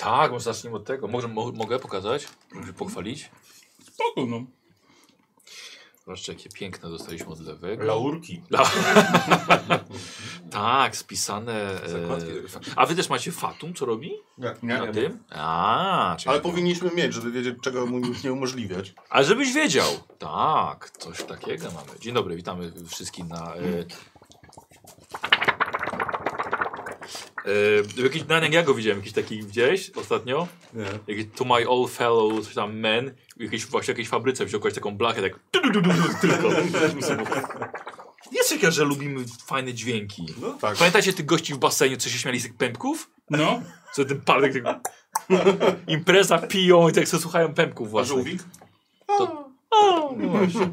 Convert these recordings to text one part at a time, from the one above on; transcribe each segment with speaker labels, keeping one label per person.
Speaker 1: Tak, może zacznijmy od tego. Mogę pokazać? Żeby pochwalić?
Speaker 2: Spoko, no.
Speaker 1: Zobaczcie, jakie piękne dostaliśmy od lewego.
Speaker 3: Laurki.
Speaker 1: Tak, spisane. A wy też macie Fatum, co robi?
Speaker 4: Nie.
Speaker 1: Na tym?
Speaker 4: Ale powinniśmy mieć, żeby wiedzieć, czego mu nie umożliwiać.
Speaker 1: A żebyś wiedział. Tak, coś takiego mamy. Dzień dobry, witamy wszystkich na... jakiś, ja go widziałem, jakiś taki widziałeś ostatnio?
Speaker 3: Nie.
Speaker 1: Jakiś To My Old Fellow, coś tam men, w jakiejś fabryce wziął taką blachę, tak tylko. Jest takie, że lubimy fajne dźwięki.
Speaker 4: No tak.
Speaker 1: Pamiętacie tych gości w basenie, co się śmiali z tych pępków?
Speaker 2: No.
Speaker 1: Co ten palek tak... Impreza, piją i tak sobie słuchają pępków
Speaker 4: A
Speaker 1: właśnie.
Speaker 4: żółwik?
Speaker 1: No właśnie.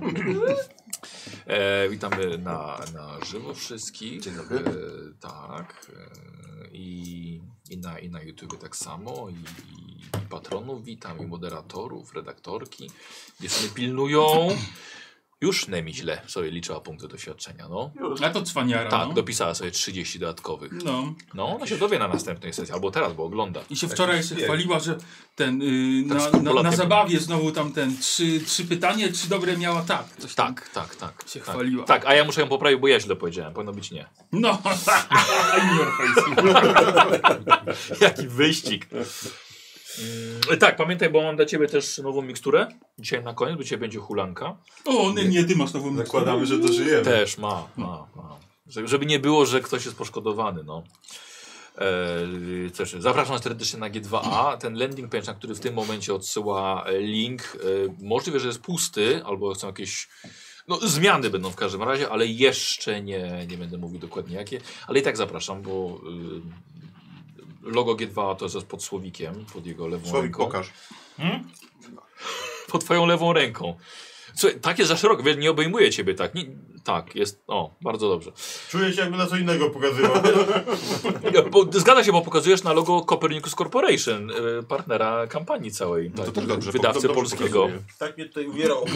Speaker 1: Witamy na żywo wszystkich.
Speaker 4: Dzień dobry.
Speaker 1: Tak. I na YouTube tak samo. I patronów witam, i moderatorów, redaktorki. Dziewczyny pilnują. Już Nemi źle sobie liczyła punkty doświadczenia, no.
Speaker 2: A to cwaniara,
Speaker 1: Tak,
Speaker 2: no.
Speaker 1: dopisała sobie 30 dodatkowych.
Speaker 2: No.
Speaker 1: No, ona się dowie na następnej sesji, albo teraz, bo ogląda.
Speaker 2: I się wczoraj się chwaliła, że ten na
Speaker 1: skrupulatnie
Speaker 2: zabawie znowu tam ten trzy pytanie, czy dobre miała tak. Coś tam
Speaker 1: Tak.
Speaker 2: się chwaliła.
Speaker 1: Tak, a ja muszę ją poprawić, bo ja źle powiedziałem. Powinno być nie.
Speaker 2: No, in your face.
Speaker 1: Jaki wyścig. Tak, pamiętaj, bo mam dla ciebie też nową miksturę. Dzisiaj na koniec, bo dzisiaj będzie hulanka.
Speaker 2: O, nie, ty masz nową
Speaker 3: Zakładamy, że dożyjemy.
Speaker 1: Też ma. Żeby nie było, że ktoś jest poszkodowany, no. Zapraszam serdecznie na G2A. Ten landing page, na który w tym momencie odsyła link, możliwe, że jest pusty, albo są jakieś zmiany będą w każdym razie, ale jeszcze nie będę mówił dokładnie jakie. Ale i tak zapraszam, bo logo G2A to jest pod Słowikiem, pod jego lewą
Speaker 4: Słowik,
Speaker 1: ręką.
Speaker 4: pokaż.
Speaker 1: Pod twoją lewą ręką. Słuchaj, tak jest za szeroko, nie obejmuje ciebie tak. Tak, jest, bardzo dobrze.
Speaker 3: Czuję się, jakby na co innego pokazywał.
Speaker 1: Zgadza się, bo pokazujesz na logo Copernicus Corporation, partnera kampanii całej,
Speaker 4: No to też dobrze,
Speaker 1: wydawcy
Speaker 4: dobrze
Speaker 1: polskiego.
Speaker 4: pokazuje.
Speaker 3: Tak mnie tutaj uwiera oko.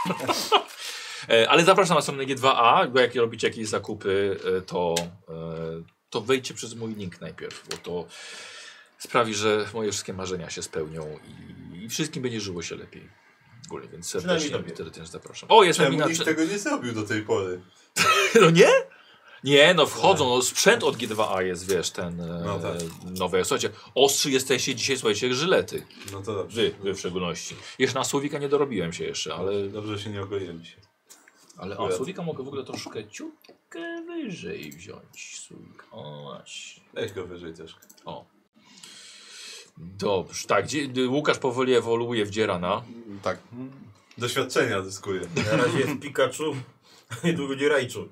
Speaker 1: Ale zapraszam na stronę G2A, bo jak robicie jakieś zakupy, to wejdźcie przez mój link najpierw, bo to sprawi, że moje wszystkie marzenia się spełnią i wszystkim będzie żyło się lepiej. Ogólnie, więc serdecznie wtedy też zapraszam. O, jest
Speaker 3: Czemu
Speaker 1: Emina.
Speaker 3: nikt tego nie zrobił do tej pory?
Speaker 1: No nie? Nie, wchodzą, sprzęt od G2A jest, wiesz, ten nowy. Słuchajcie, ostrzy jesteście dzisiaj, słuchajcie, jak żylety.
Speaker 3: No to dobrze.
Speaker 1: Wy w szczególności. Jeszcze na Słowika nie dorobiłem się jeszcze, ale...
Speaker 3: Dobrze się nie ogoiłem się.
Speaker 1: Ale Słowika mogę w ogóle troszkę ciutkę wyżej wziąć. Słowik, o właśnie.
Speaker 3: Weź go wyżej troszkę.
Speaker 1: O. Dobrze, tak, Łukasz powoli ewoluuje w Dzierana.
Speaker 4: Tak.
Speaker 3: Doświadczenia zyskuje.
Speaker 5: Na razie jest Pikachu, niedługo będzie Raichu.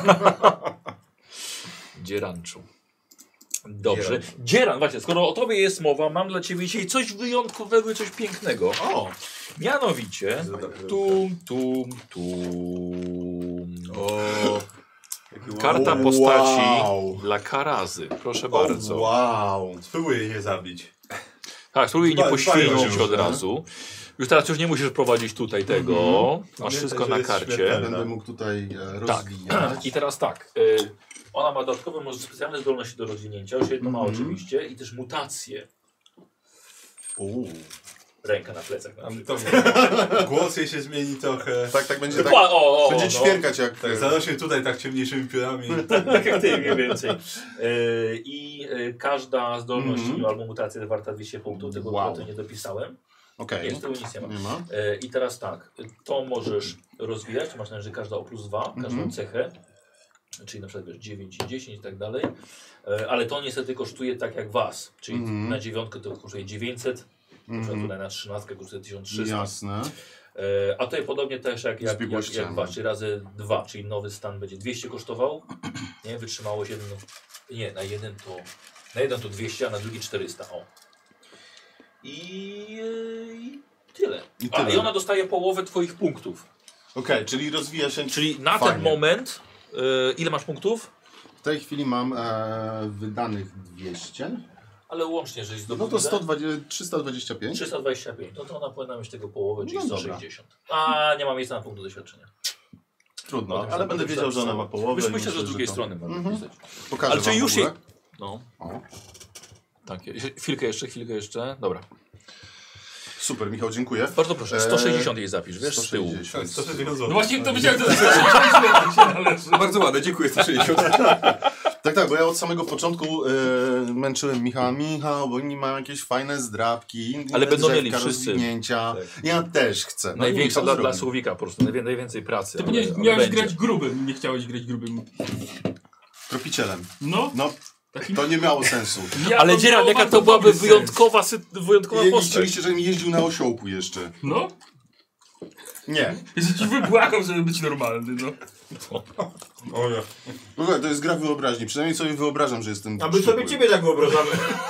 Speaker 1: Dzieranczu. Dobrze. Dzieran, właśnie, skoro o tobie jest mowa, mam dla ciebie dzisiaj coś wyjątkowego i coś pięknego. O! Mianowicie... Tum.
Speaker 3: O.
Speaker 1: Karta postaci dla Karazy. Proszę bardzo.
Speaker 4: Wow.
Speaker 3: Spróbuję je zabić.
Speaker 1: Tak, spróbuj nie poświęcić
Speaker 3: fajnie,
Speaker 1: od razu. Już nie musisz prowadzić tutaj tego. Masz wszystko na karcie.
Speaker 4: Będę mógł tutaj rozwijać.
Speaker 1: I teraz tak. Ona ma dodatkowe, może specjalne zdolności do rozwinięcia. Już jedno ma oczywiście. I też mutacje. Ręka na plecach. Na przykład.
Speaker 3: Głos jej się zmieni trochę.
Speaker 4: Tak będzie będzie ćwierkać jak...
Speaker 3: Tak, zarośnie tutaj tak ciemniejszymi piórami.
Speaker 1: Tak jak ty mniej więcej. Każda zdolność albo mutacja jest warta 200 punktów. Tego nie dopisałem.
Speaker 4: Okej.
Speaker 1: Tego nic nie ma. I teraz tak, to możesz rozwijać, to masz na że każda o +2, każdą cechę, czyli na przykład wiesz, 9 i 10 i tak dalej, ale to niestety kosztuje tak jak was, czyli na 9 to kosztuje 900, na przykład tutaj na 13 kosztuje 1300.
Speaker 4: Jasne.
Speaker 1: A tutaj podobnie też jak was, czyli razy 2, czyli nowy stan będzie 200 kosztował, nie, wytrzymałość jeden, na jeden to 200, a na drugi 400, I tyle. I ona dostaje połowę twoich punktów.
Speaker 4: Okej, czyli rozwija się...
Speaker 1: Czyli na ten moment, ile masz punktów?
Speaker 4: W tej chwili mam wydanych 200.
Speaker 1: Ale łącznie, że
Speaker 4: No to 325.
Speaker 1: 325. No to ona powinna mieć tego połowę, czyli 160.
Speaker 4: Dobra.
Speaker 1: A nie ma miejsca na punktu doświadczenia.
Speaker 4: Trudno, ale będę wiedział, że ona ma połowę.
Speaker 1: Myślę, że z drugiej strony można pisać.
Speaker 4: Pokażę
Speaker 1: ale czy
Speaker 4: wam
Speaker 1: już
Speaker 4: jej...
Speaker 1: No. Tak, chwilkę jeszcze. Dobra.
Speaker 4: Super, Michał, dziękuję.
Speaker 1: Bardzo proszę, 160 jej zapisz, wiesz, z tyłu.
Speaker 3: 160 zł.
Speaker 2: No właśnie to myślałem, że to jest 160 się należy.
Speaker 6: Bardzo ładne, dziękuję, 160.
Speaker 4: Tak, bo ja od samego początku męczyłem Michała. Michał, bo oni mają jakieś fajne zdrabki,
Speaker 1: Ale będą
Speaker 4: drzewka,
Speaker 1: mieli wszyscy.
Speaker 4: rozwinięcia. Ja też chcę. No i
Speaker 1: Największa
Speaker 4: Michał
Speaker 1: dla
Speaker 4: zrobi.
Speaker 1: Słowika po prostu, najwięcej pracy.
Speaker 2: To
Speaker 1: ale
Speaker 2: miałeś
Speaker 1: będzie.
Speaker 2: grać grubym, nie chciałeś grać grubym.
Speaker 4: Tropicielem.
Speaker 2: No,
Speaker 4: No,
Speaker 2: takim...
Speaker 4: to nie miało sensu.
Speaker 1: Ale Dzieran, jaka to byłaby wyjątkowa
Speaker 4: Nie
Speaker 1: postać.
Speaker 4: chcieliście, żebym jeździł na osiołku jeszcze.
Speaker 2: No,
Speaker 4: Nie.
Speaker 2: jeszcze ci wybłagał, żeby być normalny, no.
Speaker 3: O ja.
Speaker 4: Słuchaj, to jest gra wyobraźni. Przynajmniej sobie wyobrażam, że jestem
Speaker 5: A my sobie
Speaker 4: szczupły.
Speaker 5: ciebie tak wyobrażamy.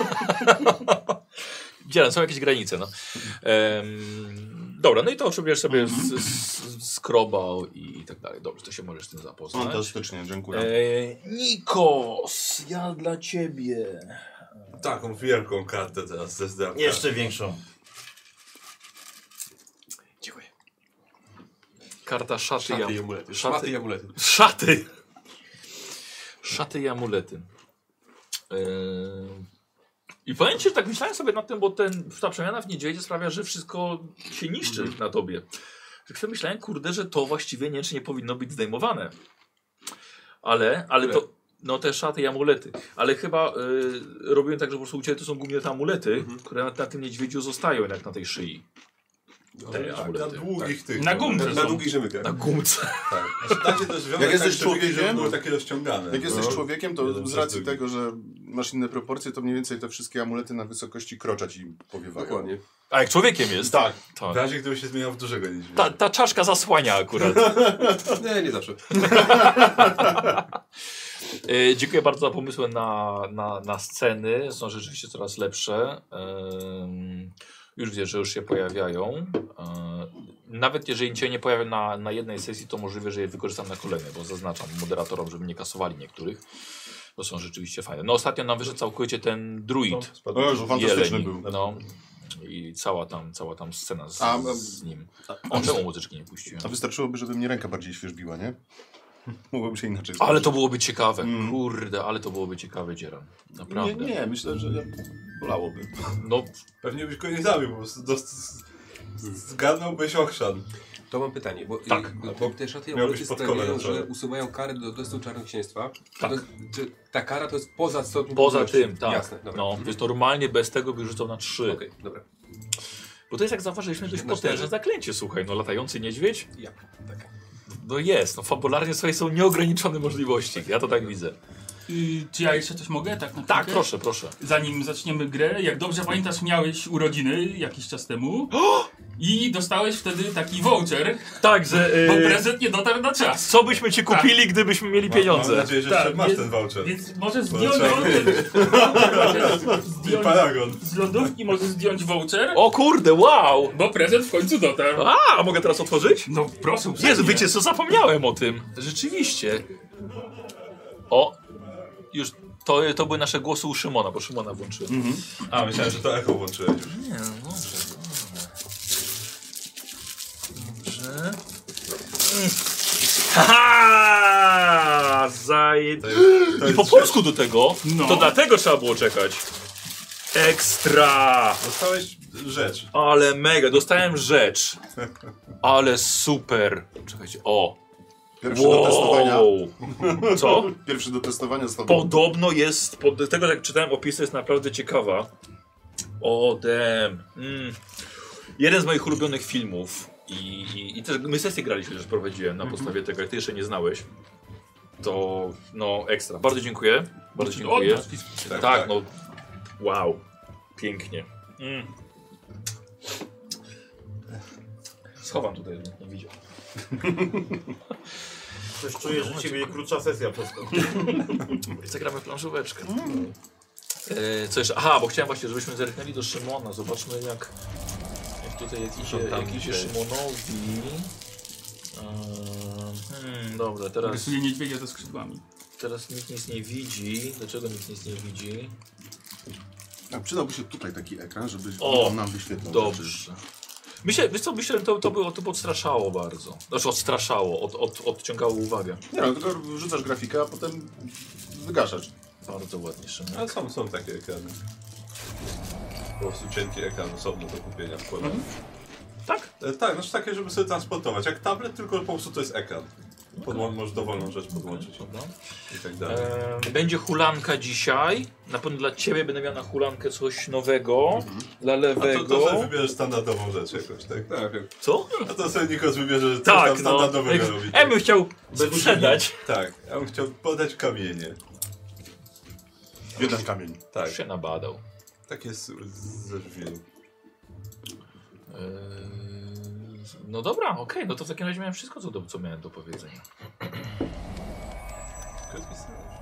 Speaker 1: Dzieran, są jakieś granice, no. Dobra, no i to będziesz sobie skrobał i tak dalej. Dobrze, to się możesz z tym zapoznać.
Speaker 4: Fantastycznie, dziękuję.
Speaker 1: Nikos, ja dla ciebie.
Speaker 3: Taką wielką kartę teraz ze zdrabka.
Speaker 5: Jeszcze większą.
Speaker 1: Dziękuję. Karta szaty
Speaker 6: Szaty i amulety. Szmaty i amulety.
Speaker 1: Szaty. Szaty i amulety. I powiem ci, że tak myślałem sobie nad tym, bo ta przemiana w niedźwiedzie sprawia, że wszystko się niszczy na tobie. Tak sobie myślałem, kurde, że to właściwie nie powinno być zdejmowane. Ale to... No te szaty i amulety. Ale chyba robiłem tak, że po prostu u ciebie to są głównie te amulety, które na tym niedźwiedziu zostają, jak na tej szyi. Te
Speaker 3: Na
Speaker 1: amulety.
Speaker 3: długich tych.
Speaker 2: Na gumce
Speaker 6: Na
Speaker 2: są.
Speaker 6: długich rzemykach.
Speaker 1: Na gumce.
Speaker 3: Tak. Znaczy, dacie też związek,
Speaker 4: Jak jesteś
Speaker 3: tak, żeby
Speaker 4: człowiekiem,
Speaker 3: były takie rozciągane.
Speaker 4: Jak jesteś człowiekiem, to
Speaker 3: Jeden
Speaker 4: z
Speaker 3: przez
Speaker 4: racji
Speaker 3: drugi.
Speaker 4: tego, że masz inne proporcje, to mniej więcej te wszystkie amulety na wysokości krocza ci powiewają.
Speaker 6: Dokładnie.
Speaker 1: A jak człowiekiem jest?
Speaker 4: Tak.
Speaker 3: W
Speaker 1: Tak.
Speaker 3: razie gdyby się zmieniał w dużego niedźwiedzia.
Speaker 1: Ta czaszka zasłania akurat.
Speaker 6: Nie zawsze.
Speaker 1: Dziękuję bardzo za pomysły na sceny. Są rzeczywiście coraz lepsze. Już widzę, że już się pojawiają. Nawet jeżeli się nie pojawią na jednej sesji, to możliwe, że je wykorzystam na kolejnej, bo zaznaczam moderatorom, żeby nie kasowali niektórych. To są rzeczywiście fajne. No ostatnio nam wyszedł całkowicie ten druid.
Speaker 4: O Jezu, fantastyczny
Speaker 1: Jeleni.
Speaker 4: był.
Speaker 1: No. I cała tam scena z nim. Czemu muzyczki nie puściłem?
Speaker 4: A wystarczyłoby, żeby mnie ręka bardziej świeżbiła, nie? Mogłoby się inaczej
Speaker 1: Ale
Speaker 4: skończyć.
Speaker 1: to byłoby ciekawe. Kurde, ale to byłoby ciekawe, Dzieran. Naprawdę.
Speaker 4: Nie, myślę, że bolałoby.
Speaker 1: No,
Speaker 3: Pewnie byś go nie zabił, po prostu zgarnąłbyś ochrzan.
Speaker 6: To mam pytanie, bo,
Speaker 1: Tak.
Speaker 6: bo te szaty i
Speaker 3: Miałbyś
Speaker 6: amulety
Speaker 3: pod kolem
Speaker 6: sprawiają,
Speaker 3: na czole.
Speaker 6: że usuwają karę do testu czarnoksięstwa.
Speaker 1: Tak.
Speaker 6: Czy ta kara to jest poza stopniem
Speaker 1: poza
Speaker 6: trudności?
Speaker 1: tym, tak.
Speaker 6: Jasne, dobra.
Speaker 1: No, więc normalnie bez tego by rzucał na 3.
Speaker 6: Okej, dobra.
Speaker 1: Bo to jest jak zauważyliśmy dość
Speaker 6: Na
Speaker 1: potężne
Speaker 6: 4.
Speaker 1: zaklęcie, słuchaj, no latający niedźwiedź.
Speaker 6: Ja, tak.
Speaker 1: No jest, no fabularnie słuchaj, są nieograniczone możliwości. Ja to tak widzę.
Speaker 2: Czy ja jeszcze coś mogę? Tak, na
Speaker 1: Tak,
Speaker 2: chwilkę?
Speaker 1: proszę.
Speaker 2: Zanim zaczniemy grę, jak dobrze pamiętasz, miałeś urodziny jakiś czas temu i dostałeś wtedy taki voucher,
Speaker 1: Tak, że...
Speaker 2: bo prezent nie dotarł na czas.
Speaker 1: Co byśmy ci kupili, gdybyśmy mieli
Speaker 3: Mam
Speaker 1: pieniądze?
Speaker 3: nadzieję, że
Speaker 2: Tak,
Speaker 3: jeszcze masz
Speaker 2: więc-
Speaker 3: ten voucher.
Speaker 2: Więc możesz
Speaker 3: Bo
Speaker 2: zdjąć
Speaker 3: trzeba
Speaker 2: voucher.
Speaker 3: I
Speaker 2: zdjąć
Speaker 3: paragon.
Speaker 2: z lodówki możesz zdjąć voucher,
Speaker 1: O kurde, wow!
Speaker 2: bo prezent w końcu dotarł.
Speaker 1: A mogę teraz otworzyć?
Speaker 2: No proszę,
Speaker 1: Jezu,
Speaker 2: uprzejmie.
Speaker 1: wiecie co, zapomniałem o tym. Rzeczywiście. O, już to były nasze głosy u Szymona, bo Szymona włączyłem.
Speaker 3: A, myślałem, że to echo włączyłeś już.
Speaker 1: Nie, no dobrze. Dobrze. Haha!
Speaker 3: To
Speaker 1: I po polsku do tego,
Speaker 2: No.
Speaker 1: to dlatego trzeba było czekać. Ekstra!
Speaker 3: Dostałeś rzecz.
Speaker 1: Ale mega, dostałem rzecz. Ale super. Czekajcie, o.
Speaker 4: Pierwszy do testowania.
Speaker 1: Co?
Speaker 4: Pierwszy do testowania został.
Speaker 1: Podobno jest, z tego jak czytałem opisy, jest naprawdę ciekawa. O, damn. Jeden z moich ulubionych filmów i też my sesję graliśmy, też prowadziłem na podstawie tego, jak ty jeszcze nie znałeś. To, no, ekstra. Bardzo dziękuję. Bardzo dziękuję. Tak, no, wow. Pięknie. Schowam tutaj, żeby nie widział.
Speaker 5: Coś czuję, że ciebie krótsza sesja przez to.
Speaker 1: Zagramy planszóweczkę. Co jeszcze? Aha, bo chciałem właśnie, żebyśmy zerknęli do Szymona. Zobaczmy jak tutaj jak idzie Szymonowi. Dobra, teraz
Speaker 2: Rysuje niedźwiedzia ze skrzydłami.
Speaker 1: nikt nic nie widzi. Dlaczego nikt nic nie widzi?
Speaker 4: A przydałby się tutaj taki ekran, żeby
Speaker 1: O,
Speaker 4: nam wyświetlał rzeczy.
Speaker 1: Dobrze. Myślę, że to odstraszało bardzo. Znaczy odstraszało, odciągało uwagę.
Speaker 4: Nie no, tylko wrzucasz grafikę, a potem wygaszasz.
Speaker 1: Bardzo ładnie, Szymon.
Speaker 3: Ale są takie ekrany. po prostu cienki ekran osobno do kupienia wkładany.
Speaker 1: Tak?
Speaker 3: Tak, znaczy takie, żeby sobie transportować. Jak tablet, tylko po prostu to jest ekran. Możesz dowolną rzecz podłączyć i tak dalej.
Speaker 1: Będzie hulanka dzisiaj. Na pewno dla ciebie będę miał na hulankę coś nowego. Dla
Speaker 3: A
Speaker 1: lewego.
Speaker 3: to sobie wybierzesz standardową rzecz jakoś, tak?
Speaker 6: Tak,
Speaker 1: Co?
Speaker 3: A to sobie Nikos wybierze coś
Speaker 1: Tak,
Speaker 3: tam standardowego robi.
Speaker 1: Ja bym chciał sprzedać.
Speaker 3: Tak, ja bym chciał podać kamienie.
Speaker 4: Jeden kamień.
Speaker 3: Tak,
Speaker 1: Się nabadał.
Speaker 3: tak jest ze żwiru.
Speaker 1: No dobra, okej, no to w takim razie miałem wszystko, co miałem do powiedzenia.
Speaker 3: Krótki scenariusz.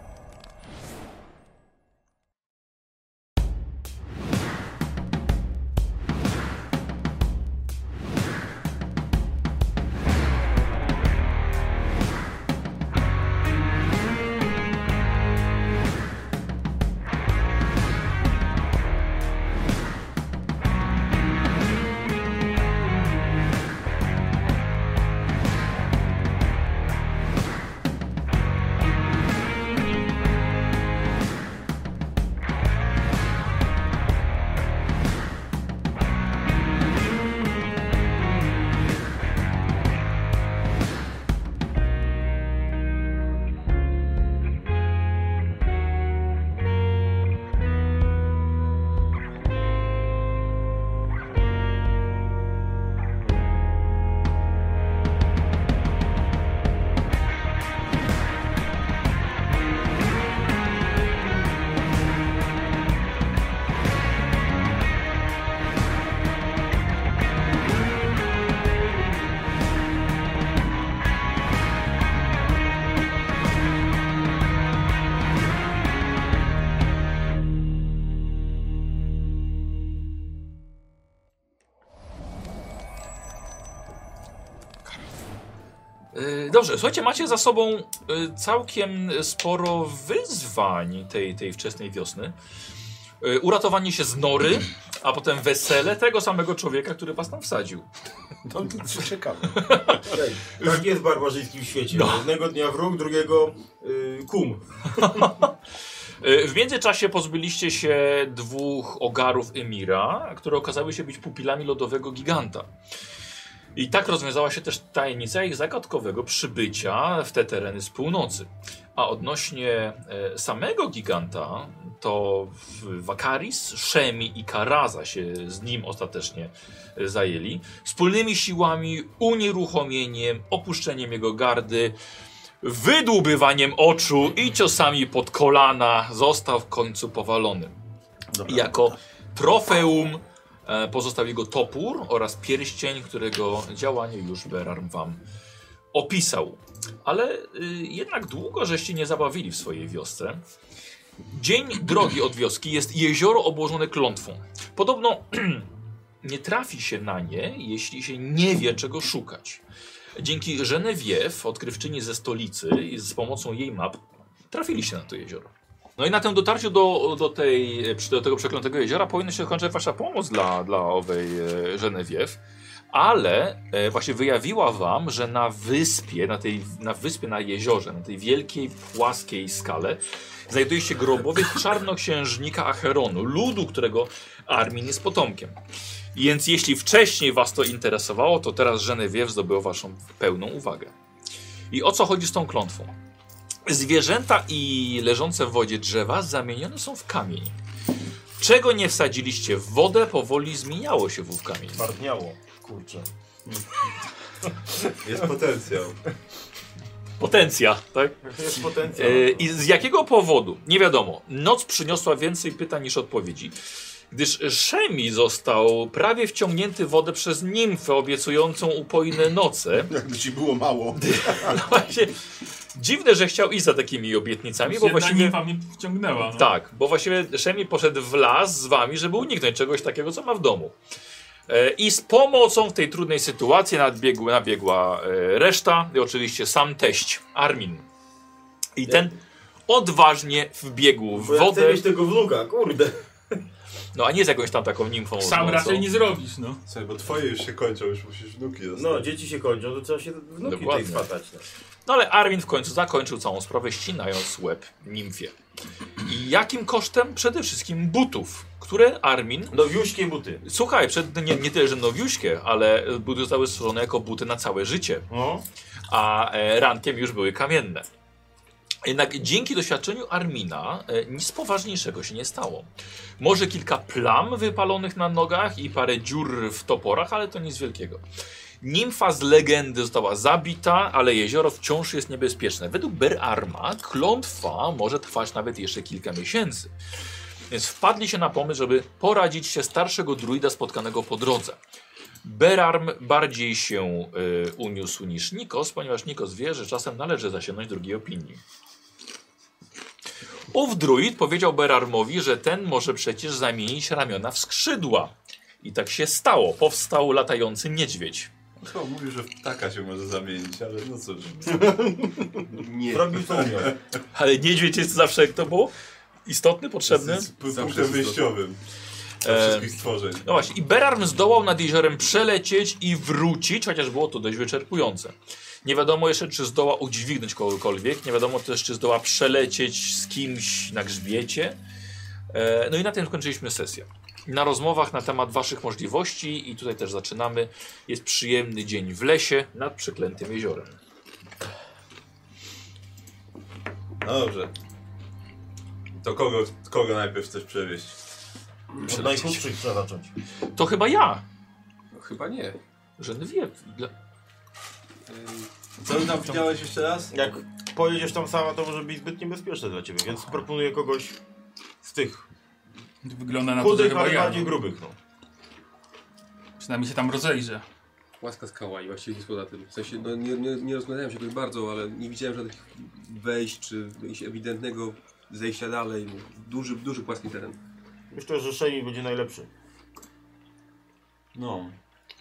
Speaker 1: Dobrze, słuchajcie, macie za sobą całkiem sporo wyzwań tej wczesnej wiosny. Uratowanie się z nory, a potem wesele tego samego człowieka, który was tam wsadził.
Speaker 4: To ciekawe.
Speaker 5: Tak jest w barbarzyńskim świecie.
Speaker 1: No.
Speaker 5: Jednego dnia wróg, drugiego kum.
Speaker 1: W międzyczasie pozbyliście się dwóch ogarów Emira, które okazały się być pupilami lodowego giganta. I tak rozwiązała się też tajemnica ich zagadkowego przybycia w te tereny z północy. A odnośnie samego giganta, to Wakaris, Szemi i Karaza się z nim ostatecznie zajęli. Wspólnymi siłami, unieruchomieniem, opuszczeniem jego gardy, wydłubywaniem oczu i ciosami pod kolana został w końcu powalony.
Speaker 4: Dobra.
Speaker 1: Jako trofeum pozostał jego topór oraz pierścień, którego działanie już Berarm wam opisał. Ale jednak długo żeście nie zabawili w swojej wiosce. Dzień drogi od wioski jest jezioro obłożone klątwą. Podobno nie trafi się na nie, jeśli się nie wie, czego szukać. Dzięki Genevieve, odkrywczyni ze stolicy i z pomocą jej map, trafiliście na to jezioro. No i na tym dotarciu do tego przeklętego jeziora powinna się skończyć wasza pomoc dla owej Genevieve, ale właśnie wyjawiła wam, że na wyspie, na jeziorze, na tej wielkiej, płaskiej skale znajduje się grobowiec czarnoksiężnika Acheronu, ludu, którego Armin jest potomkiem. Więc jeśli wcześniej was to interesowało, to teraz Genevieve zdobyła waszą pełną uwagę. I o co chodzi z tą klątwą? Zwierzęta i leżące w wodzie drzewa zamienione są w kamień. Czego nie wsadziliście w wodę, powoli zmieniało się w kamień.
Speaker 5: Twardniało. Kurczę.
Speaker 3: Jest potencjał.
Speaker 1: Potencja, tak?
Speaker 5: Jest potencjał.
Speaker 1: I z jakiego powodu? Nie wiadomo. Noc przyniosła więcej pytań niż odpowiedzi. Gdyż Szemi został prawie wciągnięty w wodę przez nimfę obiecującą upojne noce.
Speaker 4: Jakby ci było mało.
Speaker 1: No właśnie, dziwne, że chciał iść za takimi obietnicami, bo
Speaker 2: Jedna
Speaker 1: właściwie...
Speaker 2: nimfa mnie wciągnęła. No.
Speaker 1: Tak, bo właściwie Szemi poszedł w las z wami, żeby uniknąć czegoś takiego, co ma w domu. I z pomocą w tej trudnej sytuacji nabiegła reszta i oczywiście sam teść, Armin. I ten odważnie wbiegł w
Speaker 5: Bo ja chcę
Speaker 1: wodę.
Speaker 5: mieć tego wnuka, kurde.
Speaker 1: No a nie z jakąś tam taką nimfą.
Speaker 2: Sam
Speaker 1: no,
Speaker 2: raczej
Speaker 1: co?
Speaker 2: nie zrobisz, no.
Speaker 3: Słuchaj, bo twoje już się kończą, już musisz wnuki dostać.
Speaker 5: No, dzieci się kończą, to trzeba się wnuki
Speaker 1: Dokładnie.
Speaker 5: tutaj swatać. No.
Speaker 1: No ale Armin w końcu zakończył całą sprawę, ścinając łeb nimfie. I jakim kosztem? Przede wszystkim butów, które Armin...
Speaker 5: Nowiuśkie buty.
Speaker 1: Słuchaj, nie tyle, że nowiuśkie, ale buty zostały stworzone jako buty na całe życie.
Speaker 5: No.
Speaker 1: A rankiem już były kamienne. Jednak dzięki doświadczeniu Armina nic poważniejszego się nie stało. Może kilka plam wypalonych na nogach i parę dziur w toporach, ale to nic wielkiego. Nimfa z legendy została zabita, ale jezioro wciąż jest niebezpieczne. Według Berarma klątwa może trwać nawet jeszcze kilka miesięcy. Więc wpadli się na pomysł, żeby poradzić się starszego druida spotkanego po drodze. Berarm bardziej się uniósł niż Nikos, ponieważ Nikos wie, że czasem należy zasięgnąć drugiej opinii. Ów druid powiedział Berarmowi, że ten może przecież zamienić ramiona w skrzydła. I tak się stało. Powstał latający niedźwiedź.
Speaker 3: No, mówił, że w ptaka się może zamienić, ale no cóż.
Speaker 4: Nie.
Speaker 5: Robił to umiał.
Speaker 1: Ale niedźwiedź jest zawsze, jak to było? Istotny, potrzebny?
Speaker 3: Jest punktem wyjściowym dla wszystkich stworzeń.
Speaker 1: No właśnie, i Berarm zdołał nad jeziorem przelecieć i wrócić, chociaż było to dość wyczerpujące. Nie wiadomo jeszcze, czy zdoła udźwignąć kogokolwiek, nie wiadomo też, czy zdoła przelecieć z kimś na grzbiecie. No i na tym skończyliśmy sesję. Na rozmowach na temat waszych możliwości, i tutaj też zaczynamy, jest przyjemny dzień w lesie nad przeklętym jeziorem.
Speaker 3: No dobrze. To kogo najpierw chcesz przewieźć?
Speaker 5: Od najchudszych trzeba zacząć.
Speaker 1: To chyba ja,
Speaker 6: No, chyba nie.
Speaker 1: że wie.
Speaker 3: Co tam widziałeś jeszcze raz?
Speaker 5: Jak pojedziesz tam sama, to może być zbyt niebezpieczne dla ciebie, więc proponuję kogoś z tych
Speaker 2: Wygląda na to, że
Speaker 5: chudych,
Speaker 2: chyba
Speaker 5: ale
Speaker 2: ja.
Speaker 5: bardziej grubych. No.
Speaker 2: Przynajmniej się tam rozejrzę.
Speaker 6: Łaska skała i właściwie nic poza tym. W sensie, no, nie rozglądałem się jakoś bardzo, ale nie widziałem żadnych wejść czy jakiegoś ewidentnego zejścia dalej. Duży płaski teren.
Speaker 5: Myślę, że Szemi będzie najlepszy.
Speaker 3: No.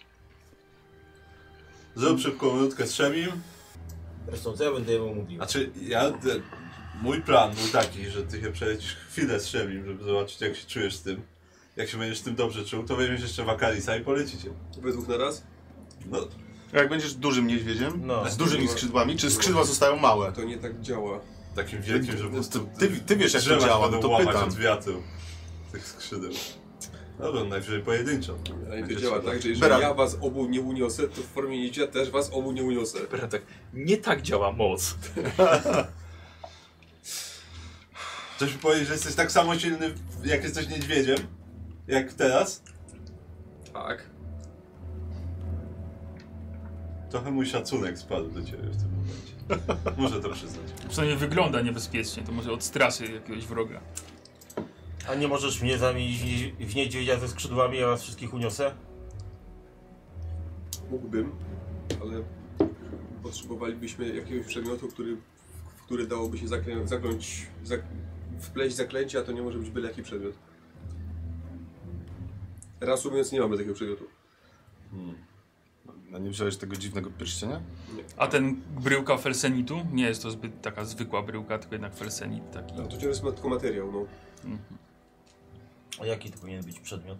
Speaker 3: Zrób szybką minutkę z Szemim.
Speaker 5: Zresztą co ja będę jemu mówił?
Speaker 3: Znaczy, mój plan był taki, że ty się przelecisz chwilę z Szemim, żeby zobaczyć, jak się czujesz z tym. Jak się będziesz z tym dobrze czuł, to weźmiesz jeszcze Wakalisa i polecicie.
Speaker 6: We dwóch na raz?
Speaker 3: No,
Speaker 4: Jak będziesz dużym niedźwiedziem,
Speaker 5: No.
Speaker 4: z dużymi skrzydłami, czy skrzydła zostają małe?
Speaker 6: To nie tak działa.
Speaker 3: takim wielkim, że po prostu
Speaker 4: Ty wiesz, jak to
Speaker 3: drzewa
Speaker 4: działa,
Speaker 3: się
Speaker 4: no
Speaker 3: będą
Speaker 4: to
Speaker 3: łamać
Speaker 4: pytam.
Speaker 3: od wiatru tych skrzydeł. Dobra, najwyżej pojedynczo.
Speaker 6: Ale to
Speaker 3: Będzie
Speaker 6: działa
Speaker 3: trzeba.
Speaker 6: tak, że jeżeli
Speaker 4: Bera.
Speaker 6: ja was obu nie uniosę, to w formie niedźwiedzia też was obu nie uniosę.
Speaker 1: Tak, nie tak działa moc.
Speaker 3: Chcesz mi powiedzieć, że jesteś tak samo silny, jak jesteś niedźwiedziem? Jak teraz?
Speaker 6: Tak.
Speaker 3: Trochę mój szacunek spadł do ciebie w tym momencie. Muszę to przyznać.
Speaker 2: Przynajmniej wygląda niebezpiecznie, to może odstraszy jakiegoś wroga.
Speaker 5: A nie możesz mnie zamienić w niedźwiedzia ze skrzydłami, ja was wszystkich uniosę?
Speaker 6: Mógłbym, ale potrzebowalibyśmy jakiegoś przedmiotu, w który dałoby się wpleść zaklęcie, a to nie może być byle jaki przedmiot. Reasumując, nie mamy takiego przedmiotu.
Speaker 4: A nie wziąłeś tego dziwnego pierścienia?
Speaker 2: A ten bryłka felsenitu? Nie jest to zbyt taka zwykła bryłka, tylko jednak felsenit taki.
Speaker 6: No, to jest tylko materiał, no.
Speaker 5: A jaki to powinien być przedmiot?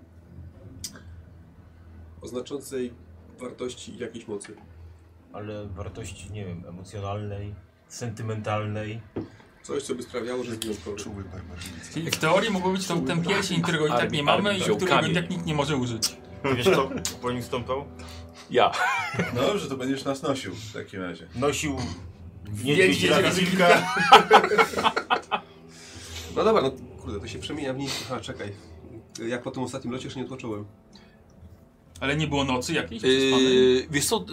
Speaker 6: O znaczącej wartości i jakiejś mocy.
Speaker 5: Ale wartości, nie wiem, emocjonalnej, sentymentalnej.
Speaker 6: Coś, co by sprawiało, że jest wyjątkowy.
Speaker 4: Czuły barbarzyńcy.
Speaker 2: Czyli w teorii mogło być to ten pierścień, którego i tak nie mamy i
Speaker 1: wziął
Speaker 2: którego i
Speaker 1: kamień.
Speaker 2: tak nikt nie może użyć.
Speaker 5: Wiesz kto po nim stąpał?
Speaker 1: Ja.
Speaker 3: No dobrze, to będziesz nas nosił w takim razie.
Speaker 5: Nosił w
Speaker 2: Niedźwiedź
Speaker 5: niedźwiedzia.
Speaker 6: No dobra, no kurde, to się przemienia w nic. A czekaj. Jak po tym ostatnim locie już nie tłoczyłem.
Speaker 2: Ale nie było nocy jakiejś? przespanej?
Speaker 1: Wiesz co?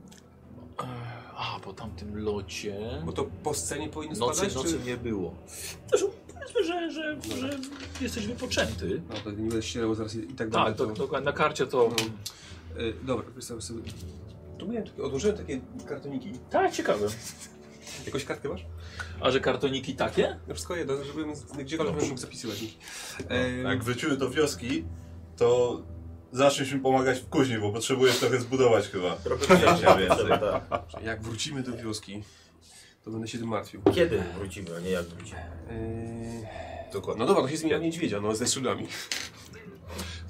Speaker 1: Po tamtym locie...
Speaker 6: Bo to po scenie powinno
Speaker 1: Nocy
Speaker 6: spadać, czy...
Speaker 1: nie było. Zresztą powiedzmy, że jesteś wypoczęty.
Speaker 6: No to nie będę ścierał zaraz i tak
Speaker 1: Tak,
Speaker 6: dalej.
Speaker 1: to na karcie to...
Speaker 6: Dobra, przedstawię sobie. Tu miałem odłożyłem takie kartoniki.
Speaker 1: Tak, ciekawe.
Speaker 6: Jakąś kartkę masz?
Speaker 1: A że kartoniki takie?
Speaker 6: No wszystko jedno, żebym gdziekolwiek mógł zapisywać.
Speaker 3: Jak wrócimy do wioski, to zaczniesz mi pomagać w kuźni, bo potrzebujesz trochę zbudować chyba.
Speaker 5: Trochę więcej.
Speaker 6: Jak wrócimy do wioski, to będę się tym martwił.
Speaker 5: Kiedy wrócimy, a nie jak wrócimy.
Speaker 3: Dokładnie.
Speaker 6: No dobra, to się zmienia w niedźwiedzia, no ze skrzydłami.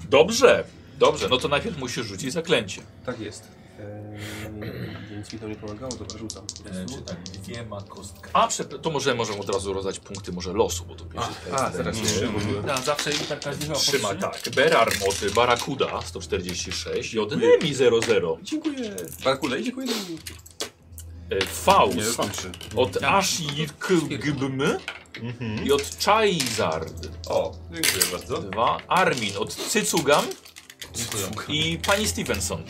Speaker 1: Dobrze, dobrze, no to najpierw musisz rzucić zaklęcie.
Speaker 6: Tak jest. Więc mi to nie pomagało, dobra, rzucam.
Speaker 1: Czy tak, 2 kostkami. To możemy od razu rozdać punkty może losu, bo to pierwszy
Speaker 6: Zaraz jeszcze.
Speaker 2: No, zawsze i tak każdy miał
Speaker 1: trzyma,
Speaker 2: po 3.
Speaker 1: tak. Berar od Barakuda 146 i od Nemi 00.
Speaker 6: Dziękuję. Barakuda i dziękuję.
Speaker 1: Faust
Speaker 4: Nie, są 3.
Speaker 1: od Ashikgbm i od Charizard.
Speaker 3: O, dziękuję bardzo.
Speaker 1: 2. Armin od Cycugam i pani Stevenson.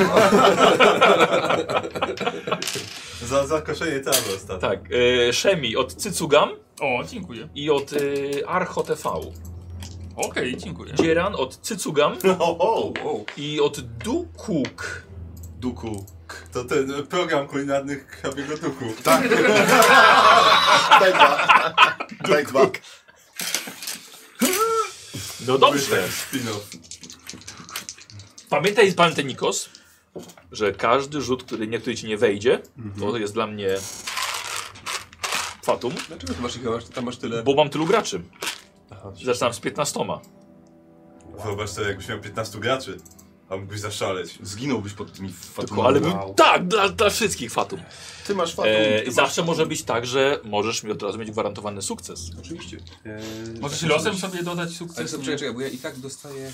Speaker 3: Za zakoszenie trawy ostatnio.
Speaker 1: Tak, Szemi od Cycugam
Speaker 2: O, dziękuję.
Speaker 1: i od Archo TV.
Speaker 2: Okej, dziękuję.
Speaker 1: Dzieran od Cycugam
Speaker 4: O,
Speaker 1: i od Dukuk.
Speaker 4: Duku.
Speaker 3: To ten program kulinarny hrabiego duchu.
Speaker 4: Tak. Daj 2. Daj 2.
Speaker 1: No dobrze.
Speaker 3: Spin-off.
Speaker 1: Pamiętaj, Nikos, że każdy rzut, który ci nie wejdzie, to jest dla mnie fatum,
Speaker 6: Dlaczego tam masz tyle?
Speaker 1: bo mam tylu graczy.
Speaker 6: Aha,
Speaker 1: Zaczynam z 15.
Speaker 3: Wyobraź sobie, jakbyś miał 15 graczy, a mógłbyś zaszaleć.
Speaker 4: Zginąłbyś pod tymi
Speaker 1: Tylko,
Speaker 4: fatumami.
Speaker 1: ale tak, dla wszystkich fatum.
Speaker 4: Ty masz fatum.
Speaker 1: Zawsze może być tak, że możesz mi od razu mieć gwarantowany sukces.
Speaker 6: Oczywiście.
Speaker 2: Możesz losem sobie dodać
Speaker 6: Ale
Speaker 2: sukces.
Speaker 6: sobie czekaj, bo ja i tak dostaję...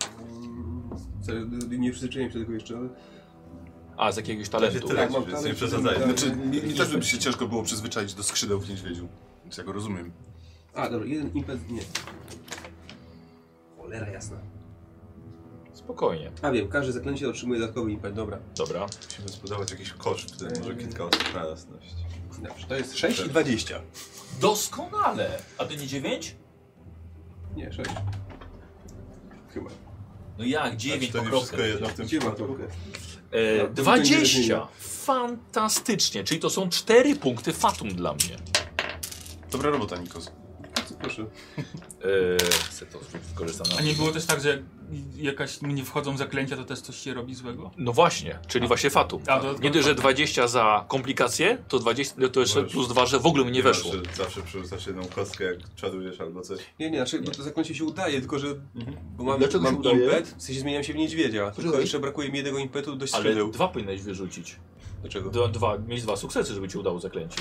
Speaker 6: Nie przyzwyczaiłem się do tego jeszcze, ale...
Speaker 1: A, z jakiegoś talentu.
Speaker 3: Tak, więc nie przesadzajmy.
Speaker 4: Znaczy, mi też by się ciężko było przyzwyczaić do skrzydeł w niedźwiedziu. Więc ja go rozumiem.
Speaker 6: A, dobra, jeden impet... Nie. Cholera jasna.
Speaker 1: Spokojnie.
Speaker 6: A wiem, każde zaklęcie otrzymuje dodatkowy impet, dobra.
Speaker 1: Dobra.
Speaker 3: Musimy zbudować jakiś kosz, w którym może kilka osób naraz nosić.
Speaker 6: Dobrze, to jest 6 i 20.
Speaker 1: Doskonale. A ty nie 9?
Speaker 6: Nie, 6. Chyba.
Speaker 1: No jak? 9
Speaker 3: to nie wszystko jedno w tym
Speaker 6: Gdzie ma
Speaker 3: przypadku.
Speaker 6: to?
Speaker 1: 20. Fantastycznie. Czyli to są 4 punkty fatum dla mnie.
Speaker 4: Dobra robota, Nikos.
Speaker 6: Proszę.
Speaker 1: Chcę to skorzystam na
Speaker 2: A nie było też tak, że jakaś nie wchodzą zaklęcia, to też coś się robi złego?
Speaker 1: No właśnie, czyli właśnie fatum.
Speaker 2: A, to-
Speaker 1: Nie dość, że 20 za komplikacje, to 20, to jeszcze
Speaker 3: Możesz-
Speaker 1: plus 2, że w ogóle mi nie weszło.
Speaker 3: Zawsze przerzucasz jedną kostkę, jak czarujesz albo coś.
Speaker 6: Nie, znaczy, bo to zaklęcie się udaje, tylko że... Bo mam,
Speaker 1: Dlaczego
Speaker 6: mam
Speaker 1: się udaje?
Speaker 6: impet, w sensie zmieniam się w niedźwiedzia. Tylko
Speaker 1: Poczekaj.
Speaker 6: jeszcze brakuje mi jednego impetu do
Speaker 1: Ale
Speaker 6: skrzydeł.
Speaker 1: 2 powinieneś wyrzucić.
Speaker 6: Dlaczego?
Speaker 1: Mieć 2 sukcesy, żeby ci udało zaklęcie.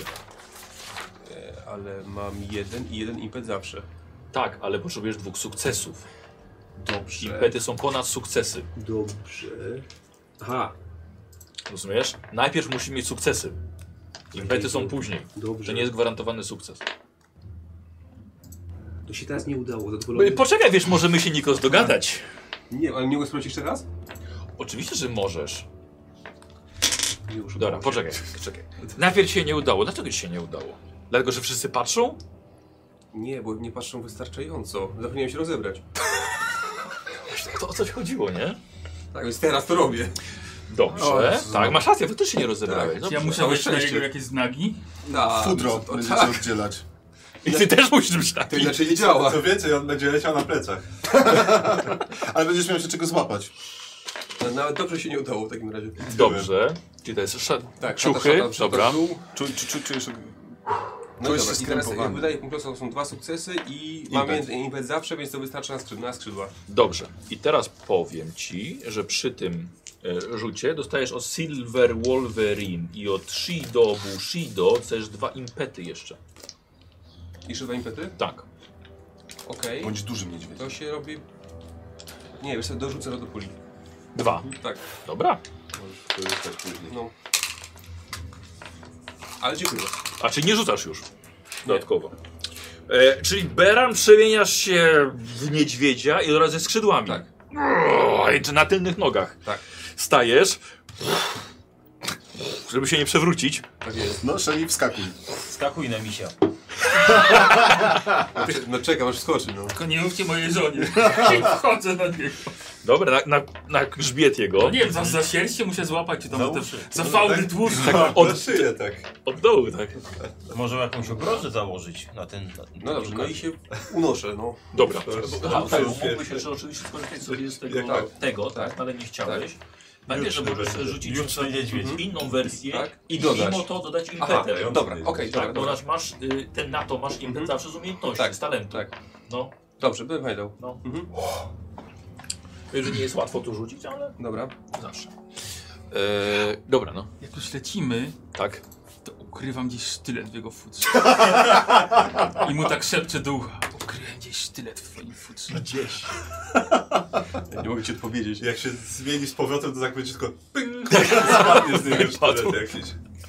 Speaker 6: Ale mam jeden i jeden impet zawsze.
Speaker 1: Tak, ale potrzebujesz 2 sukcesów.
Speaker 6: Dobrze.
Speaker 1: Impety są ponad sukcesy.
Speaker 6: Dobrze. Aha.
Speaker 1: Rozumiesz? Najpierw musisz mieć sukcesy. Impety są później.
Speaker 6: Dobrze.
Speaker 1: To nie jest gwarantowany sukces.
Speaker 6: To się teraz nie udało, zadowolony.
Speaker 1: Poczekaj, wiesz, możemy się Nikos dogadać.
Speaker 6: Nie, ale nie mogę sprawdzić jeszcze raz?
Speaker 1: Oczywiście, że możesz.
Speaker 6: Już
Speaker 1: Dobra, poczekaj. Najpierw się nie udało. Dlaczego ci się nie udało? Dlatego, że wszyscy patrzą?
Speaker 6: Nie, bo nie patrzą wystarczająco. Zapomniałem się rozebrać.
Speaker 1: To o coś chodziło, nie?
Speaker 6: Tak, więc teraz to robię.
Speaker 1: Dobrze. Tak, masz rację, wy też się nie rozebrałeś.
Speaker 6: Tak.
Speaker 1: Dobrze.
Speaker 2: Ja muszę
Speaker 6: Całe
Speaker 2: mieć na
Speaker 6: szczęście.
Speaker 2: jego jakieś znaki.
Speaker 4: Fudro
Speaker 6: to,
Speaker 4: będziecie
Speaker 6: tak,
Speaker 4: oddzielać.
Speaker 1: I ty też musisz być
Speaker 6: to
Speaker 1: taki.
Speaker 6: inaczej nie działa.
Speaker 3: Co więcej, on będzie leciał na plecach.
Speaker 4: Ale będziesz miał się czego złapać.
Speaker 6: Nawet dobrze się nie udało w takim razie.
Speaker 1: Dobrze. Czyli to jest
Speaker 6: Tak,
Speaker 1: ciuchy.
Speaker 6: szata,
Speaker 1: Dobra.
Speaker 6: dół.
Speaker 4: Czujesz...
Speaker 6: No
Speaker 4: To jest
Speaker 6: dobra, i teraz
Speaker 4: skrępowany.
Speaker 6: wydaje punkt losu, to są 2 sukcesy i mam impet zawsze, więc to wystarczy na skrzydła.
Speaker 1: Dobrze. I teraz powiem ci, że przy tym rzucie dostajesz od Silver Wolverine i od Shido Bushido też 2 impety jeszcze.
Speaker 6: I jeszcze 2 impety?
Speaker 1: Tak.
Speaker 6: Okej.
Speaker 4: Bądź dużym niedźwiedziem.
Speaker 6: To się robi... Nie, wiesz co, dorzucę do puli.
Speaker 1: 2.
Speaker 6: Tak,
Speaker 1: Dobra.
Speaker 3: Możesz korzystać później.
Speaker 6: no. Ale dziękuję.
Speaker 1: A czy nie rzucasz już? Dodatkowo. Czyli Beran przemieniasz się w niedźwiedzia i oraz ze skrzydłami.
Speaker 6: Tak.
Speaker 1: I na tylnych nogach.
Speaker 6: Tak.
Speaker 1: Stajesz, żeby się nie przewrócić.
Speaker 6: Tak jest.
Speaker 4: No, Szeli, wskakuj.
Speaker 7: Skakuj na misia.
Speaker 6: No czekam, aż skoczy, no.
Speaker 2: Tylko nie mówcie mojej żonie. Wchodzę na niego.
Speaker 1: Dobra, na grzbiet jego.
Speaker 2: No nie wiem, za sierść się muszę złapać, czy tam
Speaker 3: Za
Speaker 2: te,
Speaker 3: uszy.
Speaker 2: za fałdy tłuszczu.
Speaker 3: Na szyję tak.
Speaker 1: Od dołu, tak.
Speaker 7: Może jakąś obrożę założyć na ten...
Speaker 6: No dobrze, no i się unoszę, no.
Speaker 1: Dobra.
Speaker 7: Aha,
Speaker 3: To
Speaker 7: tak,
Speaker 3: już
Speaker 7: bo mógłbyś
Speaker 3: wiesz,
Speaker 7: jeszcze oczywiście skorzystać sobie z tego,
Speaker 3: tak.
Speaker 7: tak, ale nie chciałeś. Pamiętaj, że
Speaker 3: Jutrzny
Speaker 7: możesz
Speaker 3: będzie.
Speaker 7: rzucić
Speaker 3: Jutrzny
Speaker 7: niedźwiedź. Inną wersję
Speaker 6: Tak.
Speaker 7: i
Speaker 6: dodać.
Speaker 7: mimo to dodać
Speaker 6: Aha,
Speaker 7: impetem.
Speaker 6: dobra, okej,
Speaker 7: Tak,
Speaker 6: dobra,
Speaker 7: bo masz ten na to masz impet zawsze z umiejętności,
Speaker 6: Tak,
Speaker 7: z talentu.
Speaker 6: tak.
Speaker 7: No,
Speaker 6: Dobrze, będę pamiętał.
Speaker 7: no.
Speaker 1: Wiem, że nie jest łatwo tu rzucić, ale
Speaker 6: Dobra.
Speaker 1: zawsze. Dobra, no.
Speaker 2: Jak już lecimy,
Speaker 1: Tak.
Speaker 2: to ukrywam gdzieś sztylet w jego futrze. I mu tak szepczę do ucha. Ukryłem gdzieś sztylet w twoim futrze.
Speaker 5: Gdzieś.
Speaker 6: Ja nie mogę ci odpowiedzieć.
Speaker 3: Jak się zmieni z powrotem, to tak będzie tylko ping. Spadnie z niego sztylet jakiś.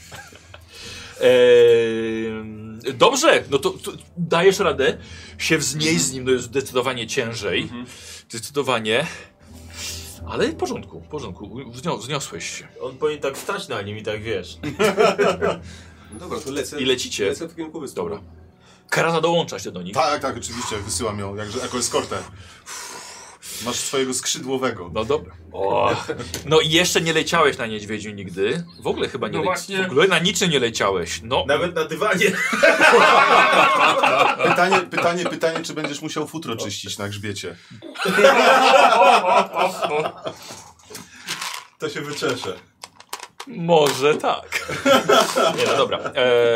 Speaker 1: Dobrze, no to dajesz radę się wznieść z nim, no jest zdecydowanie ciężej. Zdecydowanie. Ale w porządku, wzniosłeś się.
Speaker 5: On powinien tak stać na nim i tak wiesz.
Speaker 6: No dobra, to lecę.
Speaker 1: I lecicie.
Speaker 6: Lecę w kierunku wyspy.
Speaker 1: Dobra. Karaza dołącza się do nich.
Speaker 4: Tak, oczywiście, wysyłam ją jako eskortę. Masz swojego skrzydłowego.
Speaker 1: No dobra. No i jeszcze nie leciałeś na niedźwiedziu nigdy. W ogóle chyba nie
Speaker 2: No właśnie.
Speaker 1: W ogóle na niczym nie leciałeś. No.
Speaker 5: Nawet na dywanie.
Speaker 4: Pytanie, czy będziesz musiał futro czyścić na grzbiecie.
Speaker 3: To się wyczesze.
Speaker 1: Może tak. Nie, no dobra.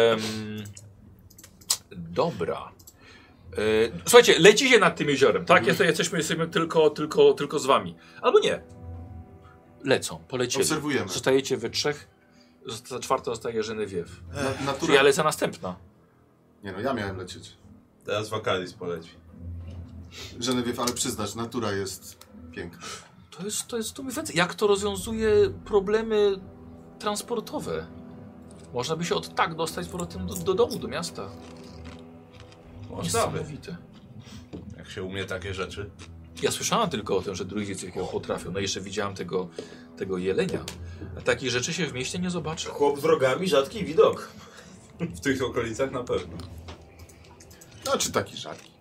Speaker 1: Dobra. Słuchajcie, lecicie nad tym jeziorem, tak? Jesteśmy tylko z wami. Albo nie. Lecą, polecieli.
Speaker 4: Obserwujemy.
Speaker 1: Zostajecie we trzech. Za czwarta zostaje Genevieve. Czyli
Speaker 4: Natura...
Speaker 1: ja lecę następna.
Speaker 4: Nie no, ja miałem lecieć.
Speaker 3: Teraz Wakaris poleci.
Speaker 4: Genevieve, ale przyznać, natura jest piękna.
Speaker 1: To mi więcej. Jak to rozwiązuje problemy transportowe? Można by się od tak dostać z powrotem do domu, do miasta.
Speaker 3: Można by.
Speaker 1: Niesamowite.
Speaker 3: Jak się umie takie rzeczy.
Speaker 1: Ja słyszałem tylko o tym, że drugi coś takiego potrafią. No jeszcze widziałem tego jelenia. A takich rzeczy się w mieście nie zobaczy.
Speaker 5: Chłop z rogami, rzadki widok.
Speaker 3: W tych okolicach na pewno.
Speaker 4: No, czy taki rzadki?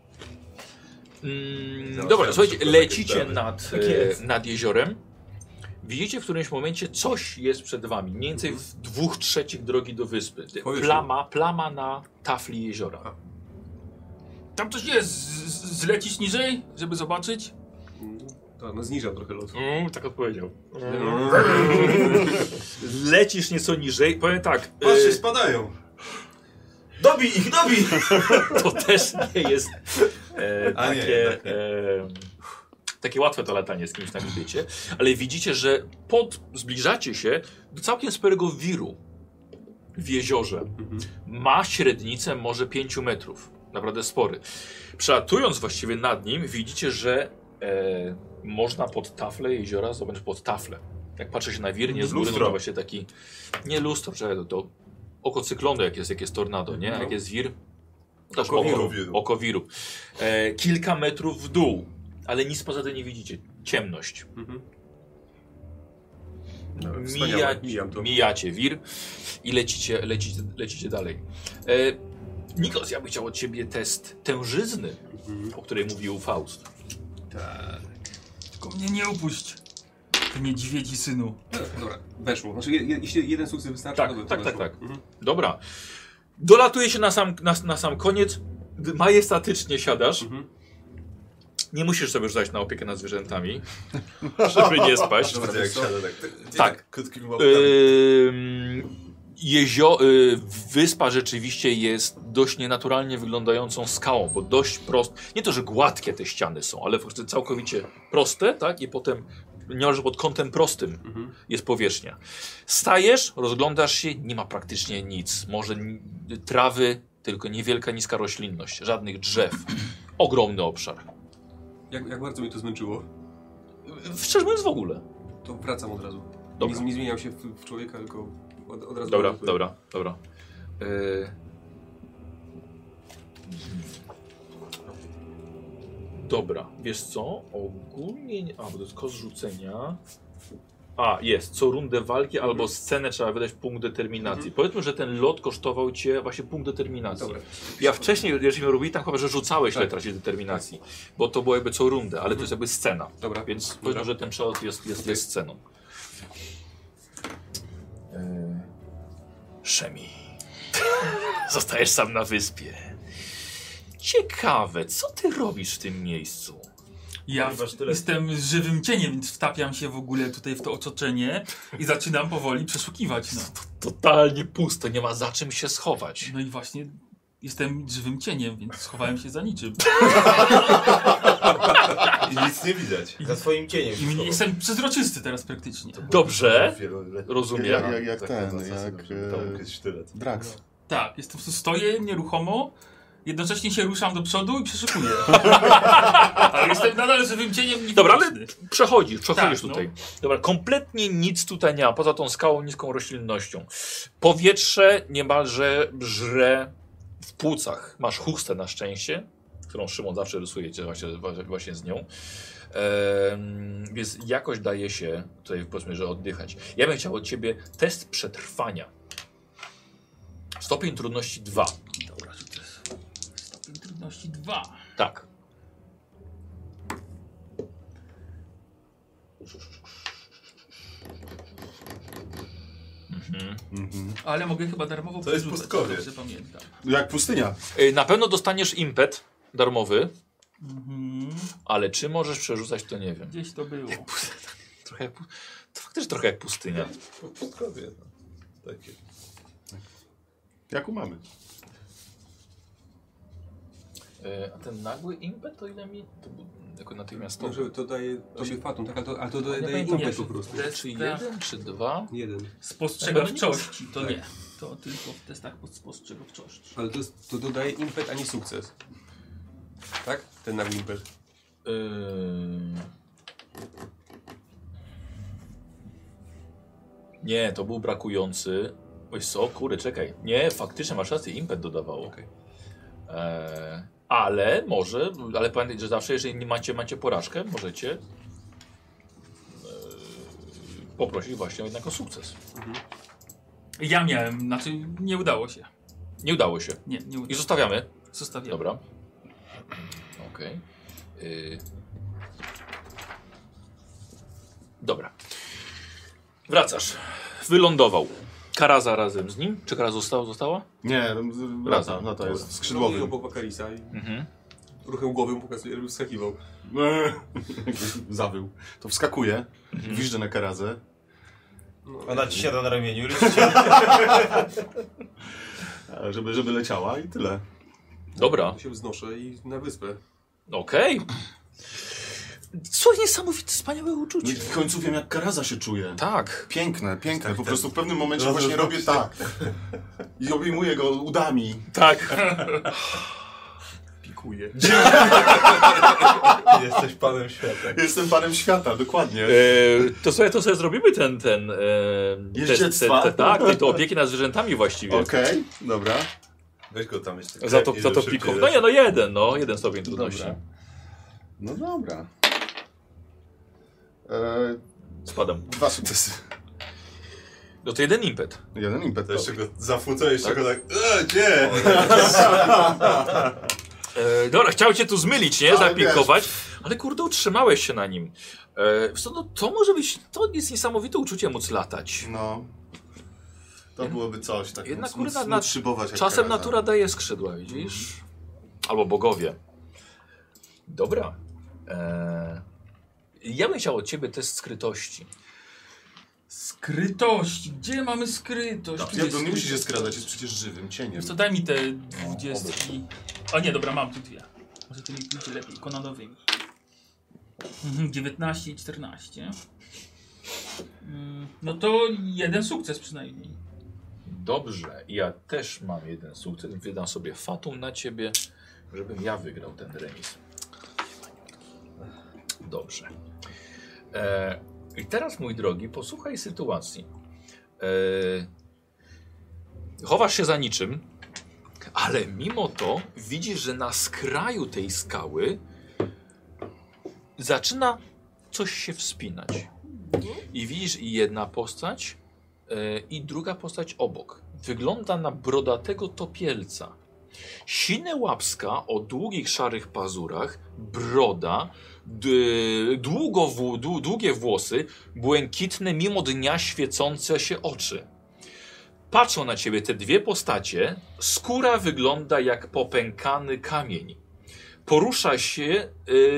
Speaker 1: Dobra, słuchajcie,
Speaker 3: szybko
Speaker 1: lecicie
Speaker 3: takie
Speaker 1: nad jeziorem. Widzicie w którymś momencie coś jest przed wami. Mniej więcej w 2/3 drogi do wyspy. Plama na tafli jeziora.
Speaker 2: Tam coś jest. Zlecisz niżej, żeby zobaczyć?
Speaker 6: To no zniżam trochę lot.
Speaker 1: Tak odpowiedział. Lecisz nieco niżej. Powiem tak.
Speaker 3: Patrzcie, spadają.
Speaker 5: Dobij ich, dobij!
Speaker 1: To też nie jest
Speaker 3: A nie,
Speaker 1: takie,
Speaker 3: jednak nie.
Speaker 1: takie łatwe to latanie z kimś na grzbiecie, ale widzicie, że zbliżacie się do całkiem sporego wiru w jeziorze. Ma średnicę może 5 metrów. Naprawdę spory. Przelatując właściwie nad nim, widzicie, że można pod taflę jeziora zobaczyć pod taflę. Jak patrzy się na wir, nie z góry, no to właśnie taki... Nie lustro, to oko cyklonu, jak jest tornado, nie? Jak jest wir, to oko wiru. Kilka metrów w dół, ale nic poza tym nie widzicie. Ciemność. Mijacie wir i lecicie dalej. Nikos, ja bym chciał od ciebie test tężyzny, o której mówił Faust.
Speaker 6: Tak.
Speaker 2: Tylko mnie nie upuść. Ty niedźwiedzi synu.
Speaker 6: Dobra, weszło. Znaczy, jeśli jeden sukces wystarczy,
Speaker 1: Tak. Dobra. Dolatuje się na sam koniec. Majestatycznie siadasz. Nie musisz sobie rzucać na opiekę nad zwierzętami, żeby nie spaść.
Speaker 3: Dobra, jak siada
Speaker 1: Tak.
Speaker 3: krótkimi
Speaker 1: Wyspa rzeczywiście jest dość nienaturalnie wyglądającą skałą, bo dość nie to, że gładkie te ściany są, ale całkowicie proste, tak? I potem niemalże pod kątem prostym jest powierzchnia. Stajesz, rozglądasz się, nie ma praktycznie nic. Może trawy, tylko niewielka, niska roślinność, żadnych drzew. Ogromny obszar.
Speaker 6: Jak bardzo mnie to zmęczyło?
Speaker 1: Szczerze mówiąc w ogóle.
Speaker 6: To wracam od razu.
Speaker 1: Dobra.
Speaker 6: Nie zmieniam się w człowieka, tylko od razu...
Speaker 1: Dobra. Dobra, wiesz co? Ogólnie... bo to jest koszt rzucenia. Jest. Co rundę walki albo scenę trzeba wydać punkt determinacji. Powiedzmy, że ten lot kosztował cię właśnie punkt determinacji.
Speaker 6: Dobra.
Speaker 1: Ja wcześniej, jeżeli robili tam chyba, że rzucałeś ile tracić determinacji. Bo to było jakby co rundę, ale to jest jakby scena.
Speaker 6: Dobra.
Speaker 1: Więc powiedzmy, że ten przelot jest sceną. Szemi. Zostajesz sam na wyspie. Ciekawe, co ty robisz w tym miejscu?
Speaker 2: Ja jestem żywym cieniem, więc wtapiam się w ogóle tutaj w to otoczenie i zaczynam powoli przeszukiwać. No.
Speaker 1: Totalnie pusto, nie ma za czym się schować.
Speaker 2: No i właśnie jestem żywym cieniem, więc schowałem się za niczym.
Speaker 3: I nic nie widać.
Speaker 5: Za swoim cieniem.
Speaker 2: I jestem przezroczysty teraz praktycznie.
Speaker 1: Dobrze,
Speaker 3: Wieloletnie.
Speaker 1: rozumiem.
Speaker 4: Jak
Speaker 3: Taka
Speaker 4: ten,
Speaker 3: zasada,
Speaker 4: jak
Speaker 3: żeby tam ukryć sztylet.
Speaker 4: Drax.
Speaker 2: Tak, jestem po prostu stoję nieruchomo, jednocześnie się ruszam do przodu i przeszukuję. Ale jestem nadal żywym cieniem.
Speaker 1: Dobra, ale
Speaker 2: niewidoczny.
Speaker 1: przechodzisz
Speaker 2: Tak,
Speaker 1: tutaj. Dobra, kompletnie nic tutaj nie ma, poza tą skałą, niską roślinnością. Powietrze niemalże żre w płucach. Masz chustę na szczęście, którą Szymon zawsze rysuje cię właśnie z nią. Więc jakoś daje się tutaj, powiedzmy, że oddychać. Ja bym chciał od ciebie test przetrwania. Stopień trudności 2.
Speaker 2: Dobra, że to jest stopień trudności 2.
Speaker 1: Tak.
Speaker 2: Ale mogę chyba darmowo
Speaker 3: To jest
Speaker 2: przerzucać,
Speaker 3: pustkowie.
Speaker 2: dobrze pamiętam.
Speaker 4: Jak pustynia.
Speaker 1: Na pewno dostaniesz impet darmowy,
Speaker 2: Mhm.
Speaker 1: ale czy możesz przerzucać, to nie wiem.
Speaker 2: Gdzieś to było.
Speaker 1: Trochę jak, to faktycznie trochę jak pustynia.
Speaker 3: Po pustkowie. No. Takie.
Speaker 4: Jaką mamy?
Speaker 1: A ten nagły impet, to ile mi... To był jako natychmiastowy.
Speaker 6: Może to daje tobie fatum, tak? Ale to daje
Speaker 1: Nie,
Speaker 6: impet
Speaker 2: nie,
Speaker 6: po prostu.
Speaker 1: Czy jeden, czy dwa?
Speaker 6: Jeden.
Speaker 2: Spostrzegawczości to
Speaker 6: Tak.
Speaker 2: nie. To tylko w testach spostrzegawczości.
Speaker 6: Ale to dodaje impet, a nie sukces. Tak? Ten nagły impet.
Speaker 1: Nie, to był brakujący. Oj co, kurde, czekaj. Nie, faktycznie masz rację, impet dodawało.
Speaker 6: Okej.
Speaker 1: Ale może, ale pamiętajcie, że zawsze jeżeli nie macie porażkę, możecie poprosić właśnie jednak o sukces.
Speaker 2: Ja miałem, znaczy nie udało się.
Speaker 1: Nie udało się.
Speaker 2: Nie udało
Speaker 1: I
Speaker 2: się.
Speaker 1: zostawiamy.
Speaker 2: Zostawiam.
Speaker 1: Dobra. Okej. Dobra. Wracasz. Wylądował. Karaza razem z nim. Czy Karaza została?
Speaker 4: Nie, lata jest
Speaker 6: I
Speaker 4: skrzydłowy.
Speaker 6: obok Wakarisa i
Speaker 1: Mhm.
Speaker 6: ruchem głowy mu pokazuje, żeby wskakiwał.
Speaker 4: Zawył. To wskakuje, gwizdże na karazę.
Speaker 6: No,
Speaker 5: Ona ci siada na ramieniu.
Speaker 4: Żeby leciała i tyle.
Speaker 1: Dobra.
Speaker 6: To się wznoszę i na wyspę.
Speaker 1: Okej. Co niesamowite, wspaniałe uczucie.
Speaker 4: W końcu wiem, jak karaza się czuje.
Speaker 1: Tak.
Speaker 4: Piękne. Po prostu w pewnym momencie
Speaker 3: Rozumiem.
Speaker 4: właśnie robię tak. I obejmuję go udami.
Speaker 1: Tak.
Speaker 6: Pikuje.
Speaker 3: Jesteś panem świata.
Speaker 4: Jestem panem świata, dokładnie.
Speaker 1: To sobie zrobimy ten
Speaker 4: Jeździectwa.
Speaker 1: tak, to opieki nad zwierzętami właściwie.
Speaker 4: Okej, dobra.
Speaker 3: Weź go tam jeszcze.
Speaker 1: Za to
Speaker 3: klepnij, żeby
Speaker 1: pikow.
Speaker 3: szybciej
Speaker 1: Jeden stopień trudności.
Speaker 4: Dobra. No dobra.
Speaker 1: Spadam.
Speaker 4: 2 sukcesy.
Speaker 1: No to jeden impet.
Speaker 4: Jeden impet.
Speaker 3: To jeszcze go zafucę, jeszcze go tak. Nie!
Speaker 1: Dobra, chciał cię tu zmylić, nie?
Speaker 4: Ale
Speaker 1: Zapikować, ale kurde, utrzymałeś się na nim. To może być, to jest niesamowite uczucie móc latać.
Speaker 4: No. To byłoby coś, tak
Speaker 1: Jednak
Speaker 4: móc
Speaker 1: kurde,
Speaker 4: szybować jak
Speaker 1: czasem
Speaker 4: karaza.
Speaker 1: natura daje skrzydła, widzisz? Albo bogowie. Dobra. Ja bym chciał od ciebie test skrytości.
Speaker 2: Skrytość. Gdzie mamy skrytość? Tu jest
Speaker 4: Nie musi się
Speaker 2: skrytość.
Speaker 4: skradać, jest przecież żywym cieniem.
Speaker 2: Wiesz co, daj mi te 20. O nie, dobra, mam tu dwie. Może to mi pójdzie lepiej, kononowymi. 19 i 14. No to jeden sukces przynajmniej.
Speaker 1: Dobrze, ja też mam jeden sukces, więc wydam sobie fatum na ciebie, żebym ja wygrał ten remis. Dobrze. I teraz, mój drogi, posłuchaj sytuacji. Chowasz się za niczym, ale mimo to widzisz, że na skraju tej skały zaczyna coś się wspinać. I widzisz jedna postać i druga postać obok. Wygląda na brodatego topielca. Sine łapska o długich, szarych pazurach, broda, długie włosy, błękitne, mimo dnia świecące się oczy. Patrzą na ciebie te dwie postacie, skóra wygląda jak popękany kamień. Porusza się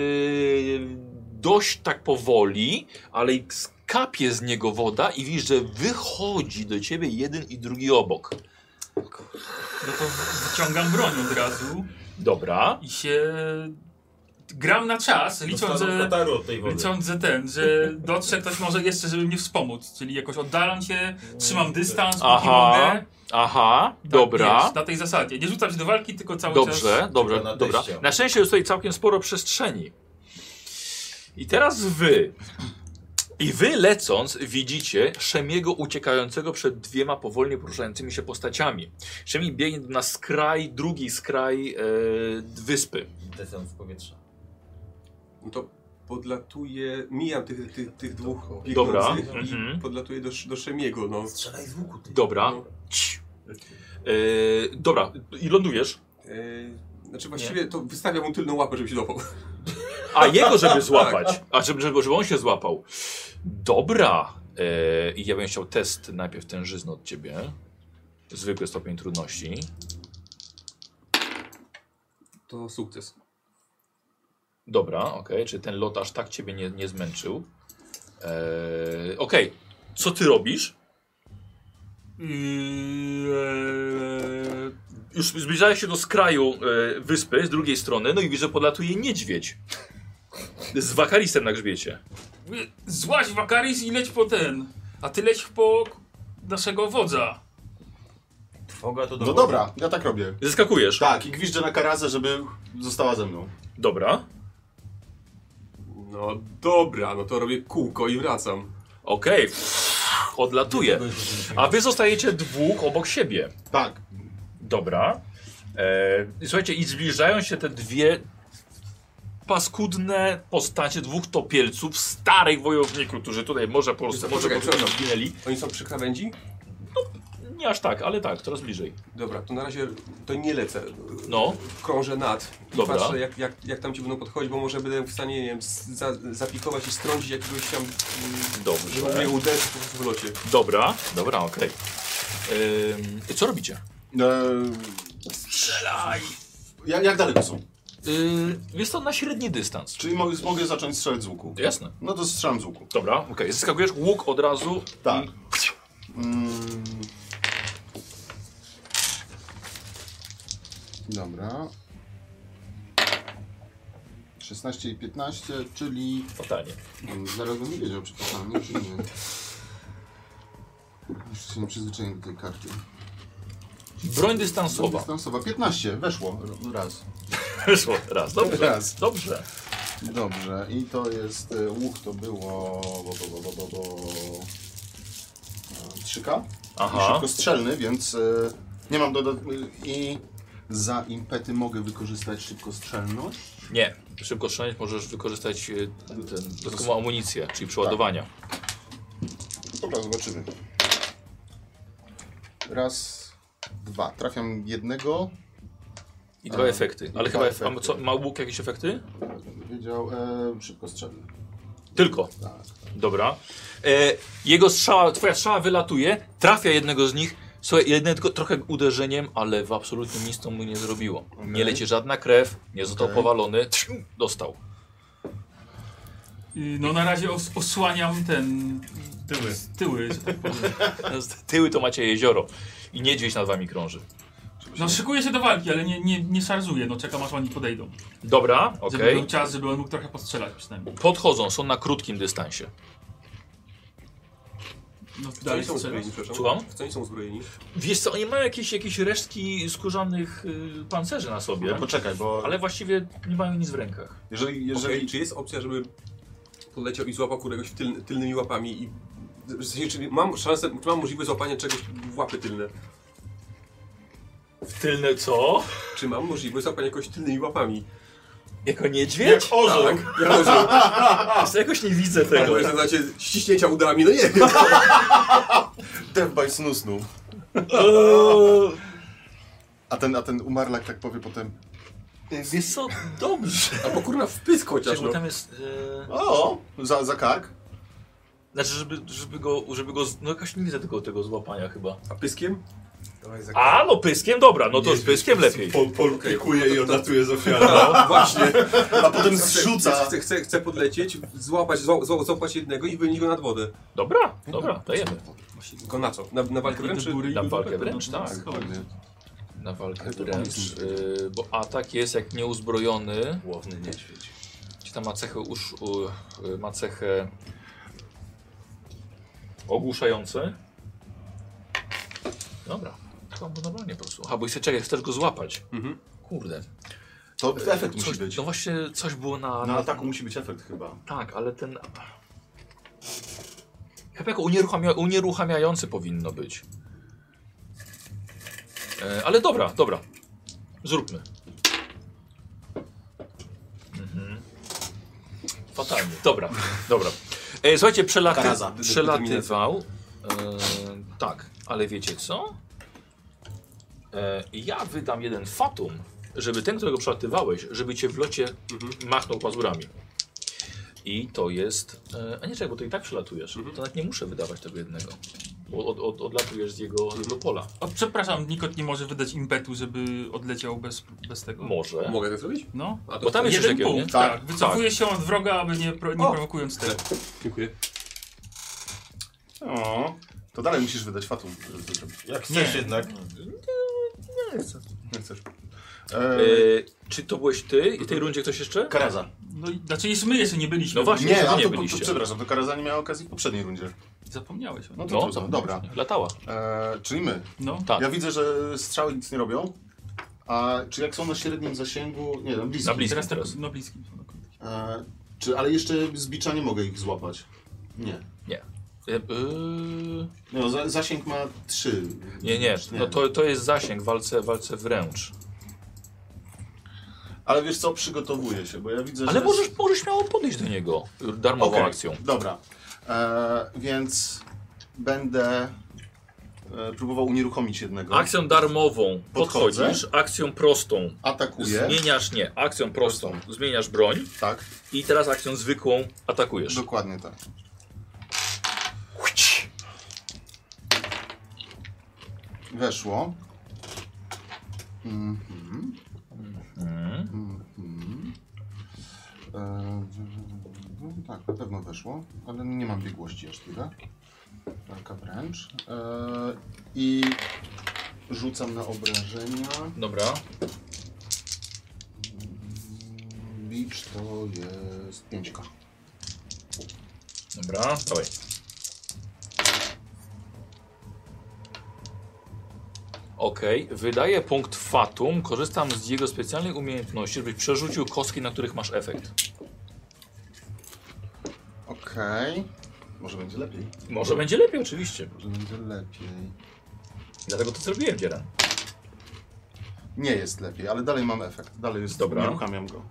Speaker 1: dość tak powoli, ale kapie z niego woda i widzisz, że wychodzi do ciebie jeden i drugi obok.
Speaker 2: No to wyciągam broń od razu
Speaker 1: Dobra.
Speaker 2: i się gram na czas, licząc,
Speaker 5: Kataru od tej wody.
Speaker 2: że dotrze ktoś może jeszcze, żeby mnie wspomóc. Czyli jakoś oddalam się, trzymam dystans, póki
Speaker 1: Aha,
Speaker 2: mogę.
Speaker 1: aha,
Speaker 2: Tak,
Speaker 1: dobra.
Speaker 2: Wiesz, na tej zasadzie. Nie rzucam się do walki, tylko cały czas...
Speaker 1: Dobrze, dobra,
Speaker 5: Tylko na
Speaker 1: dobra.
Speaker 5: teście.
Speaker 1: Na szczęście jest tutaj całkiem sporo przestrzeni. I teraz wy. I wy lecąc widzicie Szemiego uciekającego przed dwiema powolnie poruszającymi się postaciami. Szemi biegnie na skraj, drugi skraj wyspy.
Speaker 5: Desant w powietrze.
Speaker 6: No to podlatuję, mijam tych dwóch
Speaker 1: Dobra,
Speaker 6: biegnących i podlatuję do Szemiego, no.
Speaker 5: Strzelaj z łuku, ty.
Speaker 1: Dobra.
Speaker 6: No.
Speaker 1: Dobra, i lądujesz.
Speaker 6: Znaczy właściwie to wystawiam mu tylną łapę, żeby się dopał.
Speaker 1: A jego, żeby złapać. A żeby on się złapał. Dobra. I ja bym chciał test najpierw tężyzny od ciebie. Zwykły stopień trudności.
Speaker 6: To sukces.
Speaker 1: Dobra, okej. Czy ten lot aż tak ciebie nie zmęczył? Okej. Co ty robisz? Już zbliżałeś się do skraju wyspy, z drugiej strony, no i widzę, że podlatuje niedźwiedź. Z wakarisem na grzbiecie.
Speaker 2: Złaź Wakaris i leć po ten. A ty leć po naszego wodza.
Speaker 5: Trwoga to do
Speaker 4: No
Speaker 5: wody.
Speaker 4: dobra, ja tak robię.
Speaker 1: Zeskakujesz.
Speaker 4: Tak, i gwiżdżę na Karazę, żeby została ze mną.
Speaker 1: Dobra.
Speaker 6: No dobra, no to robię kółko i wracam.
Speaker 1: Okej. Odlatuje. A wy zostajecie dwóch obok siebie.
Speaker 4: Tak.
Speaker 1: Dobra. Słuchajcie, i zbliżają się te dwie paskudne postacie dwóch topielców, starych wojowników, którzy tutaj może po prostu
Speaker 6: Poczekaj, przepraszam.
Speaker 1: zginęli.
Speaker 6: Oni są przy krawędzi?
Speaker 1: Nie aż tak, ale tak, coraz bliżej.
Speaker 6: Dobra, to na razie to nie lecę.
Speaker 1: No.
Speaker 6: Krążę nad i
Speaker 1: Dobra.
Speaker 6: patrzę jak tam ci będą podchodzić, bo może będę w stanie, nie wiem, zapikować i strącić jakiegoś tam, żeby
Speaker 1: Dobrze.
Speaker 6: mnie uderzyć po prostu w locie.
Speaker 1: Dobra, okej. Co robicie?
Speaker 2: Strzelaj!
Speaker 4: Jak daleko są?
Speaker 1: Jest to na średni dystans.
Speaker 4: Czyli mogę zacząć strzelać z łuku.
Speaker 1: Jasne.
Speaker 4: No to strzelam z łuku.
Speaker 1: Dobra, okej. Zeskakujesz łuk od razu.
Speaker 4: Tak.
Speaker 1: I...
Speaker 4: Dobra. 16 i 15, czyli...
Speaker 1: Fatalnie.
Speaker 4: Zaraz bym nie wiedział, czy to sam, czy nie. Już się nie przyzwyczaiłem do tej karty.
Speaker 1: Broń dystansowa.
Speaker 4: Dystansowa. 15, weszło. Raz.
Speaker 1: Wyszło raz. Dobrze.
Speaker 4: Raz.
Speaker 1: Dobrze.
Speaker 4: Dobrze. I to jest... Łuk to było... 3K.
Speaker 1: Aha.
Speaker 4: I szybkostrzelny, więc nie mam i za impety mogę wykorzystać szybkostrzelność.
Speaker 1: Nie. Szybko strzelać możesz wykorzystać dodatkową amunicję, czyli przeładowania.
Speaker 4: Dobra, zobaczymy. Raz, dwa. Trafiam jednego.
Speaker 1: I dwa efekty. Ale
Speaker 4: dwa
Speaker 1: chyba
Speaker 4: efekty.
Speaker 1: co, ma łuk jakieś efekty?
Speaker 4: Bym wiedział, szybkostrzelny.
Speaker 1: Tylko.
Speaker 4: Tak.
Speaker 1: Dobra. Jego strzała, twoja strzała wylatuje, trafia jednego z nich. Słuchaj, jednego trochę uderzeniem, ale w absolutnie nic to mu nie zrobiło. Nie leci żadna krew, nie został powalony. Dostał.
Speaker 2: No na razie osłaniam ten... Tyły, że tak powiem.
Speaker 1: Z tyły to macie jezioro. I niedźwiedź nad wami krąży.
Speaker 2: No szykuję się do walki, ale nie szarżuję, no czekam aż oni podejdą.
Speaker 1: Dobra,
Speaker 2: Żeby
Speaker 1: okej.
Speaker 2: był czas, żeby on mógł trochę postrzelać przynajmniej.
Speaker 1: Podchodzą, są na krótkim dystansie.
Speaker 2: No
Speaker 6: W co oni
Speaker 2: dalej
Speaker 6: są
Speaker 2: strzelasz.
Speaker 6: uzbrojeni, przepraszam?
Speaker 1: Słucham?
Speaker 6: W co oni są uzbrojeni?
Speaker 1: Wiesz co, oni mają jakieś resztki skórzanych pancerzy na sobie,
Speaker 4: No poczekaj, bo
Speaker 1: ale właściwie nie mają nic w rękach.
Speaker 4: jeżeli
Speaker 6: Okej, czy jest opcja, żeby poleciał i złapał któregoś tylnymi łapami i... W sensie, czy mam szansę, czy mam możliwość złapania czegoś w łapy tylne?
Speaker 1: W tylne co?
Speaker 6: Czy mam możliwość złapania jakoś tylnymi łapami?
Speaker 1: Jako niedźwiedź?
Speaker 5: Orzeł.
Speaker 6: Tak, ja może.
Speaker 1: Jakoś nie widzę tego.
Speaker 6: Albo jest znacie ściśnięcia udami, no nie wiem.
Speaker 4: Death by snusnu. A ten umarlak tak powie potem...
Speaker 1: Wiesz co, dobrze.
Speaker 6: Albo kurna w pysk chociaż,
Speaker 1: Czekaj, bo
Speaker 6: no.
Speaker 1: tam jest...
Speaker 4: O! Za kark?
Speaker 1: Znaczy, żeby go... No jakoś nie widzę tego złapania chyba.
Speaker 6: A pyskiem?
Speaker 1: A, no pyskiem, dobra, no to z pyskiem lepiej.
Speaker 3: Polkuje i odlatuje z ofiarą.
Speaker 6: No, właśnie.
Speaker 4: A potem zrzuca.
Speaker 6: Chcę podlecieć, złapać jednego i wynieść go nad wodę.
Speaker 1: Dobra, dajemy.
Speaker 6: Tylko na co? Na walkę wręcz?
Speaker 2: Do góry i
Speaker 1: Na
Speaker 2: do
Speaker 1: walkę
Speaker 2: tego,
Speaker 1: wręcz,
Speaker 2: no,
Speaker 1: tak.
Speaker 2: schodzić.
Speaker 1: Na walkę wręcz, bo atak jest jak nieuzbrojony.
Speaker 3: Łowny niedźwiedź.
Speaker 1: Czy tam ma cechę ogłuszające? Dobra. To normalnie po prostu. Aha, bo chcesz go złapać. Kurde.
Speaker 4: To efekt musi
Speaker 1: Coś,
Speaker 4: być.
Speaker 1: no właśnie coś było
Speaker 4: Na ataku musi być efekt chyba.
Speaker 1: Tak, ale ten... Chyba jako unieruchamiający powinno być. Ale dobra. Zróbmy. Fatalnie. Dobra. Słuchajcie, przelatywał. Tak, ale wiecie co? Ja wydam jeden fatum, żeby ten, którego przelatywałeś, żeby cię w locie machnął pazurami. I to jest... A nie czekaj, bo to i tak przelatujesz. To nawet nie muszę wydawać tego jednego. Bo odlatujesz z jego pola.
Speaker 2: O, przepraszam, Nikot nie może wydać impetu, żeby odleciał bez tego.
Speaker 1: Może.
Speaker 6: Mogę to zrobić?
Speaker 2: No.
Speaker 6: A to
Speaker 1: Bo tam jest
Speaker 2: Jeden
Speaker 1: jeszcze
Speaker 2: punkt,
Speaker 1: nie?
Speaker 2: tak. Wycofuje się od wroga, aby nie prowokując tego.
Speaker 6: Dziękuję.
Speaker 4: O, to dalej musisz wydać fatum, żeby to zrobić.
Speaker 5: Jak chcesz jednak.
Speaker 4: Nie chcesz.
Speaker 1: Czy to byłeś ty? I w tej rundzie ktoś jeszcze?
Speaker 5: Karaza.
Speaker 2: No i znaczy my jeszcze nie byliśmy.
Speaker 1: No właśnie.
Speaker 4: Nie,
Speaker 1: to
Speaker 4: a
Speaker 1: nie
Speaker 4: to
Speaker 1: byliście.
Speaker 4: przepraszam, to Karaza nie miała okazji w poprzedniej rundzie.
Speaker 2: Zapomniałeś o tym.
Speaker 4: No to trudno, dobra.
Speaker 1: Latała.
Speaker 4: Czyli my.
Speaker 2: No.
Speaker 1: Tak.
Speaker 4: Ja widzę, że strzały nic nie robią. A czy jak są na średnim zasięgu, nie wiem, bliskim.
Speaker 1: Na bliskim.
Speaker 2: Teraz tak,
Speaker 1: teraz.
Speaker 2: no bliskim. są na kontakcie.
Speaker 4: Ale jeszcze z bicza nie mogę ich złapać. Nie. No, zasięg ma 3.
Speaker 1: Nie. No to jest zasięg, walce wręcz.
Speaker 4: Ale wiesz co, przygotowuję się, bo ja widzę,
Speaker 1: Ale
Speaker 4: że...
Speaker 1: możesz śmiało podejść do niego darmową
Speaker 4: Okej,
Speaker 1: akcją.
Speaker 4: Dobra. Więc będę próbował unieruchomić jednego.
Speaker 1: Akcją darmową
Speaker 4: Podchodzę.
Speaker 1: podchodzisz, akcją prostą
Speaker 4: Atakuję.
Speaker 1: akcją prostą zmieniasz broń
Speaker 4: Tak,
Speaker 1: i teraz akcją zwykłą atakujesz.
Speaker 4: dokładnie tak. Weszło. Tak, na pewno weszło, ale nie mam biegłości aż tyle. Walka wręcz. I rzucam na obrażenia.
Speaker 1: Dobra.
Speaker 4: Bicz to jest 5.
Speaker 1: Dobra, dawaj. Okej, wydaję punkt fatum, korzystam z jego specjalnej umiejętności, żebyś przerzucił kostki, na których masz efekt.
Speaker 4: Okej. Może będzie lepiej.
Speaker 1: Może będzie lepiej, oczywiście.
Speaker 4: Może będzie lepiej.
Speaker 1: Dlatego to zrobiłem, Dzieran.
Speaker 4: Nie jest lepiej, ale dalej mam efekt. Dalej jest.
Speaker 1: Dobra.
Speaker 4: Uruchamiam go.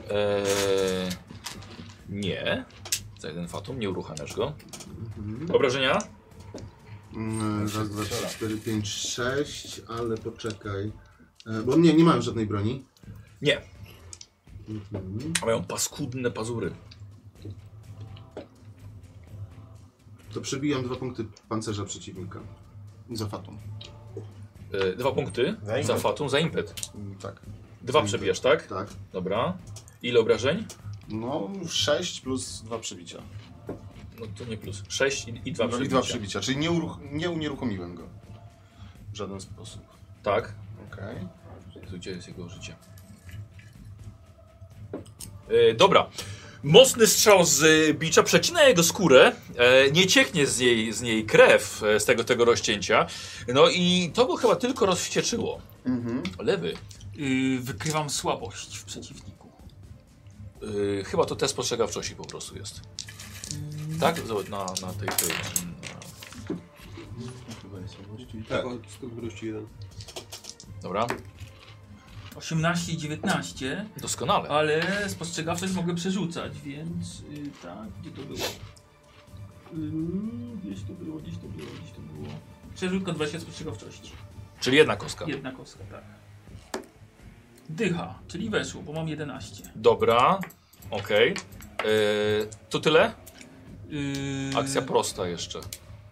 Speaker 1: Nie. Za jeden fatum, nie uruchamiasz go. Obrażenia?
Speaker 4: Raz, dwa, trzy, 4, 5, 6, ale poczekaj. Bo nie mają żadnej broni.
Speaker 1: Nie. A mają paskudne pazury.
Speaker 4: To przebijam 2 punkty pancerza przeciwnika. Za fatum.
Speaker 1: 2 punkty
Speaker 5: Za impet.
Speaker 1: za fatum, za impet.
Speaker 4: Tak.
Speaker 1: 2 przebijasz, tak?
Speaker 4: Tak.
Speaker 1: Dobra. Ile obrażeń?
Speaker 4: No, 6 plus 2 przebicia.
Speaker 1: No to nie plus. 6 i 2
Speaker 4: I
Speaker 1: przebicia.
Speaker 4: 2 przebicia, czyli nie unieruchomiłem go. W żaden sposób.
Speaker 1: Tak.
Speaker 4: Okej.
Speaker 1: Gdzie jest jego życie? Dobra. Mocny strzał z bicza przecina jego skórę. Nie cieknie z niej krew z tego rozcięcia. No i to go chyba tylko rozwścieczyło. Lewy.
Speaker 2: Wykrywam słabość w przeciwniku.
Speaker 1: Chyba to test spostrzegawczości po prostu jest. Tak? Zobacz na tej...
Speaker 6: Chyba jest słabości. Tak, od skorości 1.
Speaker 1: Dobra.
Speaker 2: 18 i 19,
Speaker 1: Doskonale.
Speaker 2: ale spostrzegawczość mogę przerzucać, więc tak, gdzie to było? Gdzieś to było. Przerzutka 20 spostrzegawczości.
Speaker 1: Czyli jedna kostka.
Speaker 2: Jedna kostka, tak. Dycha, czyli weszło, bo mam 11.
Speaker 1: Dobra. Okej. To tyle? Akcja
Speaker 2: Yy,
Speaker 1: prosta jeszcze.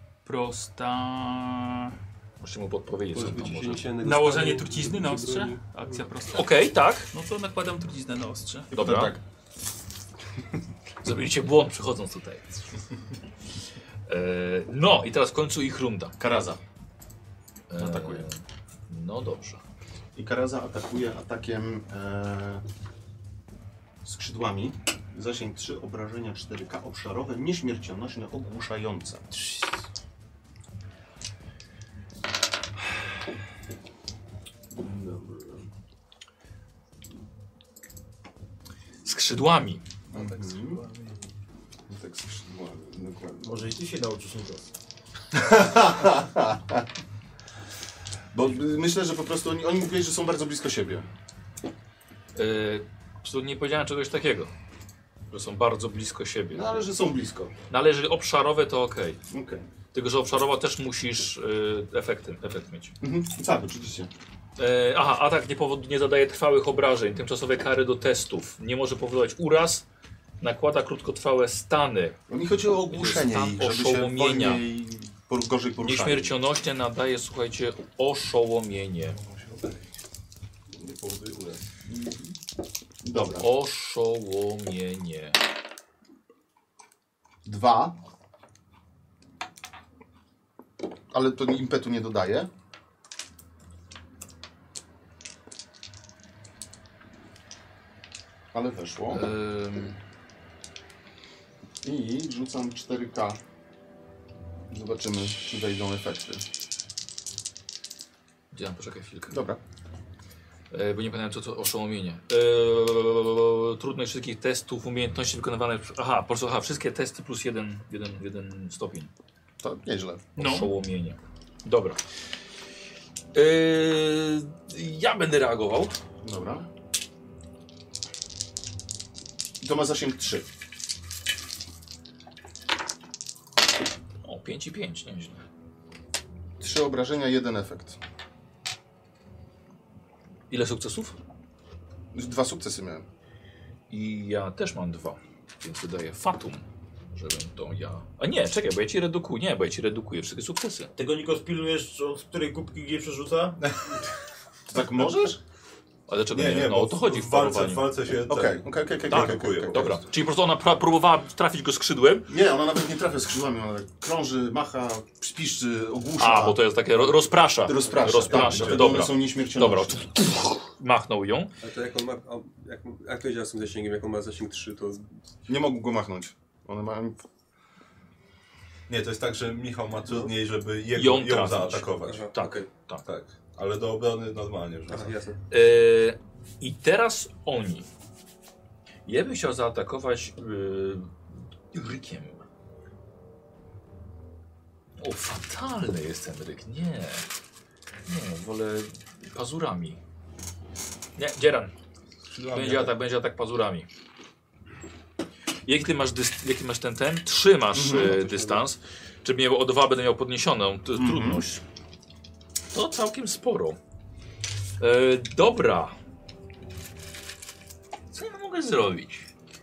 Speaker 2: prosta.
Speaker 1: Muszę mu podpowiedzieć, co tam może.
Speaker 2: Nałożenie trucizny na ostrze? Akcja prosta.
Speaker 1: Okej, tak.
Speaker 2: No to nakładam truciznę na ostrze.
Speaker 1: Dobra.
Speaker 4: Tak.
Speaker 1: Zrobiliście błąd przychodząc tutaj. No i teraz w końcu ich runda.
Speaker 4: Karaza. Atakuje.
Speaker 1: No dobrze.
Speaker 4: I Karaza atakuje atakiem skrzydłami. Zasięg 3, obrażenia 4K, obszarowe, nieśmiercionośne, ogłuszające.
Speaker 1: Skrzydłami.
Speaker 4: Tak skrzydłami, dokładnie.
Speaker 5: Może i ty się nauczysz Nikos.
Speaker 4: Bo myślę, że po prostu oni mówili, że są bardzo blisko siebie.
Speaker 1: Nie powiedziałem czegoś takiego, że są bardzo blisko siebie.
Speaker 4: No ale że są blisko.
Speaker 1: No ale jeżeli obszarowe, to okej.
Speaker 4: Okej.
Speaker 1: Tylko, że obszarowo też musisz efekt mieć.
Speaker 4: Tak, oczywiście.
Speaker 1: Aha, atak nie zadaje trwałych obrażeń, tymczasowe kary do testów. Nie może powodować uraz, nakłada krótkotrwałe stany.
Speaker 4: Mi chodzi o ogłuszenie
Speaker 1: Stan
Speaker 4: ich, żeby się
Speaker 1: oszołomienia.
Speaker 4: wolniej, gorzej poruszali.
Speaker 1: Nieśmiercionośne nadaje, słuchajcie, oszołomienie.
Speaker 3: Nie powoduje uraz.
Speaker 4: Dobra.
Speaker 1: Oszołomienie.
Speaker 4: 2. Ale to impetu nie dodaje. Ale weszło. I rzucam 4K. Zobaczymy, czy wejdą efekty.
Speaker 1: Gdzie poczekaj chwilkę.
Speaker 4: Dobra.
Speaker 1: Bo nie pamiętam, co to oszołomienie. Trudność wszystkich testów, umiejętności wykonywane. Aha, po prostu wszystkie testy plus jeden stopień.
Speaker 4: To nieźle.
Speaker 1: Oszołomienie. Dobra. Ja będę reagował.
Speaker 4: Dobra. I to ma zasięg 3.
Speaker 1: O, 5 i 5, nieźle.
Speaker 4: 3 obrażenia, 1 efekt.
Speaker 1: Ile sukcesów?
Speaker 4: 2 sukcesy miałem.
Speaker 1: I ja też mam 2, więc wydaję fatum, żebym to ja... A nie, czekaj, bo ja ci redukuję. Nie, bo ja ci redukuję wszystkie sukcesy.
Speaker 5: Tego Nikos pilnujesz, z której kubki gdzie przerzuca?
Speaker 4: To tak możesz?
Speaker 1: Ale czego
Speaker 3: Nie,
Speaker 1: no
Speaker 3: bo
Speaker 1: o to chodzi w
Speaker 3: w
Speaker 1: parowaniu.
Speaker 3: walce się
Speaker 4: Okej.
Speaker 1: Dobra, czyli po prostu ona próbowała trafić go skrzydłem.
Speaker 4: Nie, ona nawet nie trafia skrzydłami, ona tak krąży, macha, piszczy, ogłusza.
Speaker 1: A, bo to jest takie rozprasza.
Speaker 4: Rozprasza. Tak,
Speaker 1: Dobra.
Speaker 4: one są nieśmiercionośne.
Speaker 1: Dobra. Machnął ją.
Speaker 6: Ale to jak on ma, jak to działa z tym zasięgiem, jak on ma zasięg 3, to...
Speaker 4: Nie mogą go machnąć. One mają...
Speaker 3: Nie, to jest tak, że Michał ma trudniej, żeby ją
Speaker 1: trafić.
Speaker 3: zaatakować.
Speaker 6: Aha,
Speaker 1: Tak.
Speaker 6: okej.
Speaker 3: Tak. Ale do obrony normalnie rzuca.
Speaker 6: Aha, jasne.
Speaker 1: I teraz oni. Ja bym chciał zaatakować rykiem. O, fatalny jest ten ryk. Nie, wolę pazurami. Nie, dzieran. Będzie atak pazurami. Jaki masz ten? 3 masz dystans. Czy o 2 będę miał podniesioną trudność. To całkiem sporo. Dobra. Co ja mogę zrobić?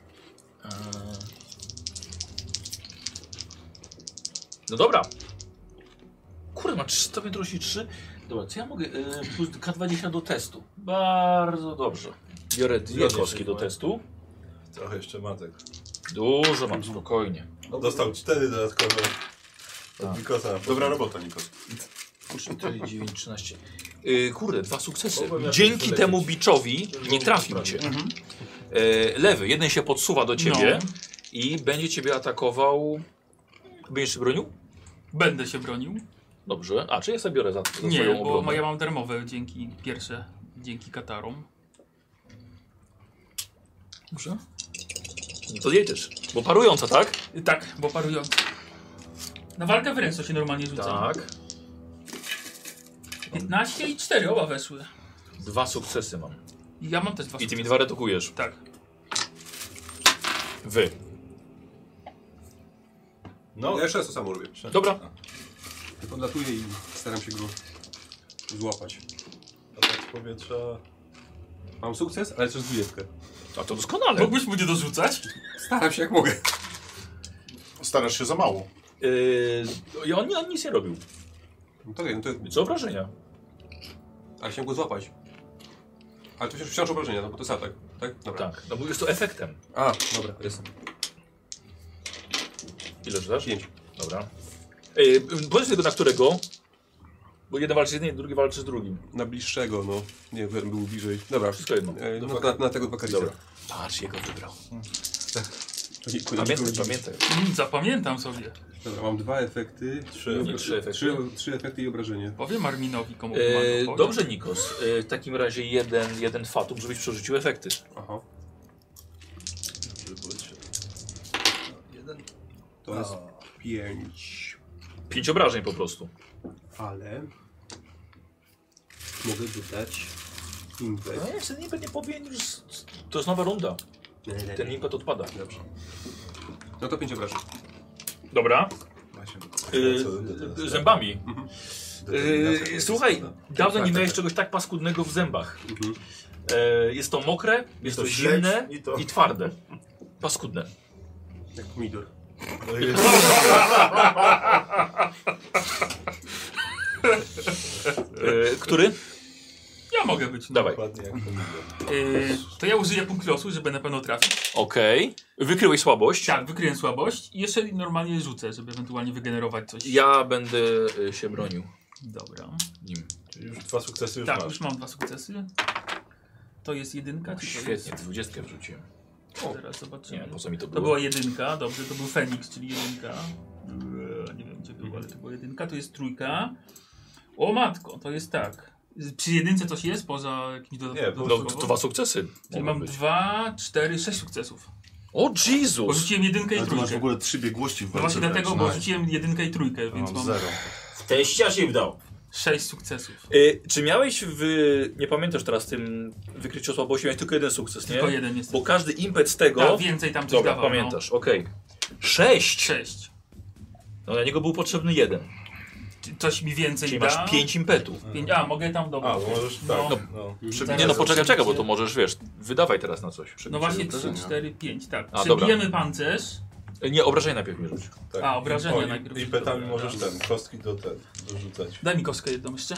Speaker 1: No dobra. Kurde, ma 3 stopień drożsi 3. Dobra, co ja mogę? Plus K20 do testu. Bardzo dobrze. Biorę 2 kostki do testu.
Speaker 3: Trochę jeszcze matek.
Speaker 1: Dużo mam, spokojnie.
Speaker 3: Dostał 4 dodatkowe od
Speaker 1: Tak.
Speaker 3: Nikosa.
Speaker 4: Dobra robota, Nikos.
Speaker 1: 4, 9, 13. Kurde, 2 sukcesy.
Speaker 5: Mogłem
Speaker 1: Dzięki
Speaker 5: jakoś
Speaker 1: temu
Speaker 5: wylecieć.
Speaker 1: biczowi nie trafił cię. Lewy, jeden się podsuwa do ciebie
Speaker 2: No.
Speaker 1: i będzie ciebie atakował. Będziesz się bronił?
Speaker 2: Będę się bronił.
Speaker 1: Dobrze. A, czy ja sobie biorę za
Speaker 2: Nie,
Speaker 1: swoją
Speaker 2: bo
Speaker 1: obronę?
Speaker 2: ja mam darmowe dzięki Katarom.
Speaker 1: Dobrze. No to jedziesz. Bo parująca, tak?
Speaker 2: Tak, bo parujący. Na walkę wręcz to się normalnie rzuca.
Speaker 1: Tak.
Speaker 2: 15 i 4, oba weszły.
Speaker 1: 2 sukcesy mam.
Speaker 2: I ja mam też 2
Speaker 1: I ty mi 2 redukujesz.
Speaker 2: Tak.
Speaker 1: Wy.
Speaker 3: No,
Speaker 6: Ja jeszcze raz to samo robię.
Speaker 1: Dobra.
Speaker 6: Podlatuję i staram się go złapać.
Speaker 3: atak z powietrza.
Speaker 6: Mam sukces, ale też 20.
Speaker 1: A to doskonale.
Speaker 2: Mógłbyś mu nie dorzucać?
Speaker 6: Staram się jak mogę.
Speaker 4: Starasz się za mało.
Speaker 1: I on nic nie robił.
Speaker 6: No to wiem, to...
Speaker 1: Co obrażenia?
Speaker 6: Ale chciałem go złapać. Ale to wciąż obrażenia, no bo to jest atak, tak? Dobra.
Speaker 1: Tak. No bo jest to efektem.
Speaker 6: A, dobra, jest.
Speaker 1: Ile rzucasz?
Speaker 6: 5.
Speaker 1: Dobra. Powiedz tego na którego? Bo jeden walczy z jednym, drugi walczy z drugim.
Speaker 6: Na bliższego, no. Nie, wiem, był bliżej. Dobra.
Speaker 1: Wszystko jedno.
Speaker 6: No, na tego Bakarisa.
Speaker 1: Dobra. Patrz, jego wybrał. Pamiętaj.
Speaker 2: Zapamiętam sobie.
Speaker 6: Dobra, mam 2 efekty.
Speaker 3: 3.
Speaker 1: Nie, 3 efekty.
Speaker 6: 3 efekty i obrażenie.
Speaker 2: Powiem Arminowi, komu pomaga.
Speaker 1: Dobrze, Nikos. W takim razie jeden fatum, żebyś przerzucił efekty.
Speaker 6: Aha. To jest 5.
Speaker 1: 5 obrażeń po prostu.
Speaker 6: Ale mogę dodać impet.
Speaker 1: No jeszcze impet nie powinien już... To jest nowa runda. Ten impet odpada.
Speaker 6: Dobrze. No to 5 obrażeń.
Speaker 1: Dobra.
Speaker 3: Właśnie,
Speaker 1: Zębami. Słuchaj, dawno nie miałeś czegoś tak paskudnego w zębach. Jest to mokre, jest to zimne i twarde. Paskudne.
Speaker 6: Jak pomidor.
Speaker 1: Który?
Speaker 2: Ja mogę być. No.
Speaker 1: Dawaj.
Speaker 3: Dokładnie jak
Speaker 2: To ja użyję punkt losu, żeby na pewno trafić.
Speaker 1: Okej. Wykryłeś słabość.
Speaker 2: Tak, wykryję słabość i jeszcze normalnie rzucę, żeby ewentualnie wygenerować coś.
Speaker 1: Ja będę się bronił
Speaker 2: Dobra.
Speaker 1: nim.
Speaker 3: Już 2 sukcesy już
Speaker 2: Tak,
Speaker 3: masz.
Speaker 2: już mam 2 sukcesy. To jest 1, czy to
Speaker 1: Świetnie,
Speaker 2: jest...
Speaker 1: 20 wrzuciłem.
Speaker 2: Teraz zobaczymy.
Speaker 1: Nie, po co mi to
Speaker 2: To
Speaker 1: było?
Speaker 2: była 1, dobrze, to był Feniks, czyli 1. Nie wiem gdzie był, ale to była 1. To jest 3. O matko, to jest tak. Przy 1 coś jest poza jakimś
Speaker 3: Nie,
Speaker 1: No,
Speaker 2: dodatkowym?
Speaker 1: 2 sukcesy.
Speaker 2: Czyli
Speaker 1: mogą
Speaker 2: mam
Speaker 1: być.
Speaker 2: 2, 4, 6 sukcesów.
Speaker 1: O
Speaker 2: Bo
Speaker 1: Jezus!
Speaker 2: rzuciłem 1 i 3.
Speaker 4: Ale ty masz w ogóle 3 biegłości w
Speaker 2: No
Speaker 4: walce
Speaker 2: właśnie dlatego,
Speaker 4: wręcz.
Speaker 2: bo
Speaker 4: Nice.
Speaker 2: rzuciłem 1 i 3,
Speaker 4: Ja
Speaker 2: więc
Speaker 4: mam
Speaker 2: mam
Speaker 4: 0.
Speaker 5: W teścia się wdał.
Speaker 2: 6 sukcesów.
Speaker 1: Czy miałeś nie pamiętasz teraz tym wykryciu słabości, miałeś tylko jeden sukces, nie?
Speaker 2: Tylko 1 jest.
Speaker 1: Bo każdy impet z tego...
Speaker 2: Tak, więcej tam coś
Speaker 1: Dobra,
Speaker 2: dawał.
Speaker 1: pamiętasz, okej. 6!
Speaker 2: 6.
Speaker 1: No na niego był potrzebny 1.
Speaker 2: Coś mi więcej
Speaker 1: Czyli
Speaker 2: da.
Speaker 1: masz 5 impetów.
Speaker 2: A, mogę tam dobra.
Speaker 3: A, bo możesz
Speaker 2: No.
Speaker 3: tak. No.
Speaker 1: Nie no, poczekaj, bo to możesz, wiesz, wydawaj teraz na coś.
Speaker 2: No właśnie 3,
Speaker 4: obrażenia.
Speaker 2: 4, 5, tak.
Speaker 1: A,
Speaker 2: Przebijemy pancerz.
Speaker 1: Nie, obrażenia najpierw mi rzuć.
Speaker 3: Tak.
Speaker 2: A, obrażenia
Speaker 3: O,
Speaker 2: najpierw.
Speaker 3: I petami
Speaker 2: Dobra.
Speaker 3: możesz kostki dorzucać.
Speaker 2: Daj mi kostkę jedną jeszcze.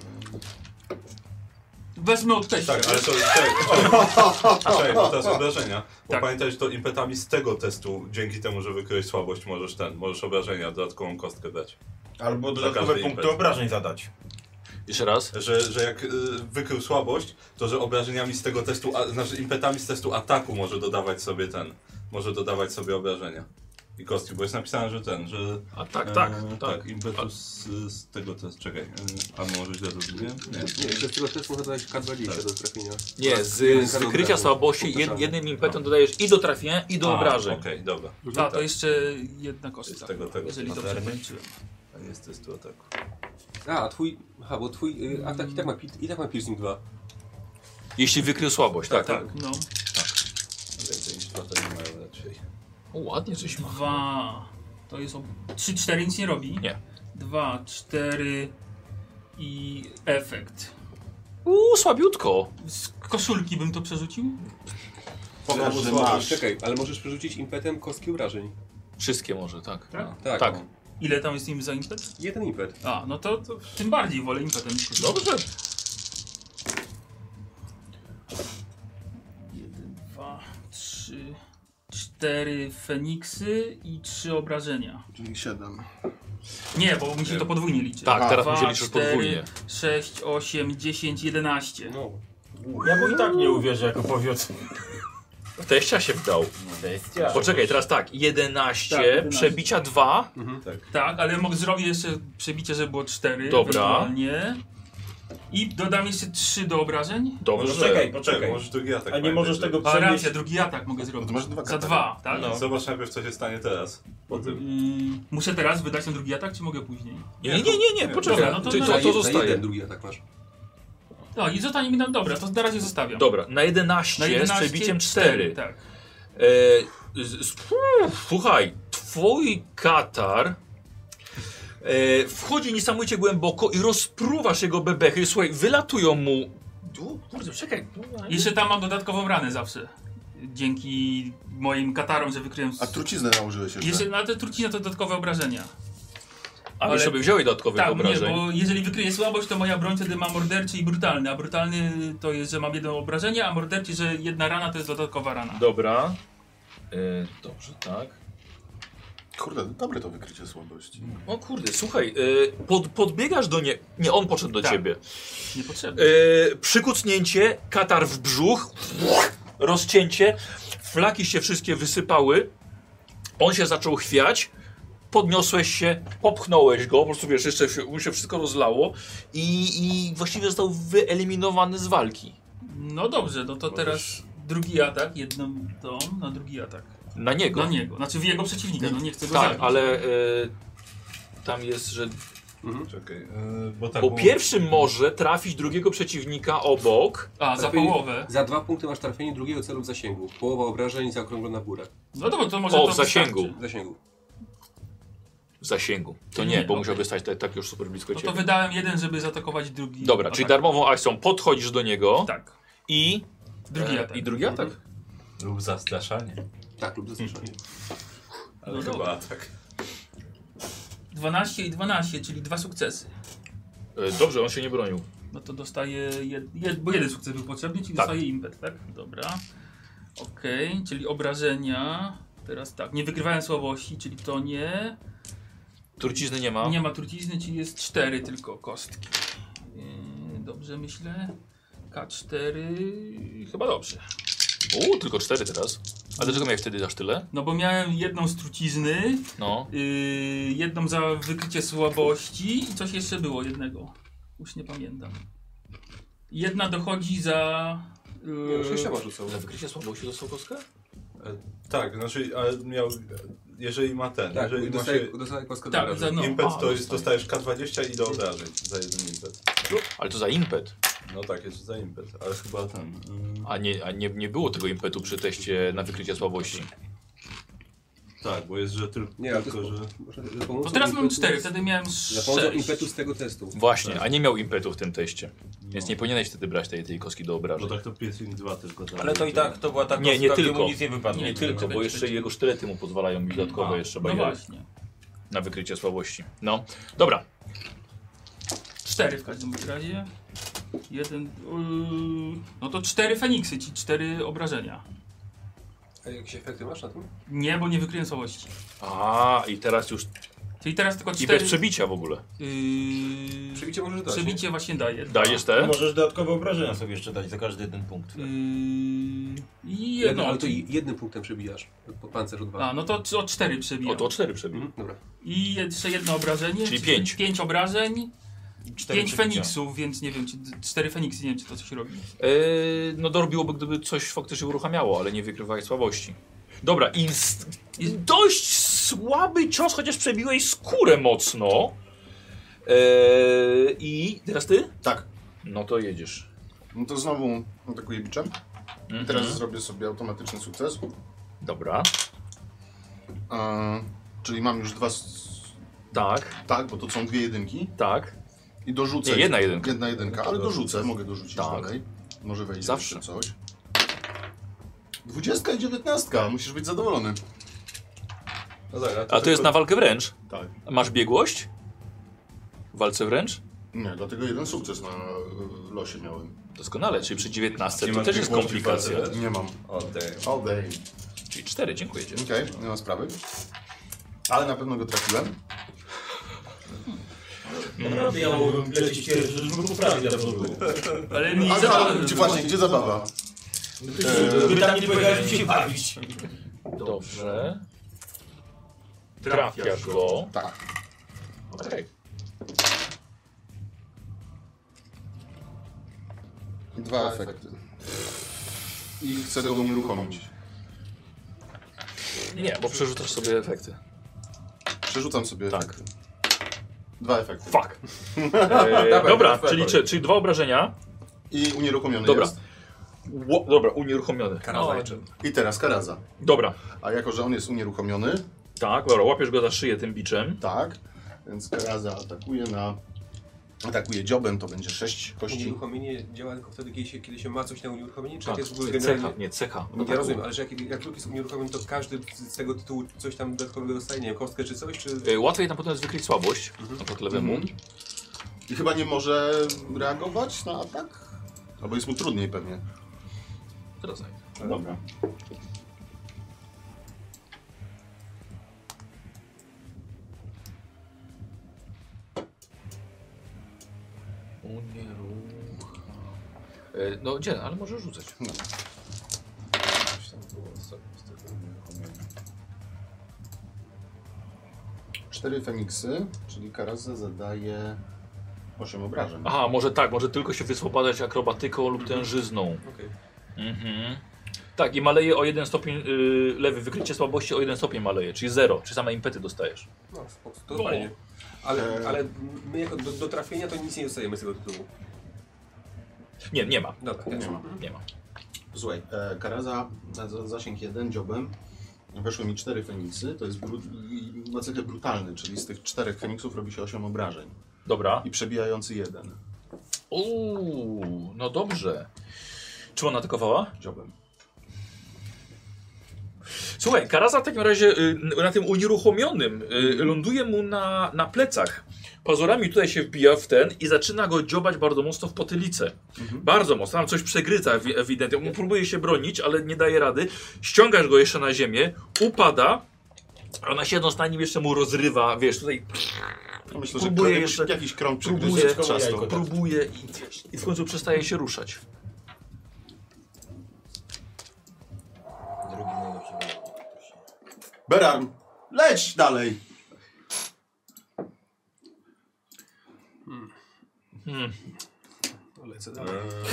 Speaker 2: Wezmę od teścia.
Speaker 3: Tak, ale to... Czekaj, bo to jest obrażenia. Bo
Speaker 2: Tak.
Speaker 3: pamiętaj, że to impetami z tego testu, dzięki temu, że wykryłeś słabość, możesz obrażenia, dodatkową kostkę dać.
Speaker 5: Albo
Speaker 3: Za
Speaker 5: dodatkowe
Speaker 3: każdy
Speaker 5: punkty
Speaker 3: impet.
Speaker 5: obrażeń zadać.
Speaker 1: Jeszcze raz.
Speaker 3: Że jak wykrył słabość, to że obrażeniami z tego testu, znaczy impetami z testu ataku może dodawać sobie obrażenia. I kostki, bo jest napisane, że że...
Speaker 1: A tak.
Speaker 3: Tak, impetus z tego testu, czekaj, a może źle to zrobiłem?
Speaker 6: Nie, jeszcze z tego testu można dodać K20 do trafienia.
Speaker 1: Nie, z wykrycia słabości jednym impetem dodajesz i do trafienia, i do obrażeń.
Speaker 3: Okej, dobra.
Speaker 2: A, to jeszcze jedna kostka.
Speaker 3: Z tego
Speaker 2: Jeżeli dobrze
Speaker 3: materiału.
Speaker 2: policzyłem.
Speaker 3: A nie z testu ataku.
Speaker 6: A twój... Aha, bo twój atak i tak ma piercing 2.
Speaker 1: Jeśli wykrył słabość, tak.
Speaker 2: Tak, no.
Speaker 3: Więcej niż dwa to nie mają raczej.
Speaker 1: O, ładnie coś ma.
Speaker 2: 2. To jest 3, 4 nic nie robi.
Speaker 1: Nie.
Speaker 2: 2, 4 i efekt.
Speaker 1: Słabiutko.
Speaker 2: Z koszulki bym to przerzucił?
Speaker 4: Pokaż, że masz.
Speaker 6: Czekaj, ale możesz przerzucić impetem kostki obrażeń.
Speaker 1: Wszystkie może, tak.
Speaker 2: Tak?
Speaker 6: Tak.
Speaker 1: Tak.
Speaker 6: No.
Speaker 2: Ile tam jest im za impet?
Speaker 6: Jeden impet.
Speaker 2: A, no to tym bardziej wolę impetem.
Speaker 1: Dobrze.
Speaker 2: 1, 2, 3, 4 Feniksy i 3 obrażenia.
Speaker 4: Czyli 7.
Speaker 2: Nie, bo mi się to podwójnie liczy.
Speaker 1: Tak, teraz
Speaker 2: 2,
Speaker 1: mi się liczysz
Speaker 2: 4,
Speaker 1: podwójnie.
Speaker 2: 6, 8, 10, 11.
Speaker 6: No.
Speaker 5: Ja mu i tak nie uwierzę jako powiód.
Speaker 1: W teścia się wdał.
Speaker 5: Teścia.
Speaker 1: Poczekaj, teraz tak. 11,
Speaker 2: Tak, 11.
Speaker 1: przebicia 2.
Speaker 2: Tak, ale zrobię jeszcze przebicie, żeby było 4.
Speaker 1: Dobra.
Speaker 2: ewentualnie. I dodam jeszcze 3 do obrażeń.
Speaker 1: Dobrze.
Speaker 5: Poczekaj.
Speaker 3: Możesz drugi atak.
Speaker 5: A nie możesz tego
Speaker 2: A
Speaker 5: przenieść.
Speaker 2: racja, drugi atak mogę zrobić.
Speaker 4: To masz dwa
Speaker 2: Za
Speaker 4: katany.
Speaker 2: 2, tak?
Speaker 1: No.
Speaker 3: Zobacz najpierw, co się stanie teraz. Po tym.
Speaker 2: Muszę teraz wydać ten drugi atak, czy mogę później?
Speaker 1: Nie, poczekaj.
Speaker 2: Dobra, no to na-
Speaker 1: to
Speaker 6: Za
Speaker 1: zostaje.
Speaker 6: jeden drugi atak masz.
Speaker 2: No i zostanie mi dobra, to na razie zostawiam.
Speaker 1: Dobra, na 11, z przebiciem 4.
Speaker 2: Tak.
Speaker 1: Słuchaj, twój katar wchodzi niesamowicie głęboko i rozpruwasz jego bebechy. Słuchaj, wylatują mu... Kurde, czekaj.
Speaker 2: Jeszcze tam mam dodatkową ranę zawsze. Dzięki moim katarom, że wykryłem...
Speaker 4: A truciznę nałożyłeś jeszcze.
Speaker 2: Jeszcze na te trucizny to dodatkowe obrażenia.
Speaker 1: A
Speaker 2: ale-
Speaker 1: my sobie wziąłeś dodatkowych
Speaker 2: Tak, nie,
Speaker 1: obrażeń.
Speaker 2: bo jeżeli wykryję słabość, to moja broń wtedy ma morderczy i brutalny. A brutalny to jest, że mam jedno obrażenie, a morderczy, że jedna rana to jest dodatkowa rana.
Speaker 1: Dobra. Dobrze, tak.
Speaker 4: Kurde, dobre to wykrycie słabości.
Speaker 1: O kurde, słuchaj, podbiegasz do nie... Nie, on podszedł do
Speaker 2: Tak.
Speaker 1: ciebie.
Speaker 2: Niepotrzebne.
Speaker 1: Przykucnięcie, katar w brzuch, rozcięcie. Flaki się wszystkie wysypały. On się zaczął chwiać. Podniosłeś się, popchnąłeś go, po prostu wiesz, jeszcze mu się wszystko rozlało i właściwie został wyeliminowany z walki.
Speaker 2: No dobrze, no to teraz drugi atak, jedną tą na drugi atak.
Speaker 1: Na niego.
Speaker 2: Na niego, znaczy w jego przeciwnika, no nie chcę go
Speaker 1: Tak,
Speaker 2: zabić.
Speaker 1: ale tam jest, że
Speaker 3: Czekaj, bo tak
Speaker 1: po
Speaker 3: było-
Speaker 1: pierwszym może trafić drugiego przeciwnika obok.
Speaker 2: A, za połowę.
Speaker 6: Za 2 punkty masz trafienie drugiego celu w zasięgu. Połowa obrażeń zaokrąglona w górę.
Speaker 2: No dobra, to może
Speaker 1: O,
Speaker 2: to
Speaker 1: w zasięgu.
Speaker 2: wystarczy.
Speaker 6: W zasięgu.
Speaker 1: W zasięgu. To
Speaker 2: Czyli
Speaker 1: nie,
Speaker 2: nie,
Speaker 1: bo
Speaker 2: okej.
Speaker 1: musiałby stać tak już super blisko
Speaker 2: No to
Speaker 1: ciebie.
Speaker 2: wydałem jeden, żeby zaatakować drugi.
Speaker 1: Dobra,
Speaker 2: atak.
Speaker 1: czyli darmową akcją podchodzisz do niego
Speaker 2: Tak,
Speaker 1: i
Speaker 2: drugi atak.
Speaker 1: i drugi atak.
Speaker 3: Lub zastraszanie.
Speaker 6: Tak, lub zastraszanie.
Speaker 3: Ale
Speaker 2: No
Speaker 3: chyba
Speaker 2: dobra.
Speaker 3: tak.
Speaker 2: 12 i 12, czyli 2 sukcesy.
Speaker 1: Dobrze, on się nie bronił.
Speaker 2: No to dostaje, bo jeden sukces był potrzebny, czyli
Speaker 1: Tak.
Speaker 2: dostaje impet, tak? Dobra. Okej, czyli obrażenia. Teraz tak, nie wykrywałem słabości, czyli to nie.
Speaker 1: Trucizny nie ma.
Speaker 2: Nie ma trucizny, czyli jest 4 tylko kostki. Dobrze myślę. K4, chyba dobrze.
Speaker 1: Tylko 4 teraz. A dlaczego miałeś wtedy aż tyle?
Speaker 2: No bo miałem jedną z trucizny,
Speaker 1: No.
Speaker 2: jedną za wykrycie słabości i coś jeszcze było jednego. Już nie pamiętam. Jedna dochodzi za...
Speaker 6: Nie, no 6 rzucał.
Speaker 1: Za wykrycie słabości dostał kostkę?
Speaker 3: Tak, znaczy, ale miał, jeżeli ma ten,
Speaker 6: Tak,
Speaker 3: jeżeli ma się
Speaker 6: dostaje kostkę
Speaker 2: Tak,
Speaker 6: do obrażeń.
Speaker 2: no.
Speaker 3: impet,
Speaker 2: A,
Speaker 3: to jest, dostajesz K20 i do obrażeń za jeden impet.
Speaker 1: Ale to za impet.
Speaker 3: No tak, jest za impet, ale chyba ten...
Speaker 1: A nie było tego impetu przy teście na wykrycie słabości.
Speaker 3: Tak, bo jest, że tylko,
Speaker 6: Nie, ale to
Speaker 3: tylko
Speaker 6: jest
Speaker 3: że...
Speaker 2: To teraz mam 4, wtedy miałem
Speaker 6: Za pomocą
Speaker 2: 6.
Speaker 6: impetu z tego testu.
Speaker 1: Właśnie, a nie miał impetu w tym teście. Więc nie powinieneś wtedy brać tej kostki do
Speaker 3: Bo
Speaker 1: obrażeń.
Speaker 3: tak to piercing 2 tylko tam.
Speaker 5: Ale to i tak to była ta
Speaker 1: Nie,
Speaker 5: kostka,
Speaker 1: nie
Speaker 5: gdzie
Speaker 1: tylko.
Speaker 5: mu nic nie wypadło.
Speaker 1: Nie tylko,
Speaker 2: czekaj,
Speaker 1: bo jeszcze jego sztylety mu pozwalają mieć dodatkowe jeszcze
Speaker 2: No
Speaker 1: bariery
Speaker 2: właśnie.
Speaker 1: na wykrycie słabości. No, dobra.
Speaker 2: 4 w każdym razie. Jeden... no to 4 Feniksy, czyli 4 obrażenia.
Speaker 6: A jakieś efekty masz na tym?
Speaker 2: Nie, bo nie wykryłem słabości.
Speaker 1: I teraz już...
Speaker 2: Czyli teraz tylko
Speaker 1: I
Speaker 2: 4...
Speaker 1: bez przebicia w ogóle.
Speaker 6: Przebicie możesz dać.
Speaker 2: Przebicie właśnie daje.
Speaker 1: Dajesz te?
Speaker 5: Możesz dodatkowe obrażenia sobie jeszcze dać za każdy jeden punkt.
Speaker 2: I
Speaker 6: Jedno,
Speaker 2: jedno.
Speaker 6: ale to jednym punktem przebijasz. Po pancerzu 2.
Speaker 2: A, no to o 4 przebijam.
Speaker 1: O, to 4 przebij.
Speaker 6: Dobra.
Speaker 2: I jeszcze jedno obrażenie.
Speaker 1: Czyli 5.
Speaker 2: 5 obrażeń.
Speaker 5: 4
Speaker 2: 5
Speaker 5: przebicia.
Speaker 2: Feniksów, więc nie wiem, czy 4 Feniksy, nie wiem, czy to coś robi.
Speaker 1: No dorobiłoby, gdyby coś faktycznie uruchamiało, ale nie wykrywałeś słabości. Dobra, dość słaby cios, chociaż przebiłeś skórę mocno. I teraz ty?
Speaker 4: Tak.
Speaker 1: No to jedziesz.
Speaker 4: No to znowu atakuję biczem.
Speaker 1: Mhm.
Speaker 4: Teraz zrobię sobie automatyczny sukces.
Speaker 1: Dobra.
Speaker 4: Czyli mam już 2...
Speaker 1: Tak,
Speaker 4: Tak, bo to są 2 jedynki.
Speaker 1: tak.
Speaker 4: I dorzucę...
Speaker 1: Nie, jedna jedynka.
Speaker 4: Jedna jedynka, ale dorzucę, mogę dorzucić
Speaker 1: Tak.
Speaker 4: dalej. Może wejdzie
Speaker 1: Zawsze.
Speaker 4: jeszcze coś. 20 i 19, musisz być zadowolony.
Speaker 3: No tak,
Speaker 1: A to jest na walkę wręcz.
Speaker 4: Tak.
Speaker 1: Masz biegłość? W walce wręcz?
Speaker 4: Nie, dlatego jeden sukces na losie miałem.
Speaker 1: Doskonale, czyli przy 19
Speaker 3: Nie
Speaker 1: to
Speaker 3: masz
Speaker 1: też jest
Speaker 3: biegłości w walce
Speaker 1: komplikacja.
Speaker 3: wręcz?
Speaker 4: Nie mam.
Speaker 3: O, damn.
Speaker 4: All day.
Speaker 1: Czyli 4, dziękuję cię.
Speaker 4: Okej, nie ma sprawy. Ale na pewno go trafiłem.
Speaker 5: Naprawdę ja mogłem lecieć pierwszy, żeby poprawić na było.
Speaker 2: Ale mi
Speaker 4: Ale gdzie zabawa?
Speaker 5: Gdyby tam nie powiedziałeś, się bawić.
Speaker 1: Dobrze. Trafiasz go.
Speaker 4: Tak.
Speaker 1: Okej.
Speaker 4: 2 efekty. I chcę go unieruchomić.
Speaker 1: Nie, bo przerzucasz sobie efekty.
Speaker 4: Przerzucam sobie
Speaker 1: Tak.
Speaker 4: efekty. 2 efekty.
Speaker 1: Fuck.
Speaker 6: Dawaj,
Speaker 1: Dobra,
Speaker 6: dawaj,
Speaker 1: czyli 2 obrażenia.
Speaker 4: I unieruchomiony
Speaker 1: Dobra.
Speaker 4: jest.
Speaker 1: Dobra, unieruchomiony.
Speaker 4: I teraz karaza.
Speaker 1: Dobra,
Speaker 4: A jako, że on jest unieruchomiony,
Speaker 1: tak, dobra, łapiesz go za szyję tym biczem.
Speaker 4: tak, więc karaza atakuje dziobem, to będzie 6 kości.
Speaker 6: Unieruchomienie działa tylko wtedy, kiedy się ma coś na unieruchomienie, czy
Speaker 1: Tak,
Speaker 6: jak jest w ogóle
Speaker 1: cecha,
Speaker 6: generalnie...
Speaker 1: nie, cecha.
Speaker 6: Ja rozumiem, ale że jak klub jest unieruchomiony, to każdy z tego tytułu coś tam dodatkowego dostaje, nie wiem, kostkę czy coś, czy...
Speaker 1: Łatwiej na pewno jest wykryć słabość, na przykład lewemu.
Speaker 4: I chyba nie może reagować na atak? Albo jest mu trudniej pewnie.
Speaker 1: Teraz nie.
Speaker 4: Dobra.
Speaker 1: No gdzie, ale może rzucać.
Speaker 4: No.
Speaker 3: Coś tam było. z tego unieruchomienia.
Speaker 4: 4 Feniksy, czyli Karaza zadaje 8 obrażeń.
Speaker 1: Aha, może tak, może tylko się wyswobadzać akrobatyką lub tężyzną.
Speaker 6: Okej.
Speaker 1: Mhm. Tak, i maleje o 1 stopień, lewy, wykrycie słabości o 1 stopień maleje, czyli 0, czy same impety dostajesz.
Speaker 6: No, spoko, to fajnie. Ale my jako do trafienia to nic nie dostajemy z tego tytułu.
Speaker 1: Nie ma.
Speaker 6: Dobra,
Speaker 4: Nie ma.
Speaker 1: Nie ma.
Speaker 4: Słuchaj, Karaza zasięg 1 dziobem. Weszły mi 4 Feniksy, to jest ma cechę brutalny, czyli z tych 4 Feniksów robi się 8 obrażeń.
Speaker 1: Dobra.
Speaker 4: I przebijający 1
Speaker 1: No dobrze. Czy ona atakowała?
Speaker 4: dziobem.
Speaker 1: Słuchaj, Karaza w takim razie na tym unieruchomionym ląduje mu na plecach. Pazurami tutaj się wbija w ten i zaczyna go dziobać bardzo mocno w potylicę. Bardzo mocno, tam coś przegryza ewidentnie. On próbuje się bronić, ale nie daje rady. Ściągasz go jeszcze na ziemię, upada, a ona siedząc na nim jeszcze mu rozrywa, wiesz, tutaj
Speaker 4: Myślę,
Speaker 1: próbuje
Speaker 4: że
Speaker 1: jeszcze,
Speaker 4: jakiś krąg
Speaker 1: próbuje,
Speaker 4: trzasnął.
Speaker 1: próbuje i w końcu przestaje się ruszać.
Speaker 5: Drugi najlepszy.
Speaker 4: Berarm, leć dalej!
Speaker 6: Lecę dalej.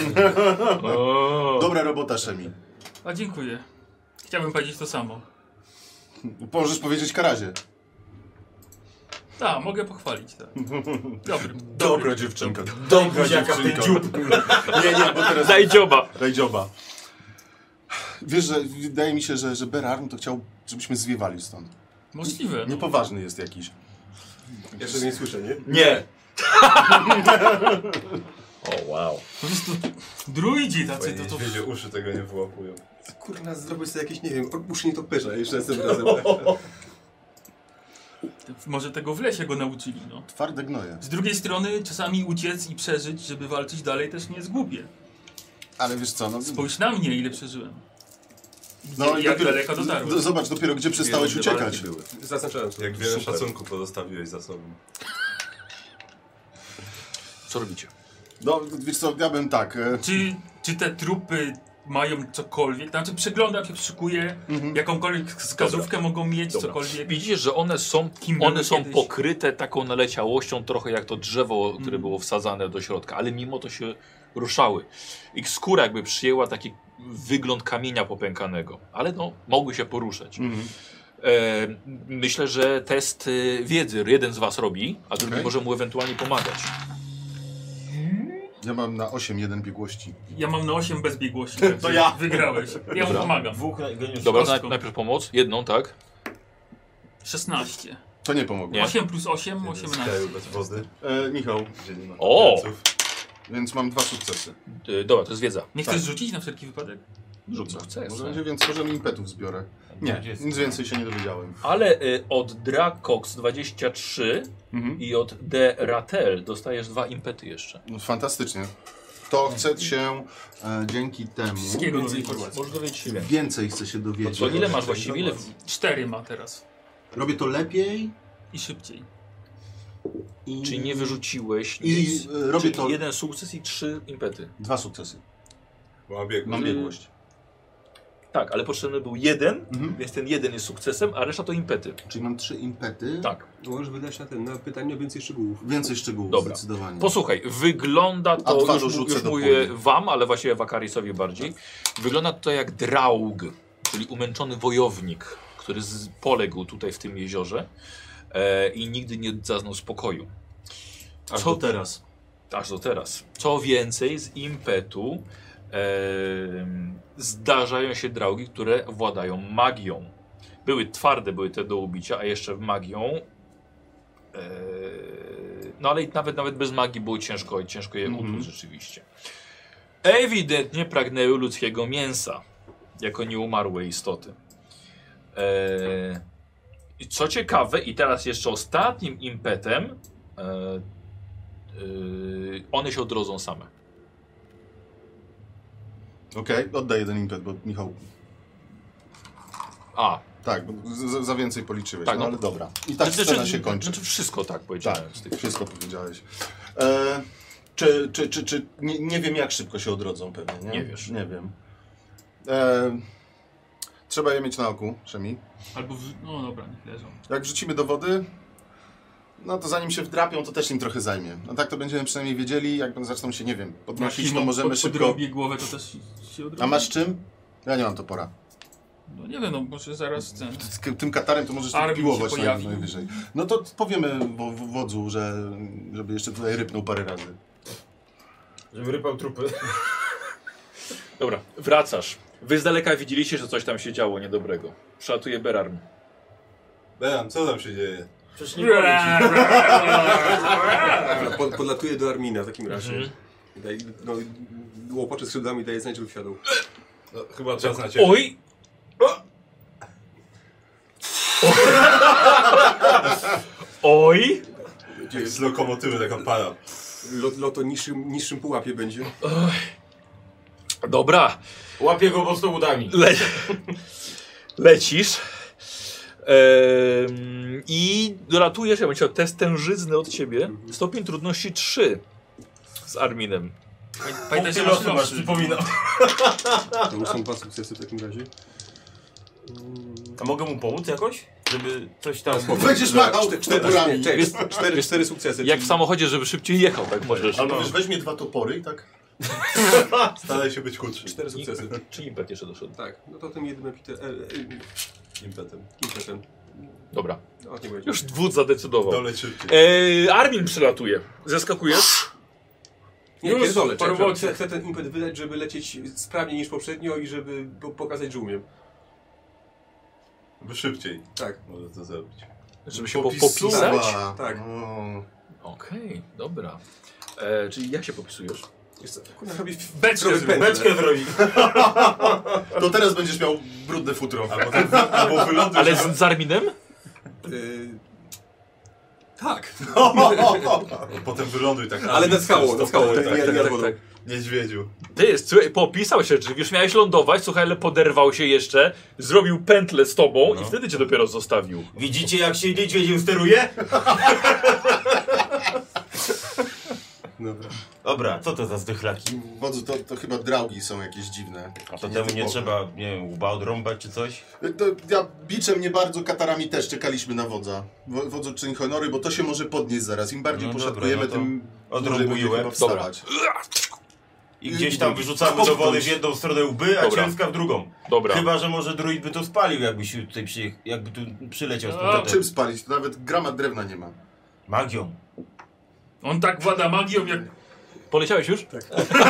Speaker 4: Dobra robota, Szemi.
Speaker 2: A dziękuję. Chciałbym powiedzieć to samo.
Speaker 4: Możesz powiedzieć Karazie.
Speaker 2: Tak, mogę pochwalić, tak. Dobry.
Speaker 4: Dobra dziewczynka.
Speaker 5: Dobra dziewczynka.
Speaker 4: Nie, bo teraz
Speaker 1: Daj dzioba.
Speaker 4: daj dzioba. Wiesz, że wydaje mi się, że Berarm to chciał, żebyśmy zwiewali stąd.
Speaker 2: Możliwe. No.
Speaker 4: Niepoważny jest jakiś.
Speaker 6: Jeszcze nie słyszę, nie?
Speaker 1: Nie. O wow.
Speaker 2: Po prostu druidzi tacy, to
Speaker 3: Niedźwiedzie uszy tego nie wyłapują.
Speaker 6: Kurna, zrobię sobie jakieś, nie wiem, uszy nie topyrza jeszcze następnym razem.
Speaker 2: może tego w lesie go nauczyli, no.
Speaker 4: Twarde gnoje.
Speaker 2: Z drugiej strony czasami uciec i przeżyć, żeby walczyć dalej też nie jest głupie.
Speaker 4: Ale wiesz co, no...
Speaker 2: Spójrz na mnie, ile przeżyłem.
Speaker 4: No i
Speaker 2: jak
Speaker 4: dopiero,
Speaker 2: daleko dotarłem.
Speaker 4: Zobacz dopiero, gdzie przestałeś uciekać.
Speaker 6: Zaznaczałem to.
Speaker 3: Jak wiele
Speaker 6: Super.
Speaker 3: szacunku pozostawiłeś za sobą.
Speaker 1: Co robicie?
Speaker 4: No, wiesz co, ja bym tak...
Speaker 2: Czy te trupy mają cokolwiek? Znaczy przeglądam się, przyszykuję, jakąkolwiek wskazówkę mogą mieć, cokolwiek.
Speaker 1: Widzicie, że one są
Speaker 2: były kiedyś?
Speaker 1: pokryte taką naleciałością, trochę jak to drzewo, które było wsadzane do środka, ale mimo to się ruszały. Ich skóra jakby przyjęła taki wygląd kamienia popękanego, ale no, mogły się poruszać. Myślę, że test wiedzy jeden z was robi, a drugi
Speaker 4: Okej.
Speaker 1: może mu ewentualnie pomagać.
Speaker 4: Ja mam na 8 jeden biegłości.
Speaker 2: Ja mam na 8 bez biegłości. także
Speaker 4: To ja.
Speaker 2: Wygrałeś. Ja mu pomagam.
Speaker 5: Dwóch geniuszy.
Speaker 1: Dobra,
Speaker 2: kostką.
Speaker 1: najpierw pomoc. Jedną, tak?
Speaker 2: 16.
Speaker 4: To nie pomogło.
Speaker 1: Nie.
Speaker 2: 8 plus 8,
Speaker 3: Z
Speaker 2: 18.
Speaker 3: kraju bez wody,
Speaker 4: Michał,
Speaker 3: gdzie nie ma
Speaker 1: O!
Speaker 3: pleców.
Speaker 4: więc mam 2 sukcesy.
Speaker 1: Dobra, to jest wiedza.
Speaker 2: Nie chcesz rzucić na wszelki wypadek?
Speaker 4: Rzucę.
Speaker 1: chcesz,
Speaker 4: Może
Speaker 1: no.
Speaker 4: będzie więcej, może impetów zbiorę. Nie, nic więcej się nie dowiedziałem.
Speaker 1: Ale od Dracox 23 i od D. Ratel dostajesz 2 impety jeszcze.
Speaker 4: No, fantastycznie. To chcę się dzięki temu...
Speaker 2: Wszystkiego więcej informacji.
Speaker 1: Możesz dowiedzieć się więcej.
Speaker 4: Więcej chcę się dowiedzieć.
Speaker 1: Co, ile masz właściwie? Ile?
Speaker 2: 4 ma teraz.
Speaker 4: Robię to lepiej
Speaker 2: I szybciej.
Speaker 4: i...
Speaker 1: Czyli nie wyrzuciłeś
Speaker 4: I
Speaker 1: nic.
Speaker 4: robię
Speaker 1: Czyli
Speaker 4: to...
Speaker 1: 1 sukces i 3 impety.
Speaker 4: 2 sukcesy.
Speaker 3: Bo ma biegłość.
Speaker 4: Mam biegłość.
Speaker 1: Tak, ale potrzebny był 1, więc ten 1 jest sukcesem, a reszta to impety.
Speaker 4: Czyli mam 3 impety.
Speaker 1: Tak.
Speaker 6: Możesz wydać na pytanie o więcej szczegółów.
Speaker 4: Więcej szczegółów,
Speaker 1: Dobra.
Speaker 4: zdecydowanie.
Speaker 1: Posłuchaj, wygląda
Speaker 4: A
Speaker 1: to,
Speaker 4: dwa
Speaker 1: już
Speaker 4: dorzucę do
Speaker 1: mówię
Speaker 4: puli.
Speaker 1: wam, ale właściwie Wakarisowi bardziej. Wygląda to jak draug, czyli umęczony wojownik, który poległ tutaj w tym jeziorze i nigdy nie zaznał spokoju.
Speaker 4: Aż do teraz.
Speaker 1: Aż do teraz. Co więcej, z impetu zdarzają się draugi, które władają magią. Były twarde, były te do ubicia, a jeszcze magią. No ale nawet bez magii było ciężko je utłuc rzeczywiście. Ewidentnie pragnęły ludzkiego mięsa, jako nieumarłe istoty. I co ciekawe, i teraz jeszcze ostatnim impetem, one się odrodzą same.
Speaker 4: Okej, oddaj jeden impet, bo Michał...
Speaker 1: A,
Speaker 4: Tak, bo za więcej policzyłeś,
Speaker 1: Tak,
Speaker 4: no
Speaker 1: no.
Speaker 4: ale dobra. I tak scena się kończy.
Speaker 1: Znaczy wszystko tak powiedziałem.
Speaker 4: Tak,
Speaker 1: Z tych...
Speaker 4: wszystko powiedziałeś. Czy nie wiem jak szybko się odrodzą pewnie, nie?
Speaker 1: Nie wiesz.
Speaker 4: Nie wiem. Trzeba je mieć na oku, Szemi.
Speaker 2: Albo no dobra, niech leżą.
Speaker 4: Jak wrzucimy do wody, no to zanim się wdrapią, to też im trochę zajmie. No tak to będziemy przynajmniej wiedzieli, jak zaczną się, nie wiem, podnosić, to możemy szybko...
Speaker 2: Podrobię głowę, to też się odrobi.
Speaker 4: A masz czym? Ja nie mam topora.
Speaker 2: No nie wiem, no może zaraz ten...
Speaker 4: Z tym katarem to możesz
Speaker 2: Armin
Speaker 4: piłować
Speaker 2: się pojawi.
Speaker 4: najwyżej. No to powiemy wodzu, żeby jeszcze tutaj rypnął parę razy.
Speaker 5: Żeby rypał trupy.
Speaker 1: Dobra, wracasz. Wy z daleka widzieliście, że coś tam się działo niedobrego. Przelatuje Berarm.
Speaker 3: Beran, co tam się dzieje?
Speaker 5: Przecież nie powiem ci.
Speaker 6: Podlatuje do Armina w takim razie. Daj, no, łopocze skrzydłami daje znać, żeby wsiadł.
Speaker 3: No, chyba czas na ciebie.
Speaker 1: Oj! Oj!
Speaker 3: Jak z lokomotywy taka para.
Speaker 6: Lot o niższym pułapie będzie.
Speaker 1: Dobra.
Speaker 5: Łapię go po prostu udami.
Speaker 1: Lecisz. I dolatujesz, ja bym chciał test tężyzny od ciebie. Stopień trudności 3 z Arminem.
Speaker 2: Pamiętaj, że
Speaker 5: losu
Speaker 2: masz
Speaker 5: masz, przypominam.
Speaker 6: To już są 2 sukcesy w takim razie.
Speaker 5: A mogę mu pomóc jakoś? Żeby coś tam...
Speaker 4: Będziesz machał toporami.
Speaker 6: 4 sukcesy.
Speaker 1: Jak w samochodzie, żeby szybciej jechał, tak możesz.
Speaker 4: Albo wiesz, weźmie 2 topory i tak...
Speaker 3: Staraj się być chudszy.
Speaker 6: 4 sukcesy.
Speaker 1: Czy impet jeszcze doszedł?
Speaker 6: Tak, no to tym jednym
Speaker 3: Impetem.
Speaker 6: impetem.
Speaker 1: Dobra.
Speaker 6: O, nie będzie.
Speaker 1: Już dwóch zadecydował.
Speaker 3: Doleć szybciej.
Speaker 1: Armin przylatuje. Zeskakujesz.
Speaker 6: Nie,
Speaker 2: Już
Speaker 6: pierdolę,
Speaker 2: po robocie.
Speaker 6: chcę ten impet wydać, żeby lecieć sprawniej niż poprzednio i żeby pokazać, że umiem.
Speaker 3: By szybciej
Speaker 6: Tak.
Speaker 3: może to zrobić.
Speaker 1: Żeby się
Speaker 4: Popisuwa.
Speaker 1: popisać?
Speaker 6: Tak.
Speaker 4: O.
Speaker 1: Okej, dobra. Czyli jak się popisujesz?
Speaker 6: Jest, kurwa, robię
Speaker 2: Beczkę zrobię.
Speaker 5: Beczkę zrobi.
Speaker 4: To teraz będziesz miał brudne futro.
Speaker 3: Albo wyląduj
Speaker 1: Ale
Speaker 3: się...
Speaker 1: z Arminem?
Speaker 6: Tak.
Speaker 3: Potem wyląduj tak.
Speaker 6: Ale na skałą,
Speaker 3: tak,
Speaker 6: nie nad wodą.
Speaker 3: Niedźwiedziu.
Speaker 1: Ty, słuchaj, popisał się, że już miałeś lądować, słuchaj, ale poderwał się jeszcze, zrobił pętlę z tobą i wtedy cię dopiero zostawił.
Speaker 5: Widzicie jak się niedźwiedziem steruje?
Speaker 6: Dobra.
Speaker 5: Dobra, co to za zdychlaki?
Speaker 4: Wodzu, to chyba draugi są jakieś dziwne.
Speaker 5: A to temu nie trzeba, nie wiem, łba odrąbać czy coś?
Speaker 4: Ja biczem nie bardzo, katarami też czekaliśmy na wodza. Wodzu czyni honory, bo to się może podnieść zaraz. Im bardziej
Speaker 5: No
Speaker 4: poszatkujemy,
Speaker 5: dobra, no to
Speaker 4: tym
Speaker 5: odrąbuję
Speaker 4: dłużej będzie
Speaker 5: łeb.
Speaker 4: chyba wstawać.
Speaker 5: I gdzieś tam wyrzucamy do wody w jedną stronę łby, a
Speaker 1: Dobra.
Speaker 5: cielska w drugą.
Speaker 1: Dobra.
Speaker 5: Chyba, że może druid by to spalił, jakby się tutaj jakby tu przyleciał z
Speaker 2: A,
Speaker 5: powrotem.
Speaker 4: Czym spalić? To nawet grama drewna nie ma.
Speaker 5: Magią.
Speaker 2: On tak włada magią jak...
Speaker 1: Poleciałeś już? Tak.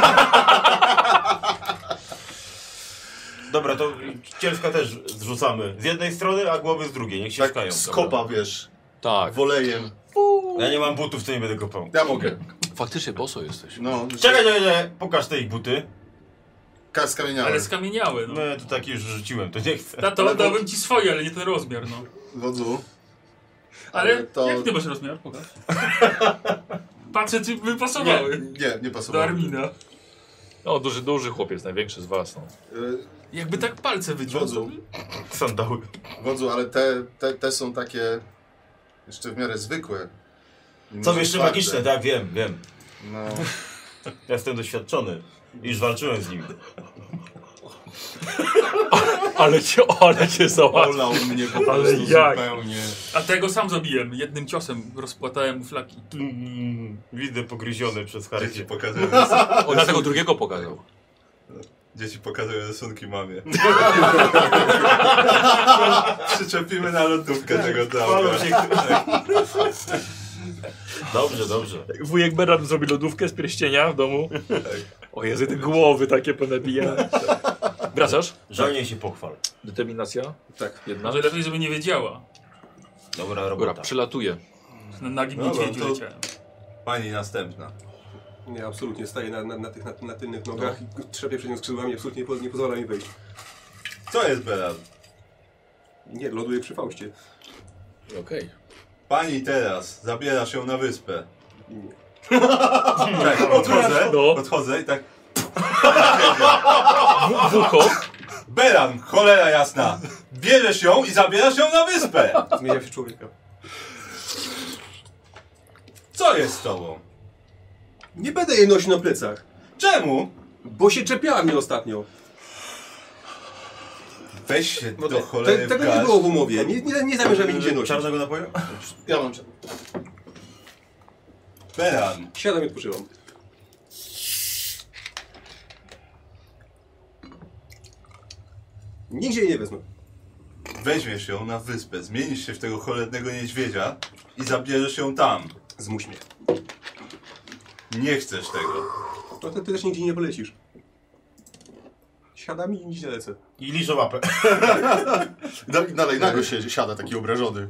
Speaker 5: Dobra, to cielska też zrzucamy z jednej strony, a głowy z drugiej, niech się
Speaker 4: Tak
Speaker 5: szkają.
Speaker 4: skopa, wiesz,
Speaker 1: Tak.
Speaker 4: wolejem.
Speaker 5: Ja nie mam butów, to nie będę kopał.
Speaker 4: Ja mogę.
Speaker 1: Faktycznie boso jesteś.
Speaker 4: No,
Speaker 5: Czekaj, pokaż te ich buty.
Speaker 4: skamieniałe.
Speaker 2: Ale skamieniały, no.
Speaker 5: No ja tu takie już rzuciłem, to nie chcę.
Speaker 2: Tato, dałbym ci swoje, ale nie ten rozmiar, no.
Speaker 4: Wodzu.
Speaker 2: Ale
Speaker 4: to-
Speaker 2: jaki ty masz rozmiar? Pokaż. Patrzę, czy by pasowały.
Speaker 4: Nie
Speaker 2: Do
Speaker 4: pasowało.
Speaker 2: Armina.
Speaker 1: No, duży chłopiec, największy z was. No.
Speaker 2: Jakby tak palce wyciągnął.
Speaker 4: Wodzu,
Speaker 5: Sandały.
Speaker 4: wodzu, ale te są takie jeszcze w miarę zwykłe. I
Speaker 5: Są
Speaker 4: może
Speaker 5: jeszcze
Speaker 4: twarde.
Speaker 5: magiczne, tak, wiem.
Speaker 4: No,
Speaker 5: Ja jestem doświadczony. Już walczyłem z nimi.
Speaker 1: Ale cię załatwił.
Speaker 4: olał mnie po
Speaker 1: Ale
Speaker 4: prostu
Speaker 1: jak?
Speaker 4: zupełnie.
Speaker 2: A tego sam zabiłem. Jednym ciosem rozpłatałem mu flaki.
Speaker 5: Widzę pogryziony przez
Speaker 3: Dzieci
Speaker 5: charcie.
Speaker 3: pokazują,
Speaker 1: On na tego drugiego pokazał.
Speaker 3: dzieci pokazują rysunki mamie. Przyczepimy na lodówkę tego
Speaker 5: Palą
Speaker 3: drauga.
Speaker 5: się. Dobrze, dobrze.
Speaker 1: Wujek Berard zrobi lodówkę z pierścienia w domu. O Jezu, te głowy takie ponabijane. Wracasz?
Speaker 5: Żalnie się pochwal.
Speaker 1: Determinacja?
Speaker 6: Tak.
Speaker 1: Jedna.
Speaker 2: Może lepiej, żeby nie wiedziała.
Speaker 5: Dobra
Speaker 1: Dobra,
Speaker 5: robota.
Speaker 1: przylatuje.
Speaker 2: Na nagim
Speaker 3: Dobra,
Speaker 2: niedźwiedziu
Speaker 3: to-
Speaker 2: leciałem.
Speaker 3: Pani następna.
Speaker 6: Ja absolutnie staję na tylnych nogach i trzepię przed nią skrzydłami, absolutnie nie pozwala mi wejść.
Speaker 3: Co jest Beran?
Speaker 6: Nie, ląduję przy Faustie.
Speaker 1: Okej.
Speaker 3: Pani teraz zabierasz ją na wyspę.
Speaker 6: Nie.
Speaker 3: Tak, odchodzę,
Speaker 1: No.
Speaker 3: odchodzę i tak...
Speaker 1: W ucho.
Speaker 3: Beran, cholera jasna! Bierzesz ją i zabierasz ją na wyspę!
Speaker 6: Zmienia się człowieka.
Speaker 3: Co jest z tobą?
Speaker 6: Nie będę jej nosił na plecach,
Speaker 3: Czemu?
Speaker 6: bo się czepiała mnie ostatnio.
Speaker 3: Weź się
Speaker 6: No
Speaker 3: do cholery
Speaker 6: tego
Speaker 3: wgaś.
Speaker 6: nie było w umowie. Nie zamierzam nigdzie nosić.
Speaker 5: Czarnego napoju?
Speaker 4: Ja mam
Speaker 3: Beran,
Speaker 6: Siadam i odpoczywam. Nigdzie jej nie wezmę.
Speaker 3: weźmiesz ją na wyspę, zmienisz się w tego cholernego niedźwiedzia i zabierzesz ją tam.
Speaker 6: Zmuś mnie.
Speaker 3: Nie chcesz tego.
Speaker 6: No to ty też nigdzie nie polecisz. Siadam i nigdzie nie lecę.
Speaker 5: I liżę łapę.
Speaker 4: Dalej nago się siada taki obrażony.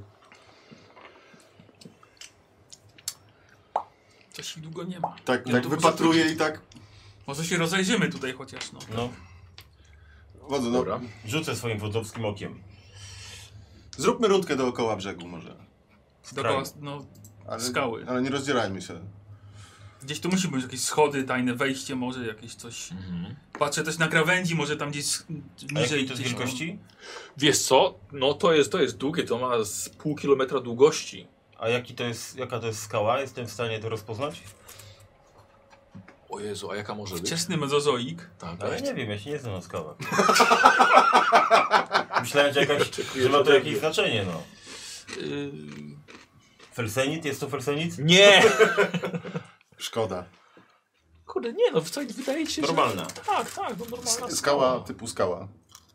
Speaker 2: Coś ich długo nie ma.
Speaker 4: Tak,
Speaker 2: No
Speaker 4: tak
Speaker 2: to
Speaker 4: wypatruje i tak...
Speaker 2: Może się rozejrzymy tutaj chociaż, no.
Speaker 5: No,
Speaker 4: Wodzu, no,
Speaker 1: Dobra.
Speaker 5: rzucę swoim wodzowskim okiem.
Speaker 4: zróbmy rundkę dookoła brzegu może.
Speaker 2: Dookoła, no,
Speaker 4: Ale,
Speaker 2: Skały.
Speaker 4: Ale nie rozdzierajmy się.
Speaker 2: gdzieś tu musi być jakieś schody, tajne wejście może, jakieś coś. Patrzę też na krawędzi, może tam gdzieś
Speaker 5: A
Speaker 2: niżej.
Speaker 5: jakiej to jest
Speaker 2: gdzieś,
Speaker 5: wielkości?
Speaker 1: Wiesz co? No to jest długie, to ma z pół kilometra długości.
Speaker 5: A jaka to jest skała? Jestem w stanie to rozpoznać?
Speaker 1: O Jezu, a jaka może być?
Speaker 2: Wczesny mezozoik.
Speaker 1: Tak,
Speaker 5: Ale nie wiem, ja się nie znam na skałach. Myślałem, że
Speaker 1: Oczekuję,
Speaker 5: ma to
Speaker 1: że
Speaker 5: jakieś
Speaker 1: nie.
Speaker 5: znaczenie, no.
Speaker 1: Yy...
Speaker 5: Felsenit? Jest to felsenit?
Speaker 1: Nie!
Speaker 4: Szkoda.
Speaker 1: Kurde, nie no, wydaje ci się,
Speaker 5: Normalna.
Speaker 1: że... Tak, no normalna
Speaker 4: Skała typu skała.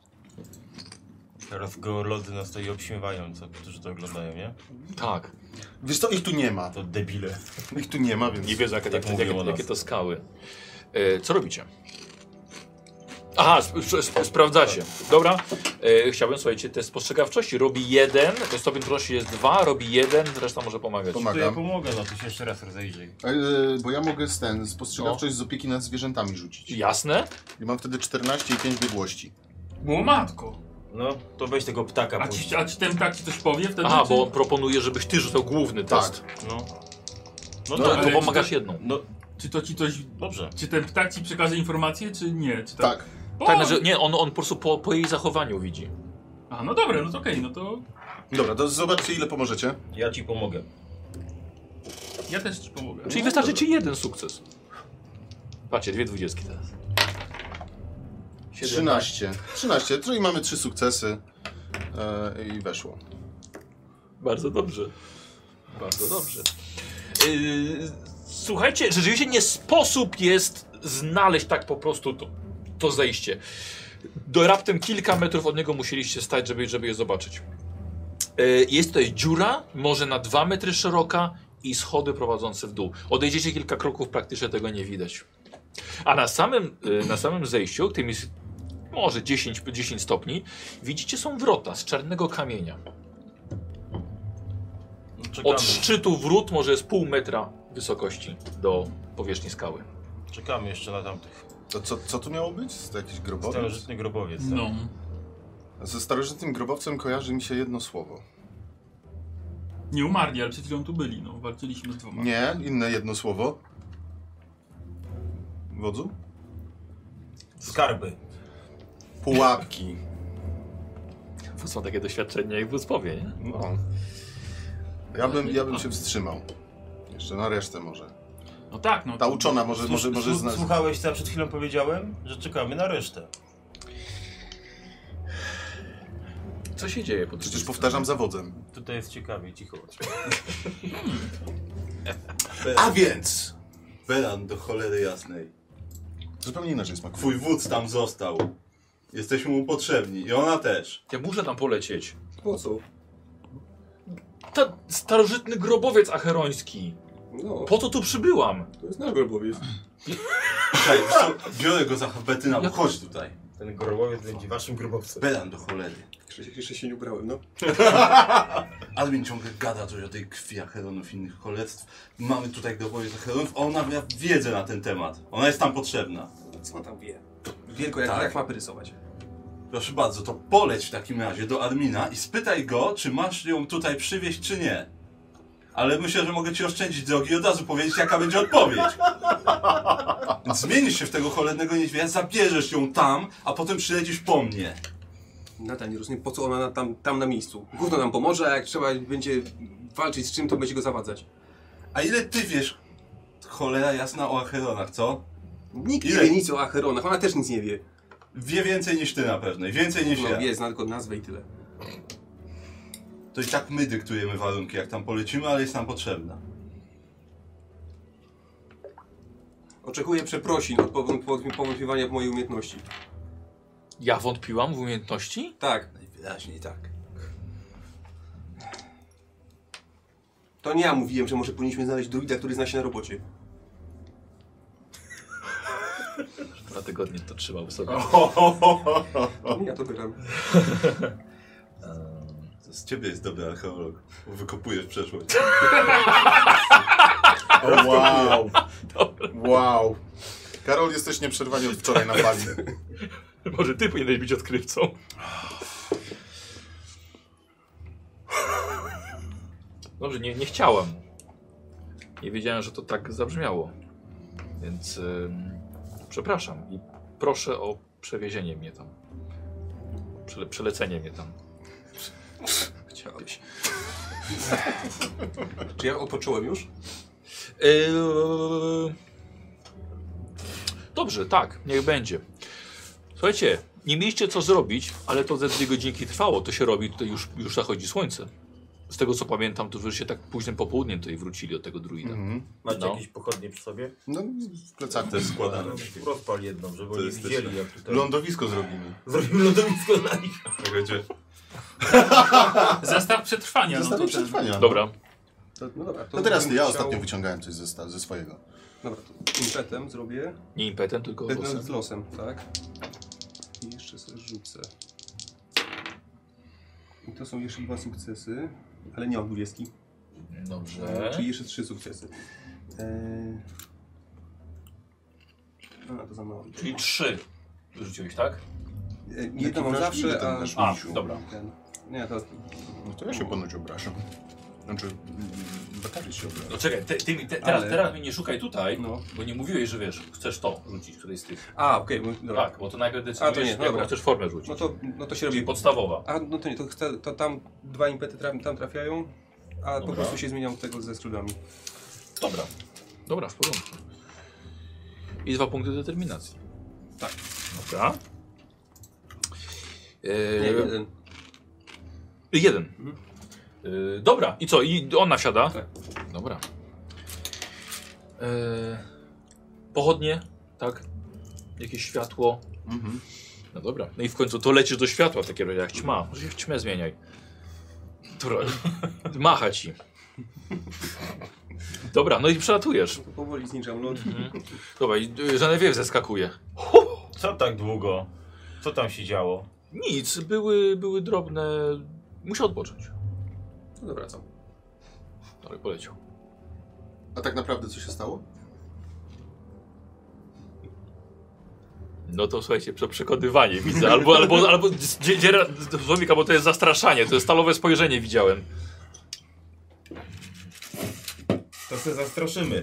Speaker 5: Teraz geolodzy nas tutaj obśmiewają, którzy to oglądają, nie?
Speaker 1: Tak.
Speaker 4: Wiesz co, ich tu nie ma.
Speaker 5: To debile.
Speaker 4: Ich tu nie ma, więc...
Speaker 1: Nie wiedzą,
Speaker 5: Tak mówią o nas.
Speaker 1: jakie to skały. Co robicie? Aha, sprawdzacie. Dobra. Chciałbym, słuchajcie, test spostrzegawczości. Robi 1, to jest stopień trudności jest 2, robi 1, reszta może pomagać.
Speaker 5: To ja
Speaker 4: Pomagam.
Speaker 5: pomogę, no to się jeszcze raz rozejrzyj.
Speaker 4: Bo ja mogę spostrzegawczość z opieki nad zwierzętami rzucić.
Speaker 1: Jasne?
Speaker 4: I mam wtedy 14 i 5 biegłości.
Speaker 2: Było matko.
Speaker 5: No, to weź tego ptaka
Speaker 2: A
Speaker 5: puść.
Speaker 2: ci ten ptak ci coś powie wtedy?
Speaker 1: Aha,
Speaker 2: czy-
Speaker 1: bo on proponuje, żebyś ty rzucał główny test.
Speaker 5: No.
Speaker 1: No
Speaker 5: No
Speaker 1: to,
Speaker 5: tak,
Speaker 1: to
Speaker 2: ale
Speaker 1: pomagasz
Speaker 2: czy to-
Speaker 1: jedną.
Speaker 5: no,
Speaker 2: Czy to ci coś...
Speaker 5: dobrze.
Speaker 2: Czy ten ptak ci przekaże informację, czy nie? Czy
Speaker 4: Tak.
Speaker 2: O!
Speaker 1: Tak, znaczy, nie, on po prostu po jej zachowaniu widzi.
Speaker 2: A, no dobra, no to okej, no to...
Speaker 4: Dobra, to zobaczcie ile pomożecie.
Speaker 5: Ja ci pomogę.
Speaker 2: Ja też ci pomogę.
Speaker 1: Czyli wystarczy ci jeden sukces. Patrzcie, 2 dwudziestki teraz.
Speaker 4: 13. 13, czyli mamy 3 sukcesy. I weszło.
Speaker 1: Bardzo dobrze. Bardzo dobrze. Słuchajcie, rzeczywiście nie sposób jest znaleźć tak po prostu to zejście. Raptem kilka metrów od niego musieliście stać, żeby je zobaczyć. Jest tutaj dziura, może na 2 metry szeroka i schody prowadzące w dół. Odejdziecie kilka kroków, praktycznie tego nie widać. A na samym zejściu, którym jest może 10 stopni, widzicie są wrota z czarnego kamienia.
Speaker 5: Czekamy.
Speaker 1: Od szczytu wrót może jest pół metra wysokości do powierzchni skały.
Speaker 5: Czekamy jeszcze na tamtych.
Speaker 4: To co tu miało być? To jakiś grobowiec?
Speaker 5: Starożytny grobowiec. tak?
Speaker 2: No.
Speaker 4: Ze starożytnym grobowcem kojarzy mi się jedno słowo.
Speaker 2: Nie umarli, ale przed chwilą tu byli, no. Walczyliśmy z dwoma.
Speaker 4: Nie, inne jedno słowo. Wodzu?
Speaker 5: Skarby.
Speaker 4: Pułapki.
Speaker 1: Są takie doświadczenia jak w Wódzpowie, nie?
Speaker 4: No. Ja bym się wstrzymał. Jeszcze na resztę może.
Speaker 2: No tak, no.
Speaker 4: Ta uczona może znać.
Speaker 5: Słuchałeś, co ja przed chwilą powiedziałem? Że czekamy na resztę.
Speaker 1: Co się dzieje?
Speaker 4: Przecież powtarzam za wodzem.
Speaker 5: Tutaj jest ciekawie, cicho.
Speaker 4: A więc!
Speaker 3: Beran, do cholery jasnej.
Speaker 4: Zupełnie inaczej smakuje.
Speaker 3: Twój wódz tam został. Jesteśmy mu potrzebni i ona też.
Speaker 1: Ja muszę tam polecieć.
Speaker 6: Po co?
Speaker 1: To starożytny grobowiec acheroński.
Speaker 6: No,
Speaker 1: Po co tu przybyłam?
Speaker 6: to jest nasz grobowiec.
Speaker 3: Słuchaj, wiesz co, biorę go za betyna, bo chodź tutaj.
Speaker 5: Ten grobowiec będzie waszym grobowcem.
Speaker 3: Beran, do cholery.
Speaker 6: Jeszcze się nie ubrałem, no.
Speaker 3: Alwin ciągle gada coś o tej krwi Acheronów i innych cholerstw. Mamy tutaj grobowiec Acheronów, a ona ma wiedzę na ten temat. Ona jest tam potrzebna.
Speaker 6: Co tam wie? Wielko,
Speaker 3: Tak.
Speaker 6: jak mapy rysować.
Speaker 3: Proszę bardzo, to poleć w takim razie do Armina i spytaj go, czy masz ją tutaj przywieźć, czy nie. Ale myślę, że mogę ci oszczędzić drogi i od razu powiedzieć, jaka będzie odpowiedź. Więc zmienisz się w tego cholernego niedźwiedzia, zabierzesz ją tam, a potem przylecisz po mnie.
Speaker 6: Nadal nie rozumiem, po co ona tam na miejscu. Gówno nam pomoże, a jak trzeba będzie walczyć z czym, to będzie go zawadzać.
Speaker 3: A ile ty wiesz, cholera jasna, o Acheronach, co?
Speaker 6: Nikt
Speaker 3: Ile?
Speaker 6: nie wie nic o Acheronach, ona też nic nie wie.
Speaker 3: wie więcej niż ty na pewno i więcej niż
Speaker 6: No
Speaker 3: ja.
Speaker 6: wie, zna tylko nazwę i tyle.
Speaker 3: To i tak my dyktujemy warunki, jak tam polecimy, ale jest nam potrzebna.
Speaker 6: Oczekuję przeprosin od powątpiewania w mojej umiejętności.
Speaker 1: Ja wątpiłam w umiejętności?
Speaker 6: Tak.
Speaker 3: Najwyraźniej tak.
Speaker 6: To nie ja mówiłem, że może powinniśmy znaleźć druida, który zna się na robocie.
Speaker 1: 2 tygodnie to trzymał sobie.
Speaker 6: Nie, ja to wyram.
Speaker 3: Z ciebie jest dobry archeolog. Wykopujesz przeszłość.
Speaker 4: O, wow. Wow. Karol, jesteś nieprzerwanie od wczoraj na fali.
Speaker 1: Może ty powinieneś być odkrywcą. Dobrze, nie chciałem. Nie wiedziałem, że to tak zabrzmiało. Więc przepraszam i proszę o przewiezienie mnie tam. Przelecenie mnie tam.
Speaker 6: Chciałeś. Czy ja odpocząłem już?
Speaker 1: Dobrze, tak, niech będzie. Słuchajcie, nie mieliście co zrobić, ale to ze 2 godzinki trwało. To się robi, tutaj już zachodzi słońce. Z tego co pamiętam, to wy się tak późnym popołudniem tutaj wrócili od tego druida.
Speaker 5: Macie
Speaker 1: No.
Speaker 5: jakieś pochodnie przy sobie?
Speaker 4: No, w plecaku.
Speaker 3: To jest składane.
Speaker 5: Rozpal jedną, żeby oni
Speaker 3: jest
Speaker 5: widzieli,
Speaker 3: też-
Speaker 5: jak tutaj...
Speaker 4: Lądowisko zrobimy.
Speaker 5: Zrobimy lądowisko na nich.
Speaker 3: Czekajcie.
Speaker 2: Zestaw przetrwania.
Speaker 4: Zostanie
Speaker 2: No to
Speaker 4: przetrwania. no.
Speaker 1: Dobra.
Speaker 6: No dobra.
Speaker 4: To teraz
Speaker 6: bym
Speaker 4: ja
Speaker 6: chciał-
Speaker 4: ostatnio wyciągałem coś ze swojego.
Speaker 6: Dobra, to impetem zrobię.
Speaker 1: Nie impetem, tylko losem.
Speaker 6: Z losem, tak. I jeszcze sobie rzucę. I to są jeszcze 2 sukcesy, ale nie mam 20.
Speaker 1: Dobrze.
Speaker 6: Czyli jeszcze 3 sukcesy. A, to za mało.
Speaker 1: Czyli 3 wyrzuciłeś, tak?
Speaker 6: Jedno mam
Speaker 4: wrażliwy
Speaker 6: zawsze,
Speaker 4: ten
Speaker 6: a...
Speaker 4: nasz
Speaker 1: A,
Speaker 4: misiu.
Speaker 1: dobra.
Speaker 6: Nie, to...
Speaker 4: No to ja się ponoć obrażam. Znaczy, Bakaris się obraża.
Speaker 1: No czekaj,
Speaker 6: Ale-
Speaker 1: teraz mnie nie szukaj tutaj,
Speaker 6: No.
Speaker 1: bo nie mówiłeś, że wiesz, chcesz to rzucić, któryś z tych.
Speaker 6: A, okej, dobra.
Speaker 1: Tak, bo to najpierw
Speaker 6: A, to
Speaker 1: decydujesz,
Speaker 6: nie, no
Speaker 1: jaką
Speaker 6: dobra.
Speaker 1: chcesz formę rzucić.
Speaker 6: No to się
Speaker 1: Czyli
Speaker 6: robi...
Speaker 1: podstawowa.
Speaker 6: A, no to nie, to tam 2 impety tam trafiają, a po
Speaker 1: Dobra.
Speaker 6: prostu się zmieniam tego ze skrzydłami.
Speaker 1: Dobra. Dobra, w porządku. I 2 punkty determinacji.
Speaker 6: Tak.
Speaker 1: Dobra.
Speaker 6: Nie, 1.
Speaker 1: 1. Dobra, i co? I on wsiada?
Speaker 6: Tak.
Speaker 1: Dobra. Pochodnie, tak? Jakieś światło. No dobra. No i w końcu to lecisz do światła w takim razie jak ćma. Może się w ćmę zmieniaj. Dobra. Macha ci. Dobra, no i przelatujesz.
Speaker 6: To powoli zniczam lód.
Speaker 1: Dobra, i Genevieve zeskakuje.
Speaker 5: Co tak długo? Co tam się działo?
Speaker 1: Nic, były drobne... Musiał odpocząć.
Speaker 6: No dobra, co?
Speaker 1: Dobra, poleciał.
Speaker 4: A tak naprawdę co się stało?
Speaker 1: No to słuchajcie, przekonywanie widzę. Albo Złowika, bo to jest zastraszanie. To jest stalowe spojrzenie widziałem.
Speaker 5: To się zastraszymy.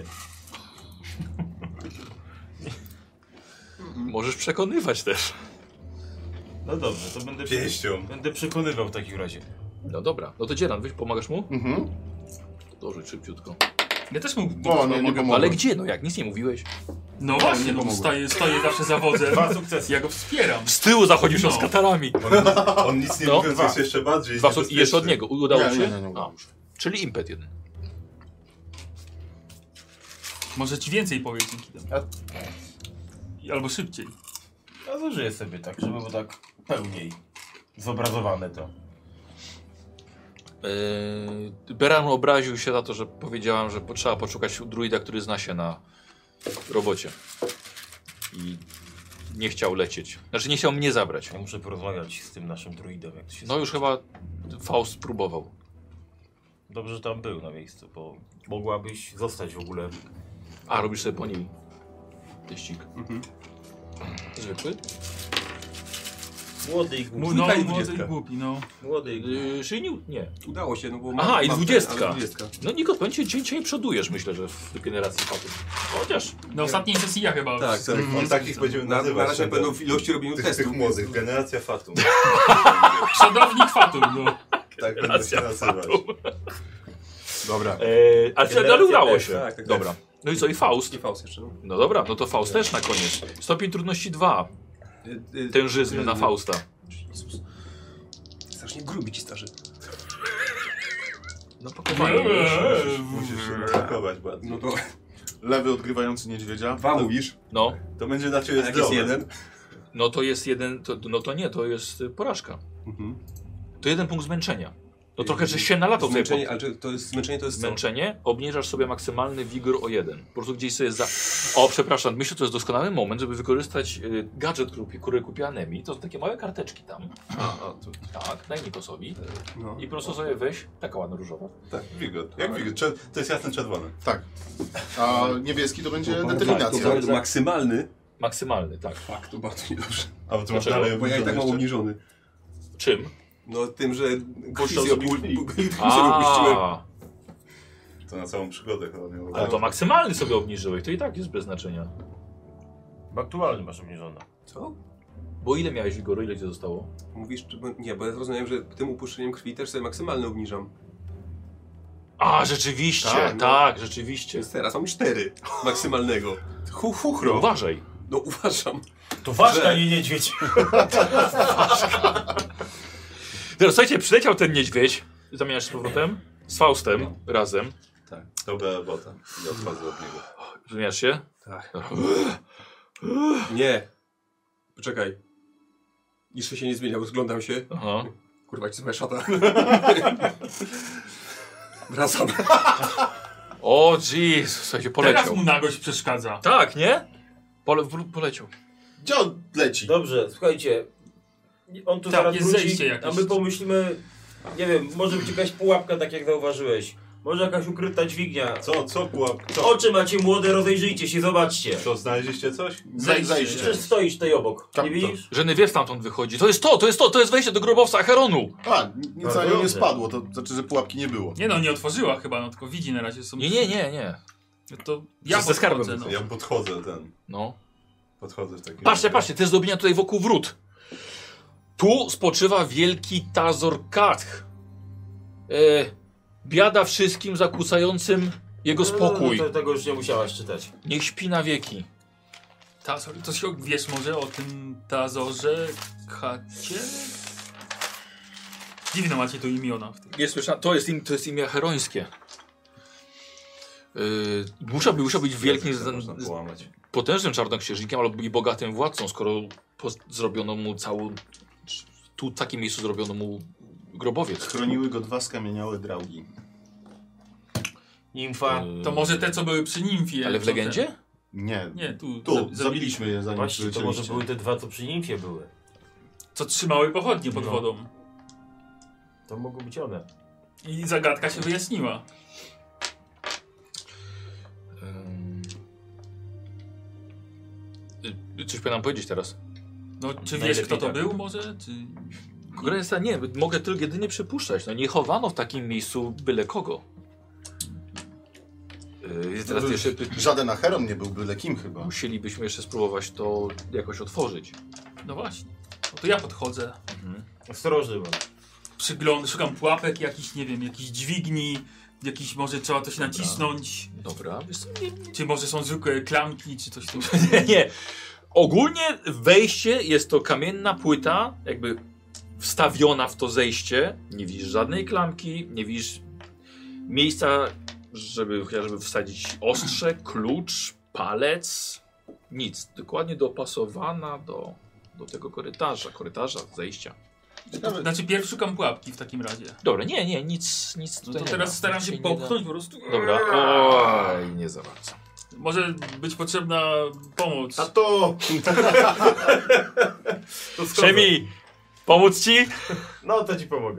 Speaker 1: Możesz przekonywać też.
Speaker 5: No dobrze, to będę,
Speaker 3: Pięścią.
Speaker 5: będę przekonywał w takim razie.
Speaker 1: No dobra, no to Dzieran, weź, pomagasz mu?
Speaker 4: Mhm.
Speaker 1: Dorzuć szybciutko.
Speaker 2: Ja też mógł.
Speaker 4: O, nie pomogłem.
Speaker 1: Ale gdzie? No jak, nic nie mówiłeś?
Speaker 2: No właśnie, no,
Speaker 4: pomogłem.
Speaker 2: stoję zawsze za wodzem.
Speaker 5: 2 sukcesy.
Speaker 2: Ja go wspieram.
Speaker 1: Z tyłu zachodzisz
Speaker 2: No.
Speaker 1: z katarami.
Speaker 3: On nic nie
Speaker 1: No.
Speaker 3: mówiąc jest jeszcze bardziej
Speaker 1: 2 i jeszcze od niego. Udało
Speaker 4: Nie,
Speaker 1: się?
Speaker 4: nie udało
Speaker 1: A,
Speaker 4: się.
Speaker 1: czyli impet jeden.
Speaker 2: Może ci więcej powie dzięki temu. Albo szybciej.
Speaker 5: Ja zużyję sobie tak, żeby było tak pełniej zobrazowane to.
Speaker 1: Beran obraził się za to, że powiedziałam, że trzeba poszukać druida, który zna się na robocie. I nie chciał lecieć. Znaczy nie chciał mnie zabrać.
Speaker 5: Ja muszę porozmawiać z tym naszym druidem, jak to się
Speaker 1: No już chyba Faust próbował.
Speaker 5: Dobrze, że tam był na miejscu, bo mogłabyś zostać w ogóle.
Speaker 1: A, robisz sobie po niej teścik. Zwykły?
Speaker 5: Młody i głupi.
Speaker 2: No,
Speaker 6: Dwójka i
Speaker 2: młody
Speaker 6: 20.
Speaker 2: i głupi, no.
Speaker 5: Młody i głupi.
Speaker 1: Czyli nie.
Speaker 6: Udało się, no bo...
Speaker 1: Aha, i 20.
Speaker 6: ale 20.
Speaker 1: No Nikos, powiem ci, dzisiaj przodujesz, myślę, że w generacji Fatum. Chociaż.
Speaker 2: Na ostatniej sesji ja chyba.
Speaker 6: Tak,
Speaker 3: On takich będziemy
Speaker 6: na
Speaker 3: nazywać.
Speaker 6: razie będą w ilości robieniu
Speaker 3: tych
Speaker 6: testów.
Speaker 3: młodych. Generacja Fatum.
Speaker 2: Przodownik Fatum, no.
Speaker 3: Tak będę się nazywać.
Speaker 4: Dobra.
Speaker 1: Ale udało się.
Speaker 6: Tak, tak,
Speaker 1: Dobra. No i co, i Faust?
Speaker 6: Nie Faust jeszcze, no.
Speaker 1: No dobra, no to Faust też na koniec. Stopień trudności 2. tężyzny na Fausta.
Speaker 6: Jezus. Strasznie grubi ci starzy.
Speaker 1: No pakowanie.
Speaker 3: Musisz się napakować bardzo.
Speaker 6: No to
Speaker 4: Lewy odgrywający niedźwiedzia.
Speaker 6: 2 mówisz?
Speaker 1: No,
Speaker 3: To będzie dla ciebie
Speaker 6: Jak jest
Speaker 3: zdrowe.
Speaker 6: 1?
Speaker 1: no to jest jeden, no to nie, to jest porażka.
Speaker 6: Mhm.
Speaker 1: To 1 punkt zmęczenia. No trochę, że się nalatał sobie
Speaker 6: Zmęczenie, ale czy to jest zmęczenie, to jest co?
Speaker 1: zmęczenie, obniżasz sobie maksymalny wigor o 1. Po prostu gdzieś sobie za... O, przepraszam, myślę, że to jest doskonały moment, żeby wykorzystać gadżet, który kupiła Nemi. To są takie małe karteczki tam. Tak, daj Nikosowi.
Speaker 6: No.
Speaker 1: I po prostu sobie weź, taka ładna różowa.
Speaker 3: Tak, wigot. Jak wigot? To jest jasny czerwony.
Speaker 4: Tak. A niebieski to będzie
Speaker 6: To
Speaker 4: determinacja.
Speaker 6: bardzo maksymalny.
Speaker 1: Maksymalny, tak.
Speaker 6: Fakt, to bardzo niedobrze.
Speaker 3: A bo ty masz
Speaker 1: Dlaczego?
Speaker 3: dalej
Speaker 6: Bo ja i tak mam
Speaker 3: jeszcze.
Speaker 6: obniżony.
Speaker 1: Czym?
Speaker 6: No tym, że
Speaker 1: Puszczał
Speaker 6: krwi
Speaker 1: sobie
Speaker 6: sobie
Speaker 1: krwi.
Speaker 6: opuściłem.
Speaker 1: A,
Speaker 3: To na całą przygodę chyba nie
Speaker 1: ale to maksymalny sobie obniżyłeś, to i tak jest bez znaczenia.
Speaker 5: Aktualnie masz obniżone.
Speaker 6: Co?
Speaker 1: Bo ile miałeś wigoru, ile ci zostało?
Speaker 6: Mówisz, czy... nie, bo ja zrozumiałem, że tym upuszczeniem krwi też sobie maksymalny obniżam.
Speaker 1: A, rzeczywiście,
Speaker 6: Tak,
Speaker 1: tak,
Speaker 6: no.
Speaker 1: rzeczywiście.
Speaker 6: Więc teraz mam 4 maksymalnego.
Speaker 1: No, uważaj.
Speaker 6: No uważam.
Speaker 5: To ważka,
Speaker 6: Że-
Speaker 5: nie niedźwiedź.
Speaker 1: Teraz słuchajcie, przyleciał ten niedźwiedź, zamieniasz z powrotem, z Faustem razem.
Speaker 3: Tak, dobra robota. Ja odchodzę od niego.
Speaker 1: Zmieniasz się?
Speaker 6: Tak. Nie. Poczekaj. Jeszcze się nie zmieniał, rozglądam się.
Speaker 1: Aha.
Speaker 6: Kurwa, ci jest szata. Wracam.
Speaker 1: O, jeez, słuchajcie, poleciał.
Speaker 2: Teraz mu nagość przeszkadza.
Speaker 1: Tak, nie? Poleciał.
Speaker 4: Gdzie on leci?
Speaker 5: Dobrze, słuchajcie. On tu
Speaker 2: Tak,
Speaker 5: zaraz
Speaker 2: jest
Speaker 5: wróci,
Speaker 2: zejście jakieś.
Speaker 5: a my pomyślimy, nie wiem, może być jakaś pułapka, tak jak zauważyłeś. Może jakaś ukryta dźwignia.
Speaker 3: Co pułap? Co?
Speaker 5: Oczy macie młode, rozejrzyjcie się, zobaczcie.
Speaker 3: Co, znaleźliście coś?
Speaker 4: Zejście.
Speaker 5: Przecież stoisz tutaj obok,
Speaker 4: Tak,
Speaker 5: nie widzisz?
Speaker 1: Że Newie stamtąd wychodzi. To jest wejście do grobowca Acheronu.
Speaker 4: A, nic
Speaker 5: Bardzo
Speaker 4: na nią nie
Speaker 5: dobrze.
Speaker 4: spadło, to znaczy, że pułapki nie było.
Speaker 2: Nie no, nie otworzyła chyba, no tylko widzi na razie są...
Speaker 1: Nie.
Speaker 2: No to ja
Speaker 1: Ze skarbem
Speaker 2: podchodzę, no.
Speaker 3: Ja podchodzę
Speaker 1: No.
Speaker 3: Podchodzę w takim
Speaker 1: Patrzcie, te zdobienia tutaj wokół wrót. Tu spoczywa wielki Tazor Katch. Biada wszystkim zakłócającym jego spokój.
Speaker 5: No, tego już nie musiałaś czytać.
Speaker 1: Niech śpi na wieki.
Speaker 2: To się wiesz może o tym Tazorze Kacie? Dziwne macie tu imiona w tym.
Speaker 1: Nie słyszałem, to jest imię herońskie. Musiał być wielkim,
Speaker 3: Można połamać.
Speaker 1: potężnym czarnoksiężnikiem, albo i bogatym władcą, skoro zrobiono mu tu w takim miejscu zrobiono mu grobowiec.
Speaker 4: Chroniły go 2 skamieniałe draugi.
Speaker 5: Nimfa.
Speaker 2: To może te, co były przy nimfie.
Speaker 1: Ale w
Speaker 2: co
Speaker 1: legendzie?
Speaker 4: Nie,
Speaker 2: Nie, tu.
Speaker 4: tu, zabiliśmy je zanim
Speaker 5: Właśnie, to może
Speaker 4: przylecieliście.
Speaker 5: były te dwa, co przy nimfie były.
Speaker 2: Co trzymały pochodnie pod
Speaker 5: No.
Speaker 2: wodą.
Speaker 5: To mogą być one.
Speaker 2: I zagadka się wyjaśniła.
Speaker 1: Coś powinnam powiedzieć teraz.
Speaker 2: No, czy wiesz,
Speaker 5: Najlepiej
Speaker 2: kto to
Speaker 5: tak.
Speaker 2: był może? Czy...
Speaker 1: Konkurencja nie, mogę tylko jedynie przypuszczać. No nie chowano w takim miejscu byle kogo. Teraz jeszcze
Speaker 4: Żaden Acheron nie był byle kim chyba.
Speaker 1: musielibyśmy jeszcze spróbować to jakoś otworzyć.
Speaker 2: No właśnie. No to ja podchodzę.
Speaker 5: Ostrożny bądź.
Speaker 2: Szukam pułapek jakichś, nie wiem, jakichś dźwigni, jakiś może trzeba coś nacisnąć.
Speaker 1: Dobra, wiesz co,
Speaker 2: Czy może są zwykłe klamki, czy coś w tym
Speaker 1: nie. Ogólnie wejście jest to kamienna płyta, jakby wstawiona w to zejście. Nie widzisz żadnej klamki, nie widzisz miejsca, żeby chociażby wsadzić ostrze, klucz, palec. Nic. Dokładnie dopasowana do tego korytarza, zejścia.
Speaker 4: Ciekawe,
Speaker 2: Znaczy pierw szukam pułapki w takim razie.
Speaker 1: Dobra, nie, nic
Speaker 2: No
Speaker 1: tutaj
Speaker 2: to
Speaker 1: nie
Speaker 2: teraz
Speaker 1: ma.
Speaker 2: staram
Speaker 1: Nic
Speaker 2: się
Speaker 1: nie
Speaker 2: popchnąć po prostu.
Speaker 1: da. Dobra, oj, nie za bardzo.
Speaker 2: Może być potrzebna pomoc.
Speaker 5: A to! To schodzę.
Speaker 1: Przemi, pomóc ci?
Speaker 5: No to ci pomogę.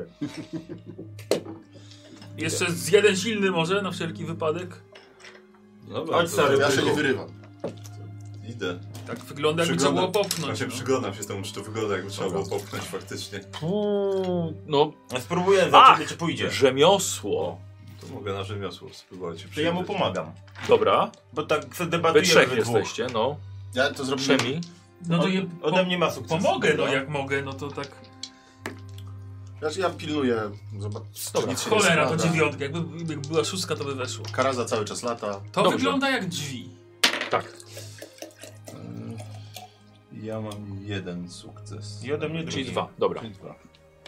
Speaker 2: Jeszcze z jeden silny może, na wszelki wypadek.
Speaker 3: Dobra,
Speaker 5: Chodź,
Speaker 3: to
Speaker 5: stary.
Speaker 4: ja się nie wyrywam.
Speaker 3: idę.
Speaker 2: Tak wygląda, jakby trzeba było popchnąć.
Speaker 3: Właśnie
Speaker 2: No.
Speaker 3: przyglądam się temu, czy to wygląda, jakby trzeba było popchnąć faktycznie.
Speaker 1: No,
Speaker 5: A spróbuję,
Speaker 1: Ach!
Speaker 5: zobaczymy czy pójdzie.
Speaker 1: rzemiosło.
Speaker 3: To mogę na rzemiosło spróbować się
Speaker 5: To ja mu
Speaker 3: przyjrzeć.
Speaker 5: pomagam.
Speaker 1: Dobra,
Speaker 5: Bo tak se
Speaker 1: we
Speaker 5: debatujemy
Speaker 1: trzech
Speaker 5: we dwóch.
Speaker 1: jesteście, no.
Speaker 4: Ja to zrobiłem.
Speaker 1: Przemi.
Speaker 2: No to je
Speaker 5: Ode mnie ma sukces.
Speaker 2: pomogę, no
Speaker 5: Dobra.
Speaker 2: jak mogę, no to tak.
Speaker 4: Znaczy ja pilnuję. Zobacz,
Speaker 1: Dobra,
Speaker 4: nic się nie
Speaker 2: Cholera, to
Speaker 4: składa.
Speaker 2: 9. Jakby była 6, to by weszło.
Speaker 4: Karaza cały czas lata.
Speaker 2: To
Speaker 1: Dobrze.
Speaker 2: wygląda jak drzwi.
Speaker 1: Tak.
Speaker 3: Ja mam 1 sukces.
Speaker 5: I ode mnie
Speaker 1: Czyli
Speaker 5: drugi.
Speaker 1: 2, dobra.
Speaker 3: Czyli 2.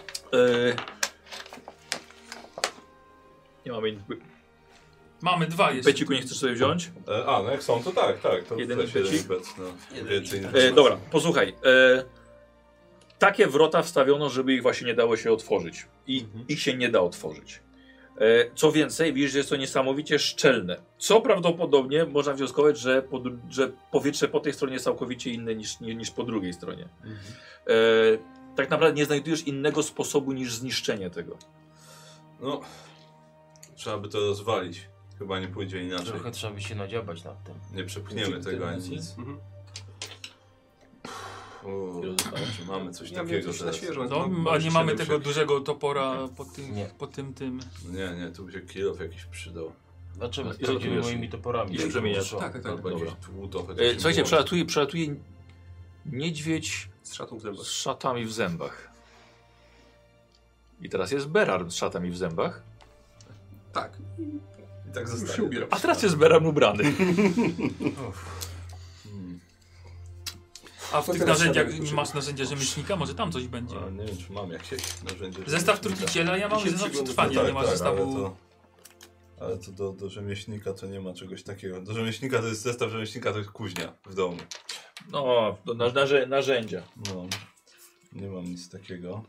Speaker 1: Nie mamy...
Speaker 2: Mamy 2 jeszcze.
Speaker 1: Peciku nie chcesz sobie wziąć?
Speaker 3: No jak są, to tak. To
Speaker 1: Jeden
Speaker 3: też jeden
Speaker 1: impecik?
Speaker 3: impet, no. Więcej niż
Speaker 1: Dobra, posłuchaj. Takie wrota wstawiono, żeby ich właśnie nie dało się otworzyć. I ich się nie da otworzyć. Co więcej, widzisz, że jest to niesamowicie szczelne. Co prawdopodobnie można wnioskować, że powietrze po tej stronie jest całkowicie inne niż po drugiej stronie. Tak naprawdę nie znajdujesz innego sposobu niż zniszczenie tego.
Speaker 3: No, trzeba by to rozwalić. Chyba nie pójdzie inaczej.
Speaker 5: Trochę trzeba by się nadziabać nad tym.
Speaker 3: Nie przepchniemy tego ani nic. Czy mamy coś
Speaker 6: Ja wiem,
Speaker 3: takiego
Speaker 6: coś na
Speaker 3: teraz?
Speaker 6: świeżo.
Speaker 2: No, a nie mamy tego
Speaker 3: 7,
Speaker 2: dużego topora
Speaker 5: Nie.
Speaker 2: po tym.
Speaker 3: Nie, tu by się kilof jakiś przydał.
Speaker 5: Dlaczego
Speaker 1: Ile
Speaker 5: sprawdzimy
Speaker 1: wiesz?
Speaker 5: moimi toporami?
Speaker 1: Ile przemieniasz?
Speaker 6: Tak.
Speaker 3: Albo
Speaker 1: dobra.
Speaker 3: jakieś tłuto.
Speaker 1: Słuchajcie, przelatuje niedźwiedź
Speaker 6: Z szatą w zębach.
Speaker 1: z szatami w zębach. I teraz jest Berar z szatami w zębach.
Speaker 6: Tak.
Speaker 3: I tak
Speaker 6: Już się
Speaker 3: zostaje.
Speaker 6: ubieram.
Speaker 1: A teraz jest Berar ubrany.
Speaker 2: A w
Speaker 6: To
Speaker 2: tych
Speaker 6: teraz
Speaker 2: narzędziach
Speaker 6: siadaj,
Speaker 2: nie masz narzędzia rzemieślnika? Może tam coś będzie.
Speaker 3: A, nie wiem, czy mam jakieś narzędzie.
Speaker 2: Zestaw truciciela, ja mam
Speaker 6: się
Speaker 2: zestaw
Speaker 6: przygląda-
Speaker 2: przetrwania, nie ma zestawu.
Speaker 3: Ale to do rzemieślnika to nie ma czegoś takiego. Do rzemieślnika to jest zestaw rzemieślnika, to jest kuźnia w domu.
Speaker 1: No, to narzędzia.
Speaker 3: No, nie mam nic takiego.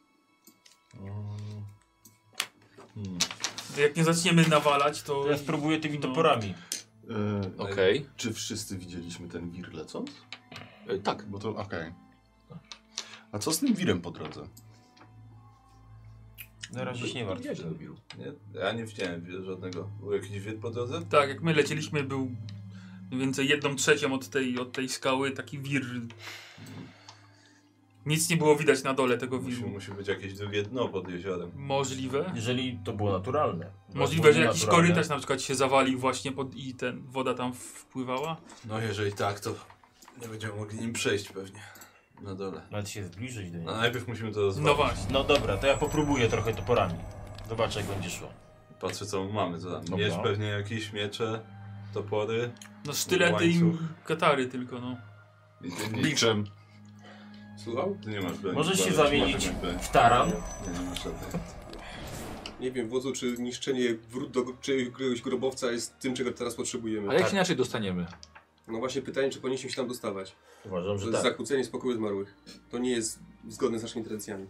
Speaker 2: Jak nie zaczniemy nawalać, to...
Speaker 5: To ja spróbuję tymi toporami.
Speaker 1: Okej.
Speaker 4: Czy wszyscy widzieliśmy ten wir lecąc?
Speaker 1: Tak.
Speaker 4: Bo to okej. A co z tym wirem po drodze?
Speaker 5: Na razie się nie martw.
Speaker 3: Nie, ja nie widziałem żadnego. Był jakiś wir po drodze?
Speaker 2: Tak, jak my lecieliśmy, był mniej więcej 1/3 od tej skały, taki wir. Nic nie było widać na dole tego wiru.
Speaker 3: Musi być jakieś drugie dno pod jeziorem.
Speaker 2: Możliwe.
Speaker 5: Jeżeli to było naturalne.
Speaker 2: Możliwe, że
Speaker 5: Było
Speaker 2: jakiś
Speaker 5: naturalne.
Speaker 2: korytarz na przykład się zawalił właśnie i woda tam wpływała.
Speaker 3: No jeżeli tak, to nie będziemy mogli nim przejść pewnie. Na dole.
Speaker 5: Nawet się zbliżyć do
Speaker 3: A
Speaker 5: niego.
Speaker 3: najpierw musimy to rozwalić.
Speaker 2: No właśnie.
Speaker 5: No dobra, to ja popróbuję trochę toporami. Zobaczę jak będzie szło.
Speaker 3: Patrzę co mamy, co tam.
Speaker 5: Dobra.
Speaker 3: Miecz pewnie jakieś, miecze, topory.
Speaker 2: No sztylety i
Speaker 3: Łańcuch.
Speaker 2: katary tylko, no.
Speaker 3: I ty nie,
Speaker 4: Biczem.
Speaker 6: Słuchał?
Speaker 3: ty nie masz broni.
Speaker 5: Możesz się
Speaker 3: Chyba, że
Speaker 5: zamienić
Speaker 3: masz jakąś broń.
Speaker 5: w taran.
Speaker 3: Nie masz żadnej.
Speaker 6: Nie wiem, wodzu, czy niszczenie wrót do czyjegoś grobowca jest tym, czego teraz potrzebujemy.
Speaker 1: Ale jak się inaczej dostaniemy?
Speaker 6: No właśnie pytanie, czy powinniśmy się tam dostawać.
Speaker 5: Uważam,
Speaker 6: To
Speaker 5: że
Speaker 6: jest
Speaker 5: tak.
Speaker 6: zakłócenie spokoju zmarłych. To nie jest zgodne z naszymi tradycjami.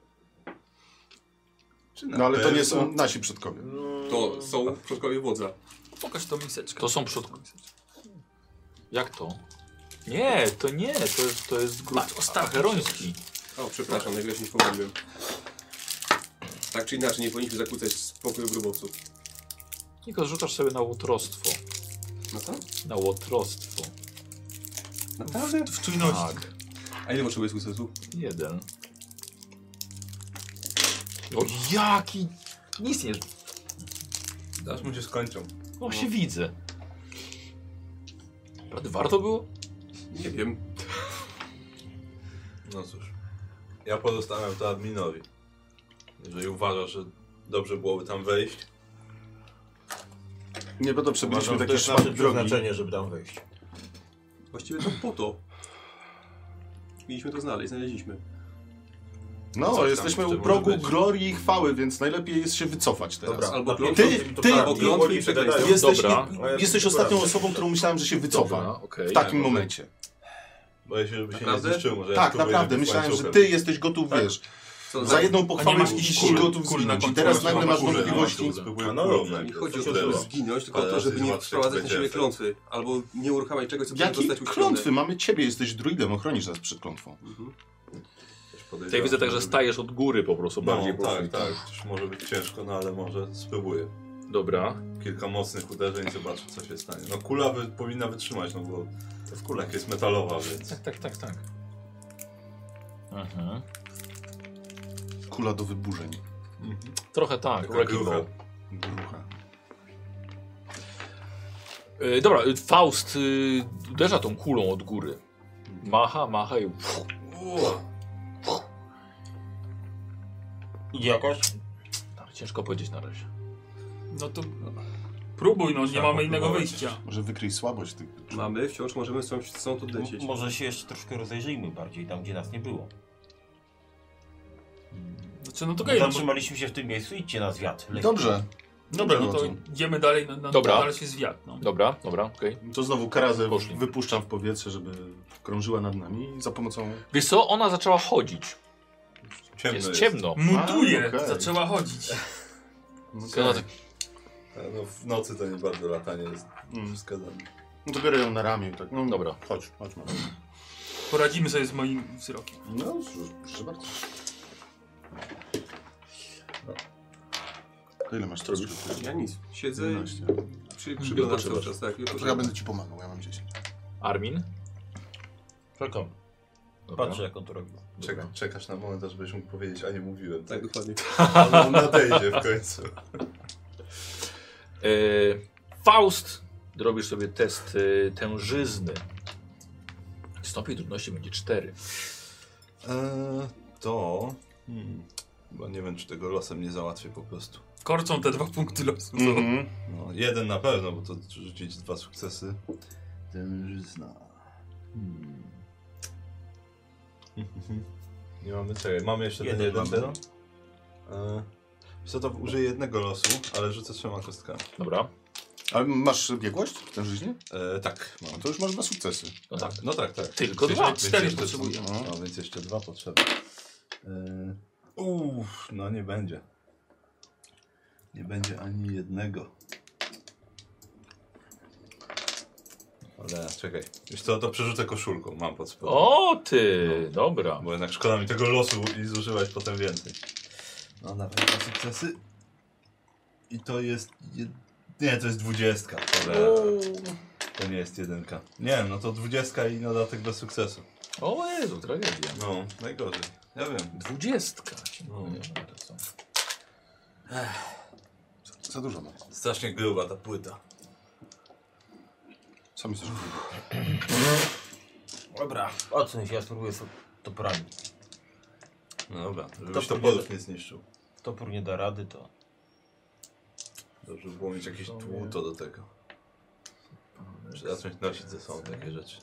Speaker 3: Czy na
Speaker 4: No ale to
Speaker 3: pewno?
Speaker 4: nie są nasi przodkowie.
Speaker 6: To są przodkowie wodza.
Speaker 2: Pokaż tą miseczkę.
Speaker 1: To są przodkowie. Jak to? Nie, to jest grób acheroński.
Speaker 6: O, przepraszam, najwyraźniej pomyliłem. Tak czy inaczej, nie powinniśmy zakłócać spokoju grobowców.
Speaker 1: Tylko rzucasz sobie na łotrostwo.
Speaker 6: No co?
Speaker 1: Na łotrostwo.
Speaker 6: Naprawdę?
Speaker 2: W czujności.
Speaker 1: Tak.
Speaker 6: A ile potrzebujesz sukcesu?
Speaker 1: 1. O jaki... Nic nie...
Speaker 3: Aż mu się skończą.
Speaker 1: O, się widzę. Naprawdę warto było?
Speaker 6: Nie wiem.
Speaker 3: No cóż. Ja pozostawiam to adminowi. Jeżeli uważa, że dobrze byłoby tam wejść.
Speaker 4: Nie, bo to przebyliśmy
Speaker 5: Uważam, że to
Speaker 4: takie
Speaker 5: jest
Speaker 4: szmat
Speaker 5: nasze
Speaker 4: drogi.
Speaker 5: przeznaczenie, żeby tam wejść.
Speaker 6: Właściwie to po to. Mieliśmy to znaleźć, znaleźliśmy.
Speaker 4: No,
Speaker 3: Coś tam
Speaker 4: jesteśmy
Speaker 3: jeszcze
Speaker 4: u progu
Speaker 3: może być.
Speaker 4: glorii i chwły, więc najlepiej jest się wycofać teraz.
Speaker 5: Dobra,
Speaker 6: Albo
Speaker 5: napięcie
Speaker 4: ty-
Speaker 5: tymi
Speaker 4: ty-
Speaker 5: toporami
Speaker 6: ty-
Speaker 5: powoli
Speaker 6: ty-
Speaker 5: przegadają.
Speaker 4: Jesteś,
Speaker 1: Dobra.
Speaker 4: jesteś ostatnią osobą, którą myślałem, że się wycofa.
Speaker 1: Dobra, okej.
Speaker 4: W takim momencie.
Speaker 3: Boję się, żeby się nie
Speaker 6: Naprawdę?
Speaker 3: zniszczył. Może
Speaker 4: Tak,
Speaker 3: ja
Speaker 4: naprawdę. Myślałem, że ty jesteś gotów, wiesz,
Speaker 6: Co
Speaker 4: za jedną
Speaker 2: A nie
Speaker 4: pochwałę
Speaker 2: masz
Speaker 4: jesteś
Speaker 2: kul
Speaker 4: gotów
Speaker 2: na
Speaker 4: zginąć. I
Speaker 2: końcu.
Speaker 4: teraz nagle masz
Speaker 3: Kurze,
Speaker 4: wątpliwości.
Speaker 3: spróbuję
Speaker 5: A no
Speaker 3: kulą
Speaker 5: dobrze.
Speaker 6: Nie
Speaker 3: najpierw,
Speaker 6: chodzi o
Speaker 3: to
Speaker 6: to, żeby
Speaker 3: drzewo.
Speaker 6: zginąć, tylko
Speaker 3: Ale
Speaker 6: o to, żeby nie
Speaker 3: zobaczyć,
Speaker 6: wprowadzać na
Speaker 3: będzie
Speaker 6: siebie
Speaker 3: efekt.
Speaker 6: klątwy. Albo nie uruchamiać czegoś, co powinno
Speaker 4: Jakie
Speaker 6: zostać uśpione.
Speaker 4: klątwy? Mamy ciebie, jesteś druidem, ochronisz nas przed klątwą.
Speaker 3: Coś
Speaker 1: Ja
Speaker 3: podejrzewam,
Speaker 1: widzę tak, że
Speaker 3: żeby-
Speaker 1: stajesz od góry po prostu bardziej.
Speaker 3: No, tak, tak. Też może być ciężko, no ale może spróbuję.
Speaker 1: Dobra.
Speaker 3: Kilka mocnych uderzeń i zobaczę, co się stanie. No kula powinna wytrzymać, no bo to w kulach jest metalowa, więc...
Speaker 1: Tak. Mhm.
Speaker 4: Kula do wyburzeń.
Speaker 1: Trochę tak.
Speaker 3: Taka
Speaker 1: Wrecking
Speaker 3: grucha.
Speaker 1: Ball.
Speaker 4: Grucha.
Speaker 1: Dobra, Faust uderza tą kulą od góry. Macha i...
Speaker 5: Idzie jakoś?
Speaker 1: Ciężko powiedzieć na razie.
Speaker 2: No to Próbuj, no nie
Speaker 3: Trzeba
Speaker 2: mamy innego
Speaker 3: popróbować
Speaker 2: wyjścia.
Speaker 4: Może wykryj słabość tych.
Speaker 6: Mamy, wciąż możemy stąd odlecieć.
Speaker 5: Może się jeszcze troszkę rozejrzyjmy bardziej tam, gdzie nas nie było.
Speaker 2: Znaczy, no to
Speaker 5: No,
Speaker 2: okej, no,
Speaker 5: zatrzymaliśmy się w tym miejscu, idźcie na zwiat. Lepiej.
Speaker 4: Dobrze.
Speaker 2: dobra, no to
Speaker 4: Przechodzą.
Speaker 2: idziemy dalej,
Speaker 1: Dobra.
Speaker 2: dalej się zwiat. No.
Speaker 1: Dobra, okej.
Speaker 4: To znowu karazę
Speaker 1: Poszli.
Speaker 4: wypuszczam w powietrze, żeby krążyła nad nami za pomocą...
Speaker 1: Wiesz co, ona zaczęła chodzić.
Speaker 3: Ciemno
Speaker 1: Jest ciemno.
Speaker 2: Mutuje,
Speaker 4: okej.
Speaker 2: zaczęła chodzić.
Speaker 1: Ona tak,
Speaker 3: No, w nocy to nie bardzo latanie jest wskazane.
Speaker 4: No to biorę ją na ramię i tak, no
Speaker 1: Dobra.
Speaker 4: chodź, mam.
Speaker 2: Poradzimy sobie z moim wzrokiem.
Speaker 4: No, proszę bardzo. To ile masz teraz?
Speaker 6: Ja nic. Siedzę
Speaker 4: 11.
Speaker 6: przyglądam cały czas, tak.
Speaker 4: To ja będę ci pomagał, ja mam 10.
Speaker 1: Armin?
Speaker 5: Czekam.
Speaker 1: Dobra.
Speaker 5: Patrzę, jak on to robi.
Speaker 3: Czekasz na moment, aż będziesz mógł powiedzieć, a nie mówiłem.
Speaker 6: Tak, dokładnie.
Speaker 3: Ale on nadejdzie w końcu.
Speaker 1: Faust, robisz sobie test tężyzny. Stopień trudności będzie 4.
Speaker 3: To... Chyba nie wiem, czy tego losem nie załatwię po prostu.
Speaker 2: Korcą te 2 punkty losu.
Speaker 3: No, jeden na pewno, bo to rzucić 2 sukcesy. Tężyzna. Nie mamy, czekaj, mamy jeszcze ten jeden.
Speaker 5: Mamy, no.
Speaker 3: Co to użyję jednego losu, ale rzucę 3 kostkami.
Speaker 1: Dobra.
Speaker 4: Ale masz biegłość w tej żyźnie?
Speaker 3: Tak, mam.
Speaker 4: No to już masz 2 sukcesy.
Speaker 1: No tak.
Speaker 3: No tak.
Speaker 1: Tylko
Speaker 3: Więc
Speaker 1: 2.
Speaker 3: jeszcze
Speaker 2: 4
Speaker 3: jeszcze
Speaker 2: potrzebuję.
Speaker 3: No, więc jeszcze 2 potrzeba. No nie będzie. Nie będzie ani jednego. Ale czekaj. Wiesz co, to przerzucę koszulką, mam pod spodem.
Speaker 1: O ty, dobra.
Speaker 3: Bo jednak szkoda mi tego losu i zużywać potem więcej. No na pewno sukcesy. I to jest... Nie, to jest 20. Ale to nie jest 1. Nie wiem, no to 20 i dodatek bez sukcesu.
Speaker 1: O Jezu, tragedia.
Speaker 3: No, najgorzej. Ja wiem.
Speaker 1: 20.
Speaker 3: No.
Speaker 4: Za dużo mam.
Speaker 3: Strasznie gruba ta płyta.
Speaker 4: Co myślisz?
Speaker 5: Dobra, odsuń się, ja spróbuję sobie toporami.
Speaker 3: No dobra, żebyś
Speaker 5: To
Speaker 3: toporów nie zniszczył.
Speaker 5: Topór nie da rady, to...
Speaker 3: Dobrze by było mieć jakieś tłuto do tego. Zacząć nosić ze sobą takie rzeczy.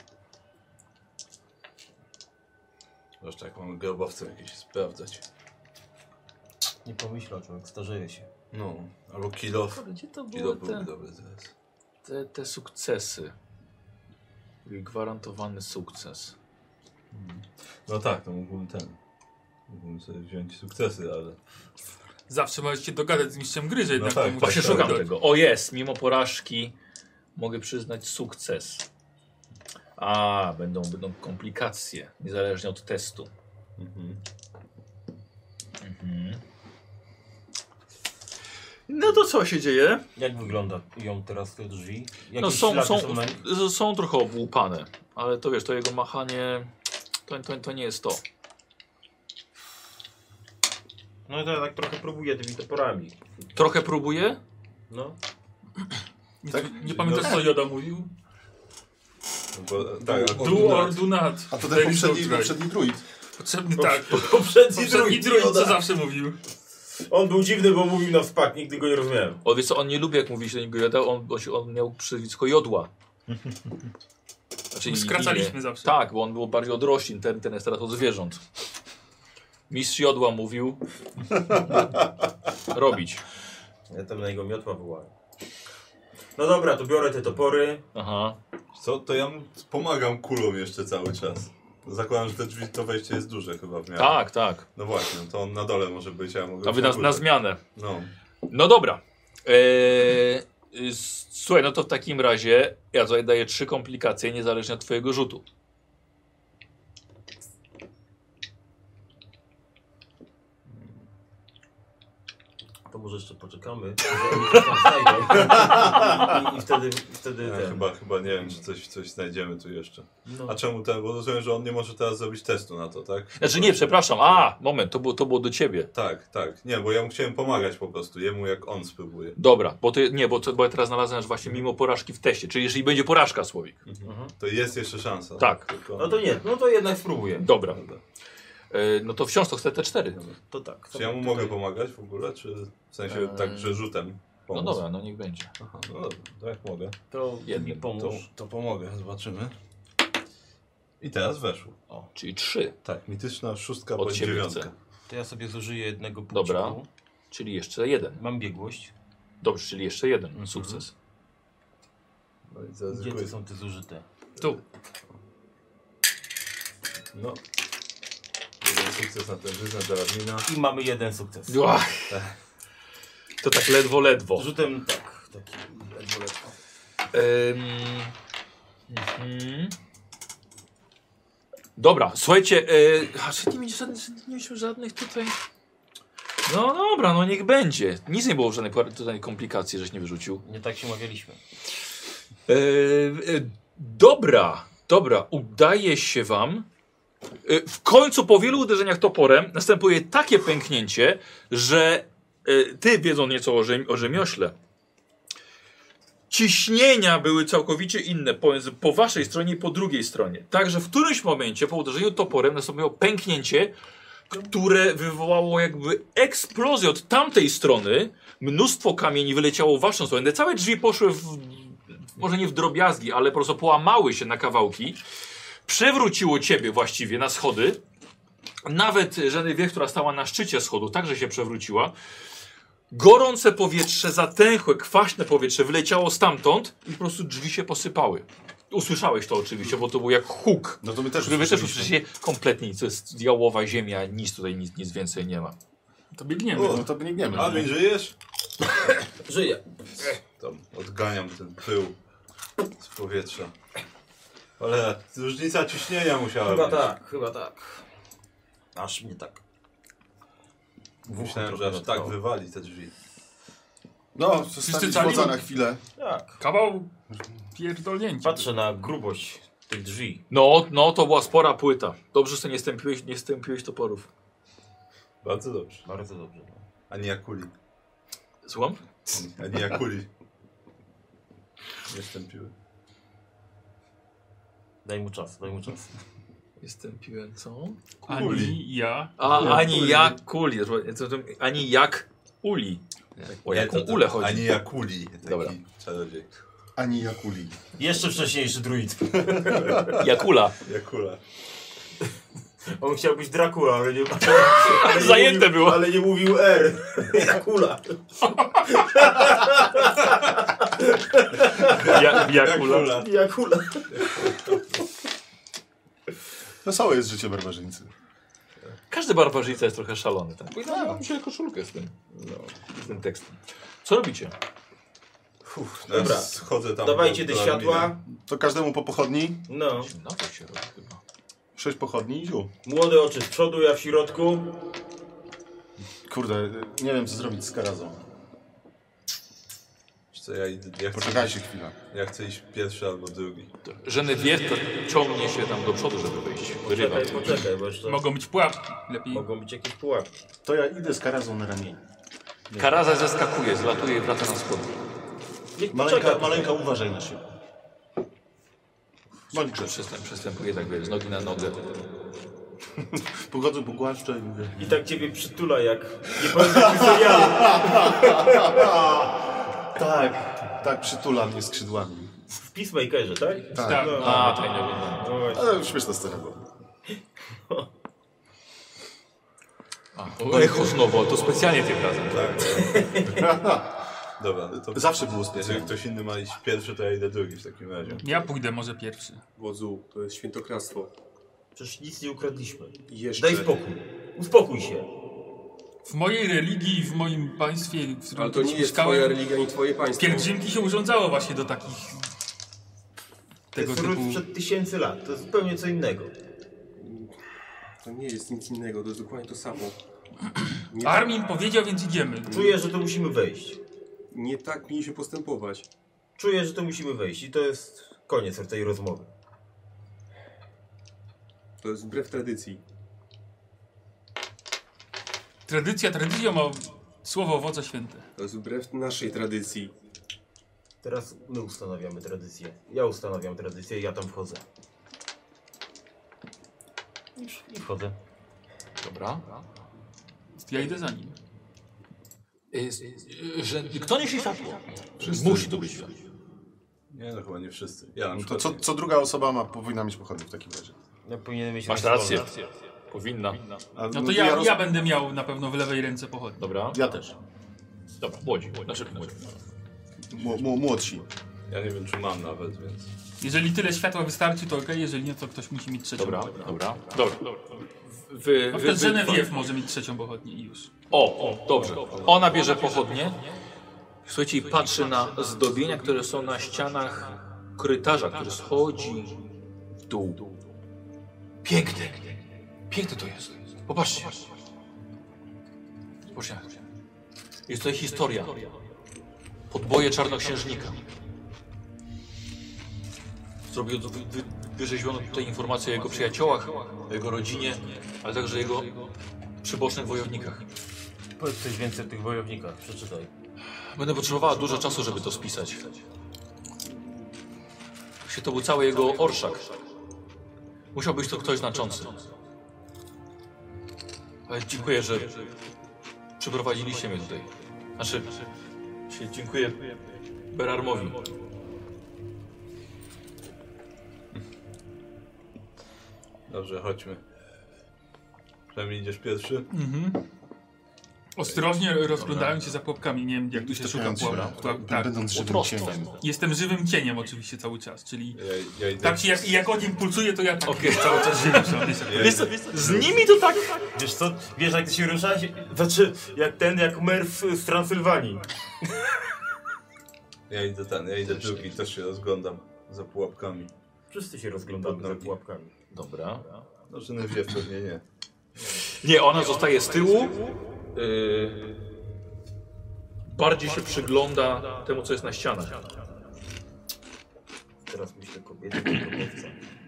Speaker 3: Zwłaszcza jak mamy grobowcem jakieś sprawdzać.
Speaker 5: Nie pomyślał, człowiek starzeje się.
Speaker 3: No, albo kilof.
Speaker 1: Gdzie to były
Speaker 3: Kilof byłby
Speaker 1: te,
Speaker 3: dobry teraz.
Speaker 1: te sukcesy? Gwarantowany sukces.
Speaker 3: No tak, to mógłbym sobie wziąć sukcesy, ale...
Speaker 2: Zawsze możesz się dogadać z mistrzem gry, że jednak
Speaker 3: tak,
Speaker 2: to
Speaker 1: Właśnie
Speaker 2: musisz
Speaker 1: szukam
Speaker 2: oddać.
Speaker 1: tego. O jest, mimo porażki mogę przyznać sukces. A, będą komplikacje, niezależnie od testu. No to co się dzieje?
Speaker 5: Jak wygląda ją teraz te drzwi? Jakieś
Speaker 1: No
Speaker 5: ślady są na nich?
Speaker 1: są trochę obłupane, ale to wiesz, to jego machanie to nie jest to.
Speaker 5: No to ja tak trochę próbuję tymi toporami.
Speaker 1: Trochę próbuję?
Speaker 5: No.
Speaker 2: Nie pamiętasz, co Joda mówił?
Speaker 3: Bo, tak,
Speaker 2: Do or do not.
Speaker 4: A to
Speaker 2: There
Speaker 4: ten
Speaker 2: is no try.
Speaker 4: poprzedni druid.
Speaker 2: Potrzebny, tak.
Speaker 5: Poprzedni
Speaker 2: Poprzedni druid, co zawsze mówił.
Speaker 5: On był dziwny, bo mówił na wspak, nigdy go nie rozumiałem.
Speaker 1: O, wiesz co, on nie lubi jak mówi się do niego Joda, on miał przyzwisko Jodła. Znaczy,
Speaker 2: My skracaliśmy
Speaker 1: imię.
Speaker 2: zawsze.
Speaker 1: Tak, bo on był bardziej od roślin, ten jest teraz od zwierząt. Mistrz Jodła mówił robić.
Speaker 5: Ja tam na jego miotła wołałem. No dobra, to biorę te topory.
Speaker 1: Aha.
Speaker 3: Co? To ja mu pomagam kulą jeszcze cały czas. Zakładam, że te drzwi, to wejście jest duże chyba w miarę.
Speaker 1: Tak, tak.
Speaker 3: No właśnie, no to on na dole może być, a ja mogę
Speaker 1: A wy
Speaker 3: być
Speaker 1: na
Speaker 3: górze.
Speaker 1: zmianę.
Speaker 3: No.
Speaker 1: No dobra. Słuchaj, no to w takim razie ja tutaj daję 3 komplikacje niezależnie od twojego rzutu.
Speaker 5: To może jeszcze poczekamy, że oni coś tam znajdą. I wtedy
Speaker 3: Ja
Speaker 5: ten.
Speaker 3: chyba nie wiem, czy coś znajdziemy tu jeszcze.
Speaker 5: No.
Speaker 3: A czemu ten? Bo rozumiem, że on nie może teraz zrobić testu na to, tak?
Speaker 1: Znaczy nie, przepraszam. A, moment, to było do ciebie.
Speaker 3: Tak. Nie, bo ja mu chciałem pomagać po prostu, jemu jak on spróbuje.
Speaker 1: Dobra, bo ja teraz znalazłem, że właśnie mimo porażki w teście, czyli jeżeli będzie porażka, Słowik.
Speaker 3: To jest jeszcze szansa.
Speaker 1: Tak.
Speaker 3: Tylko...
Speaker 5: No to nie, no to jednak spróbuję.
Speaker 1: Dobra.
Speaker 3: Dobra.
Speaker 1: No to wciąż to chcę te 4.
Speaker 5: To tak.
Speaker 3: Czy ja mu mogę pomagać w ogóle, czy w sensie tak, że rzutem?
Speaker 1: No
Speaker 3: pomóc?
Speaker 1: dobra, no niech będzie.
Speaker 3: Aha, no dobra, to jak mogę,
Speaker 5: To
Speaker 1: Jednym.
Speaker 5: mi pomóż.
Speaker 3: to pomogę, zobaczymy. I teraz weszło.
Speaker 1: O, czyli 3.
Speaker 3: Tak, mityczna szóstka
Speaker 1: Od
Speaker 3: bądź
Speaker 1: ciebie
Speaker 3: dziewiątka.
Speaker 1: chcę.
Speaker 5: To ja sobie zużyję jednego punktu.
Speaker 1: Dobra. Czyli jeszcze 1.
Speaker 5: Mam biegłość.
Speaker 1: Dobrze, czyli jeszcze 1 sukces.
Speaker 3: No i
Speaker 5: Gdzie
Speaker 3: zaryzykuję.
Speaker 5: to są te zużyte?
Speaker 2: Tu.
Speaker 3: No. Jeden sukces na ten rzut, na Admina.
Speaker 5: I mamy jeden sukces.
Speaker 1: Ach, to tak ledwo.
Speaker 5: Rzutem tak. Taki ledwo.
Speaker 1: Mhm. Dobra, słuchajcie, nie będzie żadnych tutaj. No dobra, no niech będzie. Nic nie było żadnej tutaj komplikacji, żeś nie wyrzucił.
Speaker 5: Nie tak się umawialiśmy.
Speaker 1: Dobra, udaje się wam. W końcu po wielu uderzeniach toporem następuje takie pęknięcie, że ty, wiedząc nieco o rzemiośle, ciśnienia były całkowicie inne po waszej stronie i po drugiej stronie. Także w którymś momencie po uderzeniu toporem nastąpiło pęknięcie, które wywołało jakby eksplozję od tamtej strony. Mnóstwo kamieni wyleciało w waszą stronę. Całe drzwi poszły może nie w drobiazgi, ale po prostu połamały się na kawałki. Przewróciło ciebie właściwie na schody. Nawet Genevieve, która stała na szczycie schodu, także się przewróciła. Gorące powietrze, zatęchłe, kwaśne powietrze wyleciało stamtąd i po prostu drzwi się posypały. Usłyszałeś to oczywiście, bo to był jak huk.
Speaker 4: No to my też
Speaker 1: Wy też
Speaker 4: usłyszeliśmy.
Speaker 1: usłyszeliście kompletnie nic. To jest jałowa ziemia, nic tutaj, nic więcej nie ma.
Speaker 2: To biegniemy.
Speaker 4: No to biegniemy.
Speaker 3: Admin, żyjesz?
Speaker 5: Żyję.
Speaker 3: Tam odganiam ten pył z powietrza. Ale różnica ciśnienia musiała
Speaker 5: Chyba tak. Aż mnie tak.
Speaker 3: Myślałem, że aż tak wywali te drzwi.
Speaker 4: No, zostawić
Speaker 2: cali?
Speaker 4: wodza na chwilę.
Speaker 5: Tak.
Speaker 2: Kawał pierdolnięcia.
Speaker 5: Patrzę na grubość tych drzwi.
Speaker 1: No, to była spora płyta. Dobrze, że nie stępiłeś toporów.
Speaker 3: Bardzo dobrze.
Speaker 5: Bardzo dobrze. No.
Speaker 3: Ani jak kuli.
Speaker 1: Słucham?
Speaker 3: Ani jak kuli. Nie stępiły.
Speaker 5: Daj mu czas.
Speaker 1: Nie stępiłem co?
Speaker 2: Ani ja.
Speaker 1: Ani jak kuli. Ani jak uli. O jaką
Speaker 3: to
Speaker 1: ulę chodzi?
Speaker 3: Ani jak kuli. Taki
Speaker 1: Dobra.
Speaker 3: czarodziej.
Speaker 4: Ani Jakuli.
Speaker 5: Jeszcze wcześniejszy druid.
Speaker 1: Jakula.
Speaker 3: Jakula.
Speaker 5: On chciał być Dracula, ale nie...
Speaker 1: Zajęte było.
Speaker 5: Ale nie mówił R. Jakula.
Speaker 1: Jakula.
Speaker 5: Jakula.
Speaker 4: Wesołe jest życie barbarzyńcy.
Speaker 1: Każdy barbarzyńca jest trochę szalony. Tak? Mam się koszulkę z tym tekstem. Co robicie?
Speaker 5: Dobra.
Speaker 3: Schodzę tam.
Speaker 5: Dawajcie
Speaker 3: do
Speaker 5: te
Speaker 3: Admina.
Speaker 5: światła.
Speaker 4: To każdemu po pochodni.
Speaker 5: No.
Speaker 1: No to się robi chyba.
Speaker 4: 6 pochodni i ziół.
Speaker 5: Młode oczy z przodu, ja w środku.
Speaker 4: Kurde, nie wiem co zrobić z Karazą.
Speaker 3: Co, ja
Speaker 4: Poczekajcie chwilę.
Speaker 3: chcę iść pierwszy albo drugi.
Speaker 1: Genevieve to ciągnie się tam do przodu, żeby wyjść. Wyrywa.
Speaker 5: Poczekaj, bo jeszcze
Speaker 2: Mogą być pułapki. Lepiej.
Speaker 5: mogą być jakieś pułapki.
Speaker 4: To ja idę z Karazą na ramieniu.
Speaker 1: Karaza zeskakuje, zlatuje i wraca na schody.
Speaker 5: Niech poczeka.
Speaker 4: Maleńka, uważaj na siebie. Maleńka.
Speaker 1: Przestępuje tak, wiesz, z nogi na nogę.
Speaker 4: Pogodzę, pogłaszczę i mówię.
Speaker 5: I tak ciebie przytula jak nie powiem w serialu.
Speaker 4: Tak, przytula mnie skrzydłami.
Speaker 5: W Peacemakerze, tak?
Speaker 2: Tak.
Speaker 5: No,
Speaker 1: A, tak nie oglądam.
Speaker 5: no właśnie.
Speaker 4: Ale śmieszna scena była.
Speaker 1: Echo znowu, to specjalnie tym razem.
Speaker 3: Dobra, to
Speaker 4: Zawsze było
Speaker 3: jeżeli
Speaker 4: specjalnie.
Speaker 3: ktoś inny ma iść pierwszy, to ja idę drugi w takim razie.
Speaker 2: Ja pójdę może pierwszy.
Speaker 6: Wodzu, to jest świętokradztwo.
Speaker 5: Przecież nic nie ukradliśmy.
Speaker 6: Jeszcze.
Speaker 5: Daj spokój. Uspokój się.
Speaker 2: W mojej religii i w moim państwie, w którym
Speaker 6: Ale to nie jest twoja
Speaker 2: mieszkałem,
Speaker 6: religia, ani twoje państwo.
Speaker 2: pielgrzymki się urządzało właśnie do takich
Speaker 5: To
Speaker 2: tego
Speaker 5: jest
Speaker 2: typu...
Speaker 5: ród sprzed 1000 lat. To jest zupełnie co innego.
Speaker 6: To nie jest nic innego, to jest dokładnie to samo. Nie,
Speaker 2: Armin powiedział, więc idziemy.
Speaker 5: Czuję, że to musimy wejść.
Speaker 6: nie tak mieliśmy postępować.
Speaker 5: Czuję, że to musimy wejść. I to jest koniec tej rozmowy.
Speaker 6: To jest wbrew tradycji.
Speaker 2: Tradycja tradycją, a słowo wodza święte.
Speaker 6: To jest wbrew naszej tradycji.
Speaker 5: Teraz my ustanawiamy tradycję. Ja ustanawiam tradycję, ja tam wchodzę. I wchodzę.
Speaker 1: Dobra.
Speaker 2: Ja idę za nim.
Speaker 1: Że kto niesie światło? Musi to być światło.
Speaker 3: Nie, no chyba nie wszyscy. Ja na
Speaker 4: To
Speaker 3: przykład
Speaker 4: co druga osoba powinna mieć pochodnie w takim razie.
Speaker 5: Ja powinienem mieć
Speaker 1: Masz
Speaker 5: ręce
Speaker 1: rację.
Speaker 5: wolne.
Speaker 1: Powinna.
Speaker 4: A,
Speaker 2: No to ja będę miał na pewno w lewej ręce pochodnie.
Speaker 1: Dobra.
Speaker 4: Ja też.
Speaker 1: Dobra, młodzi. Znaczy, młodzi.
Speaker 4: Młodsi.
Speaker 3: Ja nie wiem, czy mam nawet, więc...
Speaker 2: Jeżeli tyle światła wystarczy, to okej, jeżeli nie, to ktoś musi mieć trzecią
Speaker 1: Dobra,
Speaker 2: pochodnię.
Speaker 1: dobra.
Speaker 2: Na przykład Genevieve może mieć trzecią pochodnię i już.
Speaker 1: O, dobrze. Ona bierze pochodnie. Słuchajcie, i patrzy na zdobienia, które są na ścianach korytarza, który schodzi w dół. Piękne. Piękne to jest. Popatrzcie. Spójrzcie. Jest tutaj historia. Podboje czarnoksiężnika. Wyrzeźbiono tutaj informacje o jego przyjaciołach, o jego rodzinie, ale także o jego przybocznych wojownikach.
Speaker 5: Powiedz coś więcej o tych wojownikach, przeczytaj.
Speaker 1: Będę potrzebowała dużo czasu, żeby to spisać. To był cały jego orszak. Musiał być to ktoś znaczący. Ale dziękuję, że przyprowadziliście mnie tutaj. Znaczy, dziękuję Berarmowi.
Speaker 3: Dobrze, chodźmy. Przynajmniej idziesz pierwszy.
Speaker 2: Ostrożnie rozglądając się za pułapkami. Nie wiem, jak tu się szuka pułap. Tak.
Speaker 4: Będąc żywym cieniem.
Speaker 2: Jestem żywym cieniem oczywiście cały czas, czyli
Speaker 3: Ja idę.
Speaker 2: tak jak o nim pulsuje, to ja tak cały czas żywym są.
Speaker 1: Wiesz co, z nimi to tak...
Speaker 5: Wiesz co, wiesz jak ty się ruszasz? Znaczy, jak mer z Transylwanii.
Speaker 3: Ja idę drugi, też się rozglądam za pułapkami.
Speaker 5: Wszyscy się rozglądamy za pułapkami.
Speaker 1: Dobra.
Speaker 3: No, że Genevieve pewnie nie.
Speaker 1: Nie, ona zostaje z tyłu. Bardziej się przygląda temu, co jest na ścianach.
Speaker 5: Teraz myślę kobiety i kobietce.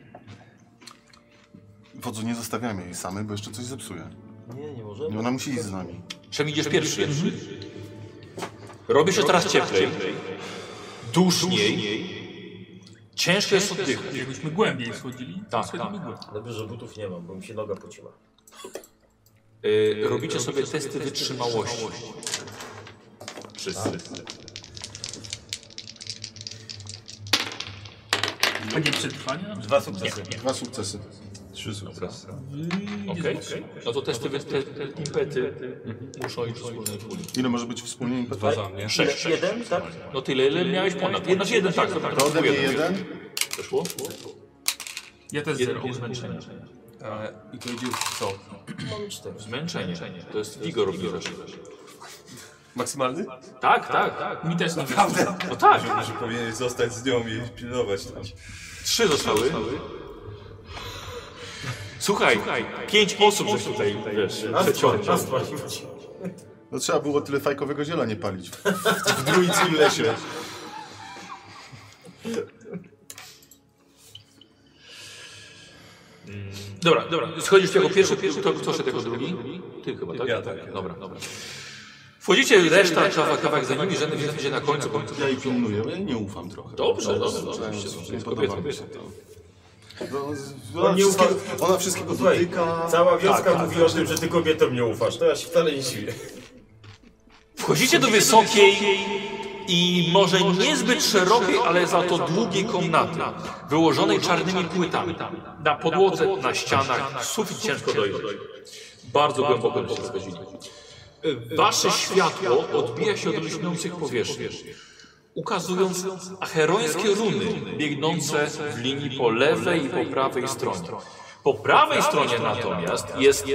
Speaker 4: Wodzu, nie zostawiamy jej samej, bo jeszcze coś zepsuje.
Speaker 5: Nie możemy.
Speaker 4: Ona musi iść z nami.
Speaker 1: Czym idziesz pierwszy? Robi się teraz cieplej, duszniej, ciężko jest oddychać.
Speaker 2: Jakbyśmy głębiej schodzili, to
Speaker 1: Tak,
Speaker 2: schodzimy
Speaker 1: tak.
Speaker 2: głębiej.
Speaker 5: Dobrze, że butów nie mam, bo mi się noga pociła.
Speaker 1: Robicie sobie testy wytrzymałości. Wszyscy.
Speaker 2: A nie przetrwanie?
Speaker 5: 2 sukcesy.
Speaker 4: 2 sukcesy.
Speaker 3: 3 sukcesy.
Speaker 1: Okej. No to testy, te impety muszą iść do wspólnej puli.
Speaker 4: Ile może być wspólnie impetu?
Speaker 3: 2 za mnie.
Speaker 1: 6.
Speaker 5: Jeden, tak?
Speaker 1: No tyle, ile miałeś ponad. Znaczy jeden tak.
Speaker 4: To ode mnie jeden.
Speaker 1: Przeszło?
Speaker 2: Ja też
Speaker 1: Jeden
Speaker 2: 0.
Speaker 1: punkt zmęczenia.
Speaker 6: I to idzie co?
Speaker 5: Mam 4.
Speaker 1: Zmęczenie. To jest wigor obniżasz.
Speaker 6: Maksymalny?
Speaker 1: Tak.
Speaker 2: Mi też naprawdę.
Speaker 1: No tak.
Speaker 3: Że powinieneś zostać z nią i pilnować tam.
Speaker 1: 3 zostały. Słuchaj, 5 osób żeś tutaj, wiesz, przeciągnął.
Speaker 4: No trzeba było tyle fajkowego ziela nie palić. W druickim lesie.
Speaker 1: Dobra. Schodzisz jako pierwszy, kto szedł jako drugi? Ty chyba, tak?
Speaker 3: Ja tak.
Speaker 1: Dobra. Wchodzicie, reszta, kawałek za nimi, żadnych wiecie na końcu.
Speaker 4: Ja jej pilnuję, bo ja nie ufam trochę.
Speaker 1: Dobrze.
Speaker 4: Nie
Speaker 1: Jest
Speaker 4: podoba
Speaker 1: kobieta.
Speaker 4: mi się to. Ona wszystkiego dotyka.
Speaker 5: Cała wioska
Speaker 1: Tak,
Speaker 5: mówi o tym, że ty kobietom nie ufasz. To ja się wcale nie dziwię.
Speaker 1: Wchodzicie do wysokiej i może niezbyt szerokiej, ale za to długiej komnaty, wyłożonej czarnymi płytami. Na podłodze, na ścianach, sufit ciężko dojść. Bardzo głęboko się schodzili. Wasze światło odbija się od lśniących powierzchni, ukazując acherońskie runy biegnące w linii po lewej i po prawej stronie. Po prawej stronie natomiast jest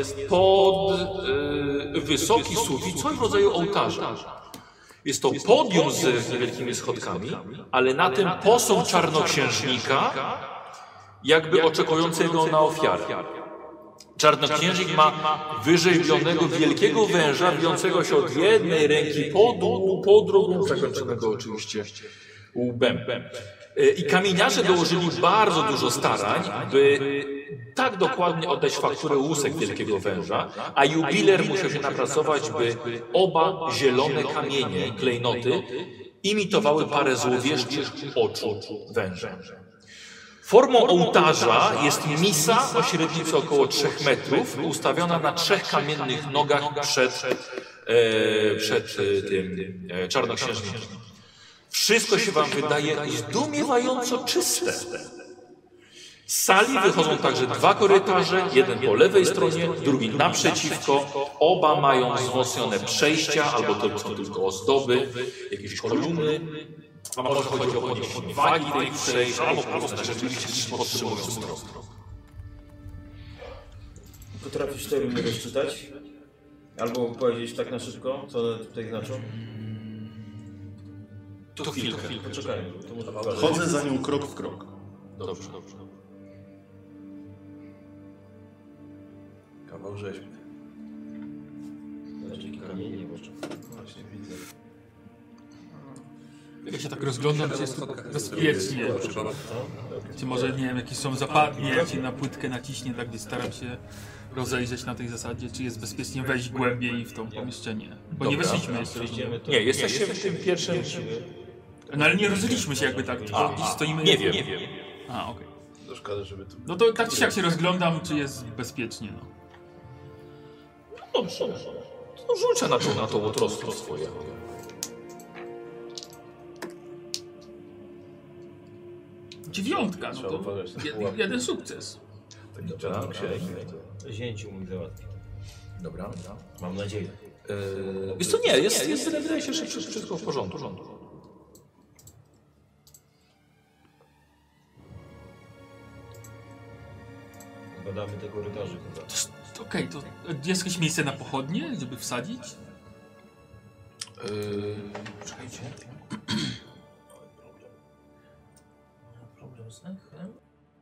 Speaker 1: wysoki sufit, coś w rodzaju ołtarza. Jest to podium z wielkimi schodkami, ale na tym posąg czarnoksiężnika, jakby oczekującego na ofiarę. Czarnoksiężnik ma wyrzeźbionego wielkiego węża, wijącego się od jednej ręki po drugą, zakończonego oczywiście łbem. I kamieniarze dołożyli bardzo dużo starań, by tak dokładnie oddać fakturę łusek wielkiego węża, a jubiler musiał się napracować, by oba zielone kamienie, klejnoty, imitowały parę złowieszczych oczu węża. Formą ołtarza jest misa o średnicy około 3 metrów, ustawiona na 3 kamiennych nogach przed tym czarnoksiężnikiem. Wszystko się wam wydaje zdumiewająco czyste. Z sali wychodzą także dwa korytarze, jeden po lewej stronie, drugi naprzeciwko. Oba mają wzmocnione przejścia, albo to są tylko ozdoby, jakieś kolumny. A może chodzi o podniesienie wagi tych przejść, albo po prostu rzeczywiście podtrzymują wzrost.
Speaker 5: Potrafisz te runy rozczytać? Albo powiedzieć tak na szybko, co one tutaj znaczą?
Speaker 1: To chwilkę.
Speaker 5: Poczekaj, to może pokażę.
Speaker 4: Chodzę za nią krok w krok.
Speaker 1: Dobrze.
Speaker 3: Kawał rzeźby.
Speaker 5: Kamienie może.
Speaker 3: Właśnie widzę.
Speaker 2: Ja się tak rozglądam, czy jest to bezpiecznie. Czy może, nie wiem, jakieś są zapadnie, jak się na płytkę naciśnie, tak więc staram się rozejrzeć na tej zasadzie, czy jest bezpiecznie wejść głębiej w to pomieszczenie. Bo nie weszliśmy jeszcze.
Speaker 1: Nie, jesteście w tym pierwszym...
Speaker 2: No ale nie rozeszliśmy się jakby tak, tylko gdzieś stoimy...
Speaker 1: Nie wiem.
Speaker 2: A, okej.
Speaker 3: To szkoda, żeby tu...
Speaker 2: No to tak czy siak się rozglądam, czy jest bezpiecznie, no.
Speaker 1: Dobrze. No rzucę na to łotrostwo swoje.
Speaker 2: Dziewiątka, no to jeden sukces.
Speaker 1: Dobra,
Speaker 5: Zięciu mój załatwi.
Speaker 1: dobra.
Speaker 5: Mam nadzieję.
Speaker 1: Wiesz co, nie, wydaje się, że wszystko w porządku.
Speaker 5: Badamy te korytarze chyba.
Speaker 2: Okej, to jest jakieś miejsce na pochodnie, żeby wsadzić?
Speaker 1: Czekajcie.
Speaker 7: Problem z echem.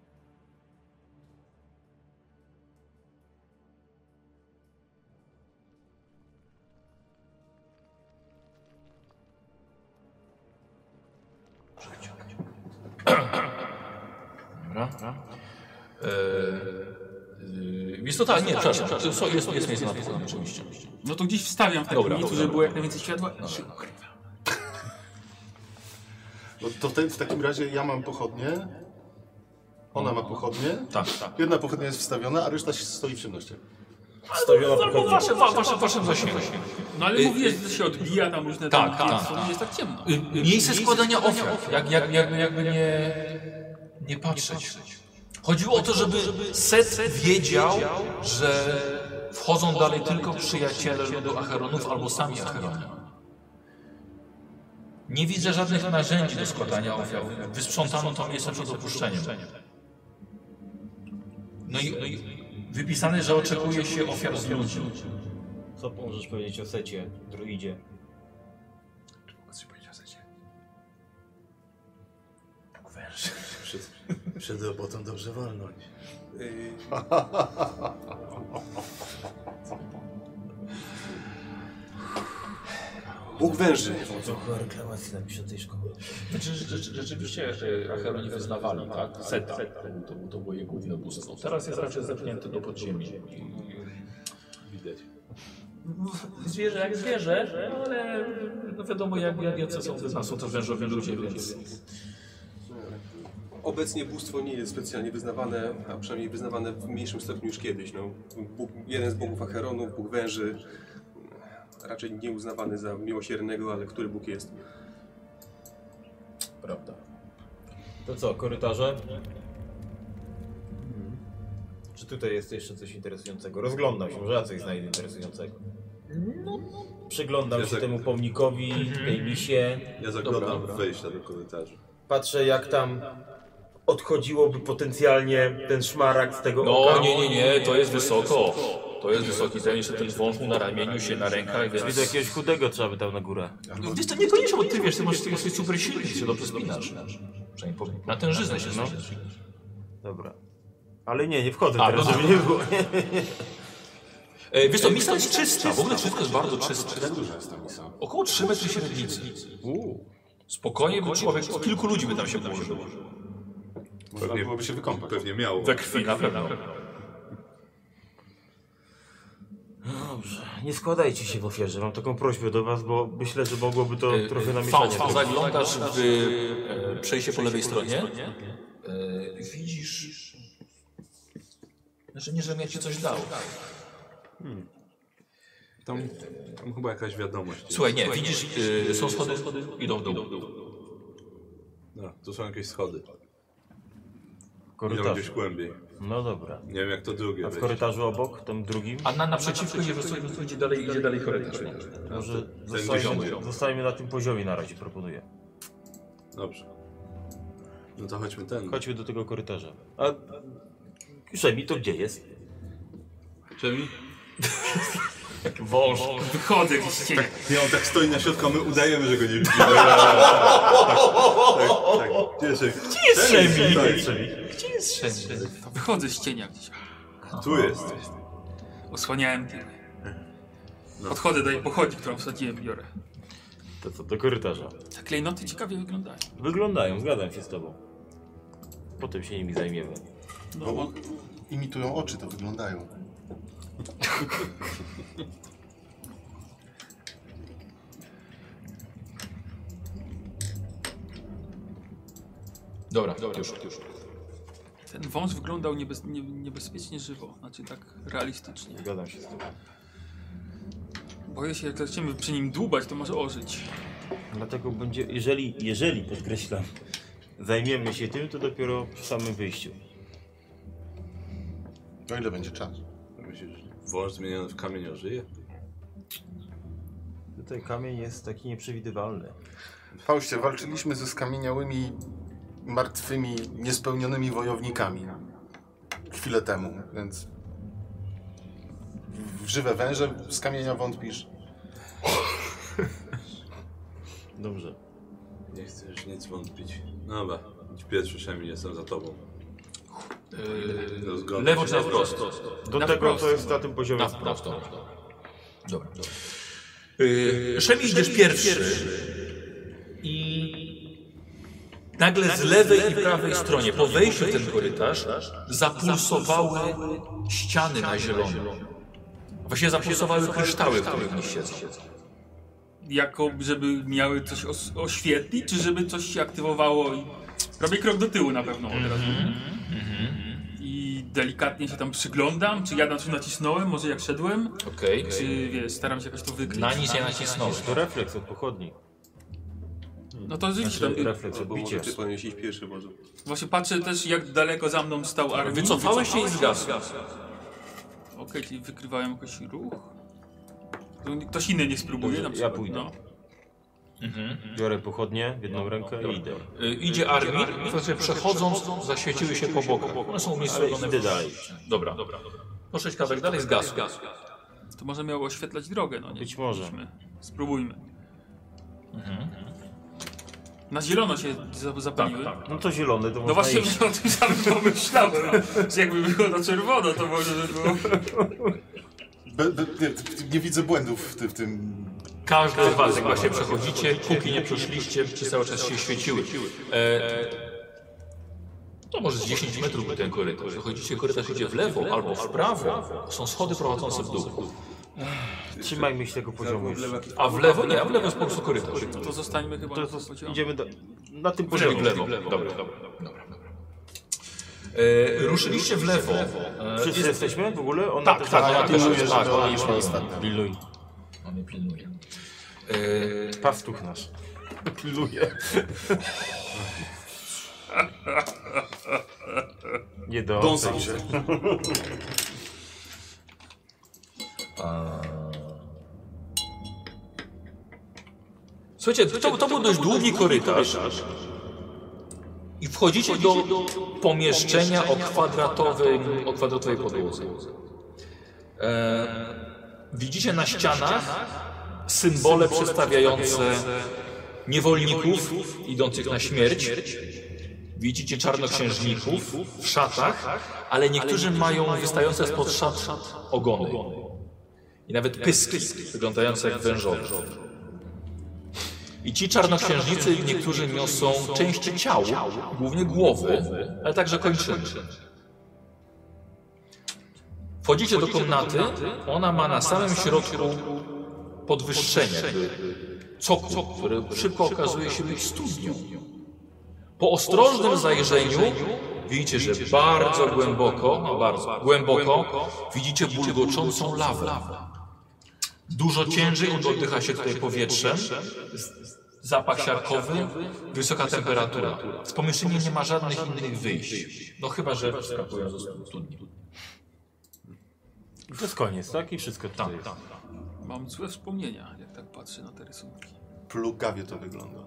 Speaker 1: Dobra. Wiesz co, tak, nie, przepraszam. Jest miejsce na pochodnie, oczywiście.
Speaker 2: No to gdzieś wstawiam w takim
Speaker 1: Dobra,
Speaker 2: miejscu,
Speaker 1: dobra.
Speaker 2: żeby było jak najwięcej światła i się ukrywam.
Speaker 4: No to w takim razie ja mam pochodnie. Ona ma pochodnie.
Speaker 1: Tak.
Speaker 4: Jedna pochodnia jest wstawiona, a reszta stoi w ciemności.
Speaker 5: Stawiona pochodnia.
Speaker 1: Waszym zasięgu.
Speaker 2: No ale mówiłeś, że to się odbija tam różne
Speaker 1: Tak,
Speaker 2: tam,
Speaker 1: tak.
Speaker 2: to nie jest tak ciemno.
Speaker 1: Miejsce składania ofiar. Jakby nie patrzeć. Chodziło o to, żeby Set wiedział, że wchodzą dalej tylko przyjaciele ludu Acheronów albo sami Acheroni. Nie widzę żadnych narzędzi do składania ofiar. Wysprzątano to miejsce przed opuszczeniem. No i wypisane, że oczekuje się ofiar z ludzi.
Speaker 5: Co możesz powiedzieć o Secie, druidzie?
Speaker 3: Przed robotą dobrze walnąć.
Speaker 6: Bóg węży.
Speaker 5: Trochę reklamacji napiszę tej szkoły.
Speaker 1: Znaczy, rzeczywiście Acheroni wyznawali, tak? Seta. To było jego główne bóstwo. Teraz jest raczej zepchnięty do podziemi.
Speaker 3: Widać.
Speaker 1: Zwierzę jak zwierzę, ale no wiadomo jacy są wyznawcy, są to wężowi ludzie, więc...
Speaker 6: Obecnie bóstwo nie jest specjalnie wyznawane, a przynajmniej wyznawane w mniejszym stopniu niż kiedyś. No, jeden z bogów Acheronów, bóg węży, raczej nie uznawany za miłosiernego, ale który Bóg jest.
Speaker 5: Prawda. To co, korytarze? Czy tutaj jest jeszcze coś interesującego? Rozglądam się, może ja coś znajdę interesującego. Przyglądam się temu pomnikowi, tej lisie.
Speaker 3: Ja zaglądam w wejścia do korytarza.
Speaker 5: Patrzę jak tam odchodziłoby potencjalnie ten szmaragd z tego oka.
Speaker 1: No nie, to jest wysoko. To jest wysoki, ten jeszcze ten wąż mu na ramieniu się, na rękach, więc...
Speaker 5: Widzę jakiegoś chudego trzeba by tam na górę.
Speaker 1: Wiesz, to niekoniecznie, bo ty wiesz, ty jesteś super silny, ty się dobrze spinasz. Przynajmniej na tężyznę się spinasz.
Speaker 5: Dobra. Ale nie wchodzę
Speaker 1: A,
Speaker 5: teraz,
Speaker 1: no,
Speaker 5: żeby nie było.
Speaker 1: Wiesz co, misa jest czysta, w ogóle wszystko jest bardzo czyste.
Speaker 4: Jak duża jest ta misa?
Speaker 1: Około 3 metry średnicy. Spokojnie by człowiek, kilku ludzi by tam się położyło.
Speaker 4: Można byłoby się wykąpać.
Speaker 3: Pewnie miało.
Speaker 1: We krwi na pewno.
Speaker 5: Dobrze. Nie składajcie się w ofierze, mam taką prośbę do was, bo myślę, że mogłoby to trochę namieszanie.
Speaker 1: Zaglądasz w przejście po lewej stronie. Widzisz... Znaczy nie, żebym ja ci coś dał.
Speaker 3: Tam chyba jakaś wiadomość.
Speaker 1: Słuchaj, nie, widzisz, są schody, idą w dół.
Speaker 3: No, to są jakieś schody.
Speaker 5: Korytarz.
Speaker 3: Idą gdzieś głębiej.
Speaker 5: No dobra.
Speaker 3: Nie wiem jak to drugie
Speaker 5: A w
Speaker 3: wejście.
Speaker 5: korytarzu obok, tym drugim?
Speaker 1: A naprzeciwko idzie dalej korytarz.
Speaker 5: Może
Speaker 3: poziom.
Speaker 5: zostajmy na tym poziomie na razie, proponuję.
Speaker 3: Dobrze. No to chodźmy ten.
Speaker 5: Chodźmy do tego korytarza. A Szemi, to gdzie jest?
Speaker 3: Czemi?
Speaker 2: Wąż. Wychodzę gdzieś z cienia.
Speaker 3: Nie, on tak stoi na środku, a my udajemy, że go nie widzimy. Tak. Gdzie jest Szemi?
Speaker 5: Gdzie jest Szemi?
Speaker 2: Gdzie jest Szemi? To wychodzę z cienia gdzieś.
Speaker 3: Tu jest.
Speaker 2: Osłaniałem tył. Podchodzę do jej pochodzi, którą wsadziłem, biorę.
Speaker 5: To co, do korytarza.
Speaker 2: Te klejnoty ciekawie wyglądają.
Speaker 5: Wyglądają, zgadzam się z tobą. Potem się nimi zajmiemy.
Speaker 2: No, bo
Speaker 4: Imitują oczy, to wyglądają.
Speaker 1: Dobra, już.
Speaker 2: ten wąż wyglądał niebezpiecznie żywo. Znaczy tak realistycznie.
Speaker 5: Zgadzam się z tobą.
Speaker 2: Boję się, jak zaczniemy przy nim dłubać, to może ożyć.
Speaker 5: Dlatego będzie, jeżeli podkreślam, zajmiemy się tym, to dopiero przy samym wyjściu.
Speaker 4: No ile będzie czas?
Speaker 3: Myślisz, że wąż zmieniony w kamień ożyje?
Speaker 5: Tutaj kamień jest taki nieprzewidywalny.
Speaker 4: Faustie, walczyliśmy ze skamieniałymi, martwymi, niespełnionymi wojownikami chwilę temu, więc w żywe węże z kamienia wątpisz?
Speaker 5: Dobrze.
Speaker 3: Nie chcesz nic wątpić. Dobra, idź pierwszy, Szemi, jestem za tobą.
Speaker 1: Lewo czy na wprost?
Speaker 5: Do tego to jest na tym poziomie.
Speaker 1: Na wprost. Dobra. Szemi, idziesz pierwszy i nagle z lewej i prawej stronie po wejściu w ten korytarz zapulsowały ściany na zielono. Właściwie zapulsowały kryształy, w których nie siedzą.
Speaker 2: Jako, żeby miały coś oświetlić, czy żeby coś się aktywowało i... Robię krok do tyłu na pewno od razu. I delikatnie się tam przyglądam, czy ja na czym nacisnąłem, może jak szedłem.
Speaker 1: Okej.
Speaker 2: Czy wiesz, staram się jakoś to wykryć.
Speaker 1: Na nic nie nacisnąłeś.
Speaker 5: To refleks od pochodni.
Speaker 2: No to rzeczywiście tam...
Speaker 5: Refleks
Speaker 6: Albo
Speaker 5: odbicie.
Speaker 6: może ty powinieneś iść pierwszy może.
Speaker 2: Właśnie patrzę też, jak daleko za mną stał Armin.
Speaker 1: Wycofałeś się i zgasł.
Speaker 2: Okej, czyli wykrywałem jakiś ruch. To ktoś inny nie spróbuje
Speaker 5: Dobrze,
Speaker 2: na przykład.
Speaker 5: ja pójdę.
Speaker 2: No.
Speaker 5: Biorę pochodnie w jedną rękę i idę.
Speaker 1: Idzie Armin i właśnie przechodząc zaświeciły się po boku. One są umiejscowione
Speaker 5: Idę dalej.
Speaker 1: Dobra. Poszedł kawałek dalej, zgasł.
Speaker 2: To może miało oświetlać drogę, no nie?
Speaker 5: Być może.
Speaker 2: Spróbujmy. Na zielono się zapaliły.
Speaker 1: Tak.
Speaker 5: No to zielony, to
Speaker 2: No
Speaker 5: można
Speaker 2: właśnie
Speaker 5: iść.
Speaker 2: o tym samym pomyślałem, że jakby było na czerwono, to może by było...
Speaker 4: Nie widzę błędów w tym.
Speaker 1: Każdy z was, jak właśnie przechodzicie, póki nie przeszliście, przez cały czas się świeciły. To może z 10 metrów był ten korytarz. Wychodzicie, korytarz idzie w lewo albo w prawo. Są schody prowadzące w dół.
Speaker 5: Trzymajmy się tego poziomu już.
Speaker 1: A w lewo? Nie, a w lewo jest po prostu korytarz.
Speaker 2: No to zostańmy chyba
Speaker 5: To
Speaker 2: na tym poziomie.
Speaker 5: idziemy na tym
Speaker 1: W
Speaker 5: poziomie.
Speaker 1: lewo. Dobra. Ruszyliście w lewo.
Speaker 5: Wszyscy jesteśmy w ogóle? Ona
Speaker 1: Tak,
Speaker 5: też
Speaker 1: tak,
Speaker 5: ona
Speaker 1: ona
Speaker 5: pilnuje,
Speaker 1: też jest,
Speaker 5: żeby
Speaker 1: tak,
Speaker 5: ona
Speaker 1: ona
Speaker 5: już
Speaker 1: pilnuje.
Speaker 5: nie ostatnia. Pilnuj.
Speaker 1: On mnie pilnuje.
Speaker 5: Pastuch nasz. Pilnuje. Nie dąsaj się.
Speaker 1: Słuchajcie, to był dość długi korytarz. I wchodzicie do pomieszczenia o kwadratowej podłodze. Widzicie na ścianach symbole przedstawiające niewolników idących na śmierć. Widzicie czarnoksiężników w szatach, ale niektórzy mają wystające spod szat ogony. I nawet pyski wyglądające jak wężowe. I ci czarnoksiężnicy niektórzy niosą części ciał, głównie głowy, ale także kończyny. Wchodzicie do komnaty, ona ma na samym środku podwyższenie, cokół, który szybko okazuje się być studnią. Po ostrożnym zajrzeniu widzicie, że bardzo głęboko widzicie bulgoczącą lawę. Dużo ciężej oddycha się tutaj powietrzem. Zapach siarkowy, wysoka temperatura. Z pomieszczenia nie ma żadnych innych wyjść. No chyba, że wskakują ze studni.
Speaker 5: To jest koniec, tak? I wszystko tutaj jest.
Speaker 1: Tak.
Speaker 2: Mam złe wspomnienia, jak tak patrzę na te rysunki.
Speaker 4: Plugawie to wygląda.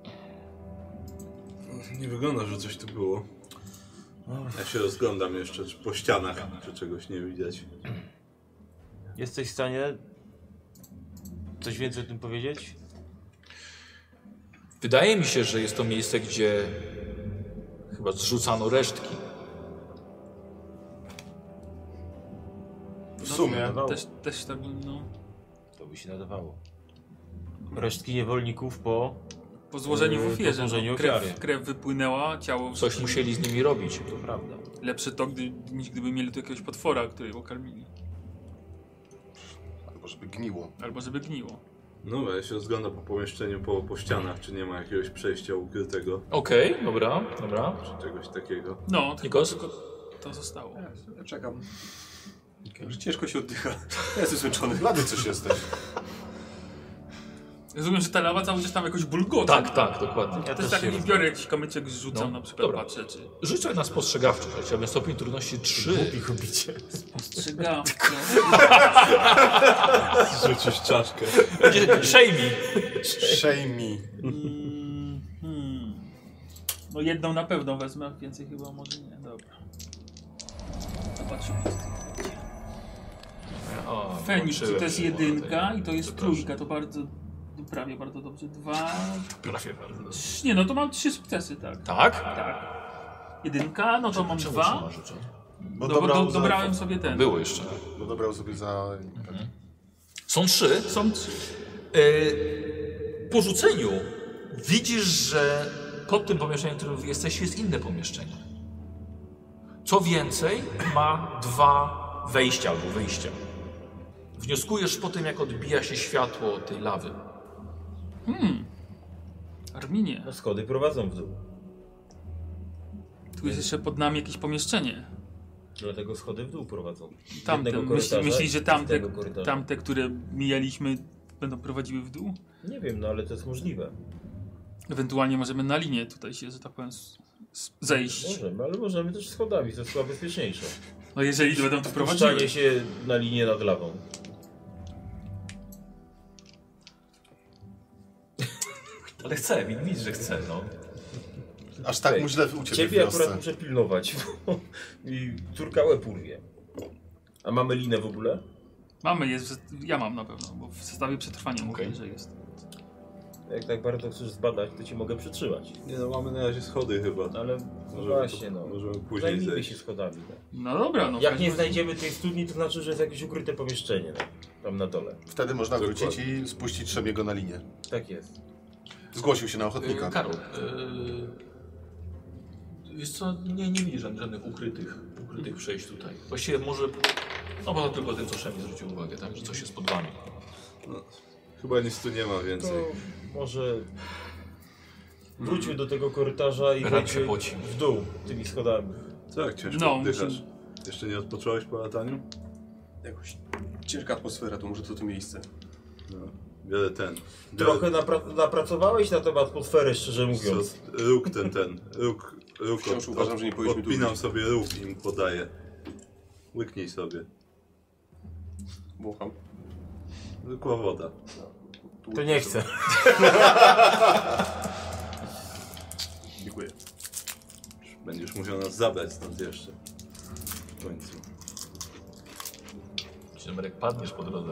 Speaker 3: Nie wygląda, że coś tu było. Ja się rozglądam jeszcze czy po ścianach, czy czegoś nie widać.
Speaker 5: Jesteś w stanie coś więcej o tym powiedzieć?
Speaker 1: Wydaje mi się, że jest to miejsce, gdzie chyba zrzucano resztki.
Speaker 4: W sumie.
Speaker 2: Też tak, no...
Speaker 5: To by się nadawało. Resztki niewolników po
Speaker 2: Po złożeniu w ofierze.
Speaker 5: po złożeniu ofiary.
Speaker 2: Krew wypłynęła, ciało...
Speaker 1: Coś musieli z nimi robić.
Speaker 5: To prawda.
Speaker 2: Lepsze to, niż gdyby mieli tu jakiegoś potwora, którego karmili.
Speaker 4: Albo żeby gniło.
Speaker 2: Albo żeby gniło.
Speaker 3: No, ja się rozglądam po pomieszczeniu, po ścianach, czy nie ma jakiegoś przejścia ukrytego,
Speaker 1: Okej, dobra.
Speaker 3: czy czegoś takiego.
Speaker 2: No,
Speaker 1: Nikos?
Speaker 2: tylko to zostało.
Speaker 6: Ja czekam. Że ciężko się oddycha. Ja jestem zmęczony.
Speaker 4: Blady coś jesteś.
Speaker 2: Rozumiem, że ta lawa cały czas tam jakoś bulgota.
Speaker 1: Tak, dokładnie.
Speaker 2: Ja też tak nie biorę jakiś kamyczek, rzucam
Speaker 1: No,
Speaker 2: na przykład,
Speaker 1: dobra.
Speaker 2: patrzę, czy...
Speaker 1: Rzuć sobie na spostrzegawczość. Chciałbym stopień trudności 3.
Speaker 2: Strzygam.
Speaker 3: Rzucisz czaszkę.
Speaker 1: Shame.
Speaker 4: Shame.
Speaker 2: No jedną na pewno wezmę, więcej chyba może nie. Dobra. Zobaczymy. Feniks, to jest jedynka i to jest trójka, to bardzo... Prawie bardzo dobrze. 2...
Speaker 1: Prawie bardzo.
Speaker 2: Nie, no to mam 3 sukcesy, tak.
Speaker 1: Tak?
Speaker 2: Tak. Jedynka, no to mam
Speaker 1: Czemu
Speaker 2: 2.
Speaker 1: trzyma rzucę?
Speaker 4: Bo
Speaker 2: Bo dobrałem sobie ten.
Speaker 1: Było jeszcze.
Speaker 4: Bo dobrał sobie za...
Speaker 1: Są 3.
Speaker 2: Są 3.
Speaker 1: Po rzuceniu widzisz, że pod tym pomieszczeniem, w którym jesteś, jest inne pomieszczenie. Co więcej, ma 2 wejścia albo wyjścia. Wnioskujesz po tym, jak odbija się światło od tej lawy.
Speaker 2: Arminie,
Speaker 5: No schody prowadzą w dół.
Speaker 2: tu jest jeszcze pod nami jakieś pomieszczenie.
Speaker 5: Dlatego schody w dół prowadzą.
Speaker 2: Tamte,
Speaker 5: Jednego korytarza
Speaker 2: myślisz, że
Speaker 5: i tego korytarza.
Speaker 2: tamte, które mijaliśmy, będą prowadziły w dół?
Speaker 5: Nie wiem, no ale to jest możliwe.
Speaker 2: Ewentualnie możemy na linię tutaj się, że tak powiem, zejść.
Speaker 5: Możemy, ale możemy też schodami, to jest chyba bezpieczniejsze.
Speaker 2: No jeżeli będą tu prowadziły.
Speaker 5: Wpuszczanie się na linię nad lawą.
Speaker 1: Ale chcę, widzisz, że chcę, no.
Speaker 4: Aż tak
Speaker 5: Ej,
Speaker 4: mu źle u ciebie w
Speaker 5: Ciebie akurat
Speaker 4: wiosce.
Speaker 5: muszę pilnować, bo mi córka łeb urwie. A mamy linę w ogóle?
Speaker 2: Mamy, ja mam na pewno, bo w zestawie przetrwania
Speaker 1: Okej.
Speaker 2: mówię, że jest.
Speaker 5: Jak tak bardzo chcesz zbadać, to cię mogę przytrzymać.
Speaker 3: Nie no, mamy na razie schody chyba.
Speaker 5: No ale
Speaker 3: Możemy
Speaker 5: właśnie, no.
Speaker 3: możemy później
Speaker 5: Zajmijmy
Speaker 3: zejść.
Speaker 5: się schodami. No.
Speaker 2: No dobra, no.
Speaker 5: Jak nie znajdziemy tej studni, to znaczy, że jest jakieś ukryte pomieszczenie, no. Tam na dole.
Speaker 4: Wtedy można
Speaker 3: Dokładnie.
Speaker 4: wrócić i spuścić Szemiego na linię.
Speaker 5: Tak jest.
Speaker 4: Zgłosił się na ochotnika.
Speaker 1: Karol, wiesz co, nie widzisz żadnych ukrytych przejść tutaj. Właściwie może, no poza tylko tym, co Szemi zwrócił uwagę, tak, że coś jest pod wami.
Speaker 3: Chyba nic tu nie ma
Speaker 5: To
Speaker 3: więcej.
Speaker 5: może wróćmy do tego korytarza i
Speaker 1: Rak się
Speaker 5: wejdźmy
Speaker 1: poci.
Speaker 5: w dół tymi schodami.
Speaker 3: Co, jak ciężko
Speaker 2: No,
Speaker 3: oddychasz? Jeszcze nie odpocząłeś po lataniu?
Speaker 6: Jakoś ciężka atmosfera, to może to miejsce.
Speaker 3: No, wiele ten.
Speaker 5: Trochę napracowałeś na temat atmosfery, szczerze mówiąc.
Speaker 3: Róg róg
Speaker 6: Wciąż uważam, że nie powinniśmy tu
Speaker 3: odpinam
Speaker 6: być.
Speaker 3: sobie róg i im podaję. Łyknij sobie.
Speaker 6: Wącham.
Speaker 3: Zwykła woda.
Speaker 5: To nie chcę.
Speaker 6: Dziękuję.
Speaker 3: Będziesz musiał nas zabrać stąd jeszcze. W końcu.
Speaker 1: Marek, padniesz po drodze.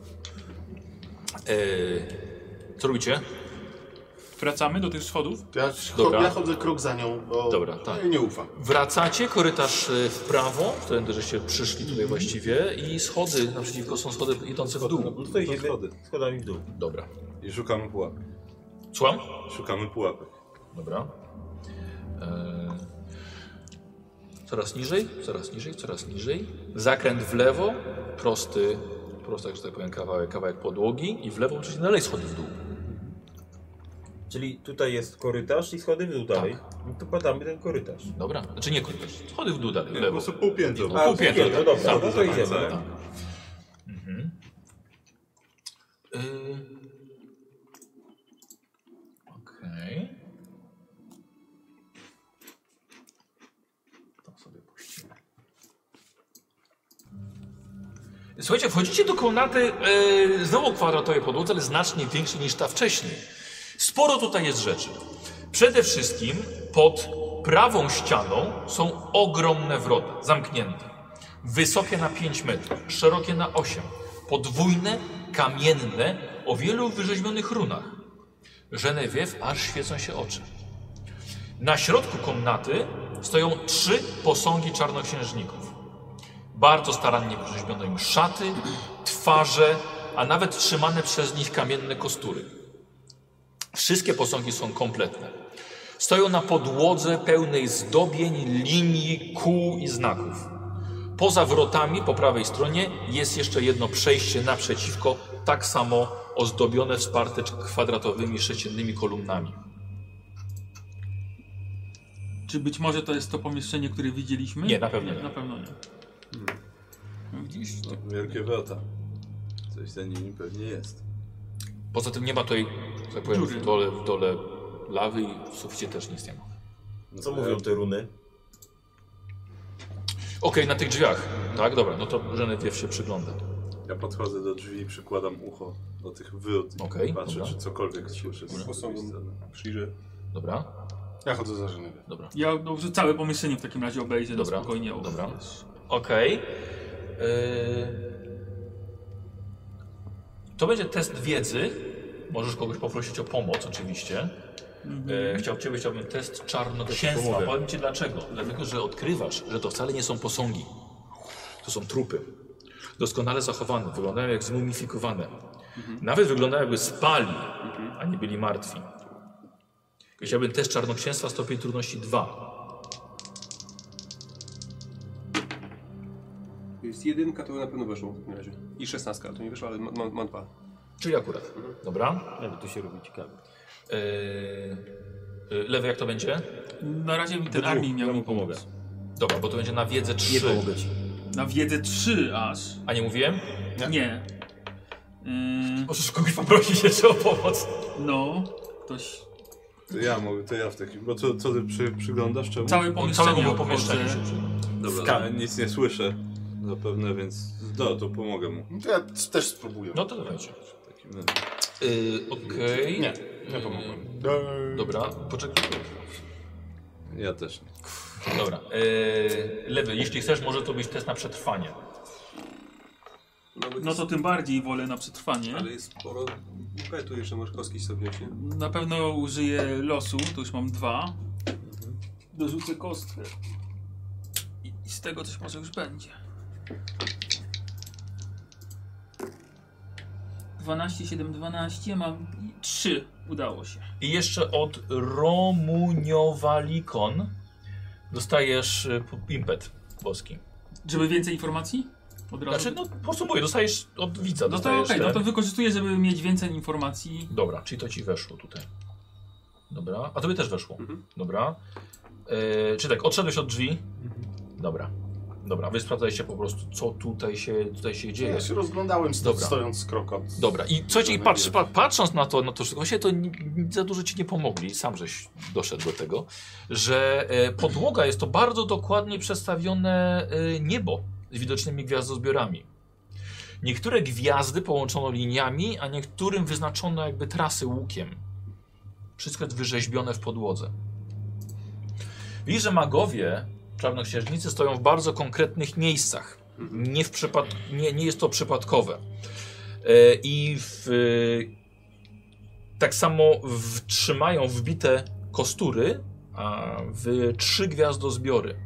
Speaker 1: Co robicie?
Speaker 2: Wracamy do tych schodów.
Speaker 1: Dobra.
Speaker 4: Ja chodzę krok za nią, bo
Speaker 1: Dobra, tak.
Speaker 4: nie ufam.
Speaker 1: Wracacie, korytarz w prawo, którędy żeście przyszli tutaj właściwie i schody, naprzeciwko są schody idące w dół.
Speaker 5: No to idziemy
Speaker 3: schody.
Speaker 5: schodami w dół.
Speaker 1: Dobra.
Speaker 3: I szukamy pułapek.
Speaker 1: Słucham?
Speaker 3: Szukamy pułapek.
Speaker 1: Dobra. Coraz niżej, coraz niżej, coraz niżej. Zakręt w lewo, prosty, że tak powiem, kawałek podłogi i w lewo oczywiście dalej schody w dół.
Speaker 5: Czyli tutaj jest korytarz i schody w dół dalej. No to badamy ten korytarz.
Speaker 1: Dobra, znaczy nie korytarz, schody w dół dalej, w
Speaker 3: Po
Speaker 1: lewo.
Speaker 3: prostu półpiętro.
Speaker 1: A, półpiętro,
Speaker 5: no dobra,
Speaker 1: tak,
Speaker 5: no to idziemy.
Speaker 1: tak. Mhm. Okej. To sobie puścimy. Słuchajcie, wchodzicie do komnaty znowu kwadratowej podłodze, ale znacznie większej niż ta wcześniej. Sporo tutaj jest rzeczy. Przede wszystkim pod prawą ścianą są ogromne wrota, zamknięte. Wysokie na 5 metrów, szerokie na 8. Podwójne, kamienne, o wielu wyrzeźbionych runach. Genevieve aż świecą się oczy. Na środku komnaty stoją 3 posągi czarnoksiężników. Bardzo starannie wyrzeźbiono im szaty, twarze, a nawet trzymane przez nich kamienne kostury. Wszystkie posągi są kompletne. Stoją na podłodze pełnej zdobień, linii, kół i znaków. Poza wrotami po prawej stronie jest jeszcze jedno przejście naprzeciwko, tak samo ozdobione, wsparte kwadratowymi, sześciennymi kolumnami.
Speaker 2: Czy być może to jest to pomieszczenie, które widzieliśmy?
Speaker 1: Nie, na pewno nie.
Speaker 2: Na pewno nie. Widzisz?
Speaker 3: No, wielkie wrota. Coś za nimi pewnie jest.
Speaker 1: Poza tym nie ma tutaj, tak powiem, w dole lawy i w suficie też nic nie ma.
Speaker 5: Co mówią te runy?
Speaker 1: Okej, na tych drzwiach. Tak, dobra, no to Genevieve się przygląda.
Speaker 3: Ja podchodzę do drzwi i przykładam ucho do tych wrót.
Speaker 1: Okej,
Speaker 3: Patrzę,
Speaker 1: dobra.
Speaker 3: czy cokolwiek słyszę. z
Speaker 6: Posągiem
Speaker 3: tej strony.
Speaker 6: przyjrzę.
Speaker 1: Dobra,
Speaker 4: Ja chodzę za Genevieve.
Speaker 1: dobra.
Speaker 2: Ja dobrze całe pomieszczenie w takim razie obejrzę
Speaker 1: Dobra,
Speaker 2: na spokojnie.
Speaker 1: dobra. Okej. To będzie test wiedzy. Możesz kogoś poprosić o pomoc, oczywiście. Chciałbym test czarnoksięstwa. Powiem ci dlaczego. Dlatego, że odkrywasz, że to wcale nie są posągi. To są trupy. Doskonale zachowane. Wyglądają jak zmumifikowane. Nawet wyglądają jakby spali, a nie byli martwi. Chciałbym test czarnoksięstwa, stopień trudności 2.
Speaker 6: Jest 1, to na pewno weszło w takim razie. I 16, to nie wyszło, ale mam 2.
Speaker 1: Czyli akurat. Dobra.
Speaker 5: Jakby tu się robi ciekawe.
Speaker 1: Lewy, jak to będzie?
Speaker 2: Na razie mi ten armii miał mi pomogę.
Speaker 1: Dobra, bo to będzie na wiedzę 3.
Speaker 5: Nie pomogę ci.
Speaker 2: Na wiedzę 3 aż.
Speaker 1: A nie mówiłem?
Speaker 2: Nie.
Speaker 1: Możesz kogoś poprosić jeszcze o pomoc.
Speaker 2: No, ktoś.
Speaker 3: To ja w takim. Bo co ty przyglądasz czemu?
Speaker 2: Całe pomieszczenie.
Speaker 1: Całemu pomieszczeniu się przyda.
Speaker 3: Dobra, ja nic nie słyszę zapewne, więc to pomogę mu.
Speaker 4: No to ja też spróbuję.
Speaker 1: No to dawajcie.
Speaker 3: W takim razie.
Speaker 1: Okej.
Speaker 4: Nie pomogłem.
Speaker 1: Dobra, poczekaj.
Speaker 3: Ja też nie.
Speaker 1: Dobra. Lewy, jeśli chcesz, może to być test na przetrwanie.
Speaker 2: No to tym bardziej wolę na przetrwanie.
Speaker 6: Ale jest sporo impetu jeszcze, możesz kostki sobie wziąć, nie?
Speaker 2: Na pewno użyję losu, to już mam 2. Dorzucę kostkę. I z tego coś może już będzie. 12, 7, 12, mam 3. Udało się.
Speaker 1: I jeszcze od Romuniowalikon dostajesz impet boski.
Speaker 2: Żeby więcej informacji? Od razu?
Speaker 1: Znaczy, no po prostu mówię, dostajesz od widza.
Speaker 2: No to
Speaker 1: dostajesz
Speaker 2: okej, no
Speaker 1: ten.
Speaker 2: to wykorzystuję, żeby mieć więcej informacji.
Speaker 1: Dobra, czyli to ci weszło tutaj. Dobra, a tobie też weszło. Dobra. Czy tak, odszedłeś od drzwi? Dobra. Dobra, wy sprawdzaliście po prostu, co tutaj się dzieje.
Speaker 4: Ja się rozglądałem
Speaker 1: Dobra.
Speaker 4: stojąc krok od...
Speaker 1: Dobra, i słuchajcie, i patrząc na to wszystko, właśnie to za dużo ci nie pomogli, sam żeś doszedł do tego, że podłoga jest to bardzo dokładnie przedstawione niebo z widocznymi gwiazdozbiorami. Niektóre gwiazdy połączono liniami, a niektórym wyznaczono jakby trasy łukiem. Wszystko jest wyrzeźbione w podłodze. Widzisz, że magowie, czarnoksiężnicy stoją w bardzo konkretnych miejscach. Nie jest to przypadkowe. Tak samo trzymają wbite kostury w 3 gwiazdozbiory.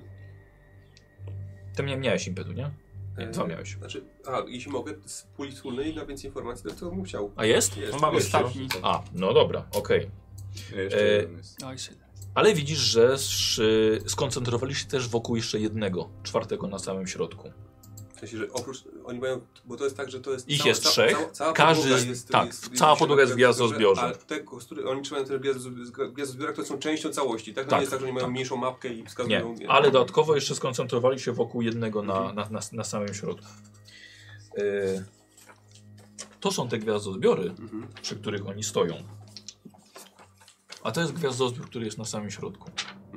Speaker 1: Ty nie miałeś impetu, nie? Nie, 2 miałeś.
Speaker 6: Znaczy, jeśli mogę z puli wspólnej na więcej informacji, to bym chciał.
Speaker 1: A jest?
Speaker 6: Jest.
Speaker 5: No mamy
Speaker 2: Ostatni.
Speaker 1: A, no dobra, okej.
Speaker 3: Jeszcze jeden jest.
Speaker 2: A, jeszcze jeden.
Speaker 1: Ale widzisz, że skoncentrowali się też wokół jeszcze jednego, 4 na samym środku.
Speaker 6: W sensie, że oprócz, oni mają, bo to jest tak, że to jest...
Speaker 1: Ich jest 3,
Speaker 6: cała
Speaker 1: każdy
Speaker 6: podłoga
Speaker 1: cała podłoga jest w gwiazdozbiorze.
Speaker 6: A te kostury, oni trzymają te gwiazdozbiorach, które są częścią całości, tak? To
Speaker 1: Tak,
Speaker 6: nie jest tak, że oni mają
Speaker 1: tak.
Speaker 6: mniejszą mapkę i
Speaker 1: Nie,
Speaker 6: wskazują...
Speaker 1: ale dodatkowo jeszcze skoncentrowali się wokół jednego na samym środku. To są te gwiazdozbiory, przy których oni stoją. A to jest gwiazdozbiór, który jest na samym środku.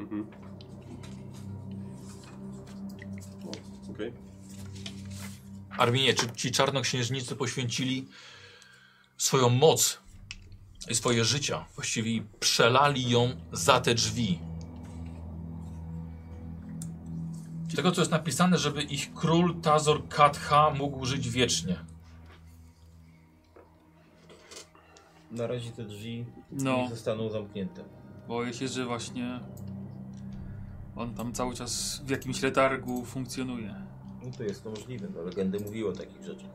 Speaker 6: Okej.
Speaker 1: Arminie, czy ci czarnoksiężnicy poświęcili swoją moc i swoje życia? Właściwie przelali ją za te drzwi. Z tego, co jest napisane, żeby ich król Tazor Katha mógł żyć wiecznie.
Speaker 5: Na razie te drzwi
Speaker 2: No.
Speaker 5: zostaną zamknięte.
Speaker 2: Boję się, że właśnie on tam cały czas w jakimś letargu funkcjonuje.
Speaker 5: No to jest to możliwe, no legendy mówiły o takich rzeczach.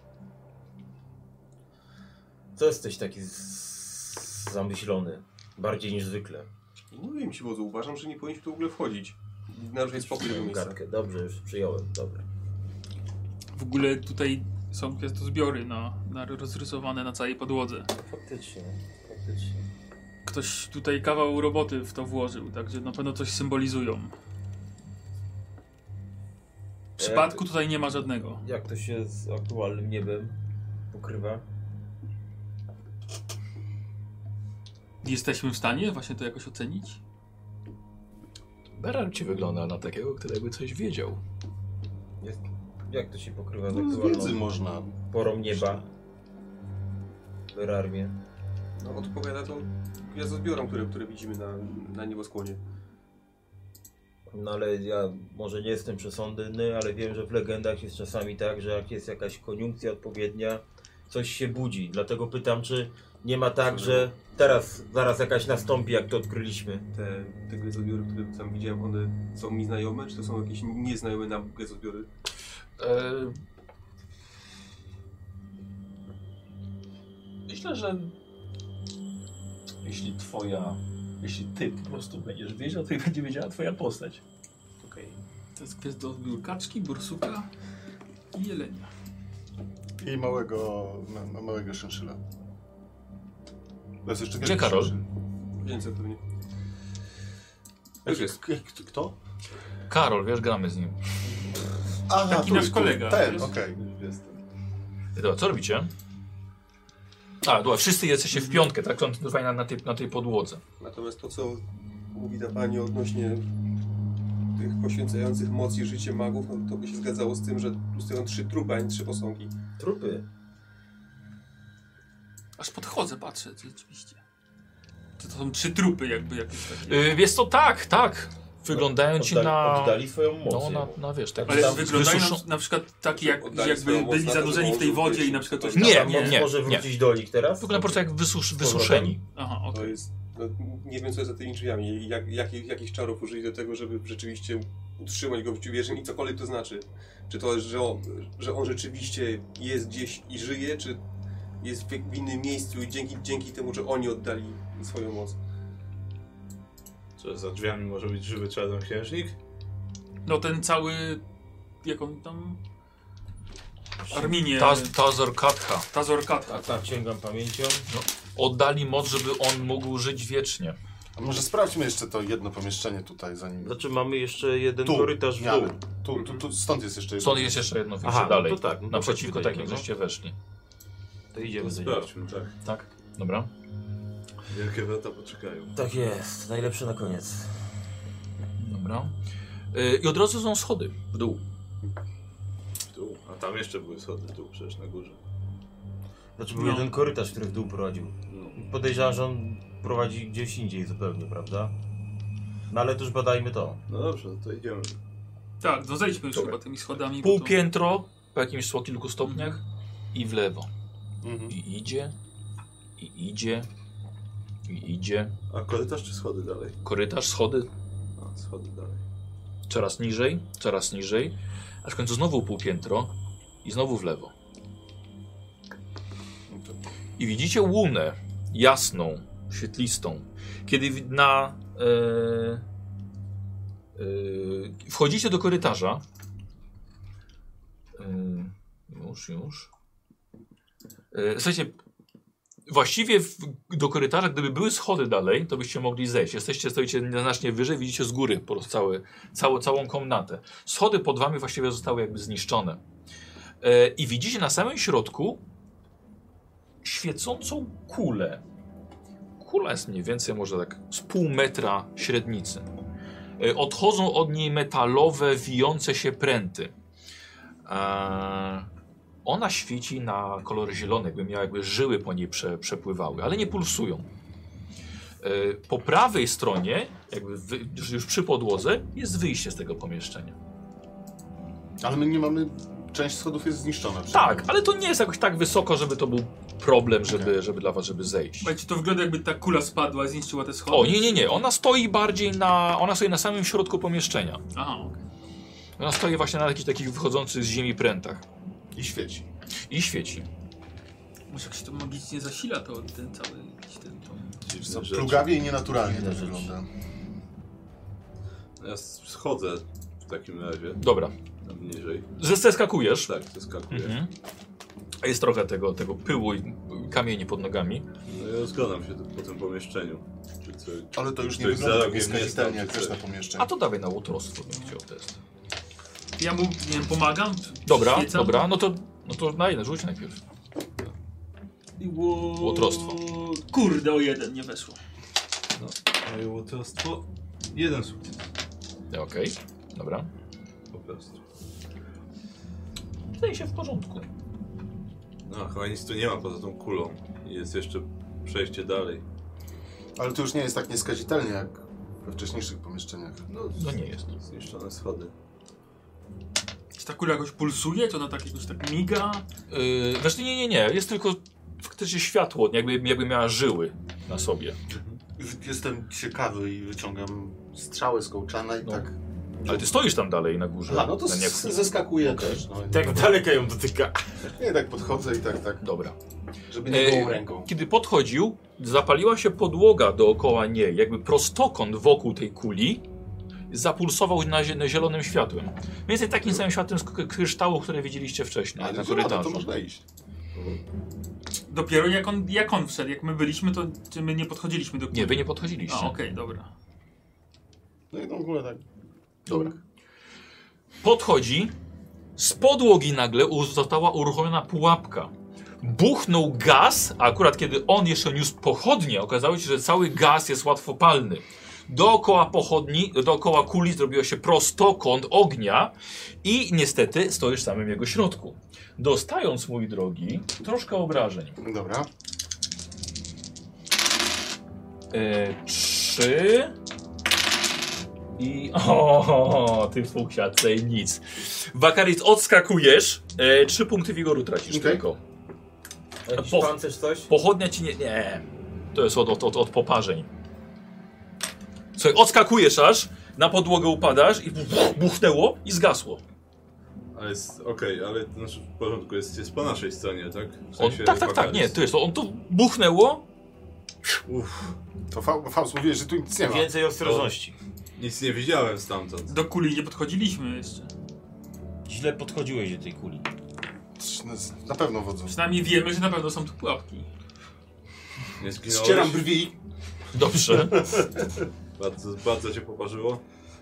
Speaker 5: Co jesteś taki zamyślony? Bardziej niż zwykle.
Speaker 6: Mówię mi się, wodzu, uważam, że nie powinniśmy tu w ogóle wchodzić. Naruszać spokój tego miejsca.
Speaker 5: Kartkę. Dobrze, już przyjąłem, dobra.
Speaker 2: W ogóle tutaj są gwiazdozbiory rozrysowane na całej podłodze.
Speaker 5: Faktycznie, faktycznie.
Speaker 2: Ktoś tutaj kawał roboty w to włożył, także na pewno coś symbolizują. Przypadku tutaj nie ma żadnego.
Speaker 5: Jak to się z aktualnym niebem pokrywa?
Speaker 2: Jesteśmy w stanie właśnie to jakoś ocenić?
Speaker 1: Berar ci wygląda na takiego, który jakby coś wiedział.
Speaker 5: Jak to się pokrywa z
Speaker 4: No, z
Speaker 5: aktualną
Speaker 4: wiedzy można.
Speaker 5: porą nieba? Berarmie.
Speaker 6: No odpowiada to gwiazdozbiorom, które widzimy na nieboskłonie.
Speaker 5: No ale ja może nie jestem przesądny, ale wiem, że w legendach jest czasami tak, że jak jest jakaś koniunkcja odpowiednia, coś się budzi. Dlatego pytam, czy nie ma tak, że teraz, zaraz jakaś nastąpi, jak to odkryliśmy.
Speaker 6: Te gwiazdozbiory, które tam widziałem, one są mi znajome, czy to są jakieś nieznajome nam gwiazdozbiory?
Speaker 1: Myślę, że jeśli ty po prostu będziesz wiedział, to i będzie wiedziała twoja postać.
Speaker 6: Okej.
Speaker 2: To jest gwiazdozbiór kaczki, borsuka i jelenia.
Speaker 4: I małego szynszyla. To jest jeszcze
Speaker 1: Gdzie Karol?
Speaker 6: Więcej pewnie. Już jest.
Speaker 4: Kto?
Speaker 1: Karol, wiesz, gramy z nim.
Speaker 4: Aha,
Speaker 2: Taki nasz kolega.
Speaker 4: Ten,
Speaker 2: Jest-
Speaker 4: okej.
Speaker 1: Dobra, co robicie? Dobra, wszyscy jesteście w piątkę, tak? Tutaj na tej podłodze.
Speaker 6: Natomiast to, co mówi ta pani odnośnie tych poświęcających moc i życie magów, no to by się zgadzało z tym, że tu stoją 3 trupy, a nie 3 posągi.
Speaker 5: Trupy.
Speaker 2: Aż podchodzę, patrzę, rzeczywiście. Czy to są 3 trupy jakby jakieś takie?
Speaker 1: Wiesz co, tak. Wyglądają ci na...
Speaker 5: Oddali swoją moc.
Speaker 1: No wiesz, tak.
Speaker 2: Ale
Speaker 5: tam
Speaker 2: wyglądają
Speaker 1: wysuszą-
Speaker 2: na przykład tak jakby
Speaker 6: swoją moc
Speaker 2: byli
Speaker 6: na to,
Speaker 2: zanurzeni
Speaker 6: że
Speaker 2: w tej
Speaker 6: mogą
Speaker 2: wodzie i
Speaker 6: być-
Speaker 2: na przykład coś
Speaker 1: Nie,
Speaker 2: tam...
Speaker 1: nie.
Speaker 5: Może wrócić do nich teraz?
Speaker 1: Wygląda po prostu jak wysuszeni.
Speaker 2: Aha, okej.
Speaker 6: To jest... No, nie wiem, co jest za tymi drzwiami. Jakich czarów użyli do tego, żeby rzeczywiście utrzymać go w wierzchu i cokolwiek to znaczy. Czy to, że on rzeczywiście jest gdzieś i żyje, czy jest w innym miejscu i dzięki temu, że oni oddali swoją moc.
Speaker 3: Co, za drzwiami może być żywy czarnoksiężnik?
Speaker 2: No ten cały... Jak on tam... Arminie...
Speaker 1: Tazor Katha.
Speaker 2: Tazor Katha.
Speaker 5: Tak, sięgam pamięcią.
Speaker 1: Oddali moc, żeby on mógł żyć wiecznie.
Speaker 4: A może sprawdźmy jeszcze to jedno pomieszczenie tutaj, zanim...
Speaker 5: Znaczy mamy jeszcze jeden
Speaker 4: Tu,
Speaker 5: korytarz w dół.
Speaker 4: Tu, stąd jest jeszcze jedno.
Speaker 1: Stąd jest jeszcze jedno wyjście
Speaker 5: Aha,
Speaker 1: dalej.
Speaker 5: no to tak. No to
Speaker 1: Naprzeciwko
Speaker 5: chodźmy do
Speaker 1: takim,
Speaker 5: niego,
Speaker 1: żeście weszli.
Speaker 5: To idziemy do niego.
Speaker 3: Sprawdźmy, tak.
Speaker 1: Tak? Dobra.
Speaker 3: Wielkie wrota poczekają.
Speaker 5: Tak jest, najlepsze na koniec.
Speaker 1: Dobra. I od razu są schody w dół.
Speaker 3: W dół. A tam jeszcze były schody, tu przecież na górze.
Speaker 5: Znaczy był
Speaker 2: No.
Speaker 5: jeden korytarz, który w dół prowadził.
Speaker 3: No.
Speaker 5: Podejrzewam, że on prowadzi gdzieś indziej zupełnie, prawda? No ale to już badajmy to.
Speaker 3: No dobrze, to idziemy.
Speaker 2: Tak, no zejdźmy już
Speaker 1: Dobra.
Speaker 2: chyba tymi schodami.
Speaker 1: Pół
Speaker 2: bo to-
Speaker 1: piętro po jakimś kilku stopniach i w lewo.
Speaker 4: Mhm.
Speaker 1: I idzie, i idzie, i idzie.
Speaker 3: A korytarz czy schody dalej?
Speaker 1: Korytarz, schody,
Speaker 3: A, schody dalej.
Speaker 1: coraz niżej, aż w końcu znowu pół piętro i znowu w lewo. I widzicie łunę jasną, świetlistą. Kiedy wchodzicie do korytarza, już. Słuchajcie, właściwie do korytarza, gdyby były schody dalej, to byście mogli zejść. Stoicie znacznie wyżej, widzicie z góry po prostu całą komnatę. Schody pod wami właściwie zostały jakby zniszczone. I widzicie na samym środku świecącą kulę. Kula jest mniej więcej może tak z pół metra średnicy. Odchodzą od niej metalowe, wijące się pręty. Ona świeci na kolor zielony, jakby miała jakby żyły po niej przepływały, ale nie pulsują. Po prawej stronie, jakby już przy podłodze, jest wyjście z tego pomieszczenia.
Speaker 4: Ale my nie mamy... Część schodów jest zniszczona.
Speaker 1: Tak, ale to nie jest jakoś tak wysoko, żeby to był problem, żeby dla was, żeby zejść.
Speaker 2: Słuchajcie, to wygląda jakby ta kula spadła, zniszczyła te schody.
Speaker 1: O, nie. Ona stoi bardziej ona stoi na samym środku pomieszczenia.
Speaker 2: Aha, okej.
Speaker 1: Ona stoi właśnie na jakichś takich wychodzących z ziemi prętach.
Speaker 4: I świeci.
Speaker 1: I świeci.
Speaker 2: Może jak się to magicznie zasila, to ten cały ten.
Speaker 4: Plugawie i nienaturalnie to wygląda.
Speaker 3: Ja schodzę w takim razie.
Speaker 1: Dobra.
Speaker 3: Tam niżej.
Speaker 1: Zeskakujesz.
Speaker 3: Tak, zeskakuję.
Speaker 1: Mhm. Jest trochę tego pyłu i kamieni pod nogami.
Speaker 3: No ja rozglądam się po tym pomieszczeniu. Czy coś,
Speaker 4: Ale to już nie
Speaker 3: ktoś
Speaker 4: wygląda
Speaker 3: za
Speaker 4: tak
Speaker 3: rogiem nie
Speaker 4: nieskazitelnie
Speaker 3: stał,
Speaker 4: jak
Speaker 3: czy
Speaker 4: reszta
Speaker 3: coś.
Speaker 4: pomieszczeń.
Speaker 1: A to dawaj na łotrostwo, bym chciał test.
Speaker 2: Ja mu, nie wiem, pomagam?
Speaker 1: Dobra, no to na jeden rzuć najpierw. Łotrostwo.
Speaker 2: Kurde, o jeden nie weszło.
Speaker 3: No, moje łotrostwo. Jeden sukces.
Speaker 1: Okej, dobra.
Speaker 3: Po prostu.
Speaker 1: Zdaje się w porządku.
Speaker 3: No, chyba nic tu nie ma poza tą kulą. Jest jeszcze przejście dalej.
Speaker 4: Ale to już nie jest tak nieskazitelnie jak we wcześniejszych pomieszczeniach.
Speaker 1: No nie jest.
Speaker 3: Zniszczone schody.
Speaker 2: Czy ta kula jakoś pulsuje? Czy ona tak jakoś tak miga?
Speaker 1: Wiesz, nie. Jest tylko faktycznie światło, jakby miała żyły na sobie.
Speaker 4: Jestem ciekawy i wyciągam strzały z kołczana i tak...
Speaker 1: Ale ty stoisz tam dalej na górze.
Speaker 4: Aha, no to
Speaker 1: na niewku.
Speaker 4: zeskakuję też. No,
Speaker 5: Tak daleka ją dotyka.
Speaker 4: Nie, tak podchodzę i tak,
Speaker 1: Dobra.
Speaker 4: żeby nie gołą ręką.
Speaker 1: Kiedy podchodził, zapaliła się podłoga dookoła niej, jakby prostokąt wokół tej kuli zapulsował na zielonym światłem. Mniej więcej takim samym światłem z kryształu, które widzieliście wcześniej
Speaker 4: Ale
Speaker 1: na
Speaker 4: zielone,
Speaker 1: korytarzu.
Speaker 4: to można iść.
Speaker 2: Dopiero jak on wszedł, jak my byliśmy, to czy my nie podchodziliśmy do kuli?
Speaker 1: Nie, wy nie podchodziliście.
Speaker 2: A, okej, dobra.
Speaker 4: No i w ogóle tak.
Speaker 1: Dobra. Podchodzi, z podłogi nagle została uruchomiona pułapka. Buchnął gaz, a akurat kiedy on jeszcze niósł pochodnie, okazało się, że cały gaz jest łatwopalny. Dookoła pochodni, dookoła kuli zrobiło się prostokąt ognia i niestety stoisz w samym jego środku. Dostając, mój drogi, troszkę obrażeń.
Speaker 4: Dobra.
Speaker 1: 3 i... O, ty fuksiace i nic. Wakaris, odskakujesz, 3 punkty wigoru tracisz tylko.
Speaker 5: Jakiś
Speaker 1: Po-
Speaker 5: pancerz coś?
Speaker 1: Pochodnia ci nie. To jest od poparzeń. Słuchaj, odskakujesz aż, na podłogę upadasz i buchnęło i zgasło.
Speaker 3: Ale jest okej, ale to znaczy w porządku, jest po naszej stronie, tak? W
Speaker 1: On,
Speaker 3: sensie
Speaker 1: tak,
Speaker 3: Wakaris.
Speaker 1: nie, to jest to. On to buchnęło.
Speaker 4: To Faust mówiłeś, że tu nic nie ma.
Speaker 5: Więcej ostrożności.
Speaker 3: Nic nie widziałem stamtąd.
Speaker 2: Do kuli nie podchodziliśmy jeszcze.
Speaker 5: Źle podchodziłeś do tej kuli.
Speaker 4: Na pewno wodzą.
Speaker 2: Przynajmniej wiemy, że na pewno są tu pułapki.
Speaker 3: Nie zginąłeś?
Speaker 4: Ścieram brwi.
Speaker 1: Dobrze.
Speaker 3: Bardzo cię poparzyło?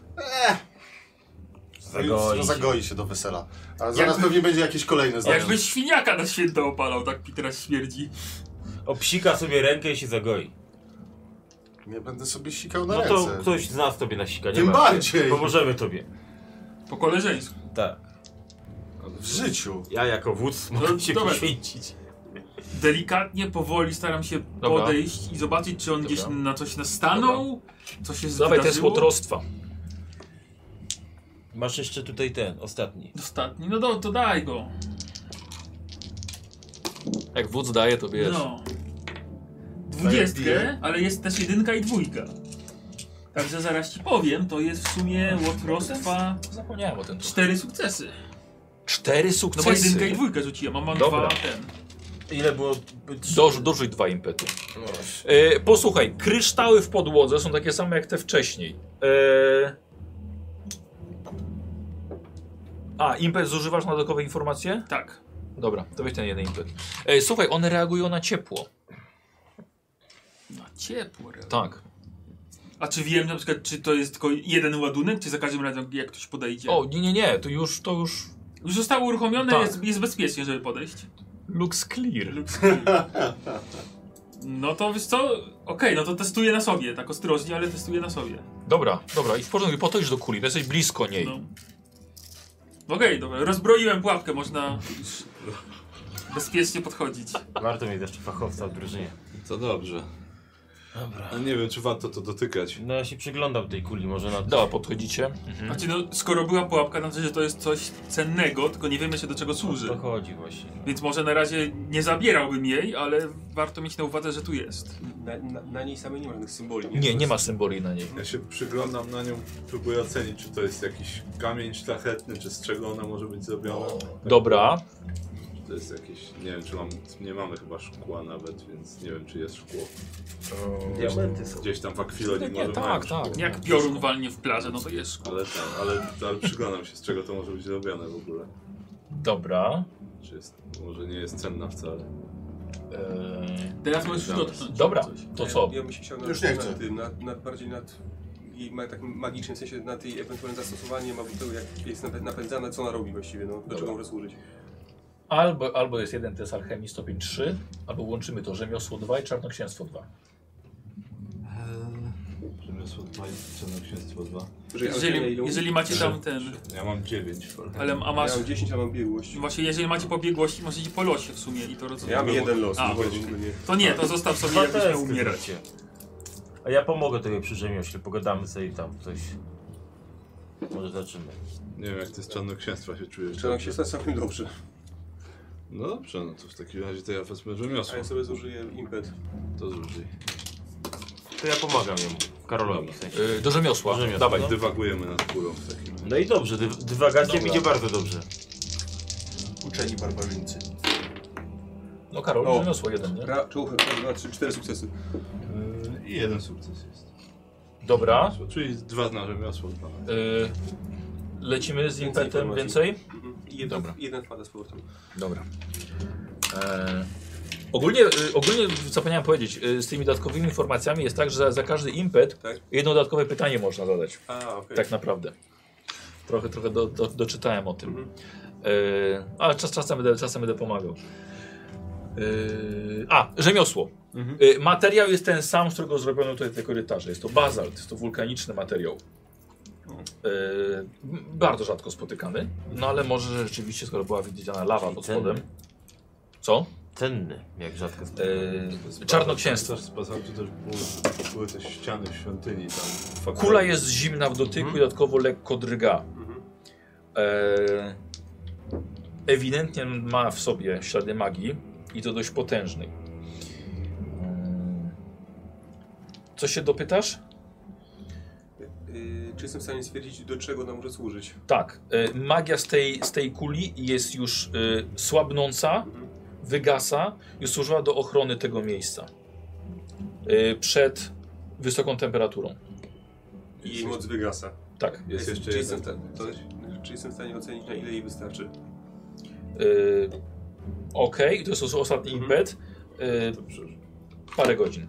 Speaker 4: Zagoi się do wesela. A zaraz pewnie będzie jakieś kolejne zdanie.
Speaker 2: Jakby świniaka na święto opalał, tak mi teraz śmierdzi.
Speaker 5: Obsika sobie rękę i się zagoi.
Speaker 4: Nie będę sobie sikał na
Speaker 5: No to
Speaker 4: ręce.
Speaker 5: ktoś z nas tobie nasika, nie
Speaker 4: Tym
Speaker 5: martw się.
Speaker 4: bardziej.
Speaker 5: Pomożemy tobie.
Speaker 2: Po koleżeńsku.
Speaker 5: Tak.
Speaker 4: W życiu.
Speaker 5: Ja jako wódz mogę się
Speaker 2: dobra.
Speaker 5: poświęcić.
Speaker 2: Delikatnie, powoli staram się
Speaker 1: Dobra.
Speaker 2: podejść i zobaczyć, czy on gdzieś
Speaker 1: Dobra.
Speaker 2: na coś nastanął, co się
Speaker 1: Dawaj test
Speaker 2: wydarzyło.
Speaker 1: łotrostwa.
Speaker 5: Masz jeszcze tutaj ten, ostatni.
Speaker 2: Ostatni, no to daj go.
Speaker 1: Jak wódz daje, to wiesz.
Speaker 2: No. 20, ale jest też 1 i 2. Także zaraz ci powiem, to jest w sumie łotrostwa
Speaker 1: Zapomniałem o tym.
Speaker 2: 4 sukcesy.
Speaker 1: 4
Speaker 2: No bo
Speaker 1: sukcesy.
Speaker 2: 1 i 2 rzuciłem, a mam
Speaker 1: Dobra.
Speaker 2: 2 ten.
Speaker 5: Ile było?
Speaker 1: Dorzuć 2 impety. Posłuchaj, kryształy w podłodze są takie same jak te wcześniej. Impet zużywasz na dodatkowe informacje?
Speaker 2: Tak.
Speaker 1: Dobra, to weź ten jeden impet. Słuchaj, one reagują na ciepło.
Speaker 2: No ciepło.
Speaker 1: Tak.
Speaker 2: A czy wiem na przykład, czy to jest tylko jeden ładunek, czy za każdym razem jak ktoś podejdzie?
Speaker 1: O, nie, to już...
Speaker 2: Już zostało uruchomione,
Speaker 1: Tak.
Speaker 2: jest bezpiecznie, żeby podejść.
Speaker 1: Looks clear.
Speaker 2: No to wiesz co? Okej, no to testuję na sobie, tak ostrożnie, ale testuję na sobie.
Speaker 1: Dobra, i w porządku, podchodzisz do kuli, jesteś blisko niej.
Speaker 2: No. Okej, dobra, rozbroiłem pułapkę, można już bezpiecznie podchodzić.
Speaker 5: Warto mieć jeszcze fachowca w drużynie.
Speaker 3: To dobrze.
Speaker 5: Dobra.
Speaker 3: A nie wiem, czy warto to dotykać.
Speaker 5: No ja się przyglądam tej kuli, może na
Speaker 1: Dobra, podchodzicie.
Speaker 2: Znaczy no, skoro była pułapka, znaczy, że to jest coś cennego, tylko nie wiemy jeszcze do czego służy.
Speaker 5: to chodzi właśnie.
Speaker 2: Więc może na razie nie zabierałbym jej, ale warto mieć na uwadze, że tu jest.
Speaker 6: Na niej samej nie ma żadnych symboli.
Speaker 1: Nie ma symboli na niej.
Speaker 3: Ja się przyglądam na nią, próbuję ocenić, czy to jest jakiś kamień szlachetny, czy z czego ona może być zrobiona.
Speaker 1: Dobra.
Speaker 3: To jest jakieś, nie wiem, czy nie mamy chyba szkła nawet, więc nie wiem, czy jest szkło.
Speaker 5: Diamenty są.
Speaker 3: Gdzieś tam w akwilonii
Speaker 1: Nie,
Speaker 3: może
Speaker 1: tak,
Speaker 3: mają
Speaker 1: tak.
Speaker 3: szkło.
Speaker 2: Jak piorun walnie w plażę, no to jest szkło.
Speaker 3: Ale przyglądam się, z czego to może być zrobione w ogóle.
Speaker 1: Dobra.
Speaker 3: Czy jest, może nie jest cenna wcale.
Speaker 2: Teraz możesz już dotknąć.
Speaker 1: Dobra,
Speaker 2: Coś.
Speaker 1: to co?
Speaker 6: Ja bym się chciał
Speaker 4: Już nie chcę.
Speaker 6: bardziej nad i takim magicznym sensie nad jej ewentualnym zastosowaniem, albo to jak jest napędzane, co ona robi właściwie, no, do czego może służyć.
Speaker 1: Albo jest jeden test alchemii stopień 3, albo łączymy to rzemiosło 2 i czarnoksięstwo 2.
Speaker 3: Rzemiosło 2 i czarnoksięstwo 2.
Speaker 2: Jeżeli macie tam ten...
Speaker 3: Ja mam 9.
Speaker 2: Ale, a masz...
Speaker 6: Ja mam 10, a mam biegłość.
Speaker 2: Właśnie jeżeli macie pobiegłość, możecie po losie w sumie i to rozumiem.
Speaker 6: Ja mam jeden los,
Speaker 2: A,
Speaker 6: nie chodzi mi nie.
Speaker 2: To nie, to zostaw sobie, jakbyś miał umierać.
Speaker 5: A ja pomogę tobie przy rzemiośle, pogadamy sobie i tam coś. Może zaczynamy.
Speaker 3: Nie wiem, jak ty z czarnoksięstwa się czujesz.
Speaker 6: Trzeba się stać całkiem dobrze.
Speaker 3: No dobrze, no to w takim razie to ja wezmę
Speaker 6: A
Speaker 3: rzemiosło.
Speaker 6: ja sobie zużyję impet.
Speaker 3: To zużyj.
Speaker 5: To ja pomagam jemu, Karolowi w sensie.
Speaker 1: Do rzemiosła.
Speaker 5: Do rzemiosła.
Speaker 1: Dawaj.
Speaker 5: No.
Speaker 3: Dywagujemy nad kulą w takim razie.
Speaker 5: No i dobrze, dywagacja
Speaker 1: Dobra.
Speaker 5: mi idzie bardzo dobrze.
Speaker 4: Uczeni barbarzyńcy.
Speaker 1: No Karol,
Speaker 6: O.
Speaker 1: rzemiosło 1, nie?
Speaker 6: Czołówka, 2, 3, 4 sukcesy.
Speaker 3: I jeden sukces jest.
Speaker 1: Dobra.
Speaker 3: Czyli 2 na rzemiosło, 2 na...
Speaker 1: Lecimy z
Speaker 6: Więcej
Speaker 1: impetem
Speaker 6: informacji.
Speaker 1: więcej?
Speaker 6: I
Speaker 1: Dobra.
Speaker 6: jeden wpada z powrotem.
Speaker 1: Dobra. Ogólnie zapomniałem powiedzieć, z tymi dodatkowymi informacjami jest tak, że za każdy impet
Speaker 6: Tak?
Speaker 1: jedno dodatkowe pytanie można zadać.
Speaker 6: A, okej.
Speaker 1: Tak naprawdę. Trochę doczytałem o tym.
Speaker 6: Mhm.
Speaker 1: Ale czasem będę pomagał. Rzemiosło. Materiał jest ten sam, z którego zrobiono tutaj te korytarze. Jest to bazalt, jest to wulkaniczny materiał. Bardzo rzadko spotykany, no ale może rzeczywiście, skoro była widziana lawa pod spodem. Co?
Speaker 5: Cenny, jak rzadko.
Speaker 1: Czarnoksięstwo.
Speaker 3: Z bazaltu też były te ściany świątyni tam.
Speaker 1: Kula jest zimna w dotyku i dodatkowo lekko drga. Ewidentnie ma w sobie ślady magii i to dość potężnej. Co się dopytasz?
Speaker 6: Czy jestem w stanie stwierdzić, do czego ona może służyć?
Speaker 1: Tak. Magia z tej kuli jest już słabnąca, wygasa i służyła do ochrony tego miejsca przed wysoką temperaturą.
Speaker 6: I jej moc wygasa.
Speaker 1: Tak.
Speaker 3: Jest jeszcze
Speaker 6: czy
Speaker 3: jeden.
Speaker 6: czy jestem w stanie ocenić, na ile jej wystarczy?
Speaker 1: Okej, to jest ostatni impet. Parę godzin.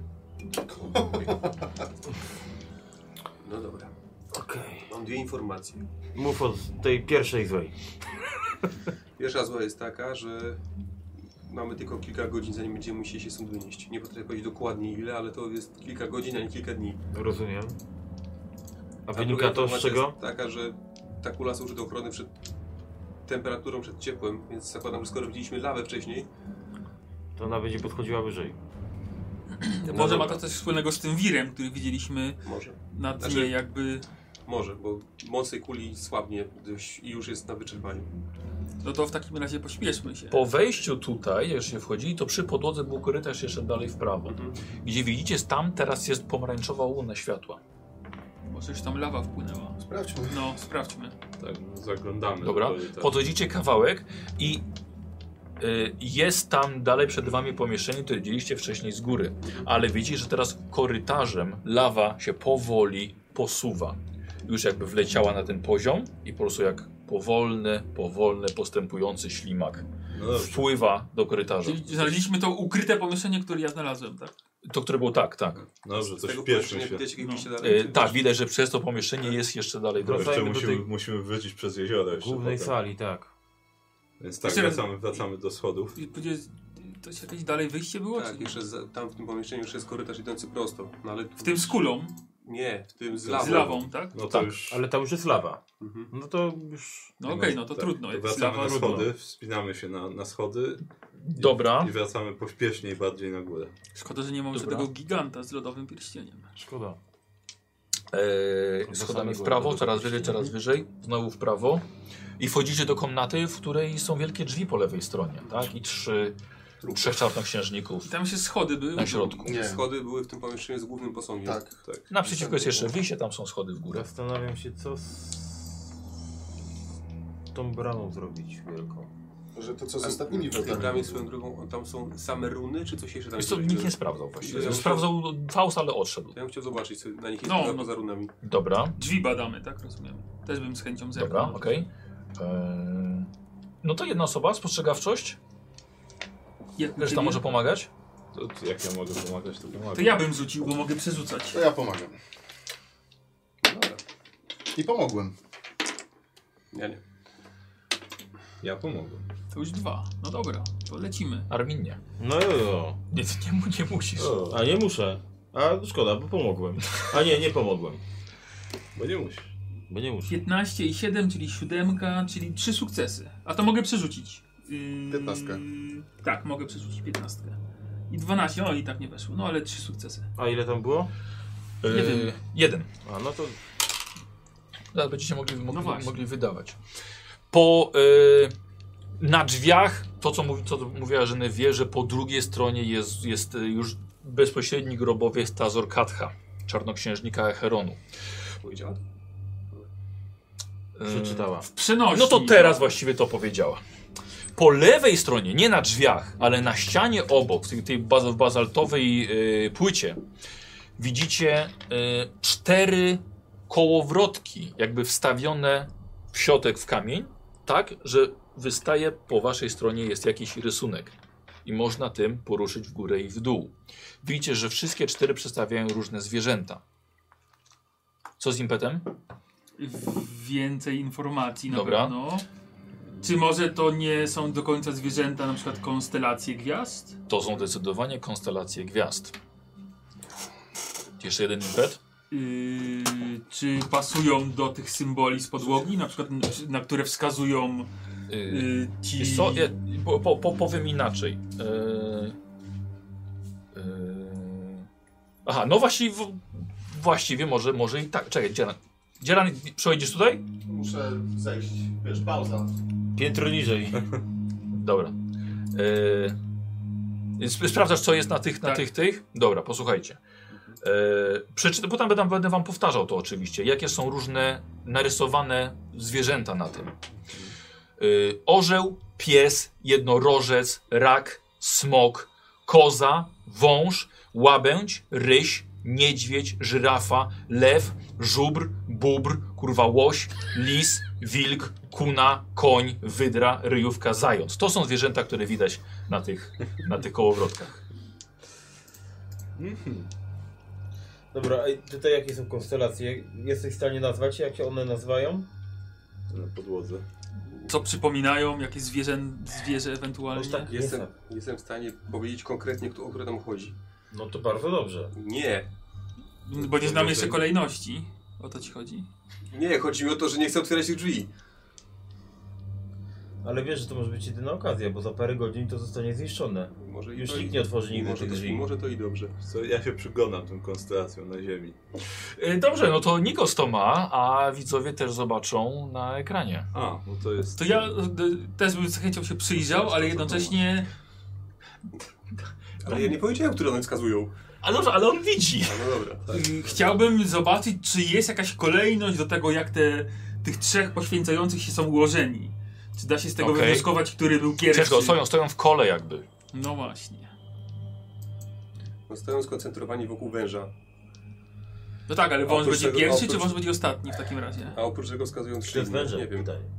Speaker 6: No dobra.
Speaker 5: Okej.
Speaker 6: Mam dwie informacje.
Speaker 5: Mów o tej pierwszej złej.
Speaker 6: Pierwsza zła jest taka, że mamy tylko kilka godzin, zanim będziemy musieli się stąd wynieść. Nie potrafię powiedzieć dokładnie ile, ale to jest kilka godzin, a nie kilka dni.
Speaker 5: Rozumiem. A
Speaker 6: A
Speaker 5: wynika
Speaker 6: druga
Speaker 5: to z
Speaker 6: informacja
Speaker 5: czego?
Speaker 6: jest taka, że ta kula służy do ochrony przed temperaturą, przed ciepłem, więc zakładam, że skoro widzieliśmy lawę wcześniej,
Speaker 5: To ona będzie podchodziła wyżej.
Speaker 2: Może ma
Speaker 6: dobra.
Speaker 2: to coś wspólnego z tym wirem, który widzieliśmy
Speaker 6: może.
Speaker 2: na dnie
Speaker 6: Znaczy-
Speaker 2: jakby...
Speaker 6: Może, bo moc tej kuli słabnie dość i już jest na wyczerpaniu.
Speaker 2: No to w takim razie pośpieszmy się.
Speaker 1: Po wejściu tutaj, jak się wchodzi, to przy podłodze był korytarz jeszcze dalej w prawo. Gdzie widzicie, tam teraz jest pomarańczowa łuna światła.
Speaker 2: Może już tam lawa wpłynęła.
Speaker 4: Sprawdźmy.
Speaker 2: No, sprawdźmy.
Speaker 3: Tak, zaglądamy.
Speaker 1: Dobra,
Speaker 3: do korytarza.
Speaker 1: podchodzicie kawałek i jest tam dalej przed wami pomieszczenie, które widzieliście wcześniej z góry. Ale widzicie, że teraz korytarzem lawa się powoli posuwa. Już jakby wleciała na ten poziom i po prostu jak powolny, postępujący ślimak
Speaker 3: No dobrze.
Speaker 1: wpływa do korytarza.
Speaker 2: Czyli znaleźliśmy to ukryte pomieszczenie, które ja znalazłem, tak?
Speaker 1: To, które było tak.
Speaker 3: Dobrze,
Speaker 6: Z
Speaker 3: to
Speaker 6: tego
Speaker 3: śpieszmy
Speaker 6: pomieszczenia
Speaker 3: się.
Speaker 6: widać jakieś
Speaker 2: No.
Speaker 6: wyjście dalej? czy
Speaker 1: Tak,
Speaker 6: też-
Speaker 1: widać, że przez to pomieszczenie jest jeszcze dalej droga.
Speaker 3: Jeszcze
Speaker 5: Wracajmy do tej
Speaker 3: musimy wrócić przez jezioro jeszcze.
Speaker 5: głównej
Speaker 3: potem.
Speaker 5: sali, tak.
Speaker 3: Więc tak,
Speaker 2: Jeszcze-
Speaker 3: wracamy do schodów.
Speaker 2: To jakieś dalej wyjście było?
Speaker 6: Tak,
Speaker 2: czy?
Speaker 6: jeszcze tam w tym pomieszczeniu jeszcze jest korytarz idący prosto. No ale
Speaker 2: W tym z kulą,
Speaker 6: Nie, w tym z
Speaker 2: z
Speaker 6: lawą.
Speaker 2: lawą, tak?
Speaker 3: No to
Speaker 5: Tak,
Speaker 3: już
Speaker 5: ale tam już jest lawa.
Speaker 6: Mhm.
Speaker 5: No to już...
Speaker 2: No okej, no to
Speaker 3: tak,
Speaker 2: trudno.
Speaker 3: to
Speaker 2: Jak jest
Speaker 3: wracamy
Speaker 2: lawa,
Speaker 3: na
Speaker 2: trudno.
Speaker 3: schody, wspinamy się na schody
Speaker 1: Dobra.
Speaker 3: i wracamy pośpieszniej bardziej na górę.
Speaker 2: Szkoda, że nie mam
Speaker 1: Dobra.
Speaker 2: tego giganta z lodowym pierścieniem.
Speaker 5: Szkoda.
Speaker 1: Schodami w prawo, coraz wyżej, znowu w prawo. I wchodzicie do komnaty, w której są wielkie drzwi po lewej stronie, tak? I trzech czarnoksiężników
Speaker 2: I tam się schody były.
Speaker 1: na środku.
Speaker 4: Nie.
Speaker 6: Schody były w tym pomieszczeniu z głównym posągiem.
Speaker 4: Tak.
Speaker 1: Naprzeciwko jest jeszcze wyjście, tam są schody w górę.
Speaker 5: Zastanawiam się, co z tą bramą zrobić wielką.
Speaker 4: Że to co z ostatnimi
Speaker 6: W tej
Speaker 4: wrotami.
Speaker 6: bramie swoją drogą, tam są same runy, czy coś jeszcze tam
Speaker 1: Jest to,
Speaker 6: jest?
Speaker 1: nikt nie sprawdzał właściwie.
Speaker 6: Ja
Speaker 1: Sprawdzał Faust, ale odszedł.
Speaker 6: Ja bym chciał zobaczyć, co na nich jest
Speaker 2: No, no.
Speaker 6: poza runami.
Speaker 1: Dobra,
Speaker 2: Drzwi badamy, tak rozumiem. Też bym z chęcią zerknął.
Speaker 1: dobra, okej. No to jedna osoba, spostrzegawczość.
Speaker 2: Jak u
Speaker 1: Reszta
Speaker 2: ciebie?
Speaker 1: może pomagać.
Speaker 3: To jak ja mogę pomagać, to pomagam.
Speaker 2: To ja bym rzucił, bo mogę przerzucać.
Speaker 4: To ja pomagam.
Speaker 6: Dobra.
Speaker 4: I pomogłem.
Speaker 6: Ja nie.
Speaker 3: Ja pomogłem.
Speaker 2: To już 2. No dobra, to lecimy.
Speaker 1: Armin nie.
Speaker 5: No jo.
Speaker 1: Nie musisz.
Speaker 5: A nie muszę. A szkoda, bo pomogłem. A nie pomogłem.
Speaker 3: Bo nie musisz.
Speaker 5: Bo nie muszę.
Speaker 2: 15 i 7, czyli 7, czyli 3 sukcesy. A to mogę przerzucić.
Speaker 4: 15.
Speaker 2: Tak, mogę przerzucić 15. I 12, o i tak nie weszło. No ale 3 sukcesy.
Speaker 5: A ile tam było?
Speaker 2: Nie wiem.
Speaker 1: 1.
Speaker 5: A no to...
Speaker 1: Zaraz będziecie
Speaker 2: No właśnie.
Speaker 1: mogli wydawać. Na drzwiach, to co mówiła Genevieve, że po drugiej stronie jest już bezpośredni grobowiec Tazor Katha, czarnoksiężnika Echeronu.
Speaker 6: Powiedziała?
Speaker 5: Przeczytała.
Speaker 2: W przenośni.
Speaker 1: No to teraz właściwie to powiedziała. Po lewej stronie, nie na drzwiach, ale na ścianie obok, w tej bazaltowej płycie, widzicie 4 kołowrotki, jakby wstawione w środek w kamień, tak, że wystaje po waszej stronie jest jakiś rysunek i można tym poruszyć w górę i w dół. Widzicie, że wszystkie 4 przedstawiają różne zwierzęta. Co z impetem?
Speaker 2: Więcej informacji na
Speaker 1: Dobra.
Speaker 2: pewno. Czy może to nie są do końca zwierzęta, na przykład konstelacje gwiazd?
Speaker 1: To są zdecydowanie konstelacje gwiazd. Jeszcze jeden impet?
Speaker 2: Czy pasują do tych symboli z podłogi, na przykład na które wskazują ci...
Speaker 1: Wiesz co, powiem inaczej. Aha, no właściwie może i tak. Czekaj, Dzieran, przejdziesz tutaj?
Speaker 4: Muszę zejść. Wiesz, pauza.
Speaker 5: Piętro niżej.
Speaker 1: Dobra. Sprawdzasz, co jest na tych,
Speaker 2: Tak.
Speaker 1: tych? Dobra, posłuchajcie. Potem będę wam powtarzał to oczywiście, jakie są różne narysowane zwierzęta na tym. Orzeł, pies, jednorożec, rak, smok, koza, wąż, łabędź, ryś, niedźwiedź, żyrafa, lew, żubr, bóbr, kurwa łoś, lis, wilk, kuna, koń, wydra, ryjówka, zając. To są zwierzęta, które widać na tych kołowrotkach.
Speaker 5: Dobra, a tutaj jakie są konstelacje? Jesteś w stanie nazwać, jak się one nazywają?
Speaker 3: Na podłodze.
Speaker 2: Co przypominają, jakie zwierzę ewentualnie?
Speaker 5: No tak.
Speaker 6: Jestem w stanie powiedzieć konkretnie, o które tam chodzi.
Speaker 5: No to bardzo dobrze.
Speaker 6: Nie.
Speaker 2: Bo nie znamy jeszcze kolejności. O to ci chodzi?
Speaker 6: Nie, chodzi mi o to, że nie chcę otwierać tych drzwi.
Speaker 5: Ale wiesz, że to może być jedyna okazja, bo za parę godzin to zostanie zniszczone.
Speaker 6: Może
Speaker 5: Już
Speaker 6: to
Speaker 5: nikt nie otworzy nigdy
Speaker 6: może
Speaker 5: tych
Speaker 6: to,
Speaker 5: drzwi.
Speaker 6: może to i dobrze.
Speaker 3: Co, ja się przyglądam tą konstelacją na ziemi.
Speaker 1: Dobrze, no to Nikos to ma, a widzowie też zobaczą na ekranie.
Speaker 3: A, no to jest...
Speaker 2: To ja też bym z chęcią się przyjrzał, ale jednocześnie...
Speaker 6: Ale ja nie powiedziałem, które one wskazują.
Speaker 1: A dobrze, ale on widzi.
Speaker 6: A no dobra. Tak.
Speaker 2: Chciałbym zobaczyć, czy jest jakaś kolejność do tego, jak tych 3 poświęcających się są ułożeni. Czy da się z tego
Speaker 1: Okej.
Speaker 2: wywnioskować, który był pierwszy?
Speaker 1: Ciężko, stoją w kole jakby.
Speaker 2: No właśnie.
Speaker 6: No, stoją skoncentrowani wokół węża.
Speaker 2: No tak, ale wąż
Speaker 6: Oprócz
Speaker 2: będzie
Speaker 6: tego-
Speaker 2: pierwszy, czy
Speaker 6: oprócz-
Speaker 2: wąż będzie ostatni w takim razie?
Speaker 6: A oprócz tego wskazują
Speaker 5: To
Speaker 6: 3
Speaker 5: jest
Speaker 6: inne.
Speaker 5: węże,
Speaker 6: Nie wiem.
Speaker 5: pytanie.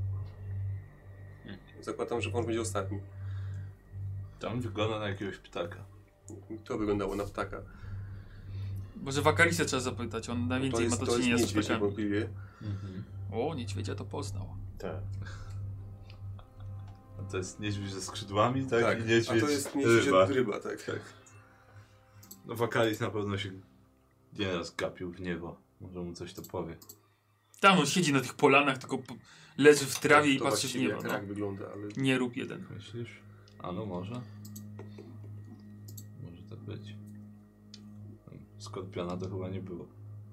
Speaker 6: Zakładam, że wąż będzie ostatni.
Speaker 3: Tam wygląda na jakiegoś ptaka.
Speaker 6: To wyglądało na ptaka.
Speaker 2: Może Wakarisę trzeba zapytać, on najwięcej ma do
Speaker 6: to jest
Speaker 2: czynienia z
Speaker 6: niedźwiedź
Speaker 2: ptakami.
Speaker 6: niewątpliwie.
Speaker 2: O, niedźwiedzia to poznał.
Speaker 5: Tak.
Speaker 3: To jest niedźwiedź ze skrzydłami, tak?
Speaker 6: Tak,
Speaker 3: I niedźwiedź
Speaker 6: a to jest ryba, tak.
Speaker 3: No Wakalis na pewno się nieraz gapił w niebo. Może mu coś to powie.
Speaker 2: Tam on siedzi na tych polanach, tylko leży w trawie i
Speaker 6: To
Speaker 2: patrzy w
Speaker 6: właściwie
Speaker 2: niebo.
Speaker 6: jak rak wygląda, ale...
Speaker 2: Nie rób jeden.
Speaker 3: Myślisz? A no może. Może tak być. Skorpiona to chyba nie było.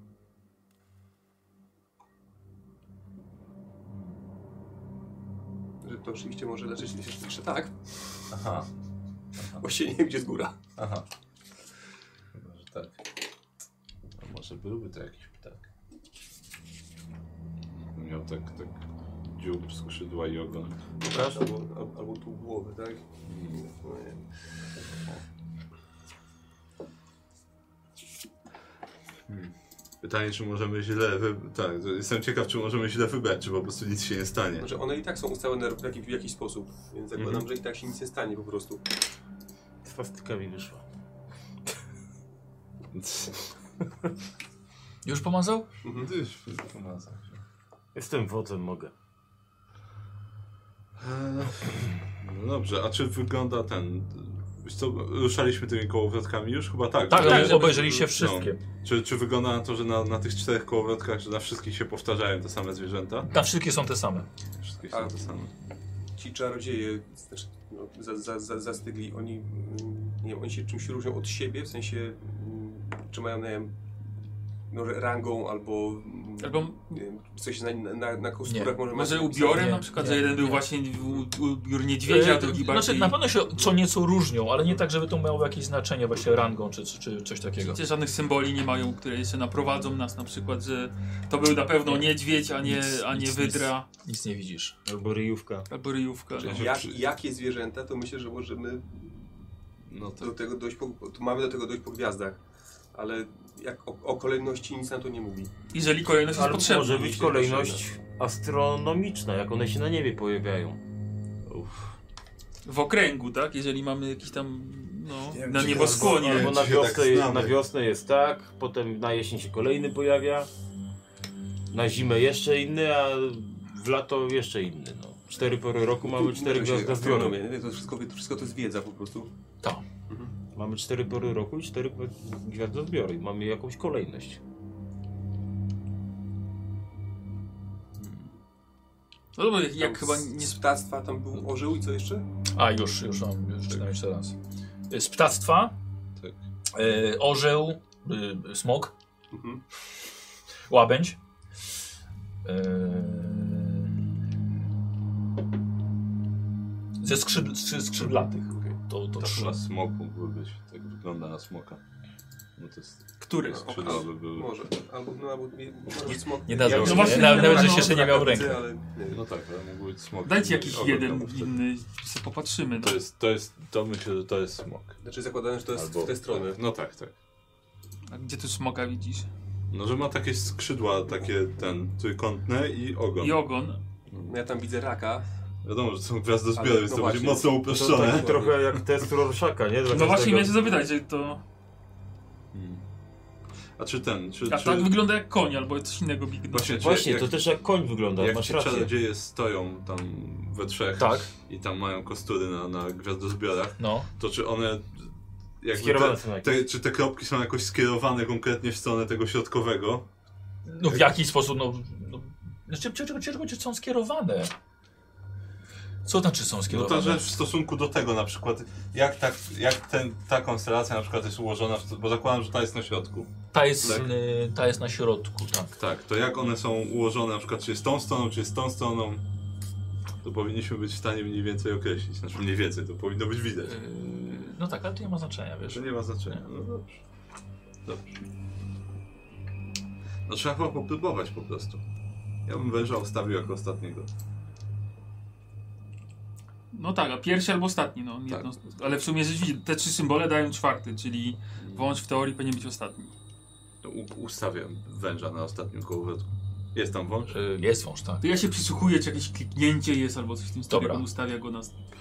Speaker 6: Że to oczywiście może leczyć jeszcze tak.
Speaker 3: Aha.
Speaker 6: Właściwie nie wiem, gdzie jest góra.
Speaker 3: Aha. Chyba, że tak. A może byłby to jakiś ptak. Miał tak dziób, skrzydła i ogon.
Speaker 5: Pokaż.
Speaker 6: Albo tu głowę, tak? No, nie wiem.
Speaker 3: Pytanie, czy możemy źle Tak, jestem ciekaw, czy możemy źle wybrać, czy po prostu nic się nie stanie.
Speaker 6: Znaczy one i tak są ustalone w jakiś sposób, więc zakładam, że i tak się nic nie stanie po prostu.
Speaker 5: Swastyka mi wyszła.
Speaker 1: Już pomazał?
Speaker 3: Ty już pomazał.
Speaker 5: Jestem wodzem, mogę.
Speaker 3: No dobrze, a czy wygląda ten... Wiesz co, ruszaliśmy tymi kołowrotkami już? Chyba tak.
Speaker 1: Tak,
Speaker 3: Że-
Speaker 1: obejrzeliście wszystkie.
Speaker 3: Czy wygląda na to, że na tych 4 kołowrotkach, że na wszystkich się powtarzają te same zwierzęta?
Speaker 1: Tam wszystkie są te same.
Speaker 3: Wszystkie są
Speaker 6: A-
Speaker 3: te same.
Speaker 6: Ci czarodzieje, znaczy, no, zastygli, oni, nie wiem, oni się czymś różnią od siebie, w sensie, czy mają, nie wiem, może rangą albo,
Speaker 2: Albo
Speaker 6: nie wiem, coś na kosturach może
Speaker 2: może
Speaker 6: mają
Speaker 2: ubiory
Speaker 1: nie,
Speaker 2: na przykład,
Speaker 1: nie,
Speaker 2: że jeden był
Speaker 1: nie.
Speaker 2: właśnie ubiór niedźwiedzia, drugi bardziej...
Speaker 1: Znaczy na pewno się co nieco różnią, ale nie tak, żeby to miało jakieś znaczenie właśnie rangą czy coś takiego.
Speaker 2: Przecież żadnych symboli nie mają, które jeszcze naprowadzą nas na przykład, że to był na pewno niedźwiedź, a nie wydra
Speaker 1: Nic nie widzisz.
Speaker 5: Albo ryjówka.
Speaker 2: albo ryjówka.
Speaker 3: Czyli-
Speaker 6: Jakie zwierzęta, to myślę, że możemy
Speaker 3: No to
Speaker 6: do tego dojść mamy do tego dojść po gwiazdach, ale jak o kolejności nic na to nie mówi.
Speaker 2: Jeżeli kolejność jest
Speaker 5: Albo
Speaker 2: potrzebna.
Speaker 5: może być kolejność astronomiczna, jak one się na niebie pojawiają.
Speaker 2: W okręgu, tak? Jeżeli mamy jakiś tam, no,
Speaker 3: Nie wiem,
Speaker 2: na
Speaker 3: czy
Speaker 2: nieboskłonie.
Speaker 3: to-
Speaker 5: Albo
Speaker 3: czy
Speaker 5: na
Speaker 3: się
Speaker 5: wiosnę,
Speaker 3: tak znamy.
Speaker 5: na wiosnę jest tak, potem na jesień się kolejny pojawia, na zimę jeszcze inny, a w lato jeszcze inny. No. 4 pory roku mamy 4 gwiazdozbiory.
Speaker 6: astronomię, to wszystko to jest wiedza po prostu.
Speaker 1: Tak.
Speaker 5: Mamy 4 pory roku i 4 gwiazdozbiory. Mamy jakąś kolejność.
Speaker 2: No dobra, jak
Speaker 6: Tam
Speaker 2: chyba nie...
Speaker 6: z ptactwa tam był orzeł i co jeszcze?
Speaker 1: A już czytam jeszcze raz. Z ptactwa,
Speaker 3: Tak.
Speaker 1: orzeł, smok,
Speaker 6: Mhm.
Speaker 1: łabędź, ze skrzydlatych. To
Speaker 3: Ta
Speaker 1: 3.
Speaker 3: na smok mógłby być. Tak wygląda na smoka. No to jest...
Speaker 2: Który?
Speaker 3: Skrzydła by były.
Speaker 6: Może. Albo może smok.
Speaker 1: Nie dadzą
Speaker 2: No
Speaker 1: się.
Speaker 2: właśnie,
Speaker 1: Nawet, że
Speaker 2: no,
Speaker 1: się jeszcze nie miał w ręku.
Speaker 6: Ale nie wiem.
Speaker 3: No tak, ale mógł być smok.
Speaker 2: Dajcie jakiś
Speaker 3: Ogon
Speaker 2: jeden
Speaker 3: tam wtedy.
Speaker 2: inny, sobie popatrzymy. No.
Speaker 3: To myślę, że to jest smok.
Speaker 6: Znaczy zakładałem, że to jest w tę stronę.
Speaker 3: No tak.
Speaker 2: A gdzie tu smoka widzisz?
Speaker 3: No, że ma takie skrzydła, takie trójkątne i ogon.
Speaker 2: I ogon.
Speaker 6: No ja tam widzę raka.
Speaker 3: Wiadomo, że są gwiazdozbiory,
Speaker 6: Ale
Speaker 3: więc
Speaker 6: no
Speaker 3: to będzie
Speaker 6: właśnie.
Speaker 3: mocno
Speaker 5: To
Speaker 3: uproszczone.
Speaker 5: taki trochę jak test Rorschaka, nie? Dla
Speaker 2: No właśnie
Speaker 5: każdego-
Speaker 2: miałem się zapytać, że to...
Speaker 3: A czy ten,
Speaker 2: A tak wygląda jak koń albo coś innego bigno.
Speaker 5: Właśnie,
Speaker 3: jak,
Speaker 5: to też jak koń wygląda,
Speaker 3: jak
Speaker 5: masz
Speaker 3: ci
Speaker 5: rację.
Speaker 3: czarodzieje stoją tam we trzech
Speaker 1: Tak.
Speaker 3: i tam mają kostury na gwiazdozbiorach,
Speaker 1: No.
Speaker 3: to czy one... Jakby
Speaker 5: Skierowane są jakieś.
Speaker 3: czy te kropki są jakoś skierowane konkretnie w stronę tego środkowego?
Speaker 1: No w jaki sposób, Znaczy, czego są skierowane? Co znaczy są
Speaker 3: No
Speaker 1: skierowane?
Speaker 3: to, że w stosunku do tego na przykład, jak ta konstelacja na przykład jest ułożona, bo zakładam, że ta jest na środku.
Speaker 1: Ta jest,
Speaker 3: Tak.
Speaker 1: ta jest na środku, tak.
Speaker 3: Tak, to jak one są ułożone, na przykład czy jest tą stroną, czy jest tą stroną, to powinniśmy być w stanie mniej więcej określić. Znaczy mniej więcej, to powinno być widać.
Speaker 1: No tak, ale to nie ma znaczenia, wiesz.
Speaker 3: To nie ma znaczenia. No dobrze. Dobrze. No trzeba chyba popróbować po prostu. Ja bym węża ustawił jako ostatniego.
Speaker 2: No tak, a pierwszy albo ostatni, no. Jedno, ale w sumie rzeczywiście te 3 symbole dają 4, czyli wąż w teorii powinien być ostatni.
Speaker 3: To ustawiam węża na ostatnim kołowrotku. Jest tam wąż?
Speaker 1: Jest wąż, tak.
Speaker 2: To ja się przysłuchuję, czy jakieś kliknięcie jest albo coś w tym stylu,
Speaker 1: Dobra.
Speaker 2: on ustawia go na...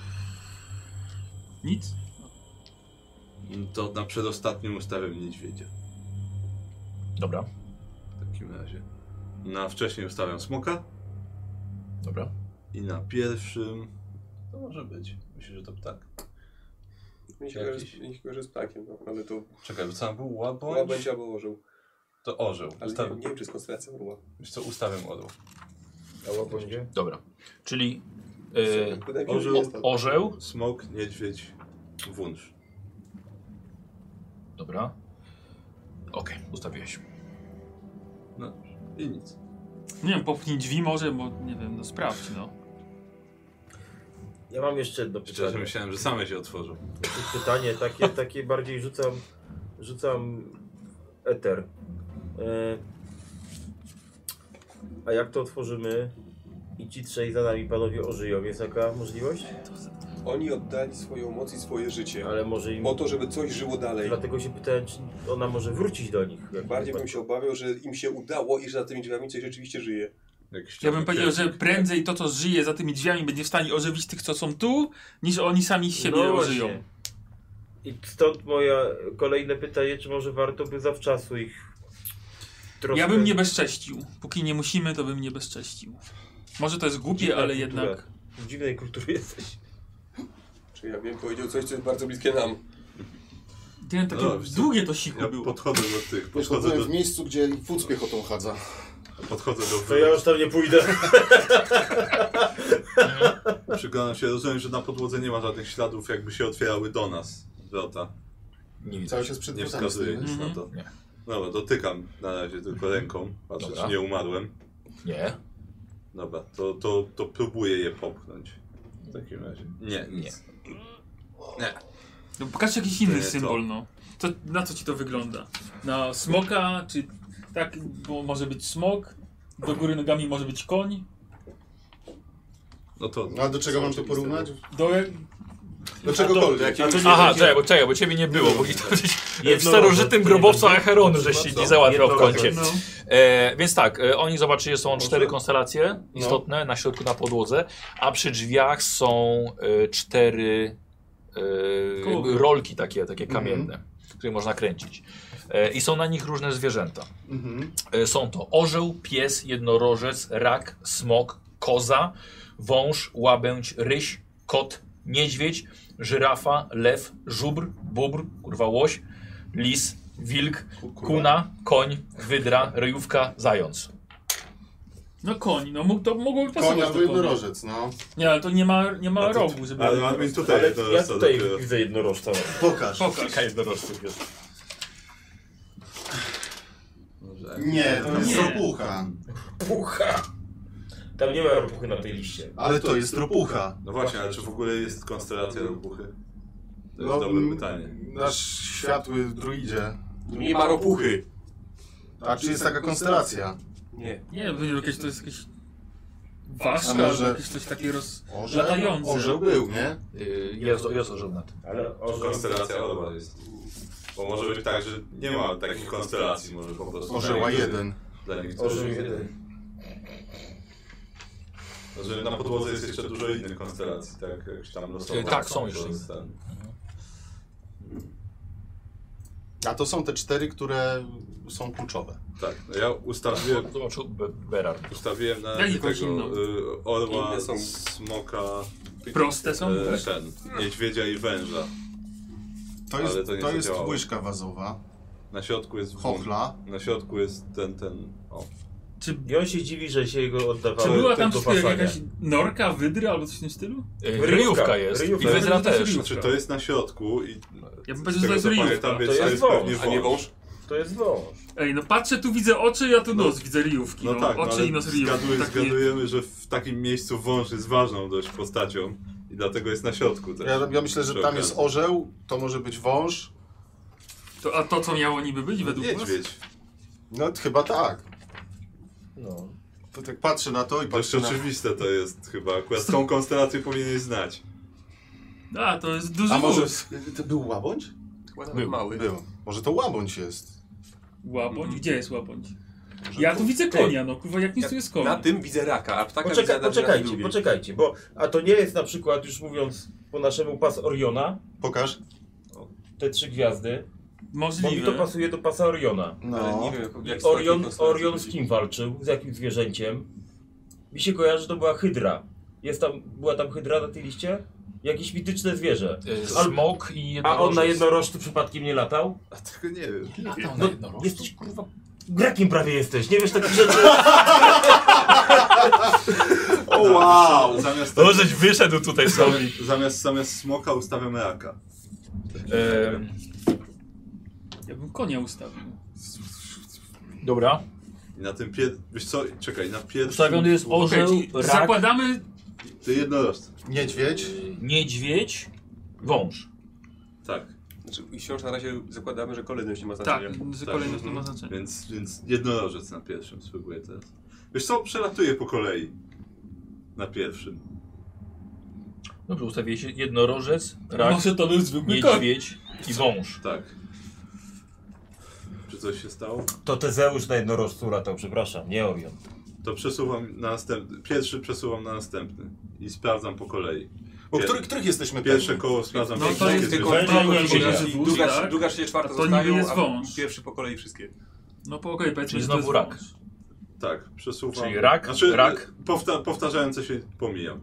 Speaker 2: Nic?
Speaker 3: To na przedostatnim ustawiam niedźwiedzia.
Speaker 1: Dobra,
Speaker 3: W takim razie. Na wcześniej ustawiam smoka
Speaker 1: dobra.
Speaker 3: i na pierwszym... To może być. Myślisz, że to ptak?
Speaker 6: Nie się kojarzy z ptakiem, no, ale to
Speaker 3: Czekaj, bo co tam był? Łabędź?
Speaker 6: łabędź albo orzeł.
Speaker 3: To orzeł.
Speaker 6: Ale nie wiem, czy jest konstelacja orła.
Speaker 3: Wiesz co, ustawiam orzeł.
Speaker 5: A łabędzie?
Speaker 1: Dobra. Czyli
Speaker 6: Wydaje mi się, że
Speaker 3: orzeł.
Speaker 6: jest tam.
Speaker 1: orzeł.
Speaker 3: Smok, niedźwiedź, wunsz.
Speaker 1: Dobra. Okej, ustawiłeś.
Speaker 3: No i nic.
Speaker 2: Nie wiem, popchnij drzwi może, bo nie wiem, no sprawdź, no.
Speaker 5: Ja mam jeszcze jedno
Speaker 3: Szczerze
Speaker 5: pytanie.
Speaker 3: myślałem, że same się otworzą.
Speaker 5: Pytanie takie bardziej rzucam eter. A jak to otworzymy i ci trzej za nami panowie ożyją? Jest taka możliwość?
Speaker 6: Oni oddali swoją moc i swoje życie.
Speaker 5: Ale może im...
Speaker 6: Po to, żeby coś żyło dalej.
Speaker 5: Dlatego się pytałem, czy ona może wrócić do nich. Jak
Speaker 6: Bardziej bym się obawiał, że im się udało i że za tymi drzwiami coś rzeczywiście żyje.
Speaker 2: Ja bym powiedział, że prędzej to, co żyje za tymi drzwiami, będzie w stanie ożywić tych, co są tu, niż oni sami siebie
Speaker 5: No
Speaker 2: ożyją.
Speaker 5: właśnie. I stąd moje kolejne pytanie, czy może warto by zawczasu ich troszkę...
Speaker 2: Ja bym nie bezcześcił. Póki nie musimy, to bym nie bezcześcił. Może to jest głupie,
Speaker 5: Dziwna
Speaker 2: ale
Speaker 5: kultura.
Speaker 2: jednak...
Speaker 5: W dziwnej kulturze jesteś.
Speaker 6: Czy ja wiem, powiedział coś, co jest bardzo bliskie nam.
Speaker 2: Nie, takie
Speaker 3: No, wiesz co,
Speaker 2: długie to sichu
Speaker 3: Ja
Speaker 2: było.
Speaker 3: podchodzę do tych,
Speaker 4: Wiesz, to byłem w miejscu, gdzie wód z piechotą chadza.
Speaker 3: podchodzę do
Speaker 5: To ja już tam nie pójdę.
Speaker 3: Przyglądam się, rozumiem, że na podłodze nie ma żadnych śladów, jakby się otwierały do nas wrota.
Speaker 1: Nie widzę.
Speaker 4: Cały się sprzed
Speaker 3: Nie
Speaker 4: wrotami
Speaker 3: wskazuje
Speaker 4: stoi.
Speaker 3: nic na to.
Speaker 1: Nie.
Speaker 3: Dobra, dotykam na razie tylko ręką, patrzę,
Speaker 1: Dobra.
Speaker 3: czy nie umarłem.
Speaker 1: Nie.
Speaker 3: Dobra, to próbuję je popchnąć. W takim razie. Nie, nic. Nie.
Speaker 2: No, pokaż jakiś
Speaker 3: To
Speaker 2: inny
Speaker 3: nie
Speaker 2: symbol,
Speaker 3: to.
Speaker 2: no. Na co ci to wygląda? Na smoka, czy tak, bo może być smok, do góry nogami może być koń,
Speaker 3: No to...
Speaker 4: A do czego mam to porównać?
Speaker 2: do...
Speaker 4: Do czegokolwiek.
Speaker 1: Aha, czekaj, bo ciebie nie było, bo w
Speaker 5: Jedno
Speaker 1: starożytnym
Speaker 5: rożec,
Speaker 1: grobowcu
Speaker 5: nie
Speaker 1: Acheronu, żeś się nie załatwiał w
Speaker 5: Jedno
Speaker 1: kącie.
Speaker 2: No.
Speaker 1: Więc tak, oni zobaczyli, że są 4 konstelacje istotne na środku, na podłodze, a przy drzwiach są 4
Speaker 2: Kołby.
Speaker 1: rolki takie kamienne, które można kręcić. I są na nich różne zwierzęta. Są to orzeł, pies, jednorożec, rak, smok, koza, wąż, łabędź, ryś, kot, niedźwiedź, żyrafa, lew, żubr, bóbr, kurwa łoś, lis, wilk, kuna, koń, wydra, ryjówka, zając.
Speaker 2: No koń, no to mogło
Speaker 4: Koń
Speaker 2: pasować
Speaker 4: albo
Speaker 2: do konia.
Speaker 4: jednorożec, no.
Speaker 2: Nie, ale to nie ma rogu, żeby...
Speaker 3: Ale mamy tutaj
Speaker 5: Ale
Speaker 3: jedno
Speaker 5: ja
Speaker 3: rozsąd
Speaker 5: tutaj
Speaker 3: dopiero.
Speaker 5: widzę jednorożca.
Speaker 4: Pokaż.
Speaker 1: Kilka jednorożców jest.
Speaker 3: Może-
Speaker 4: Nie, to jest
Speaker 2: Nie.
Speaker 4: ropucha.
Speaker 5: Pucha! Tam nie ma ropuchy na tej liście.
Speaker 4: Ale to jest ropucha.
Speaker 3: No właśnie, ale czy w ogóle jest konstelacja ropuchy? To jest
Speaker 4: No,
Speaker 3: dobre pytanie.
Speaker 4: Nasz światły druidzie.
Speaker 6: Nie ma ropuchy.
Speaker 4: A czy jest taka konstelacja?
Speaker 6: Nie.
Speaker 2: Nie, będzie jakieś, to jest jakieś... Ważka,
Speaker 4: A może-
Speaker 2: albo jakieś coś takie
Speaker 4: Orzeł?
Speaker 2: latające.
Speaker 4: Orzeł był, nie?
Speaker 1: Jest orzeł na tym.
Speaker 5: Ale orzeł...
Speaker 3: Konstelacja orła jest. Bo może być tak, że nie ma takich konstelacji, może po prostu...
Speaker 4: Orzeła jeden.
Speaker 3: Dla nich coś
Speaker 5: Orzeł
Speaker 3: jest.
Speaker 5: jeden.
Speaker 3: Że na podłodze jest jeszcze dużo innych konstelacji, tak? Jakieś tam losowe.
Speaker 1: Tak, są jeszcze
Speaker 3: To
Speaker 1: inne.
Speaker 3: jest ten-
Speaker 4: A to są te 4, które są kluczowe.
Speaker 3: Tak, no ja ustawiłem
Speaker 1: Zobaczył Berard.
Speaker 3: na
Speaker 2: Daj
Speaker 3: razie
Speaker 2: jakąś
Speaker 3: tego
Speaker 2: inną.
Speaker 3: orła,
Speaker 6: Inne są.
Speaker 3: smoka,
Speaker 2: Proste są?
Speaker 3: ten, niedźwiedzia i węża.
Speaker 4: To
Speaker 3: Ale
Speaker 4: jest,
Speaker 3: to nie
Speaker 4: to jest
Speaker 3: zadziałało.
Speaker 4: łyżka wazowa,
Speaker 3: Na środku jest
Speaker 4: chochla.
Speaker 3: Na środku jest ten, o.
Speaker 2: Czy,
Speaker 5: I on się dziwi, że się jego
Speaker 2: czy
Speaker 5: oddawało
Speaker 2: była tam
Speaker 5: do
Speaker 2: coś,
Speaker 5: pasania.
Speaker 2: jakaś norka, wydra albo coś w tym stylu?
Speaker 1: Ryjówka jest.
Speaker 5: Ryjówka.
Speaker 1: I wydra
Speaker 2: To jest
Speaker 1: też.
Speaker 2: ryjówka.
Speaker 3: Znaczy to jest na środku i
Speaker 2: Ja bym
Speaker 3: z
Speaker 2: powiedział, że to
Speaker 3: tego
Speaker 2: jest
Speaker 3: co
Speaker 2: ryjówka.
Speaker 3: pamiętam, więc
Speaker 5: To
Speaker 3: to
Speaker 5: jest
Speaker 3: jest
Speaker 5: wąż,
Speaker 3: pewnie
Speaker 6: A nie
Speaker 3: wąż.
Speaker 6: wąż?
Speaker 5: To jest wąż.
Speaker 2: Ej, no patrzę, tu widzę oczy, ja tu nos widzę ryjówki.
Speaker 3: No tak, no,
Speaker 2: oczy
Speaker 3: ale
Speaker 2: i nos ryjówki.
Speaker 3: zgadujemy, że w takim miejscu wąż jest ważną dość postacią i dlatego jest na środku też.
Speaker 4: Ja myślę, że
Speaker 3: Przy
Speaker 4: tam jest
Speaker 3: okazji.
Speaker 4: orzeł, to może być wąż.
Speaker 2: A to co miało niby być według was?
Speaker 3: Niedźwiedź.
Speaker 4: No chyba tak.
Speaker 5: No.
Speaker 4: To tak patrzę na to i
Speaker 3: Dość
Speaker 4: patrzę na...
Speaker 3: oczywiste to jest chyba. Akurat tą konstelację powinieneś znać.
Speaker 2: A, to jest duży
Speaker 4: A może
Speaker 2: wóz.
Speaker 4: to był łabądź?
Speaker 6: Chyba nawet mały.
Speaker 4: Był. Może to łabądź jest.
Speaker 2: Łabądź? Gdzie jest łabądź? Ja tu widzę konia, no kurwa, jak nic tu jest koń.
Speaker 6: Na tym widzę raka, a ptaka widzę na
Speaker 5: Poczekajcie, bo a to nie jest na przykład, już mówiąc po naszemu, pas Oriona,
Speaker 4: Pokaż.
Speaker 5: te 3 gwiazdy, bo mi
Speaker 2: Możliwe.
Speaker 5: to pasuje do pasa Oriona.
Speaker 6: Ale
Speaker 4: No.
Speaker 6: nie wiem, jak z
Speaker 5: Orion
Speaker 6: takiej konstelacji
Speaker 5: z kim walczył? Z jakim zwierzęciem? Mi się kojarzy, że to była hydra. Była tam hydra na tej liście? Jakieś mityczne zwierzę.
Speaker 1: Smok i jednorożec.
Speaker 5: A on na jednorożcu przypadkiem nie latał?
Speaker 3: A tego nie wiem.
Speaker 1: Latał na jednorożcu.
Speaker 5: Jesteś kurwa... Grakiem prawie jesteś, nie wiesz takich rzeczy?
Speaker 3: O wow!
Speaker 1: No, żeś wyszedł tutaj sobie.
Speaker 3: Zamiast smoka ustawiamy raka.
Speaker 2: Ja bym konia ustawił.
Speaker 1: Dobra.
Speaker 3: I na tym wiesz co, czekaj, na pierwszym...
Speaker 1: Ustawiony jest orzeł,
Speaker 2: Okej,
Speaker 1: rak,
Speaker 2: zakładamy...
Speaker 3: Ty jednorożce.
Speaker 4: Niedźwiedź.
Speaker 1: niedźwiedź, wąż.
Speaker 3: Tak.
Speaker 6: Znaczy, i wciąż na razie zakładamy, że kolejność nie ma
Speaker 2: Tak,
Speaker 6: znaczenia.
Speaker 2: że kolejność nie ma znaczenia.
Speaker 3: Więc jednorożec na pierwszym spróbuję teraz. Wiesz co, przelatuję po kolei. Na pierwszym.
Speaker 1: Dobrze, ustawię się jednorożec, rak,
Speaker 2: Może to był zwykły koń.
Speaker 1: niedźwiedź i wąż.
Speaker 3: Tak. Czy coś się stało?
Speaker 5: To Tezeusz na jednorożcu latał, przepraszam, nie Orion.
Speaker 3: To przesuwam na następny. Pierwszy przesuwam na następny. I sprawdzam po kolei.
Speaker 4: Bo których jesteśmy
Speaker 3: Pierwsze
Speaker 4: pewni?
Speaker 3: koło sprawdzam.
Speaker 2: No to
Speaker 3: wszystkie
Speaker 2: jest
Speaker 6: Tylko
Speaker 3: zwierzęta.
Speaker 6: druga, trzecia, czwarta
Speaker 2: To niby
Speaker 6: zostają,
Speaker 2: jest
Speaker 6: a
Speaker 2: wąż.
Speaker 6: pierwszy po kolei wszystkie.
Speaker 2: No po okej, powiedzmy,
Speaker 1: Czyli
Speaker 2: że to
Speaker 1: znowu
Speaker 2: jest
Speaker 1: rak.
Speaker 2: wąż.
Speaker 3: Tak, przesuwam.
Speaker 1: Czyli rak, rak.
Speaker 3: Powtarzające się pomijam.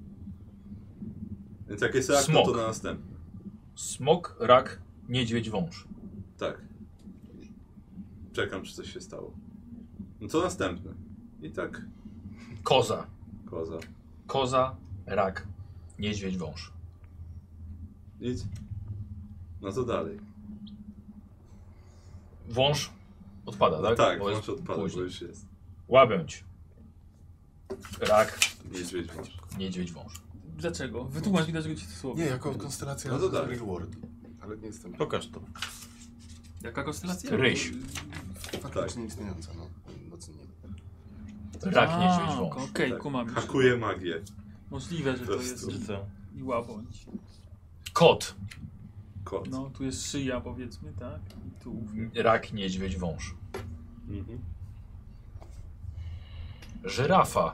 Speaker 3: Więc jak jest rak,
Speaker 1: Smok.
Speaker 3: to na następny.
Speaker 1: Smok, rak, niedźwiedź, wąż.
Speaker 3: Tak. Czekam, czy coś się stało. No to następny. I tak.
Speaker 1: Koza.
Speaker 3: Koza.
Speaker 1: Koza, rak, niedźwiedź, wąż.
Speaker 3: Nic. No to dalej.
Speaker 1: Wąż odpada, tak?
Speaker 3: Tak,
Speaker 1: Bo
Speaker 3: wąż
Speaker 1: jest
Speaker 3: odpada, bo
Speaker 1: później.
Speaker 3: już jest.
Speaker 1: Łabędź. Rak,
Speaker 3: Niedźwiedź wąż.
Speaker 1: niedźwiedź, wąż.
Speaker 2: Dlaczego? Wytłumacz mi dlaczego ci to słowo.
Speaker 4: Nie, jako konstelacja
Speaker 3: No to dalej.
Speaker 4: Real World. Ale nie jestem
Speaker 5: Pokaż to.
Speaker 2: Jaka konstelacja?
Speaker 1: Ryś.
Speaker 4: faktycznie istniejąca, no. Nocy nie.
Speaker 1: Rak,
Speaker 2: A,
Speaker 1: niedźwiedź, wąż.
Speaker 2: Okej,
Speaker 3: Tak.
Speaker 2: kumam już.
Speaker 3: Hakuje magię.
Speaker 2: Możliwe, że
Speaker 3: Po
Speaker 2: to
Speaker 3: prostu.
Speaker 2: jest
Speaker 5: Co?
Speaker 2: i łabądź.
Speaker 1: Kot.
Speaker 3: Kot.
Speaker 2: No, tu jest szyja powiedzmy, tak? I tu.
Speaker 1: Rak, niedźwiedź, wąż.
Speaker 3: Mhm.
Speaker 1: Żyrafa.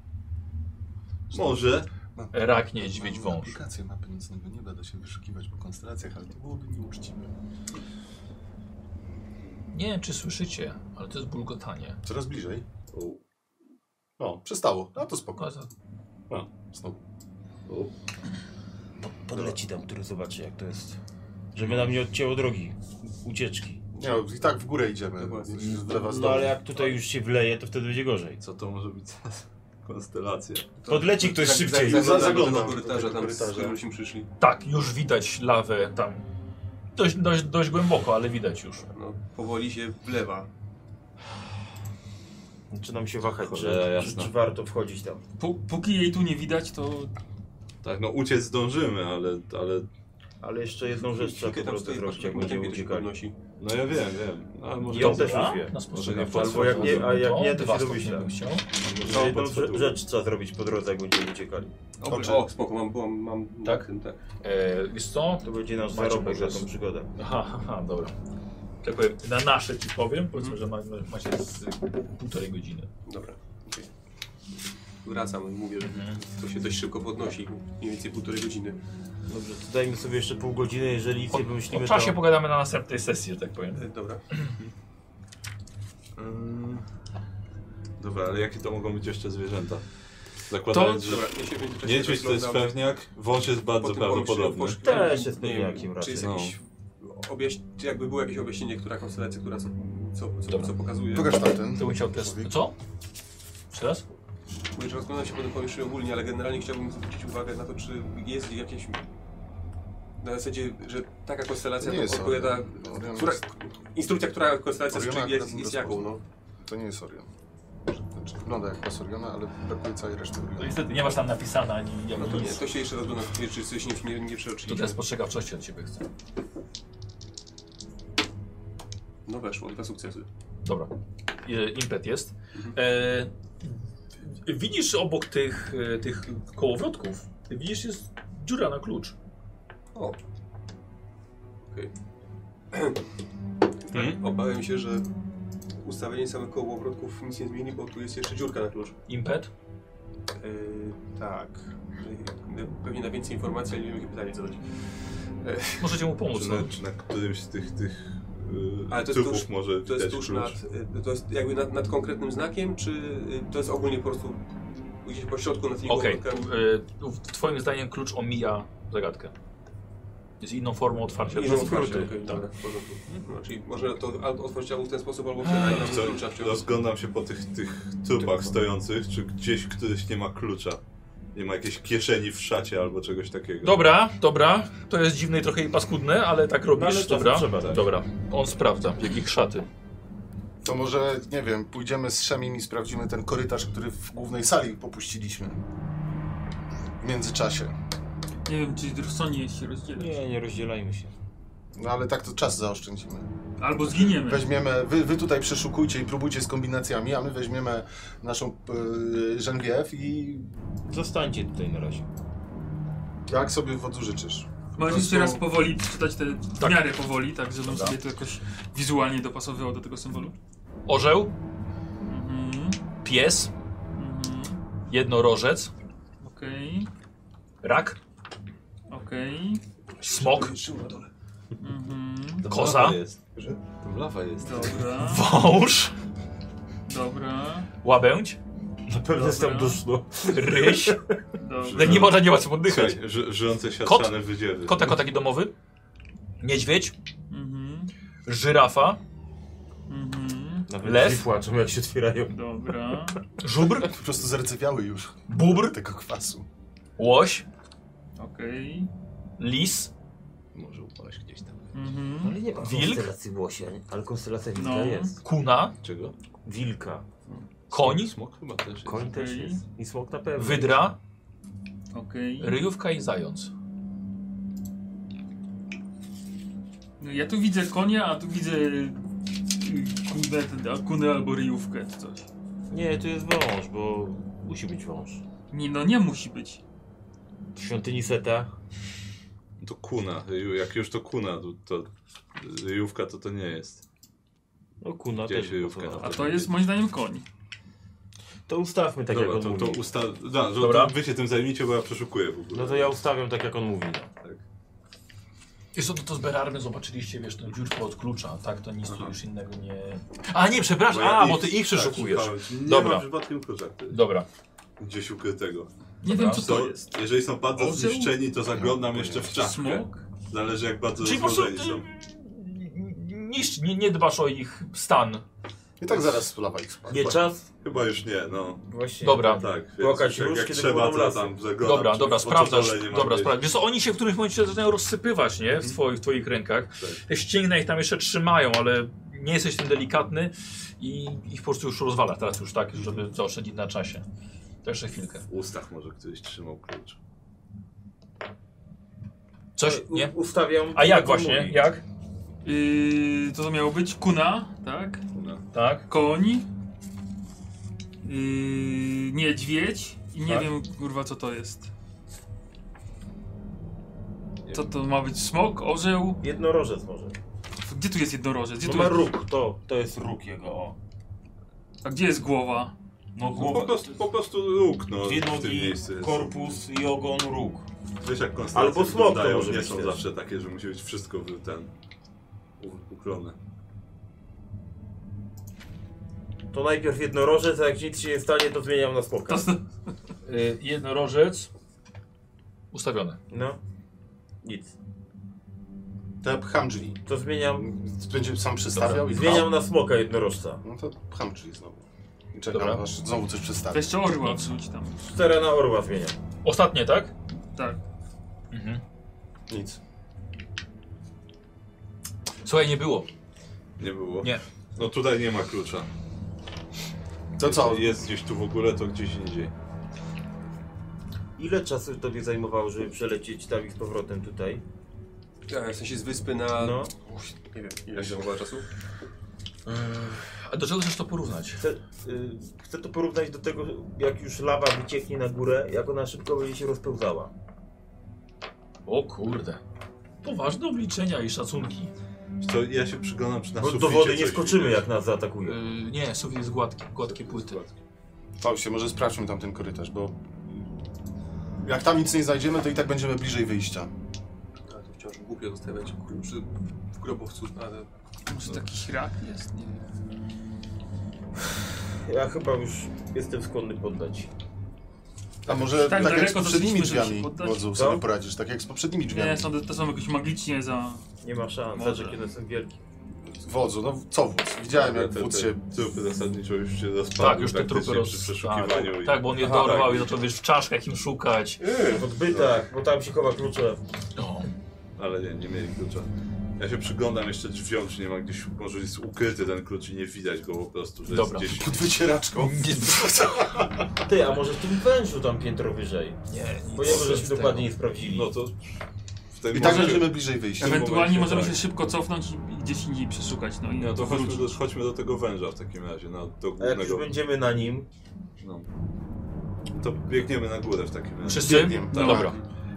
Speaker 3: Może.
Speaker 1: Rak, niedźwiedź,
Speaker 4: Mam
Speaker 1: wąż.
Speaker 4: aplikację mapy nocnego nieba, da się wyszukiwać po konstelacjach, ale to byłoby nieuczciwe.
Speaker 1: Nie wiem, czy słyszycie, ale to jest bulgotanie.
Speaker 4: Coraz bliżej.
Speaker 3: O.
Speaker 4: No, przestało. No to spoko.
Speaker 1: No, to-
Speaker 4: Znowu.
Speaker 3: O.
Speaker 5: Podleci tam, który zobaczy jak to jest. Żeby nam nie odcięło drogi. Ucieczki.
Speaker 4: Nie, no, i tak w górę idziemy.
Speaker 6: Dokładnie.
Speaker 4: W lewa
Speaker 5: No ale jak tutaj już się wleje, to wtedy będzie gorzej.
Speaker 3: Co to może być za konstelacja?
Speaker 5: Podleci ktoś szybciej.
Speaker 4: Zaglądam
Speaker 6: do korytarza,
Speaker 4: do
Speaker 6: tam z
Speaker 4: korytarza.
Speaker 6: którymśmy przyszli.
Speaker 1: Tak, już widać lawę tam. Dość głęboko, ale widać już.
Speaker 6: No, powoli się wlewa.
Speaker 5: Zaczynam się wahać,
Speaker 3: Cholera
Speaker 5: czy
Speaker 3: jasna.
Speaker 5: warto wchodzić tam.
Speaker 2: Póki jej tu nie widać, to
Speaker 3: Tak, no uciec zdążymy, ale...
Speaker 5: Ale jeszcze jedną rzecz trzeba po drodze zrobić, jak będziemy uciekali.
Speaker 3: No ja wiem. Ale może...
Speaker 5: I on też już wie.
Speaker 1: Na
Speaker 3: Może
Speaker 1: spostrzegawczość.
Speaker 3: nie
Speaker 5: Albo jak nie, a jak nie, to
Speaker 1: Dwa
Speaker 5: się
Speaker 1: stopnie
Speaker 5: domyśla.
Speaker 1: bym chciał.
Speaker 5: No, jedną rzecz trzeba zrobić po drodze, jak będziemy uciekali.
Speaker 6: O, spoko, mam
Speaker 1: Tak?
Speaker 6: tym, tak.
Speaker 1: Wiesz co?
Speaker 5: To będzie nasz
Speaker 1: Macie
Speaker 5: zarobek za
Speaker 1: może
Speaker 5: tą przygodę.
Speaker 1: Aha, dobra. Tak powiem, na nasze ci powiem, powiedzmy, że macie z 1,5 godziny.
Speaker 6: Dobra, okej. Wracam i mówię, że to się dość szybko podnosi, mniej więcej 1,5 godziny.
Speaker 5: Dobrze, to dajmy sobie jeszcze pół godziny, jeżeli nic nie
Speaker 1: O
Speaker 5: wymyślimy,
Speaker 1: czasie
Speaker 5: to...
Speaker 1: pogadamy na następnej sesji, że tak powiem.
Speaker 6: Dobra.
Speaker 3: Dobra, ale jakie to mogą być jeszcze zwierzęta? Zakładając, że
Speaker 6: Dobra, ja się w międzyczasie
Speaker 3: niedźwiedź to jest
Speaker 6: rozglądam
Speaker 3: pewniak, wąż jest
Speaker 6: po
Speaker 3: bardzo
Speaker 6: tym wąsie,
Speaker 3: prawdopodobny.
Speaker 5: Też jest
Speaker 6: nie wiem,
Speaker 5: pewniakiem raczej.
Speaker 6: Czy jest
Speaker 3: No.
Speaker 6: jakiś czy jakby było jakieś objaśnienie, która konstelacja, która
Speaker 1: Dobra.
Speaker 6: co pokazuje?
Speaker 4: Pokaż tamten.
Speaker 1: To bym chciał test. Co? Jeszcze raz?
Speaker 6: Mówię, że rozglądam się po tym pomieszczeniu ogólnie, ale generalnie chciałbym zwrócić uwagę na to, czy jest jakieś... Na zasadzie, że taka konstelacja
Speaker 4: Nie
Speaker 6: to
Speaker 4: jest
Speaker 6: odpowiada...
Speaker 4: Orion. Orion
Speaker 6: Która,
Speaker 4: jest-
Speaker 6: instrukcja, która konstelacja
Speaker 4: Oriona
Speaker 6: jest
Speaker 4: akurat
Speaker 6: jaką,
Speaker 4: bez
Speaker 6: no?
Speaker 4: To nie jest Orion. Znaczy, wygląda jak pas Oriona, ale brakuje całej reszty
Speaker 1: No
Speaker 4: Oriona.
Speaker 1: niestety nie masz tam napisane ani
Speaker 6: No to nie,
Speaker 1: nic.
Speaker 6: to się jeszcze rozglądam, czy coś nie
Speaker 1: To teraz
Speaker 6: przeoczyliśmy.
Speaker 1: spostrzegawczości od ciebie chcę.
Speaker 6: No weszło, 2 sukcesy.
Speaker 1: Dobra. Impet jest. Widzisz obok tych kołowrotków, widzisz jest dziura na klucz.
Speaker 6: O. Okej. Obawiam się, że ustawienie samych kołowrotków nic nie zmieni, bo tu jest jeszcze dziurka na klucz.
Speaker 1: Impet?
Speaker 6: Tak. Pewnie na więcej informacji, ale nie wiem, jakie pytanie zadać.
Speaker 1: Możecie mu pomóc. No.
Speaker 3: Czy na którymś z tych
Speaker 6: Ale to jest
Speaker 3: trupów
Speaker 6: tuż-
Speaker 3: może
Speaker 6: To jest
Speaker 3: widać
Speaker 6: tuż
Speaker 3: klucz?
Speaker 6: to jest jakby nad konkretnym znakiem, czy to jest ogólnie po prostu gdzieś po środku nad
Speaker 1: Okej, twoim zdaniem klucz omija zagadkę. Jest inną formą otwarcia.
Speaker 6: Nie, otwarcie, okej, dobra, w porządku. No, czyli można to albo otworzyć albo w ten sposób, albo klucza wciąż.
Speaker 3: Rozglądam się po tych trupach stojących, czy gdzieś któryś nie ma klucza. Nie ma jakiejś kieszeni w szacie albo czegoś takiego.
Speaker 1: Dobra. To jest dziwne i trochę paskudne, ale tak robisz.
Speaker 5: Ale
Speaker 1: dobra.
Speaker 5: trzeba, tak.
Speaker 1: Dobra. On sprawdza, w jakich szaty.
Speaker 4: To może, nie wiem, pójdziemy z Szemim i sprawdzimy ten korytarz, który w głównej sali popuściliśmy. W międzyczasie.
Speaker 2: Nie wiem, czy rozsądnie jest się rozdzielać.
Speaker 5: Nie rozdzielajmy się.
Speaker 4: No ale tak to czas zaoszczędzimy.
Speaker 2: Albo zginiemy.
Speaker 4: Weźmiemy, wy tutaj przeszukujcie i próbujcie z kombinacjami, a my weźmiemy naszą Genevieve i
Speaker 5: Zostańcie tutaj na razie.
Speaker 4: jak sobie wodzu życzysz.
Speaker 2: Możesz jeszcze raz powoli przeczytać te w
Speaker 1: Tak.
Speaker 2: miarę powoli, tak żebym sobie to jakoś wizualnie dopasowywał do tego symbolu.
Speaker 1: Orzeł,
Speaker 2: Mhm.
Speaker 1: pies,
Speaker 2: Mhm.
Speaker 1: jednorożec,
Speaker 2: Okej.
Speaker 1: rak,
Speaker 2: Okej.
Speaker 1: smok,
Speaker 2: Mhm.
Speaker 1: koza,
Speaker 3: Tam lawa jest.
Speaker 2: Dobra.
Speaker 1: wąż,
Speaker 2: Dobra.
Speaker 1: łabędź,
Speaker 5: Na pewno jest tam duszno.
Speaker 1: ryś.
Speaker 2: Dobra.
Speaker 1: Nie można nie łatwo oddychać.
Speaker 3: Słuchaj, żyjące siatrzane wydziewy.
Speaker 1: Kotek taki domowy, niedźwiedź,
Speaker 2: Mhm.
Speaker 1: żyrafa,
Speaker 2: Mhm.
Speaker 5: Nawet
Speaker 1: Lew?
Speaker 5: drzwi płaczą jak się otwierają.
Speaker 2: Dobra.
Speaker 1: żubr,
Speaker 4: Po prostu zardzewiały już
Speaker 1: bóbr,
Speaker 4: tego kwasu.
Speaker 1: łoś,
Speaker 2: Okej.
Speaker 1: lis,
Speaker 3: Może upaść gdzieś tam.
Speaker 2: Mhm.
Speaker 5: Ale nie ma
Speaker 1: Wilk?
Speaker 5: konstelacji łosia, nie? Ale konstelacja wilka
Speaker 2: No.
Speaker 5: jest.
Speaker 1: kuna,
Speaker 3: Czego?
Speaker 5: Wilka.
Speaker 1: koń,
Speaker 3: Smok chyba też jest.
Speaker 5: Koń też
Speaker 2: Okej.
Speaker 5: jest. I smok na pewno.
Speaker 1: wydra,
Speaker 2: Okej.
Speaker 1: ryjówka i zając.
Speaker 2: No ja tu widzę konia, a tu widzę kunę albo ryjówkę czy coś.
Speaker 5: Nie, tu jest wąż, bo musi być wąż.
Speaker 2: Nie, no nie musi być.
Speaker 5: W świątyni Seta.
Speaker 3: To kuna. Jak już to kuna, to ryjówka to nie jest.
Speaker 5: No kuna
Speaker 3: Gdzieś
Speaker 5: też
Speaker 3: ryjówka.
Speaker 5: pasowała.
Speaker 2: A to jest moim zdaniem koń.
Speaker 5: To ustawmy tak
Speaker 3: Dobra,
Speaker 5: jak on
Speaker 3: to
Speaker 5: mówi.
Speaker 1: Dobra.
Speaker 3: wy się tym zajmijcie, bo ja przeszukuję w ogóle.
Speaker 5: No to ja ustawiam tak jak on mówi.
Speaker 1: Jest to z Berarmy zobaczyliście, wiesz, tę dziurkę od klucza, tak? To nic tu już innego nie... A nie, przepraszam, bo ty ich przeszukujesz.
Speaker 3: Nie
Speaker 1: Dobra.
Speaker 3: mam przypadkiem klucza
Speaker 1: Dobra.
Speaker 3: gdzieś ukrytego.
Speaker 2: Nie wiem co to jest.
Speaker 3: Jeżeli są bardzo
Speaker 2: Orzeł?
Speaker 3: zniszczeni, to zaglądam jeszcze w czapkę.
Speaker 2: Smok?
Speaker 3: Zależy jak bardzo
Speaker 1: Czyli po prostu
Speaker 3: rozłożeni są.
Speaker 1: nie dbasz o ich stan.
Speaker 4: I tak zaraz lawa ich spadnie.
Speaker 5: Nie czas?
Speaker 3: Chyba już nie, no.
Speaker 5: Właśnie.
Speaker 1: Dobra.
Speaker 3: Tak, więc
Speaker 5: Płakać
Speaker 3: jak,
Speaker 5: już,
Speaker 3: jak
Speaker 5: kiedy
Speaker 3: trzeba,
Speaker 5: będą
Speaker 3: to
Speaker 5: lasy.
Speaker 3: tam zaglądam.
Speaker 1: Dobra,
Speaker 3: czy
Speaker 1: sprawdzasz.
Speaker 3: protokole nie ma
Speaker 1: Dobra,
Speaker 3: gdzieś.
Speaker 1: sprawdzasz. Wiesz co, oni się w którymś momencie zaczynają rozsypywać, nie? W twoich rękach.
Speaker 3: Tak.
Speaker 1: Te ścięgna ich tam jeszcze trzymają, ale nie jesteś tym delikatny i ich po prostu już rozwala teraz już tak, żeby zaoszczędzić na czasie. To jeszcze chwilkę.
Speaker 3: W ustach może ktoś trzymał klucz.
Speaker 1: Coś? Nie?
Speaker 5: Ustawiam.
Speaker 1: A jak
Speaker 5: on
Speaker 1: właśnie?
Speaker 5: mówi.
Speaker 1: Jak?
Speaker 2: To miało być kuna, tak?
Speaker 3: No.
Speaker 1: Tak?
Speaker 2: Koń. Niedźwiedź. I nie
Speaker 1: Tak.
Speaker 2: wiem kurwa co to jest.
Speaker 3: Nie
Speaker 2: Co
Speaker 3: wiem.
Speaker 2: to ma być? Smok? Orzeł?
Speaker 5: Jednorożec może.
Speaker 2: Gdzie tu jest jednorożec? Gdzie
Speaker 5: No
Speaker 2: tu
Speaker 5: ma
Speaker 2: jest...
Speaker 5: róg, to jest róg jego, o.
Speaker 2: A gdzie jest głowa?
Speaker 5: No
Speaker 3: No, po prostu róg, no,
Speaker 5: Dwie
Speaker 3: w tym
Speaker 5: nogi,
Speaker 3: miejscu jest.
Speaker 5: korpus i ogon, róg.
Speaker 3: Wiesz jak konstelacje
Speaker 5: Albo smok to
Speaker 3: wyglądają,
Speaker 5: może
Speaker 3: nie
Speaker 5: być
Speaker 3: są
Speaker 5: też.
Speaker 3: zawsze takie, że musi być wszystko uklone.
Speaker 5: To najpierw jednorożec, a jak nic się nie stanie, to zmieniam na smoka.
Speaker 1: Jednorożec. Ustawione.
Speaker 5: No. Nic.
Speaker 4: To ja pcham drzwi.
Speaker 5: To zmieniam.
Speaker 4: Będzie sam przestawiał i
Speaker 5: Zmieniam na smoka jednorożca.
Speaker 4: No to pcham drzwi znowu. I czekam,
Speaker 1: Dobra.
Speaker 4: aż znowu coś
Speaker 2: To
Speaker 4: przestawi.
Speaker 2: jeszcze orła wrzuć tam.
Speaker 5: Cztera na orła zmieniam.
Speaker 1: Ostatnie, tak?
Speaker 2: Tak.
Speaker 1: Mhm.
Speaker 4: Nic.
Speaker 1: Słuchaj, nie było.
Speaker 3: Nie było?
Speaker 1: Nie.
Speaker 3: No tutaj nie ma klucza.
Speaker 4: To co?
Speaker 3: Jeśli jest gdzieś tu w ogóle, to gdzieś indziej.
Speaker 5: Ile czasu tobie zajmowało, żeby przelecieć tam i z powrotem tutaj?
Speaker 6: Tak, w sensie z wyspy na...
Speaker 5: No.
Speaker 6: Nie wiem, ile zajmowało czasu?
Speaker 1: A do czego chcesz to porównać?
Speaker 5: Chcę to porównać do tego, jak już lawa wycieknie na górę, jak ona szybko będzie się rozpełzała.
Speaker 1: O kurde. Poważne obliczenia i szacunki.
Speaker 3: Wiesz co, ja się przyglądam, czy na
Speaker 5: Bo
Speaker 3: suficie
Speaker 5: do wody nie
Speaker 3: coś
Speaker 5: skoczymy,
Speaker 3: widać.
Speaker 5: jak nas zaatakują.
Speaker 1: Nie, sufit jest gładkie płyty.
Speaker 4: Fauście, może sprawdźmy tam ten korytarz, bo jak tam nic nie znajdziemy, to i tak będziemy bliżej wyjścia.
Speaker 6: Ale to wciąż głupio zostawiać klucz w grobowcu, ale...
Speaker 2: Może taki śrak jest, nie wiem.
Speaker 5: Ja chyba już jestem skłonny poddać.
Speaker 4: A może
Speaker 2: Tak
Speaker 4: tak jak z
Speaker 2: daleko
Speaker 4: poprzednimi
Speaker 2: zeszliśmy, żeby się
Speaker 4: drzwiami
Speaker 2: poddać?
Speaker 4: wodzu
Speaker 5: Co?
Speaker 4: sobie poradzisz, tak jak z poprzednimi drzwiami.
Speaker 2: Nie, to są jakoś magicznie za...
Speaker 5: Nie ma szans,
Speaker 2: Może.
Speaker 5: że kiedy jestem wielki.
Speaker 4: Wodzu, no co wódz? Widziałem jak
Speaker 3: Te
Speaker 4: wódz się...
Speaker 3: trupy zasadniczo już się zaspadły.
Speaker 1: Tak, już te trupy
Speaker 3: praktycznie przy przeszukiwaniu.
Speaker 1: tak,
Speaker 3: i-
Speaker 1: tak, bo on je
Speaker 3: Aha,
Speaker 1: dorwał
Speaker 3: tak.
Speaker 1: i zaczął wiesz w czaszkach im szukać.
Speaker 5: W odbytach, bo tam się chowa klucze.
Speaker 1: No.
Speaker 3: Ale nie mieli klucza. Ja się przyglądam jeszcze drzwiom, czy nie ma gdzieś, może jest ukryty ten klucz i nie widać go po prostu, że
Speaker 1: Dobra.
Speaker 3: jest gdzieś...
Speaker 4: Pod wycieraczką.
Speaker 5: Ty, a może w tym wężu tam piętro wyżej?
Speaker 1: Nie,
Speaker 5: Bo jego żeśmy dokładnie nie sprawdzili.
Speaker 3: No to w tym
Speaker 4: I tak
Speaker 3: momencie-
Speaker 4: będziemy bliżej wyjścia.
Speaker 2: Ewentualnie
Speaker 3: momencie,
Speaker 2: możemy
Speaker 3: tak.
Speaker 2: się szybko cofnąć i gdzieś indziej przeszukać, no i
Speaker 3: No to
Speaker 2: wrócić.
Speaker 3: chodźmy do tego węża w takim razie, do
Speaker 5: A jak już
Speaker 3: głównego.
Speaker 5: będziemy na nim,
Speaker 3: No. To biegniemy na górę w takim razie.
Speaker 1: Wszyscy?
Speaker 4: Biegniemy,
Speaker 1: No
Speaker 4: tak.
Speaker 1: dobra.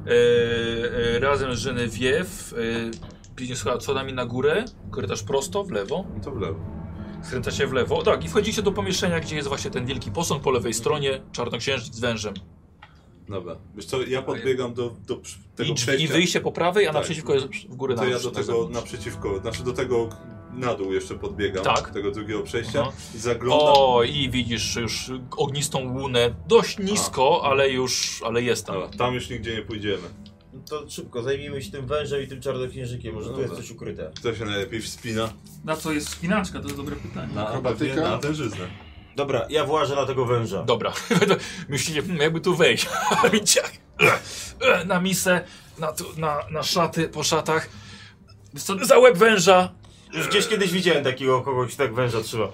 Speaker 1: Razem z Genevieve biegnie schodami na górę, korytarz prosto, w lewo,
Speaker 3: No to w lewo.
Speaker 1: skręcacie w lewo, tak, i wchodzicie do pomieszczenia, gdzie jest właśnie ten wielki posąg po lewej stronie, czarnoksiężnik z wężem.
Speaker 3: Dobra. Wiesz co, ja podbiegam do tego
Speaker 1: I
Speaker 3: przejścia.
Speaker 1: wyjście po prawej, a
Speaker 3: Tak.
Speaker 1: naprzeciwko jest w górę
Speaker 3: To
Speaker 1: na
Speaker 3: ja do
Speaker 1: na
Speaker 3: tego
Speaker 1: zewnątrz.
Speaker 3: naprzeciwko, znaczy do tego na dół jeszcze podbiegam,
Speaker 1: Tak.
Speaker 3: tego drugiego przejścia
Speaker 1: Aha.
Speaker 3: i zaglądam.
Speaker 1: O, i widzisz już ognistą łunę, dość nisko, ale jest tam.
Speaker 3: Dobra, tam już nigdzie nie pójdziemy.
Speaker 5: no to szybko, zajmijmy się tym wężem i tym czarnoksiężykiem, może tu jest
Speaker 3: Dobra.
Speaker 5: coś ukryte.
Speaker 3: Kto się najlepiej wspina?
Speaker 2: Na co jest spinaczka? To jest dobre pytanie.
Speaker 3: Na
Speaker 4: Akrobatyka?
Speaker 3: pewnie na tężyznę.
Speaker 5: Dobra, ja włażę na tego węża.
Speaker 1: Dobra, myślicie, jakby tu wejść. Widzicie, na misę, na szaty, po szatach, za łeb węża.
Speaker 5: Już gdzieś kiedyś widziałem takiego kogoś, tak węża trzymał.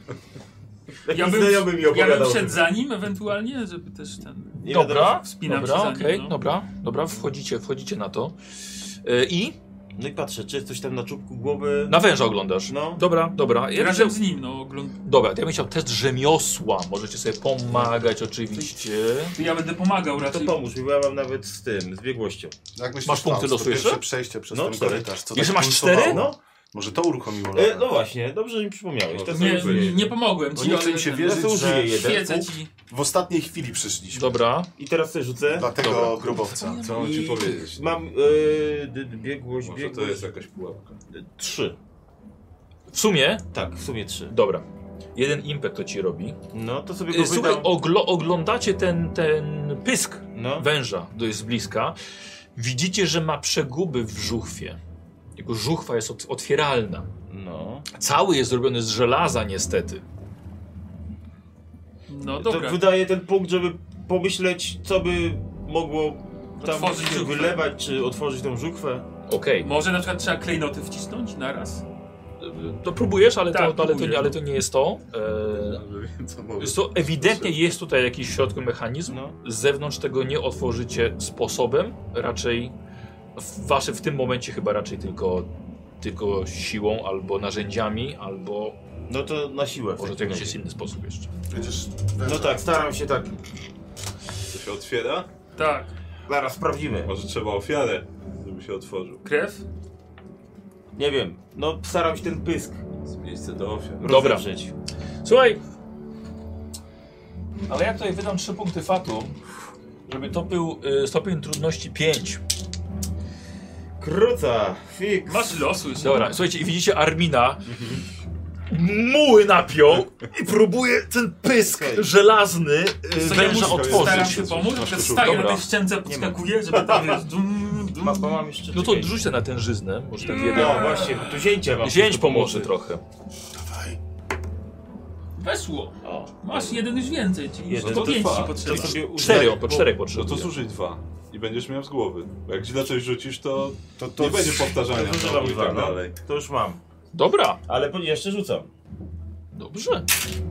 Speaker 2: Ja
Speaker 5: Jakiś znajomy mi
Speaker 2: bym
Speaker 5: opowiadał.
Speaker 2: szedł za nim ewentualnie, żeby też ten...
Speaker 5: Nie
Speaker 1: Dobra,
Speaker 5: wiadomo.
Speaker 2: Wspinam
Speaker 1: dobra,
Speaker 2: się za nim,
Speaker 1: okej,
Speaker 2: no.
Speaker 1: dobra, wchodzicie na to. I
Speaker 5: No i patrzę, czy jest coś tam na czubku głowy.
Speaker 1: na węża oglądasz.
Speaker 5: No.
Speaker 1: Dobra. Ja
Speaker 2: Razem
Speaker 1: bym
Speaker 2: z nim, no
Speaker 1: Dobra, ja bym chciał test rzemiosła. Możecie sobie pomagać oczywiście.
Speaker 2: To ja będę pomagał
Speaker 5: To
Speaker 2: raczej.
Speaker 5: pomóż mi, bo ja mam nawet z tym, z biegłością.
Speaker 4: Jak myślisz,
Speaker 1: Masz punkty
Speaker 4: Faust,
Speaker 1: losu
Speaker 4: to pierwsze
Speaker 1: jeszcze?
Speaker 4: przejście przez
Speaker 5: No,
Speaker 4: ten
Speaker 5: 4.
Speaker 4: korytarz. Co
Speaker 1: Jeszcze
Speaker 4: tak
Speaker 1: masz
Speaker 4: pulsowało?
Speaker 1: 4?
Speaker 5: No.
Speaker 4: Może to uruchomiło
Speaker 5: No właśnie, dobrze, że mi przypomniałeś. To
Speaker 2: Nie,
Speaker 5: sobie
Speaker 2: nie pomogłem
Speaker 4: Bo
Speaker 2: ci,
Speaker 4: nie chce
Speaker 2: ale
Speaker 4: mi się
Speaker 2: ten-
Speaker 4: wierzyć,
Speaker 5: Ja to użyję
Speaker 4: że
Speaker 5: jeden.
Speaker 2: Świecę
Speaker 5: punkt.
Speaker 2: ci.
Speaker 4: w ostatniej chwili przyszliśmy.
Speaker 1: Dobra.
Speaker 5: I teraz sobie rzucę.
Speaker 4: Dla tego
Speaker 1: Dobra.
Speaker 4: grobowca.
Speaker 3: Co mam ci powiedzieć?
Speaker 5: Mam biegłość,
Speaker 3: Może to jest jakaś pułapka.
Speaker 5: 3.
Speaker 1: W sumie,
Speaker 5: Tak, w sumie 3.
Speaker 1: dobra. Jeden impet to ci robi.
Speaker 5: No to sobie go
Speaker 1: Słuchaj,
Speaker 5: wydam.
Speaker 1: oglądacie ten pysk
Speaker 5: No.
Speaker 1: węża, to jest z bliska. Widzicie, że ma przeguby w żuchwie. Jego żuchwa jest otwieralna.
Speaker 5: No.
Speaker 1: Cały jest zrobiony z żelaza niestety.
Speaker 2: No
Speaker 5: To
Speaker 2: dobra.
Speaker 5: wydaje ten punkt, żeby pomyśleć, co by mogło tam
Speaker 2: Otworzyć
Speaker 5: się
Speaker 2: żuchwę.
Speaker 5: wylewać, czy otworzyć tą żuchwę.
Speaker 1: Okej.
Speaker 2: Może na przykład trzeba klejnoty wcisnąć naraz?
Speaker 1: To próbujesz, ale,
Speaker 2: Tak, próbuję.
Speaker 1: ale to nie jest to.
Speaker 3: Dobrze wiem, co mogę.
Speaker 1: Jest to ewidentnie jest tutaj jakiś w środku mechanizm.
Speaker 5: No.
Speaker 1: Z zewnątrz tego nie otworzycie sposobem. Raczej w tym momencie chyba raczej tylko siłą, albo narzędziami, albo
Speaker 5: No to na siłę. w
Speaker 1: może to
Speaker 5: takim
Speaker 1: jakiś
Speaker 5: razie.
Speaker 1: jest inny sposób jeszcze.
Speaker 4: Będziesz
Speaker 5: No tak, staram się tak.
Speaker 3: To się otwiera?
Speaker 2: Tak.
Speaker 5: Zaraz sprawdzimy.
Speaker 3: Może trzeba ofiarę, żeby się otworzył.
Speaker 2: Krew?
Speaker 5: Nie wiem. No staram się ten pysk
Speaker 3: Jest miejsce do ofiar.
Speaker 1: Dobra.
Speaker 5: rozewrzeć.
Speaker 1: Słuchaj, ale ja tutaj wydam 3 punkty fatu, żeby to był stopień trudności 5.
Speaker 5: Kruca, fix.
Speaker 2: Masz losu jeszcze.
Speaker 1: Dobra, słuchajcie, i widzicie Armina. Muły napiął i próbuje ten pysk
Speaker 5: Okej.
Speaker 1: żelazny
Speaker 2: Co,
Speaker 1: węża
Speaker 2: ja
Speaker 1: otworzyć.
Speaker 2: Staram się pomóc, że staję na
Speaker 1: Dobra.
Speaker 2: tej ściance, podskakuję, żeby tam wiesz, dum.
Speaker 5: Bo mam jeszcze.
Speaker 1: No to
Speaker 5: czekaj.
Speaker 1: rzuć na tężyznę, może tak
Speaker 5: No
Speaker 1: jeden.
Speaker 5: właśnie, bo tu zięcia mam.
Speaker 1: Zięć
Speaker 5: do
Speaker 1: pomoże
Speaker 5: pomocy.
Speaker 1: trochę.
Speaker 4: Dawaj.
Speaker 2: Weszło.
Speaker 5: O,
Speaker 2: Masz jeden już więcej, czyli
Speaker 5: Jeden.
Speaker 2: no to
Speaker 3: To
Speaker 2: 5
Speaker 3: dwa.
Speaker 2: ci
Speaker 5: to
Speaker 2: potrzeba.
Speaker 5: sobie
Speaker 1: Po 4
Speaker 3: No to
Speaker 1: potrzebuję.
Speaker 3: zużyj 2 i będziesz miał z głowy. Bo jak źle coś rzucisz, to
Speaker 4: To
Speaker 3: nie będzie powtarzania
Speaker 5: to zużywam
Speaker 3: znowu i
Speaker 5: dwa,
Speaker 3: tak
Speaker 5: no.
Speaker 3: dalej.
Speaker 5: To już mam.
Speaker 1: Dobra,
Speaker 5: Ale jeszcze rzucam.
Speaker 1: dobrze.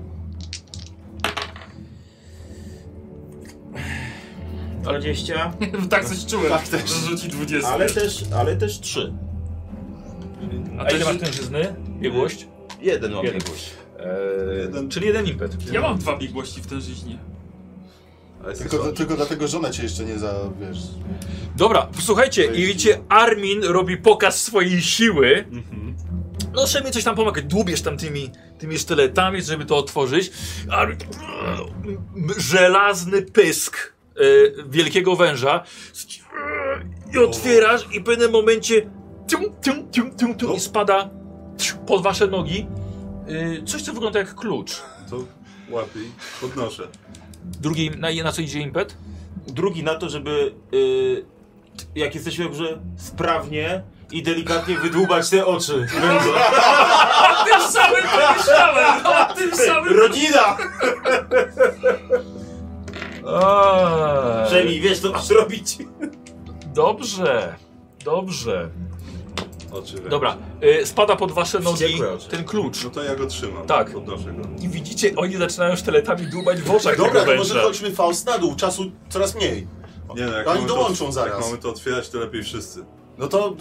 Speaker 5: No. 20,
Speaker 2: Tak coś czułem,
Speaker 4: Tak też.
Speaker 2: że rzuci 20.
Speaker 5: ale też 3.
Speaker 1: A ile masz tężyzny? Biegłość?
Speaker 5: Jeden mam
Speaker 1: Jeden.
Speaker 5: biegłość.
Speaker 1: Czyli jeden impet.
Speaker 2: Ja mam 2 biegłości w tężyźnie.
Speaker 3: Ale
Speaker 4: Tylko dlatego żona cię jeszcze nie wiesz.
Speaker 1: Dobra, słuchajcie, i widzicie, Armin robi pokaz swojej siły. No, żeby coś tam pomagać. Dłubiesz tam tymi sztyletami, żeby to otworzyć. Armin, żelazny pysk wielkiego węża. I otwierasz i w pewnym momencie i spada pod wasze nogi coś, co wygląda jak klucz.
Speaker 3: to łapię i podnoszę.
Speaker 1: Drugi, na co idzie impet?
Speaker 5: drugi na to, żeby jak jesteśmy dobrze sprawnie i delikatnie wydłubać te oczy.
Speaker 2: O tym samym pomyślałem! O tym samym!
Speaker 5: Rodzina! Przynajmniej wiesz, co masz robić.
Speaker 1: Dobrze, dobrze.
Speaker 3: Oczy wręcz.
Speaker 1: Dobra, spada pod wasze nogi
Speaker 5: Wściekłe oczy.
Speaker 1: ten klucz.
Speaker 3: No to ja go trzymam.
Speaker 1: Tak.
Speaker 3: Podnoszę go.
Speaker 1: I widzicie, oni zaczynają sztyletami dłubać w oczach
Speaker 4: Dobra,
Speaker 1: tego
Speaker 4: to może
Speaker 1: węża.
Speaker 4: chodźmy Faust na dół, czasu coraz mniej.
Speaker 3: Nie no, jak
Speaker 4: Oni
Speaker 3: mamy
Speaker 4: dołączą
Speaker 3: to,
Speaker 4: zaraz.
Speaker 3: Jak mamy to otwierać, to lepiej wszyscy.
Speaker 4: No to...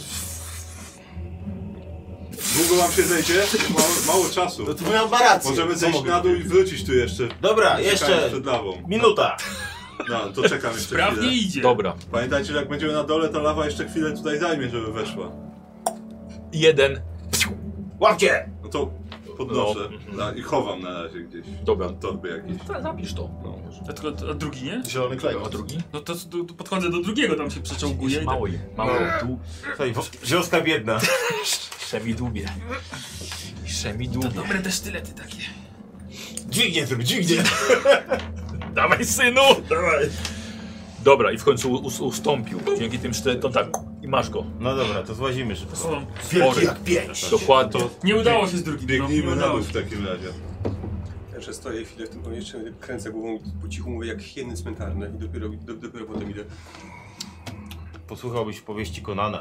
Speaker 3: Długo wam się zejdzie? Mało czasu.
Speaker 4: No to miał rację.
Speaker 3: Możemy
Speaker 4: Co
Speaker 3: zejść
Speaker 4: mogę
Speaker 3: na dół i
Speaker 4: powiedzieć?
Speaker 3: wrócić tu jeszcze.
Speaker 5: Dobra,
Speaker 3: Czekając
Speaker 5: jeszcze
Speaker 3: przed lawą.
Speaker 5: minuta.
Speaker 3: No, to czekam jeszcze
Speaker 2: Sprawnie
Speaker 3: chwilę.
Speaker 2: idzie.
Speaker 1: Dobra,
Speaker 3: Pamiętajcie, że jak będziemy na dole, to lawa jeszcze chwilę tutaj zajmie, żeby weszła.
Speaker 1: 1.
Speaker 5: Łapcie!
Speaker 3: No to podnoszę
Speaker 1: No.
Speaker 3: i chowam na razie gdzieś.
Speaker 1: Dobra.
Speaker 3: Torby jakieś.
Speaker 1: Zapisz to.
Speaker 3: No.
Speaker 2: A drugi nie?
Speaker 4: Zielony klej.
Speaker 1: A drugi?
Speaker 2: No to podchodzę do drugiego, tam się przeczołguje.
Speaker 1: Jest
Speaker 2: i
Speaker 1: mało, mało. Tu
Speaker 5: Słuchaj, wioska biedna.
Speaker 1: szemidłubie. Szemidłubie.
Speaker 2: Dobre te sztylety takie.
Speaker 5: Dźwignię zrób, dźwignię.
Speaker 1: Dawaj, synu!
Speaker 5: Dawaj.
Speaker 1: Dobra, i w końcu ustąpił. Dzięki tym sztyletom, tak. I masz go.
Speaker 5: No dobra, to złazimy szybko.
Speaker 2: O,
Speaker 4: Wielki jak pięć.
Speaker 1: Dokładnie.
Speaker 2: nie udało się z drugim.
Speaker 3: Biegnijmy
Speaker 2: nie
Speaker 3: na
Speaker 2: udało
Speaker 3: dół
Speaker 2: się.
Speaker 3: w takim razie.
Speaker 6: Ja jeszcze stoję chwilę w tym pomieszczeniu, kręcę głową i po cichu mówię jak hieny cmentarne i dopiero potem idę.
Speaker 5: Posłuchałbyś powieści Konana.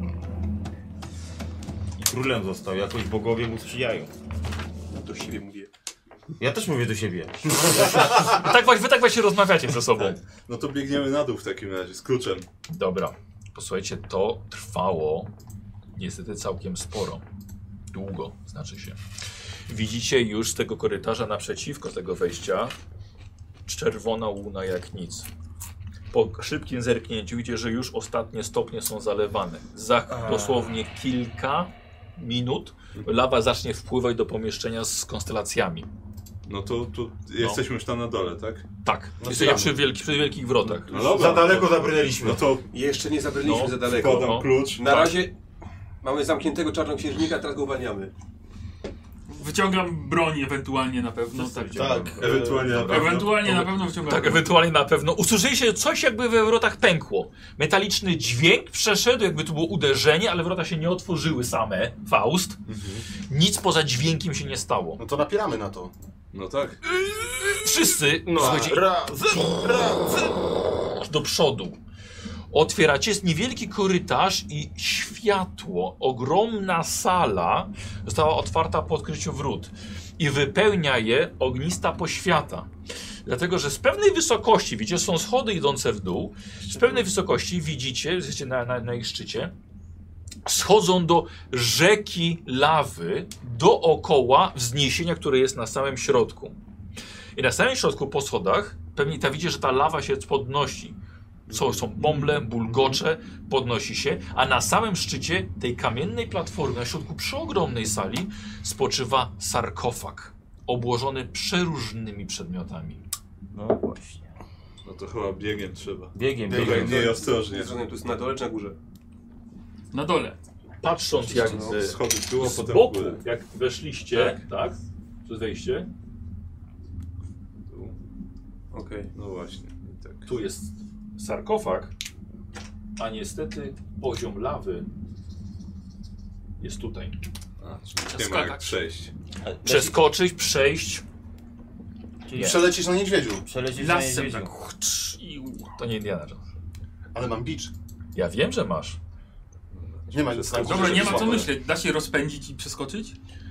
Speaker 5: I królem został, jakoś bogowie mu sprzyjają.
Speaker 6: Do siebie mówię.
Speaker 5: Ja też mówię do siebie.
Speaker 1: Wy tak właśnie rozmawiacie ze sobą.
Speaker 3: No to biegniemy na dół w takim razie, z kluczem.
Speaker 1: Dobra. Posłuchajcie, to trwało niestety całkiem sporo. Długo, znaczy się. Widzicie już z tego korytarza naprzeciwko tego wejścia czerwona łuna jak nic. Po szybkim zerknięciu widzicie, że już ostatnie stopnie są zalewane. Za dosłownie kilka minut lawa zacznie wpływać do pomieszczenia z konstelacjami.
Speaker 3: No to tu jesteśmy już tam na dole, tak?
Speaker 1: Tak, jesteście przy wielkich wrotach.
Speaker 3: No dobra.
Speaker 5: Za daleko zabrnęliśmy.
Speaker 3: No to
Speaker 6: Jeszcze nie zabraliśmy
Speaker 1: No,
Speaker 6: za daleko.
Speaker 3: wkładam
Speaker 1: No.
Speaker 3: klucz.
Speaker 6: Na razie mamy zamkniętego czarnoksiężnika, teraz go uwalniamy.
Speaker 2: Wyciągam broń ewentualnie na pewno. Tak.
Speaker 4: Tak.
Speaker 3: Ewentualnie na pewno.
Speaker 2: Ewentualnie na pewno wyciągam
Speaker 1: Tak,
Speaker 2: broń.
Speaker 1: ewentualnie na pewno. Usłyszeliście coś, jakby we wrotach pękło. Metaliczny dźwięk przeszedł, jakby to było uderzenie, ale wrota się nie otworzyły same. Faust. Nic poza dźwiękiem się nie stało.
Speaker 4: No to napieramy na to.
Speaker 3: No tak.
Speaker 1: Wszyscy, słuchajcie, do przodu. Otwieracie, jest niewielki korytarz i światło, ogromna sala została otwarta po odkryciu wrót i wypełnia je ognista poświata. Dlatego, że z pewnej wysokości, widzicie, są schody idące w dół, z pewnej wysokości widzicie, jesteście na ich szczycie, schodzą do rzeki lawy dookoła wzniesienia, które jest na samym środku. I na samym środku po schodach pewnie widzicie, że ta lawa się podnosi. Są bąble, bulgocze, podnosi się, a na samym szczycie tej kamiennej platformy, na środku przeogromnej sali, spoczywa sarkofag, obłożony przeróżnymi przedmiotami.
Speaker 5: No właśnie.
Speaker 3: No to chyba biegiem trzeba.
Speaker 5: Biegiem.
Speaker 3: Biegiem ostrożnie.
Speaker 6: Tu jest na dole czy na górze?
Speaker 2: Na dole.
Speaker 1: Patrząc jak
Speaker 3: Schody w dół, a
Speaker 1: z
Speaker 3: potem w
Speaker 1: boku,
Speaker 3: górę.
Speaker 1: jak weszliście, tak? Przez wejście,
Speaker 3: Tu.
Speaker 6: Okej.
Speaker 3: No właśnie. I tak.
Speaker 1: tu jest sarkofag, a niestety poziom lawy jest tutaj.
Speaker 3: A, czyli nie ma jak przejść.
Speaker 1: Przeskoczyć, przejść, Nie.
Speaker 4: Przelecisz na niedźwiedziu.
Speaker 5: Przelecieć na
Speaker 2: Lasem
Speaker 5: niedźwiedziu.
Speaker 2: tak.
Speaker 1: to nie Indiana Jones.
Speaker 4: Ale mam bicz.
Speaker 1: Ja wiem, że masz.
Speaker 4: Nie ma nic na górze,
Speaker 2: Dobra, nie
Speaker 4: żeby
Speaker 2: ma co
Speaker 4: złapać.
Speaker 2: myśleć. Da się rozpędzić i przeskoczyć?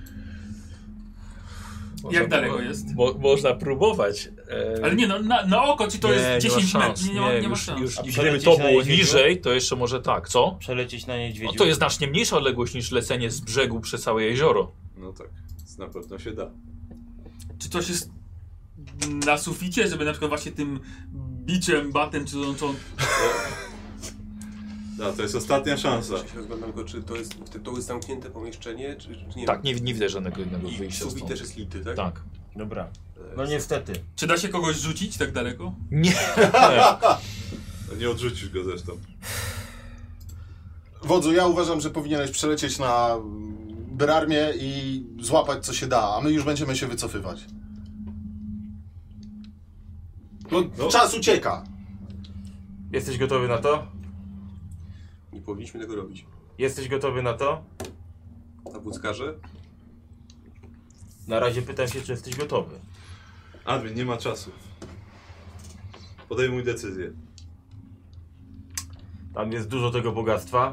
Speaker 1: Można
Speaker 2: Jak daleko
Speaker 1: pró-
Speaker 2: jest?
Speaker 1: Można próbować.
Speaker 2: Ale nie, no na oko, czy to jest 10 metrów? Nie ma szans.
Speaker 1: Już,
Speaker 5: A
Speaker 1: gdyby
Speaker 5: przelecieć
Speaker 1: to
Speaker 5: na
Speaker 1: było
Speaker 5: niedźwiedziu?
Speaker 1: niżej, to jeszcze może tak, co?
Speaker 5: Przelecieć na niedźwiedziu.
Speaker 1: No to jest znacznie mniejsza odległość niż lecenie z brzegu przez całe jezioro.
Speaker 3: No tak, na pewno się da.
Speaker 2: Czy coś jest na suficie, żeby na przykład właśnie tym biczem, batem, czy on...
Speaker 3: No, to jest ostatnia szansa.
Speaker 6: Ja się rozglądam tylko, czy to jest zamknięte pomieszczenie, czy nie?
Speaker 1: Tak, nie widzę żadnego innego
Speaker 6: I
Speaker 1: wyjścia
Speaker 6: sufit
Speaker 1: stąd.
Speaker 6: też jest lity, tak?
Speaker 1: Tak.
Speaker 5: Dobra. No niestety.
Speaker 2: Czy da się kogoś rzucić tak daleko?
Speaker 1: Nie.
Speaker 3: No, nie odrzucisz go zresztą.
Speaker 4: Wodzu, ja uważam, że powinieneś przelecieć na Berarmię i złapać co się da, a my już będziemy się wycofywać. No,
Speaker 3: No.
Speaker 4: czas ucieka.
Speaker 5: Jesteś gotowy na to?
Speaker 6: Nie powinniśmy tego robić.
Speaker 5: Jesteś gotowy na to?
Speaker 6: A wódzkarze?
Speaker 5: Na razie pytam się, czy jesteś gotowy.
Speaker 3: Admin, nie ma czasu. Podejmuj decyzję.
Speaker 5: Tam jest dużo tego bogactwa.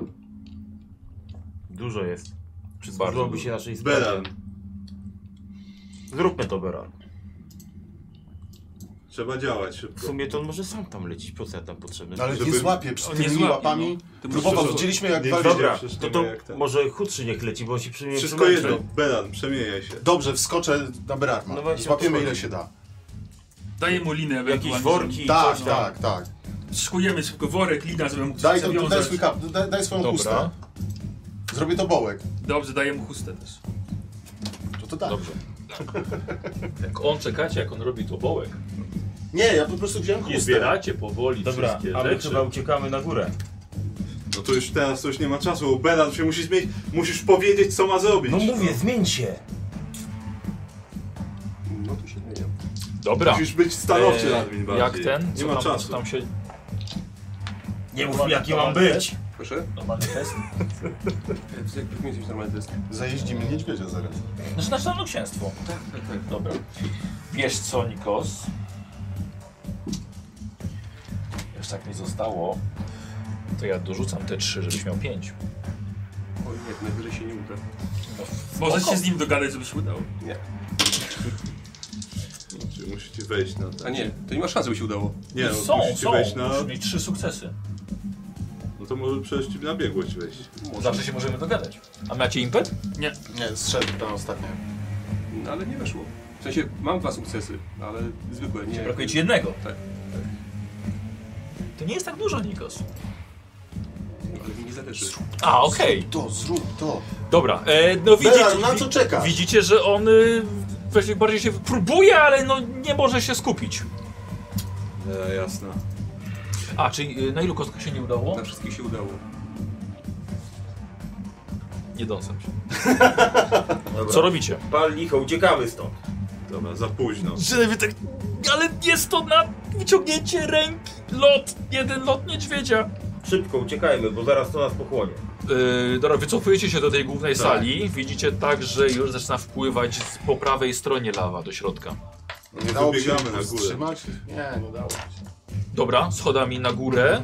Speaker 5: Dużo jest. Przysłużyłoby się naszej sprawie.
Speaker 3: Beran.
Speaker 5: Zróbmy to, Beran.
Speaker 3: Trzeba działać
Speaker 5: W
Speaker 3: szybko.
Speaker 5: sumie to on może sam tam lecieć. Po co ja tam potrzebny?
Speaker 4: No ale
Speaker 3: Żeby-
Speaker 4: nie złapie z
Speaker 2: On nie
Speaker 4: tymi
Speaker 2: złapie,
Speaker 4: łapami.
Speaker 2: no. Ty
Speaker 4: Próbował,
Speaker 2: musisz-
Speaker 4: widzieliśmy jak
Speaker 3: Nie,
Speaker 4: wali.
Speaker 5: Dobra,
Speaker 3: przecież
Speaker 5: to,
Speaker 3: nie
Speaker 5: to
Speaker 3: ma jak ten.
Speaker 5: może chudszy niech leci, bo on się przy mnie
Speaker 3: Wszystko
Speaker 5: przymęczy.
Speaker 3: jedno. Beran, przemieniaj się.
Speaker 4: Dobrze, wskoczę na Berarma.
Speaker 5: No właśnie,
Speaker 4: Złapiemy
Speaker 5: wchodzi.
Speaker 4: ile się da.
Speaker 2: Daję mu linę
Speaker 5: Jakieś
Speaker 2: ewentualnie.
Speaker 5: worki,
Speaker 4: Tak,
Speaker 5: coś tam.
Speaker 4: tak, tak.
Speaker 2: Szykujemy szybko worek, lina, żeby mógł
Speaker 4: Daj,
Speaker 2: zawiązać.
Speaker 4: daj swój kap, daj swoją
Speaker 1: Dobra.
Speaker 4: chustę. Zrobię to bołek.
Speaker 2: Dobrze, daję mu chustę też.
Speaker 4: To tak.
Speaker 1: Dobrze. Jak on czekacie, jak on robi to bołek.
Speaker 4: Nie, ja po prostu wziąłem
Speaker 1: I
Speaker 4: chustę.
Speaker 1: zbieracie powoli
Speaker 5: Dobra,
Speaker 1: wszystkie
Speaker 5: a my
Speaker 1: rzeczy.
Speaker 5: chyba uciekamy na górę.
Speaker 3: No to już teraz to już nie ma czasu, bo Beran się musi zmienić. Musisz powiedzieć, co ma zrobić.
Speaker 5: No mówię, zmień się.
Speaker 6: No to się zmienia.
Speaker 1: Dobra.
Speaker 3: Musisz być stanowczy, Admin, bardziej.
Speaker 1: Jak ten?
Speaker 3: Nie
Speaker 1: Co
Speaker 3: ma
Speaker 1: tam,
Speaker 3: czasu.
Speaker 1: co tam się...
Speaker 5: Nie mów mi, jaki mam być.
Speaker 6: Proszę?
Speaker 1: Normalny test?
Speaker 6: Jak powinien być normalny test?
Speaker 4: Zajeździmy niedźwiedzia zaraz.
Speaker 1: Znaczy na księstwo. Tak. Dobra. Wiesz co, Nikos? Jeszcze tak mi zostało, to ja dorzucam te 3, żebyś miał 5.
Speaker 6: O nie, to najwyżej się nie uda.
Speaker 1: No,
Speaker 2: Możesz
Speaker 1: spoko.
Speaker 2: się z nim dogadać, żeby się udało.
Speaker 6: Nie.
Speaker 3: Czyli musicie wejść na...
Speaker 6: A nie, to nie ma szans, żeby się udało.
Speaker 3: Nie, no,
Speaker 1: Są,
Speaker 3: musicie wejść na...
Speaker 1: Musisz mieć 3 sukcesy.
Speaker 3: No to może przejść na biegłość wejść.
Speaker 1: Zawsze się możemy dogadać. A macie impet?
Speaker 2: Nie.
Speaker 4: Nie, zszedł na ostatnie.
Speaker 6: No, ale nie weszło. W sensie, mam 2 sukcesy, ale zwykłe, nie...
Speaker 1: Brakuje ci jednego.
Speaker 6: Tak.
Speaker 1: To nie jest tak dużo, Nikos.
Speaker 6: Ale mi nie zależy.
Speaker 1: A, okej.
Speaker 4: To, zrób to.
Speaker 1: Dobra, no
Speaker 4: Beran, na co czekasz?
Speaker 1: widzicie, że on właśnie bardziej się próbuje, ale no nie może się skupić.
Speaker 3: Jasne.
Speaker 1: A, czyli na ilu kostkach się nie udało?
Speaker 6: Na wszystkich się udało.
Speaker 1: Nie dąsam się.
Speaker 5: Dobra.
Speaker 1: Co robicie?
Speaker 5: Pal licho, uciekamy stąd.
Speaker 3: Dobra, za późno.
Speaker 1: Że tak, ale jest to na wyciągnięcie ręki. Jeden lot niedźwiedzia.
Speaker 5: Szybko uciekajmy, bo zaraz to nas pochłonie.
Speaker 1: Dobra, wycofujecie się do tej głównej sali. Widzicie tak, że już zaczyna wpływać po prawej stronie lawa do środka.
Speaker 4: Nie dało się
Speaker 3: Wybiegamy na górę.
Speaker 4: wstrzymać? Nie, nie dało się.
Speaker 1: Dobra, schodami na górę.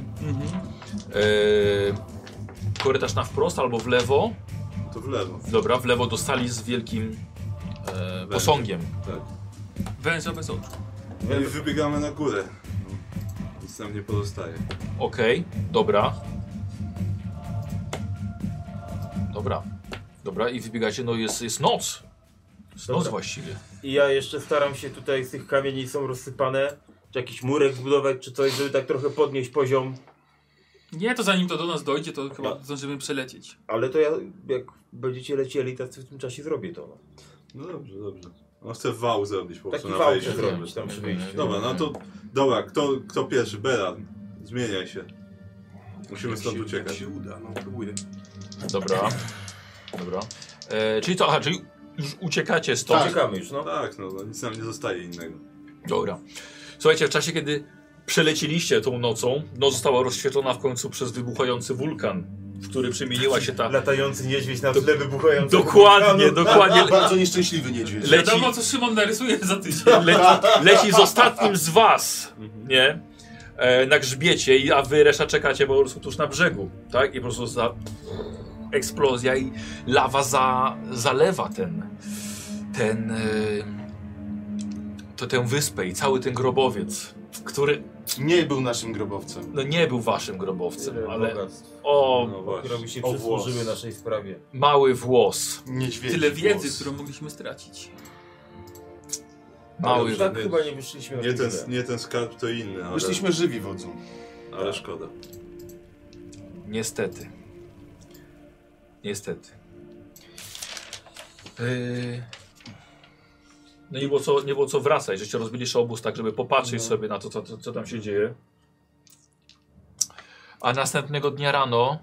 Speaker 1: Korytarz na wprost albo w lewo.
Speaker 3: To w lewo.
Speaker 1: Dobra, w lewo do sali z wielkim posągiem.
Speaker 3: Tak.
Speaker 2: Węża bez oczu.
Speaker 3: No i wybiegamy na górę. No, nic nam nie pozostaje.
Speaker 1: Okej, dobra. Dobra, i wybiegacie, no jest noc. Jest noc
Speaker 5: Dobra.
Speaker 1: właściwie.
Speaker 5: I ja jeszcze staram się tutaj z tych kamieni są rozsypane, czy jakiś murek zbudować, czy coś, żeby tak trochę podnieść poziom.
Speaker 2: Nie, to zanim to do nas dojdzie, to chyba zdążymy przelecieć.
Speaker 5: Ale to ja, jak będziecie lecieli, to w tym czasie zrobię to. No.
Speaker 3: No dobrze, dobrze. On chce wał zrobić po prostu
Speaker 5: Taki
Speaker 3: na
Speaker 5: wał
Speaker 3: wejściu.
Speaker 5: chcę zrobić tam przy wyjściu.
Speaker 3: Dobra, no to... Dobra, kto pierwszy? Beran. Zmieniaj się. Musimy stąd
Speaker 6: Jak
Speaker 3: uciekać.
Speaker 6: się uda, no próbuję.
Speaker 1: Dobra. Czyli to, aha, czyli już uciekacie stąd.
Speaker 5: Uciekamy już, no.
Speaker 3: Tak, no nic nam nie zostaje innego.
Speaker 1: Dobra. Słuchajcie, w czasie kiedy przelecieliście tą nocą, noc została rozświetlona w końcu przez wybuchający wulkan, w który przemieniła się ta...
Speaker 5: Latający niedźwiedź na tle wybuchający.
Speaker 1: Dokładnie.
Speaker 4: Bardzo nieszczęśliwy niedźwiedź.
Speaker 1: Leci,
Speaker 2: Wiadomo, co Szymon narysuje za tydzień.
Speaker 1: leci z ostatnim z was, nie? Na grzbiecie, a wy reszta czekacie po prostu tuż na brzegu, tak? I po prostu eksplozja i lawa zalewa tę wyspę i cały ten grobowiec, który
Speaker 4: Nie był naszym grobowcem.
Speaker 1: no nie był waszym grobowcem,
Speaker 5: Tyle
Speaker 1: ale
Speaker 5: bogactw,
Speaker 3: No właśnie.
Speaker 5: które by się
Speaker 4: O
Speaker 5: przysłużyły
Speaker 4: włos.
Speaker 5: naszej sprawie.
Speaker 1: mały włos.
Speaker 4: Niedźwiedzi
Speaker 2: Tyle wiedzy,
Speaker 4: włos.
Speaker 2: którą mogliśmy stracić.
Speaker 1: Mały
Speaker 5: Ale tak chyba nie wyszliśmy na tyle.
Speaker 3: Nie ten skarb to inny, ale,
Speaker 4: Wyszliśmy żywi, wodzu.
Speaker 3: ale szkoda.
Speaker 1: Niestety. No nie było co wracać, żeście rozbiliście obóz tak, żeby popatrzeć sobie na to, co tam się dzieje. A następnego dnia rano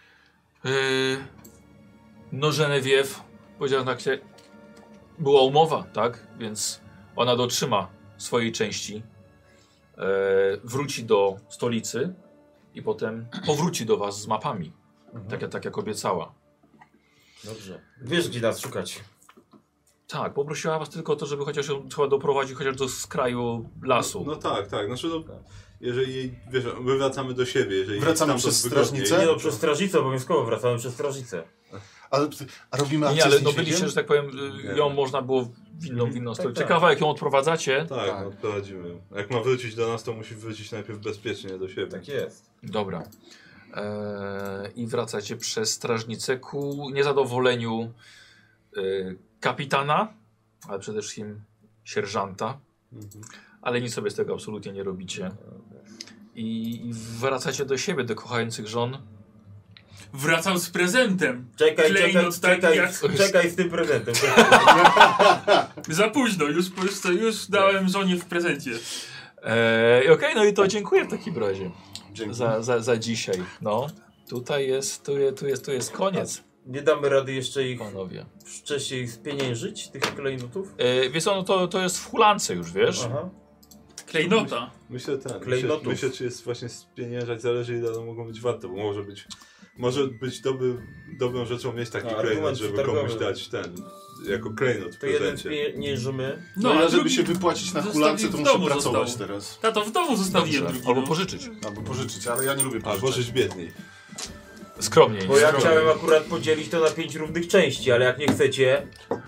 Speaker 1: no Genevieve powiedziała tak się, była umowa, tak? Więc ona dotrzyma swojej części. Wróci do stolicy i potem powróci do was z mapami. Tak jak obiecała.
Speaker 5: Dobrze. Wiesz, gdzie nas szukać.
Speaker 1: Tak, poprosiła was tylko o to, żeby chociaż ją trzeba doprowadzić chociaż do skraju lasu.
Speaker 3: No tak. Znaczy, no, jeżeli, wiesz, my wracamy do siebie, jeżeli
Speaker 4: Wracamy
Speaker 3: tam to
Speaker 4: przez
Speaker 3: wygodniej-
Speaker 4: strażnicę?
Speaker 5: Nie no, przez strażnicę obowiązkowo wracamy przez strażnicę.
Speaker 4: A robimy
Speaker 1: Nie,
Speaker 4: akcję
Speaker 1: ale
Speaker 4: z
Speaker 1: no
Speaker 4: niedźwiedziem?
Speaker 1: byliście, że tak powiem, ją można było w inną stronę. Ciekawe, jak ją odprowadzacie.
Speaker 3: Tak,
Speaker 4: Tak.
Speaker 3: no, odprowadzimy. Jak ma wrócić do nas, to musi wrócić najpierw bezpiecznie do siebie.
Speaker 5: Tak jest.
Speaker 1: Dobra. I wracacie przez strażnicę ku niezadowoleniu kapitana, ale przede wszystkim sierżanta. Ale nic sobie z tego absolutnie nie robicie. I wracacie do siebie, do kochających żon.
Speaker 2: Wracał z prezentem.
Speaker 5: Czekaj
Speaker 2: jak...
Speaker 5: z tym prezentem.
Speaker 2: Za późno, już dałem żonie w prezencie.
Speaker 1: Okej, no i to dziękuję w takim razie
Speaker 4: Dzięki.
Speaker 1: za dzisiaj. No, tutaj jest koniec,
Speaker 5: Nie damy rady jeszcze ich
Speaker 1: panowie.
Speaker 5: wcześniej spieniężyć, tych klejnotów?
Speaker 1: Wiesz co, no to jest w hulance już, wiesz?
Speaker 5: Aha.
Speaker 2: Klejnota.
Speaker 3: Myślę,
Speaker 5: Klejnotów.
Speaker 3: myślę, czy jest właśnie spieniężać, zależy ile one mogą być warte, bo może być dobrą rzeczą mieć taki
Speaker 5: argument
Speaker 3: klejnot, żeby
Speaker 5: przetargowy.
Speaker 3: komuś dać ten, jako klejnot w
Speaker 5: To jeden
Speaker 3: prezencie.
Speaker 5: spieniężymy.
Speaker 4: No,
Speaker 2: a
Speaker 4: ale żeby
Speaker 2: drugi
Speaker 4: się wypłacić na
Speaker 2: zostawił
Speaker 4: hulance, to
Speaker 2: w
Speaker 4: muszę
Speaker 2: domu
Speaker 4: pracować
Speaker 2: został.
Speaker 4: teraz.
Speaker 2: Tato, w domu zostawiłem
Speaker 1: Dobrze,
Speaker 2: drugi.
Speaker 1: albo
Speaker 2: no.
Speaker 1: pożyczyć.
Speaker 4: Albo pożyczyć, ale ja nie lubię
Speaker 3: Albo
Speaker 4: pożyczać.
Speaker 3: żyć biedniej.
Speaker 1: Skromniej.
Speaker 5: Bo ja
Speaker 1: skromniej.
Speaker 5: chciałem akurat podzielić to na 5 równych części, ale jak nie chcecie,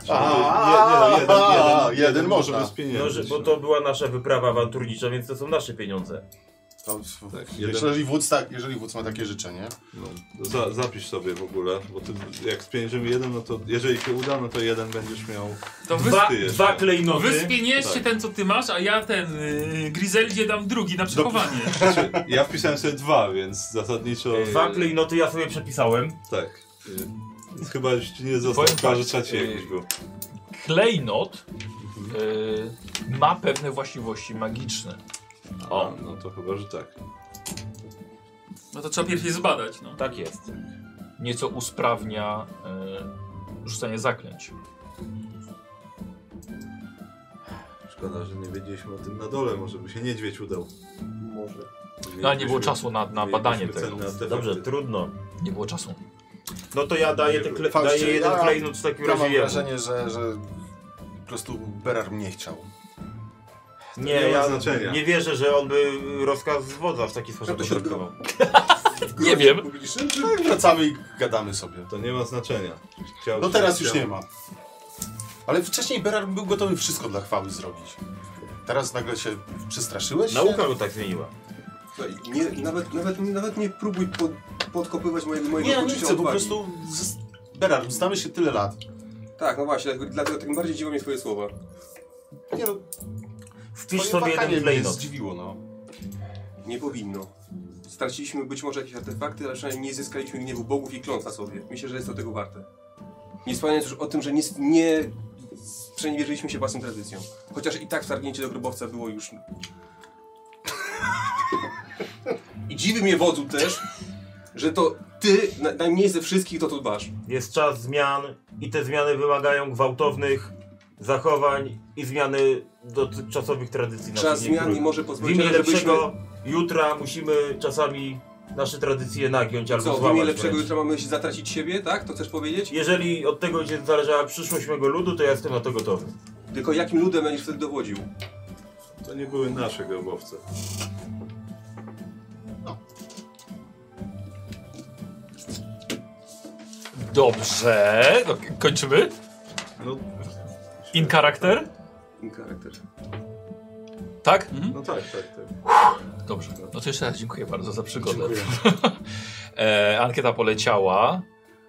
Speaker 4: Jeden można.
Speaker 5: no,
Speaker 3: spieniężyć.
Speaker 5: bo to była nasza wyprawa awanturnicza, więc to są nasze pieniądze.
Speaker 4: To,
Speaker 3: Tak,
Speaker 4: jeżeli wódz ma takie życzenie.
Speaker 3: No, to zapisz sobie w ogóle, bo ty, jak spieniężymy jeden, no to jeżeli się uda, no to jeden będziesz miał.
Speaker 2: To
Speaker 3: Ty jeszcze.
Speaker 5: Dwa klejnoty.
Speaker 2: wy spieniężcie
Speaker 3: Tak.
Speaker 2: ten, co ty masz, a ja ten Griseldzie dam drugi na przechowanie.
Speaker 3: Znaczy, ja wpisałem sobie 2, więc zasadniczo.
Speaker 5: 2 klejnoty ja sobie przepisałem.
Speaker 3: Tak. Chyba już ci nie został,
Speaker 1: Powiem tak,
Speaker 3: pożyczacie jakiś był.
Speaker 1: Klejnot ma pewne właściwości magiczne.
Speaker 3: O, no to chyba, że tak.
Speaker 2: No to trzeba pierw je zbadać, no.
Speaker 5: Tak jest.
Speaker 1: Nieco usprawnia rzucanie zaklęć.
Speaker 3: Szkoda, że nie wiedzieliśmy o tym na dole, może by się niedźwiedź udał.
Speaker 6: Może.
Speaker 1: No ale nie było czasu na badanie tego.
Speaker 5: Dobrze, trudno.
Speaker 1: Nie było czasu.
Speaker 5: No to ja daję, daję
Speaker 4: Fauście,
Speaker 5: jeden
Speaker 4: ja-
Speaker 5: klejnot w takim
Speaker 4: Ja mam
Speaker 5: razie jemu.
Speaker 4: wrażenie, że po prostu Berar mnie chciał.
Speaker 5: Nie,
Speaker 3: Nie ma
Speaker 5: ja
Speaker 3: znaczenia.
Speaker 5: nie wierzę, że on by rozkaz z wodza w taki sposób
Speaker 6: to się
Speaker 5: potraktował.
Speaker 1: Nie wiem.
Speaker 4: Tak, wracamy i gadamy sobie.
Speaker 3: To nie ma znaczenia.
Speaker 4: No teraz już nie ma. Ale wcześniej Berar był gotowy wszystko dla chwały zrobić. Teraz nagle się przestraszyłeś?
Speaker 5: Nauka go tak zmieniła.
Speaker 6: Słuchaj, nawet nie próbuj podkopywać mojego
Speaker 4: Nie, nie
Speaker 6: poczucia
Speaker 4: chcę, po
Speaker 6: odwagi.
Speaker 4: prostu... Berar, znamy się tyle lat.
Speaker 6: Tak, no właśnie, dlatego tym bardziej dziwią mnie twoje słowa.
Speaker 4: Nie no,
Speaker 5: Wpisz
Speaker 4: twoje
Speaker 5: sobie
Speaker 4: wahanie
Speaker 5: jeden
Speaker 4: mnie
Speaker 5: klejnot.
Speaker 4: zdziwiło, no.
Speaker 6: Nie powinno. Straciliśmy być może jakieś artefakty, ale przynajmniej nie zyskaliśmy gniewu bogów i klątw na sobie. Myślę, że jest to tego warte. Nie wspominając już o tym, że nie sprzeniewierzyliśmy się własną tradycjom. Chociaż i tak wtargnięcie do grobowca było już... I dziwi mnie wodzu też, że to ty, najmniej ze wszystkich, to dbasz.
Speaker 5: Jest czas zmian i te zmiany wymagają gwałtownych zachowań i zmiany dotychczasowych tradycji.
Speaker 6: Czas
Speaker 5: naszych
Speaker 6: zmian
Speaker 5: niektórych.
Speaker 6: nie może
Speaker 5: W
Speaker 6: pozwolić,
Speaker 5: imię
Speaker 6: żebyśmy...
Speaker 5: lepszego jutra musimy czasami nasze tradycje nagiąć albo
Speaker 6: Co, w
Speaker 5: złamać
Speaker 6: imię lepszego
Speaker 5: wręcz.
Speaker 6: jutra mamy się zatracić siebie, tak? To chcesz powiedzieć?
Speaker 5: Jeżeli od tego będzie zależała przyszłość mego ludu, to ja jestem na to gotowy.
Speaker 6: Tylko jakim ludem będziesz wtedy dowodził?
Speaker 3: To nie były nasze grobowce.
Speaker 1: Dobrze. No, kończymy?
Speaker 3: No,
Speaker 1: In charakter?
Speaker 6: Charakter.
Speaker 1: Tak?
Speaker 3: no tak.
Speaker 1: Dobrze. No to jeszcze raz dziękuję bardzo za przygodę.
Speaker 4: Dziękuję.
Speaker 1: Ankieta poleciała.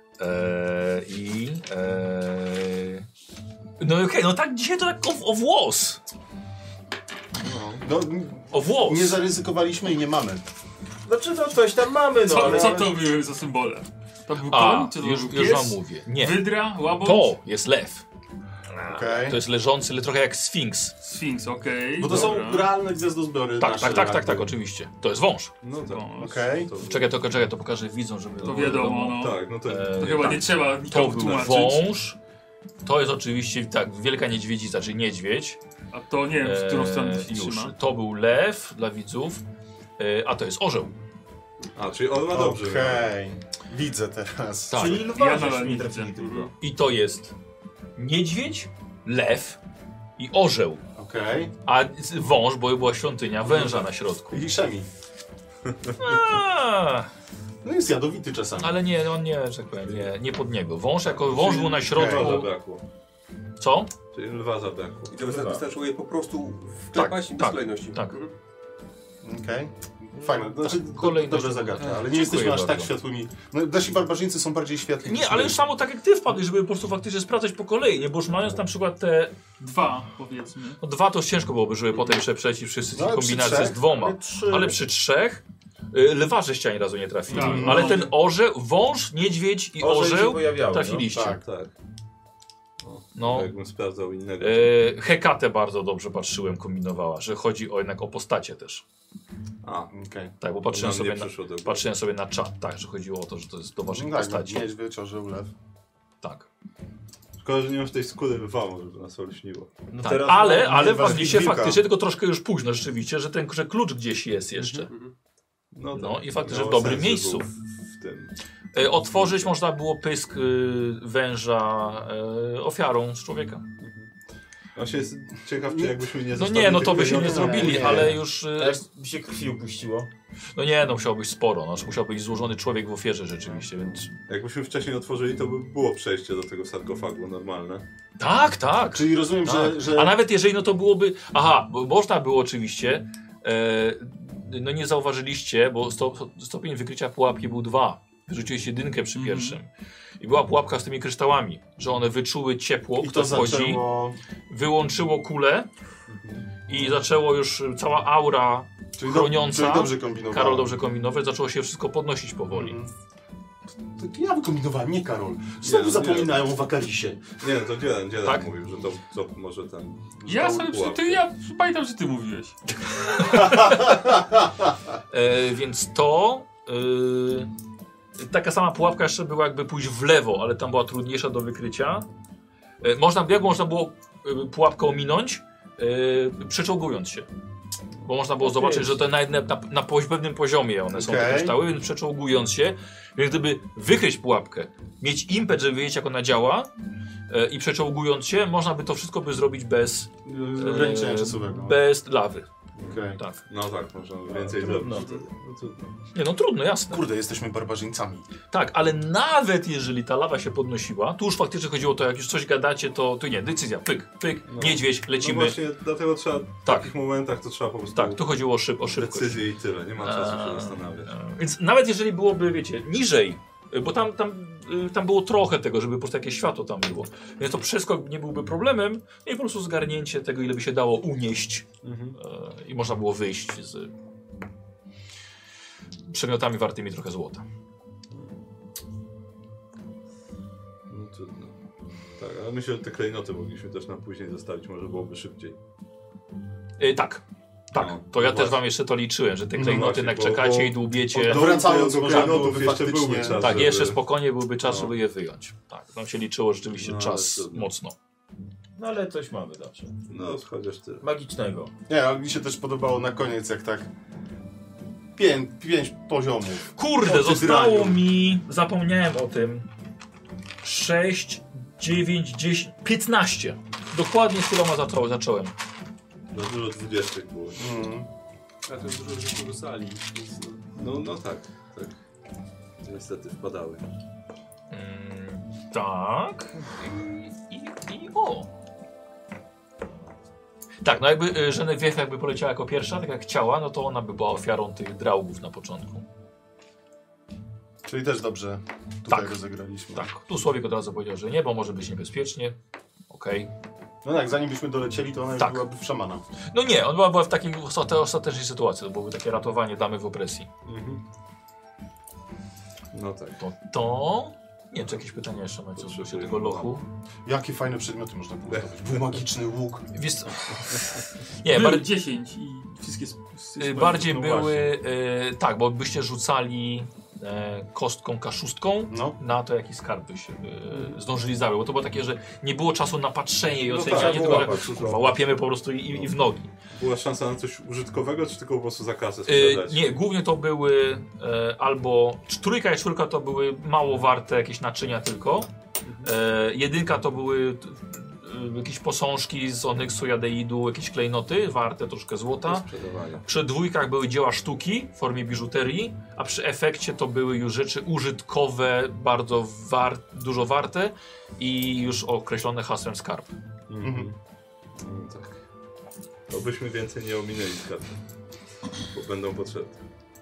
Speaker 1: No okej, no tak dzisiaj to tak o włos.
Speaker 4: No,
Speaker 1: O włos.
Speaker 4: nie zaryzykowaliśmy i nie mamy.
Speaker 5: Znaczy no coś tam mamy, no ale...
Speaker 2: Co to były za symbole? To był
Speaker 1: A,
Speaker 2: koń? Czy to
Speaker 1: już
Speaker 2: był pies?
Speaker 1: wam mówię. Nie.
Speaker 2: Wydra? Łabądź?
Speaker 1: To jest lew.
Speaker 4: Okej.
Speaker 1: To jest leżący, ale trochę jak sfinks.
Speaker 2: Sfinks, okej.
Speaker 4: Bo to
Speaker 2: dobra.
Speaker 4: są realne gwiazdozbiory.
Speaker 1: Tak,
Speaker 4: nasze
Speaker 1: tak, oczywiście. To jest wąż.
Speaker 3: No tak.
Speaker 2: No,
Speaker 4: Okej.
Speaker 1: Czekaj, to pokażę widzom, żeby...
Speaker 2: to wiadomo, no.
Speaker 3: Tak, no to...
Speaker 2: To chyba nie trzeba
Speaker 1: To
Speaker 2: nikomu
Speaker 1: był
Speaker 2: tłumaczyć.
Speaker 1: wąż. To jest oczywiście, tak, wielka niedźwiedzica, czy niedźwiedź.
Speaker 2: A to nie wiem, w którą stronę to się
Speaker 1: Już.
Speaker 2: trzyma.
Speaker 1: To był lew dla widzów, a to jest orzeł.
Speaker 3: A, czyli on ma dobrze.
Speaker 4: Okej. Widzę teraz.
Speaker 1: Tak.
Speaker 5: Czyli
Speaker 2: Ja
Speaker 5: lwa
Speaker 2: nadal
Speaker 5: żeśmy
Speaker 2: nie
Speaker 5: trafili
Speaker 2: widzę.
Speaker 5: tylko.
Speaker 1: I to jest niedźwiedź, lew i orzeł.
Speaker 4: Okej.
Speaker 1: A wąż, bo była świątynia węża na środku.
Speaker 4: I Szemi.
Speaker 1: A,
Speaker 4: No jest jadowity czasami.
Speaker 1: ale nie, on nie, że tak powiem, nie pod niego. Wąż jako wąż był na środku.
Speaker 3: Lwa zabrakło.
Speaker 1: Co?
Speaker 3: Czyli lwa zabrakło.
Speaker 6: I to wystarczyło je po prostu wklepać bez
Speaker 1: tak,
Speaker 6: kolejności.
Speaker 1: tak.
Speaker 6: Mhm.
Speaker 4: Okej. Fajne. Znaczy,
Speaker 1: kolejność
Speaker 4: dobra
Speaker 1: to-
Speaker 4: zagadka, ale nie
Speaker 1: Dziękuję
Speaker 4: jesteśmy aż tak
Speaker 1: bardzo.
Speaker 4: światłymi. No, nasi barbarzyńcy są bardziej światli.
Speaker 1: Nie,
Speaker 4: niż
Speaker 1: ale
Speaker 4: my.
Speaker 1: już samo tak jak ty wpadłeś, żeby po prostu faktycznie sprawdzać po kolei, nie? Bo już mając na przykład te
Speaker 2: 2, powiedzmy.
Speaker 1: no, 2 to ciężko byłoby, żeby potem jeszcze przejść wszyscy
Speaker 4: No, ale przy
Speaker 1: kombinacje
Speaker 4: trzech,
Speaker 1: z 2.
Speaker 4: ale trzy.
Speaker 1: Ale przy 3 lwa żeście ani razu nie trafili.
Speaker 2: Tak,
Speaker 1: Ale
Speaker 2: no.
Speaker 1: ten wąż, niedźwiedź i
Speaker 5: Orzeł się
Speaker 1: orzeł
Speaker 5: pojawiały,
Speaker 1: trafiliście.
Speaker 5: no.
Speaker 4: Tak.
Speaker 3: Tak.
Speaker 1: No.
Speaker 3: Jakbym sprawdzał innego.
Speaker 1: Hekatę bardzo dobrze patrzyłem, kombinowała, że chodzi jednak o postacie też.
Speaker 3: A,
Speaker 4: Okej.
Speaker 1: Tak, bo patrzyłem sobie na czat, tak, że chodziło o to, że to jest do waszych
Speaker 4: No tak,
Speaker 1: postaci.
Speaker 4: niedźwiedź, orzeł, lew.
Speaker 1: Tak.
Speaker 3: szkoda, że nie mam w tej skóry lwa, może by nas olśniło.
Speaker 5: No
Speaker 1: Tak.
Speaker 5: teraz
Speaker 1: Ale
Speaker 5: mamy
Speaker 1: wpadliście
Speaker 4: wilka.
Speaker 1: faktycznie, tylko troszkę już późno rzeczywiście, że klucz gdzieś jest jeszcze.
Speaker 3: No,
Speaker 1: No
Speaker 3: tak.
Speaker 1: i faktycznie
Speaker 3: Miało
Speaker 1: w dobrym
Speaker 3: sens, że
Speaker 1: miejscu.
Speaker 3: był w tym.
Speaker 1: Otworzyć można było pysk węża ofiarą z człowieka.
Speaker 3: Właśnie jest ciekaw, czy jakbyśmy nie
Speaker 1: No
Speaker 3: zostawili
Speaker 1: nie, no
Speaker 3: tych
Speaker 1: to byśmy nie
Speaker 3: pieniędzy.
Speaker 1: zrobili,
Speaker 4: nie.
Speaker 1: ale już...
Speaker 5: A jak mi się krwi upuściło?
Speaker 1: No nie, no musiał być sporo, no, musiał być złożony człowiek w ofierze rzeczywiście, więc...
Speaker 3: Jakbyśmy wcześniej otworzyli, to by było przejście do tego sarkofagu normalne.
Speaker 1: Tak, tak.
Speaker 4: Czyli rozumiem,
Speaker 1: Tak.
Speaker 4: że...
Speaker 1: A nawet jeżeli no to byłoby... Aha, bo można było oczywiście... no nie zauważyliście, bo stopień wykrycia pułapki był 2. Wyrzuciłeś 1 przy pierwszym. I była pułapka z tymi kryształami, że one wyczuły ciepło,
Speaker 4: I
Speaker 1: kto
Speaker 4: to
Speaker 1: wchodzi,
Speaker 4: zaczęło...
Speaker 1: wyłączyło kulę i zaczęło już cała aura chroniąca.
Speaker 4: Czyli dobrze kombinowałem.
Speaker 1: Karol dobrze kombinować, zaczęło się wszystko podnosić powoli.
Speaker 4: To ja wykombinowałem, nie Karol. Znowu
Speaker 3: Nie,
Speaker 4: zapominają o Wakarisie.
Speaker 3: Nie, to Dzieran
Speaker 1: Tak?
Speaker 3: mówił, że to może ten...
Speaker 2: Ja
Speaker 3: tą
Speaker 2: sobie
Speaker 3: pułapkę.
Speaker 2: ja pamiętam, że ty mówiłeś.
Speaker 1: Więc to... taka sama pułapka jeszcze była jakby pójść w lewo, ale tam była trudniejsza do wykrycia. Jak można było pułapkę ominąć? Przeczołgując się. Bo można było zobaczyć, że to na pewnym poziomie one są te
Speaker 4: Okej.
Speaker 1: kryształy, więc przeczołgując się, więc gdyby wykryć pułapkę, mieć impet, żeby wiedzieć jak ona działa i przeczołgując się, można by to wszystko zrobić bez
Speaker 4: Ograniczenia czasowego.
Speaker 1: bez lawy.
Speaker 4: Okej.
Speaker 1: Tak.
Speaker 3: No tak, można więcej zrobić.
Speaker 5: trudno.
Speaker 3: wtedy. No trudno.
Speaker 1: Nie no trudno, jasne.
Speaker 4: Kurde, jesteśmy barbarzyńcami.
Speaker 1: Tak, ale nawet jeżeli ta lawa się podnosiła, tu już faktycznie chodziło o to, jak już coś gadacie, to nie, decyzja, pyk, pyk,
Speaker 3: No.
Speaker 1: niedźwiedź,
Speaker 3: No
Speaker 1: lecimy.
Speaker 3: właśnie, dlatego trzeba w
Speaker 1: Tak.
Speaker 3: takich momentach to trzeba po prostu
Speaker 1: Tak, tu chodziło o szybkość.
Speaker 3: decyzję i tyle, nie ma czasu się zastanawiać.
Speaker 1: Więc nawet jeżeli byłoby, wiecie, niżej, bo tam było trochę tego, żeby po prostu jakieś światło tam było, więc to przeskok nie byłby problemem i po prostu zgarnięcie tego, ile by się dało unieść i można było wyjść z przedmiotami wartymi trochę złota.
Speaker 3: No trudno. Tak, ale myślę, że te klejnoty mogliśmy też na później zostawić, może byłoby szybciej.
Speaker 1: Tak. Tak,
Speaker 3: No,
Speaker 1: to ja
Speaker 3: właśnie.
Speaker 1: też wam jeszcze to liczyłem, że te
Speaker 4: No
Speaker 1: klejnoty
Speaker 3: właśnie,
Speaker 1: jak
Speaker 3: bo-
Speaker 1: czekacie
Speaker 3: bo-
Speaker 1: i dłubiecie.
Speaker 4: Wracając
Speaker 3: do
Speaker 4: do
Speaker 3: klejnotów
Speaker 4: klejnotów,
Speaker 3: jeszcze byłby
Speaker 4: faktycznie.
Speaker 3: czas.
Speaker 1: Tak,
Speaker 3: żeby-
Speaker 1: jeszcze spokojnie byłby czas,
Speaker 3: No.
Speaker 1: żeby je wyjąć. Tak, nam się liczyło rzeczywiście
Speaker 3: No,
Speaker 1: czas
Speaker 3: ale trudno.
Speaker 1: mocno.
Speaker 5: No ale coś mamy zawsze.
Speaker 3: No, chociaż tyle.
Speaker 5: Magicznego.
Speaker 4: Nie, ale mi się też podobało na koniec, jak tak... 5 poziomów.
Speaker 1: Kurde,
Speaker 4: O, ty
Speaker 1: zostało
Speaker 4: draniu.
Speaker 1: mi, zapomniałem o tym, 6, 9, 10, 15. Dokładnie z tyloma zacząłem.
Speaker 3: No dużo 20 było.
Speaker 6: A to jest dużo rzeczy do sali. Więc no.
Speaker 3: No tak, tak. Niestety wpadały.
Speaker 1: Tak. I o. Tak, no jakby Genevieve jakby poleciała jako pierwsza, tak jak chciała, no to ona by była ofiarą tych draugów na początku.
Speaker 4: Czyli też dobrze tutaj
Speaker 1: Tak.
Speaker 4: rozegraliśmy.
Speaker 1: Tak, tu Słowik od razu powiedział, że nie, bo może być niebezpiecznie. Okej.
Speaker 4: No tak, zanim byśmy dolecieli, to ona
Speaker 1: Tak.
Speaker 4: już byłaby w szamana.
Speaker 1: No nie, on była w takiej ostatecznej sytuacji, to byłoby takie ratowanie damy w opresji.
Speaker 3: No tak.
Speaker 1: To... Nie wiem, czy jakieś pytania jeszcze macie odnośnie tego lochu?
Speaker 4: Jakie fajne przedmioty można było zdobyć. Był magiczny łuk.
Speaker 1: Wiesz co? Nie,
Speaker 2: Były
Speaker 1: bardziej...
Speaker 2: 10 i wszystkie...
Speaker 1: Bardziej
Speaker 2: no
Speaker 1: były, tak, bo byście rzucali kostką K6
Speaker 4: No.
Speaker 1: na to, jaki skarb byście zdążyli zabrać, bo to było takie, że nie było czasu na patrzenie i
Speaker 3: No
Speaker 1: ocenianie,
Speaker 3: tak,
Speaker 1: tylko że
Speaker 3: łapać,
Speaker 1: kurwa, łapiemy po prostu i w nogi.
Speaker 3: Była szansa na coś użytkowego, czy tylko po prostu za kasę sprzedać?
Speaker 1: Nie, głównie to były albo trójka i czwórka to były mało warte jakieś naczynia tylko. Jedynka to były jakieś posążki z onyksu, jadeidu, jakieś klejnoty warte troszkę złota. Przy dwójkach były dzieła sztuki w formie biżuterii, a przy efekcie to były już rzeczy użytkowe, bardzo dużo warte i już określone hasłem skarb.
Speaker 3: No tak. To byśmy więcej nie ominęli skarby, bo będą potrzebne.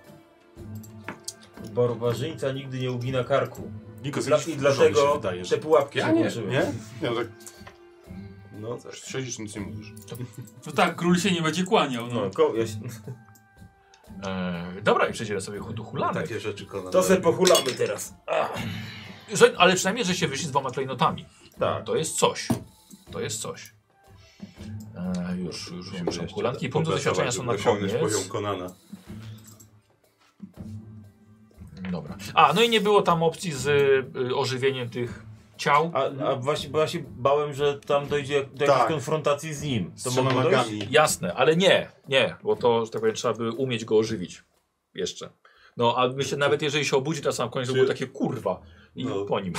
Speaker 5: Barbarzyńca nigdy nie ugina karku.
Speaker 4: Nikos,
Speaker 5: I dlatego
Speaker 4: wydaje,
Speaker 5: te pułapki się włączyły.
Speaker 4: Nie? Nie, no tak
Speaker 3: No tak.
Speaker 4: siedzisz, nic nie mówisz.
Speaker 2: No tak, król się nie będzie kłaniał. No.
Speaker 1: Dobra, i przejdziemy sobie do hulanek.
Speaker 3: Takie rzeczy Conan.
Speaker 5: To sobie pohulamy teraz.
Speaker 1: Ale przynajmniej, że się wyszli z 2 klejnotami.
Speaker 5: Tak.
Speaker 1: To jest coś. To jest coś. Już muszą hulanki. Punkty doświadczenia są na
Speaker 3: osiągnąć
Speaker 1: koniec.
Speaker 3: poziom Conana.
Speaker 1: Dobra. No i nie było tam opcji z ożywieniem tych ciał.
Speaker 5: A właśnie, bo ja się bałem, że tam dojdzie do jakiejś konfrontacji z nim. To mogło dojść?
Speaker 1: Jasne, ale nie, bo to, że tak powiem, trzeba by umieć go ożywić. Jeszcze. No, a myślę, nawet jeżeli się obudzi, to sam koniec to było takie kurwa. I po nim.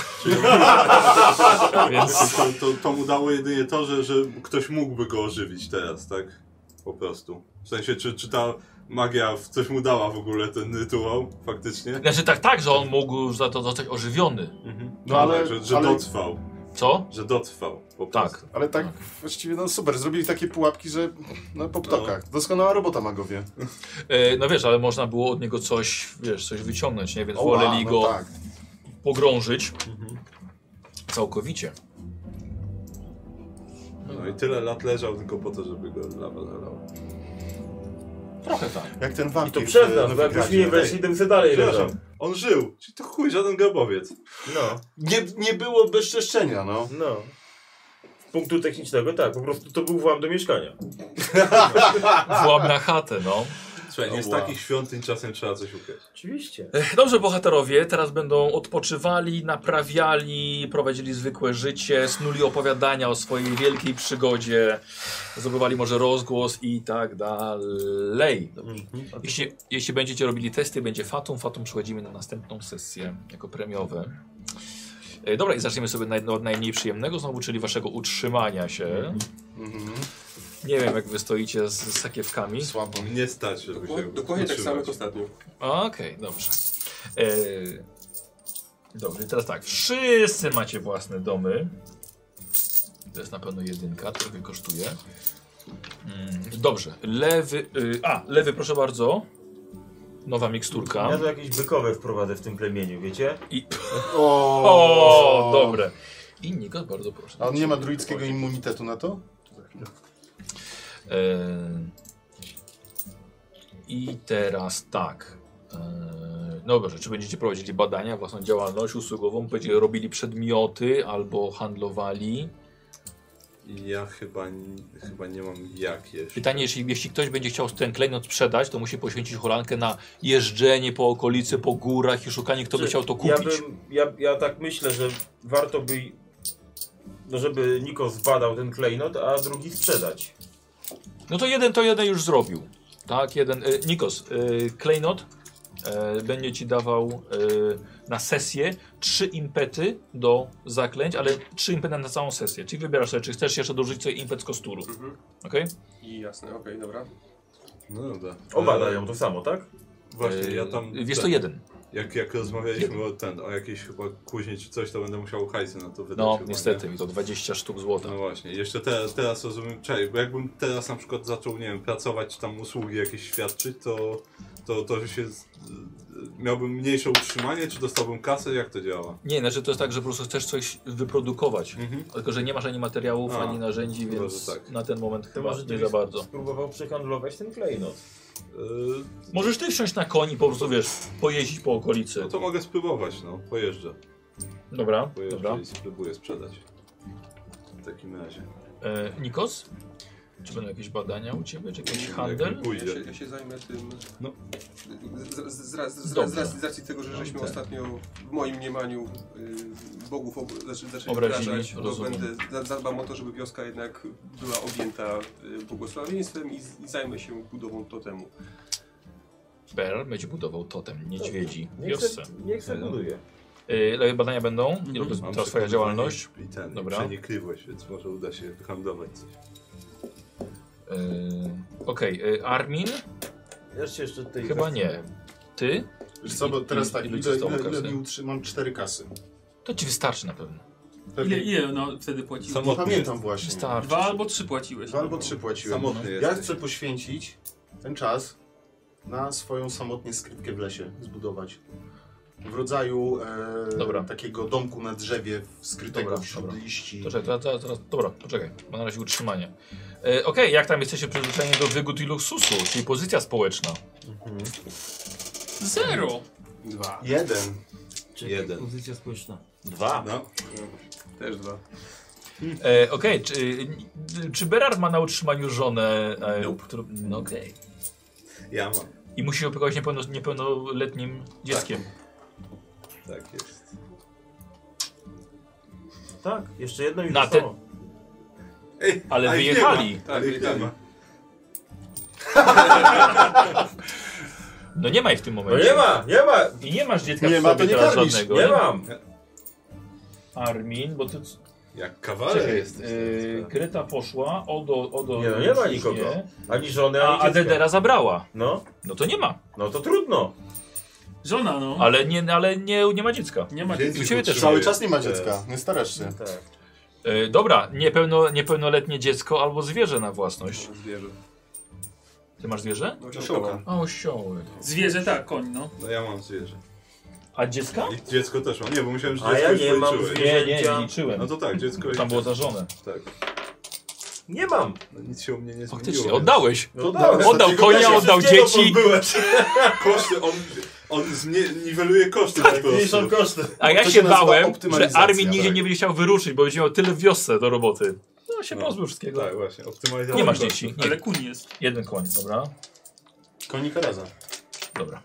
Speaker 3: Więc to mu dało jedynie to, że ktoś mógłby go ożywić teraz, tak? Po prostu. W sensie, czy ta magia coś mu dała w ogóle ten rytuał, faktycznie?
Speaker 1: Znaczy tak, że on mógł za to zostać ożywiony.
Speaker 3: No ale... Że dotrwał.
Speaker 1: Co?
Speaker 3: Że dotrwał, po prostu.
Speaker 4: Tak, ale tak właściwie no super, zrobili takie pułapki, że no po ptokach. Doskonała robota, magowie.
Speaker 1: No wiesz, ale można było od niego coś wyciągnąć, nie? Więc woleli go pogrążyć całkowicie.
Speaker 3: No i tyle lat leżał tylko po to, żeby go lawa zalała.
Speaker 1: Trochę tak.
Speaker 4: Jak ten wampir.
Speaker 5: I to przez nas, bo jakbyśmy nie weszli, to by sobie dalej leżał.
Speaker 3: On żył, czyli to chuj, żaden grobowiec.
Speaker 5: No.
Speaker 4: Nie było bezczeszczenia, no.
Speaker 5: No. Z punktu technicznego tak, po prostu to był włam do mieszkania.
Speaker 1: Włam na chatę, no.
Speaker 3: Słuchaj, nie z takich świątyń czasem trzeba coś ukraść.
Speaker 5: Oczywiście.
Speaker 1: Dobrze, bohaterowie teraz będą odpoczywali, naprawiali, prowadzili zwykłe życie, snuli opowiadania o swojej wielkiej przygodzie, zdobywali może rozgłos i tak dalej. Jeśli będziecie robili testy, będzie Fatum. Fatum przechodzimy na następną sesję jako premiowe. Dobra, i zaczniemy sobie od najmniej przyjemnego znowu, czyli waszego utrzymania się. Nie wiem, jak wy stoicie z sakiewkami.
Speaker 4: Słabo.
Speaker 3: Nie stać, żeby się
Speaker 6: Dokładnie tak samo jak ostatnio.
Speaker 1: Okej, dobrze. Dobrze, i teraz tak. Wszyscy macie własne domy. To jest na pewno jedynka, trochę kosztuje. Dobrze, lewy proszę bardzo. Nowa miksturka.
Speaker 5: Ja to jakieś bykowe wprowadzę w tym plemieniu, wiecie?
Speaker 1: O, dobre. I Nikos, bardzo proszę.
Speaker 4: A on nie ma druickiego immunitetu na to?
Speaker 1: I teraz tak. No dobrze, czy będziecie prowadzili badania, własną działalność usługową, będziecie robili przedmioty albo handlowali?
Speaker 3: Ja chyba nie mam jak jeszcze.
Speaker 1: Pytanie, jeśli ktoś będzie chciał ten klejnot sprzedać, to musi poświęcić hulankę na jeżdżenie po okolicy, po górach i szukanie, kto by chciał to kupić.
Speaker 5: Ja tak myślę, że warto by, no żeby Nikos zbadał ten klejnot, a drugi sprzedać.
Speaker 1: No to jeden już zrobił. Tak, Nikos, klejnot będzie ci dawał na sesję 3 impety do zaklęć, ale 3 impety na całą sesję. Czyli wybierasz sobie, czy chcesz jeszcze dorzucić sobie impet z kosturu. Okej?
Speaker 6: I jasne, okej, dobra.
Speaker 3: No dobra.
Speaker 5: Oba dają to samo, tak?
Speaker 3: Właśnie, ja tam...
Speaker 1: Wiesz, to jeden.
Speaker 3: Jak rozmawialiśmy o jakiejś chyba kuźni czy coś, to będę musiał hajsy na to wydać.
Speaker 1: No,
Speaker 3: chyba,
Speaker 1: niestety,
Speaker 3: nie?
Speaker 1: i to 20 sztuk złota.
Speaker 3: No właśnie, jeszcze teraz rozumiem, bo jakbym teraz na przykład zaczął, nie wiem, pracować, czy tam usługi jakieś świadczyć, to się... Miałbym mniejsze utrzymanie, czy dostałbym kasę? Jak to działa?
Speaker 1: Nie, znaczy to jest tak, że po prostu chcesz coś wyprodukować. Tylko, że nie masz ani materiałów, ani narzędzi, więc
Speaker 3: tak.
Speaker 1: Na ten moment
Speaker 5: To
Speaker 1: chyba
Speaker 5: może
Speaker 1: nie za bardzo.
Speaker 5: spróbował przehandlować ten klejnot.
Speaker 1: Możesz ty wsiąść na koni, po prostu wiesz, pojeździć po okolicy.
Speaker 3: No to mogę spróbować, no. Pojeżdżę
Speaker 1: Dobra.
Speaker 3: i spróbuję sprzedać. W takim razie.
Speaker 1: Nikos? Czy będą jakieś badania u ciebie, czy jakiś handel?
Speaker 6: Ja się zajmę tym.
Speaker 3: No.
Speaker 6: Z racji tego, że żeśmy ostatnio w moim mniemaniu bogów zaczęli
Speaker 1: Obrazili,
Speaker 6: wdrażać, bo
Speaker 1: rozumiem.
Speaker 6: zadbam o to, żeby wioska jednak była objęta błogosławieństwem i zajmę się budową totemu.
Speaker 1: Bear będzie budował totem niedźwiedzi w
Speaker 5: Niech
Speaker 1: wiosce.
Speaker 5: se buduje.
Speaker 1: Badania będą? Ile to
Speaker 3: Mam
Speaker 1: trwa twoja działalność?
Speaker 3: I ten,
Speaker 1: Dobra.
Speaker 3: przenikliwość, więc może uda się handlować coś.
Speaker 1: Okej, Armin?
Speaker 5: Jeszcze tutaj
Speaker 1: Chyba nie. Ty?
Speaker 4: Wiesz co, bo teraz tak,
Speaker 1: Ile ci zostało
Speaker 4: ile
Speaker 1: kasy?
Speaker 4: mi utrzymam 4 kasy.
Speaker 1: To ci wystarczy na pewno.
Speaker 2: Ile no wtedy płaciłeś?
Speaker 4: Nie pamiętam właśnie.
Speaker 1: Wystarczy.
Speaker 2: 2 albo 3 płaciłeś.
Speaker 4: 2 albo 3 płaciłem.
Speaker 3: Samotny
Speaker 4: Ja
Speaker 3: jesteś.
Speaker 4: chcę poświęcić ten czas na swoją samotnie skrytkę w lesie zbudować. W rodzaju
Speaker 1: Dobra.
Speaker 4: takiego domku na drzewie skrytego
Speaker 1: Dobra,
Speaker 4: wśród
Speaker 1: dobra.
Speaker 4: liści.
Speaker 1: Poczekaj, dobra, poczekaj, bo na razie utrzymanie. Okej, jak tam jesteście przyzwyczajeni do wygód i luksusu, czyli pozycja społeczna?
Speaker 2: 0.
Speaker 6: 2.
Speaker 4: 1.
Speaker 3: Jeden.
Speaker 5: Pozycja społeczna.
Speaker 3: 2. No.
Speaker 6: Też 2.
Speaker 1: Okej, czy Berard ma na utrzymaniu żonę?
Speaker 3: Nope.
Speaker 1: No okej.
Speaker 3: Ja mam.
Speaker 1: I musi opiekować niepełnoletnim dzieckiem.
Speaker 3: Tak jest.
Speaker 5: Tak, jeszcze jedno i
Speaker 1: Na
Speaker 5: zostało.
Speaker 3: Ej,
Speaker 1: Ale
Speaker 3: a ich
Speaker 1: wyjechali.
Speaker 3: nie ma. Ale ich nie ma.
Speaker 1: No nie ma ich w tym
Speaker 5: No
Speaker 1: momencie.
Speaker 5: nie ma!
Speaker 1: I nie masz dziecka
Speaker 4: Nie
Speaker 1: w
Speaker 4: ma,
Speaker 1: sobie
Speaker 4: to nie
Speaker 1: teraz
Speaker 4: karmisz.
Speaker 1: żadnego.
Speaker 5: Nie mam!
Speaker 1: Armin, bo ty...
Speaker 3: Jak kawaler
Speaker 1: Czekaj,
Speaker 3: jest.
Speaker 1: Greta poszła, Odo
Speaker 5: Nie, no nie ma
Speaker 1: już
Speaker 5: nikogo.
Speaker 1: nie.
Speaker 5: Ani żony,
Speaker 1: A
Speaker 5: ani dziecka.
Speaker 1: Dedera zabrała.
Speaker 5: No,
Speaker 1: No to nie ma.
Speaker 5: no to trudno.
Speaker 2: Żona, no.
Speaker 1: Ale nie ma dziecka.
Speaker 2: Nie ma
Speaker 3: Dzieci
Speaker 1: u ciebie też.
Speaker 4: Cały czas nie ma dziecka, nie starasz się.
Speaker 5: Tak.
Speaker 1: Dobra, niepełnoletnie dziecko albo zwierzę na własność.
Speaker 6: Zwierzę.
Speaker 1: Ty masz zwierzę?
Speaker 6: No,
Speaker 4: Osiołka.
Speaker 1: O, osioły.
Speaker 2: Zwierzę, tak, koń, no.
Speaker 3: No ja mam zwierzę.
Speaker 1: A dziecka?
Speaker 3: I dziecko też mam. Nie, bo myślałem, że
Speaker 5: A
Speaker 3: dziecko
Speaker 5: ja
Speaker 3: już
Speaker 5: nie mam
Speaker 3: policzyłeś.
Speaker 5: zwierzę.
Speaker 1: Nie liczyłem.
Speaker 3: No to tak, dziecko
Speaker 1: Tam było za żonę.
Speaker 3: Tak.
Speaker 5: Nie mam.
Speaker 3: No nic się u mnie nie zmieniło.
Speaker 1: Faktycznie,
Speaker 3: więc
Speaker 1: oddałeś.
Speaker 5: No dałem.
Speaker 1: Oddał konia, oddał dzieci.
Speaker 3: Koszty, on niweluje koszty po prostu.
Speaker 5: Mniejszą koszty.
Speaker 1: A ja
Speaker 4: To
Speaker 1: się
Speaker 4: się nazywa
Speaker 1: bałem, że
Speaker 4: optymalizacja,
Speaker 1: Armin nigdzie
Speaker 4: tak.
Speaker 1: nie będzie chciał wyruszyć, bo będzie miał tyle w wiosce do roboty. No się
Speaker 3: No.
Speaker 1: pozbył wszystkiego.
Speaker 3: Tak, właśnie, optymalizacja.
Speaker 1: Nie masz
Speaker 3: kosztów.
Speaker 1: dzieci.
Speaker 2: Ale
Speaker 1: Nie.
Speaker 2: kuń jest.
Speaker 1: Jeden koń, dobra.
Speaker 4: Konika raza.
Speaker 1: Dobra.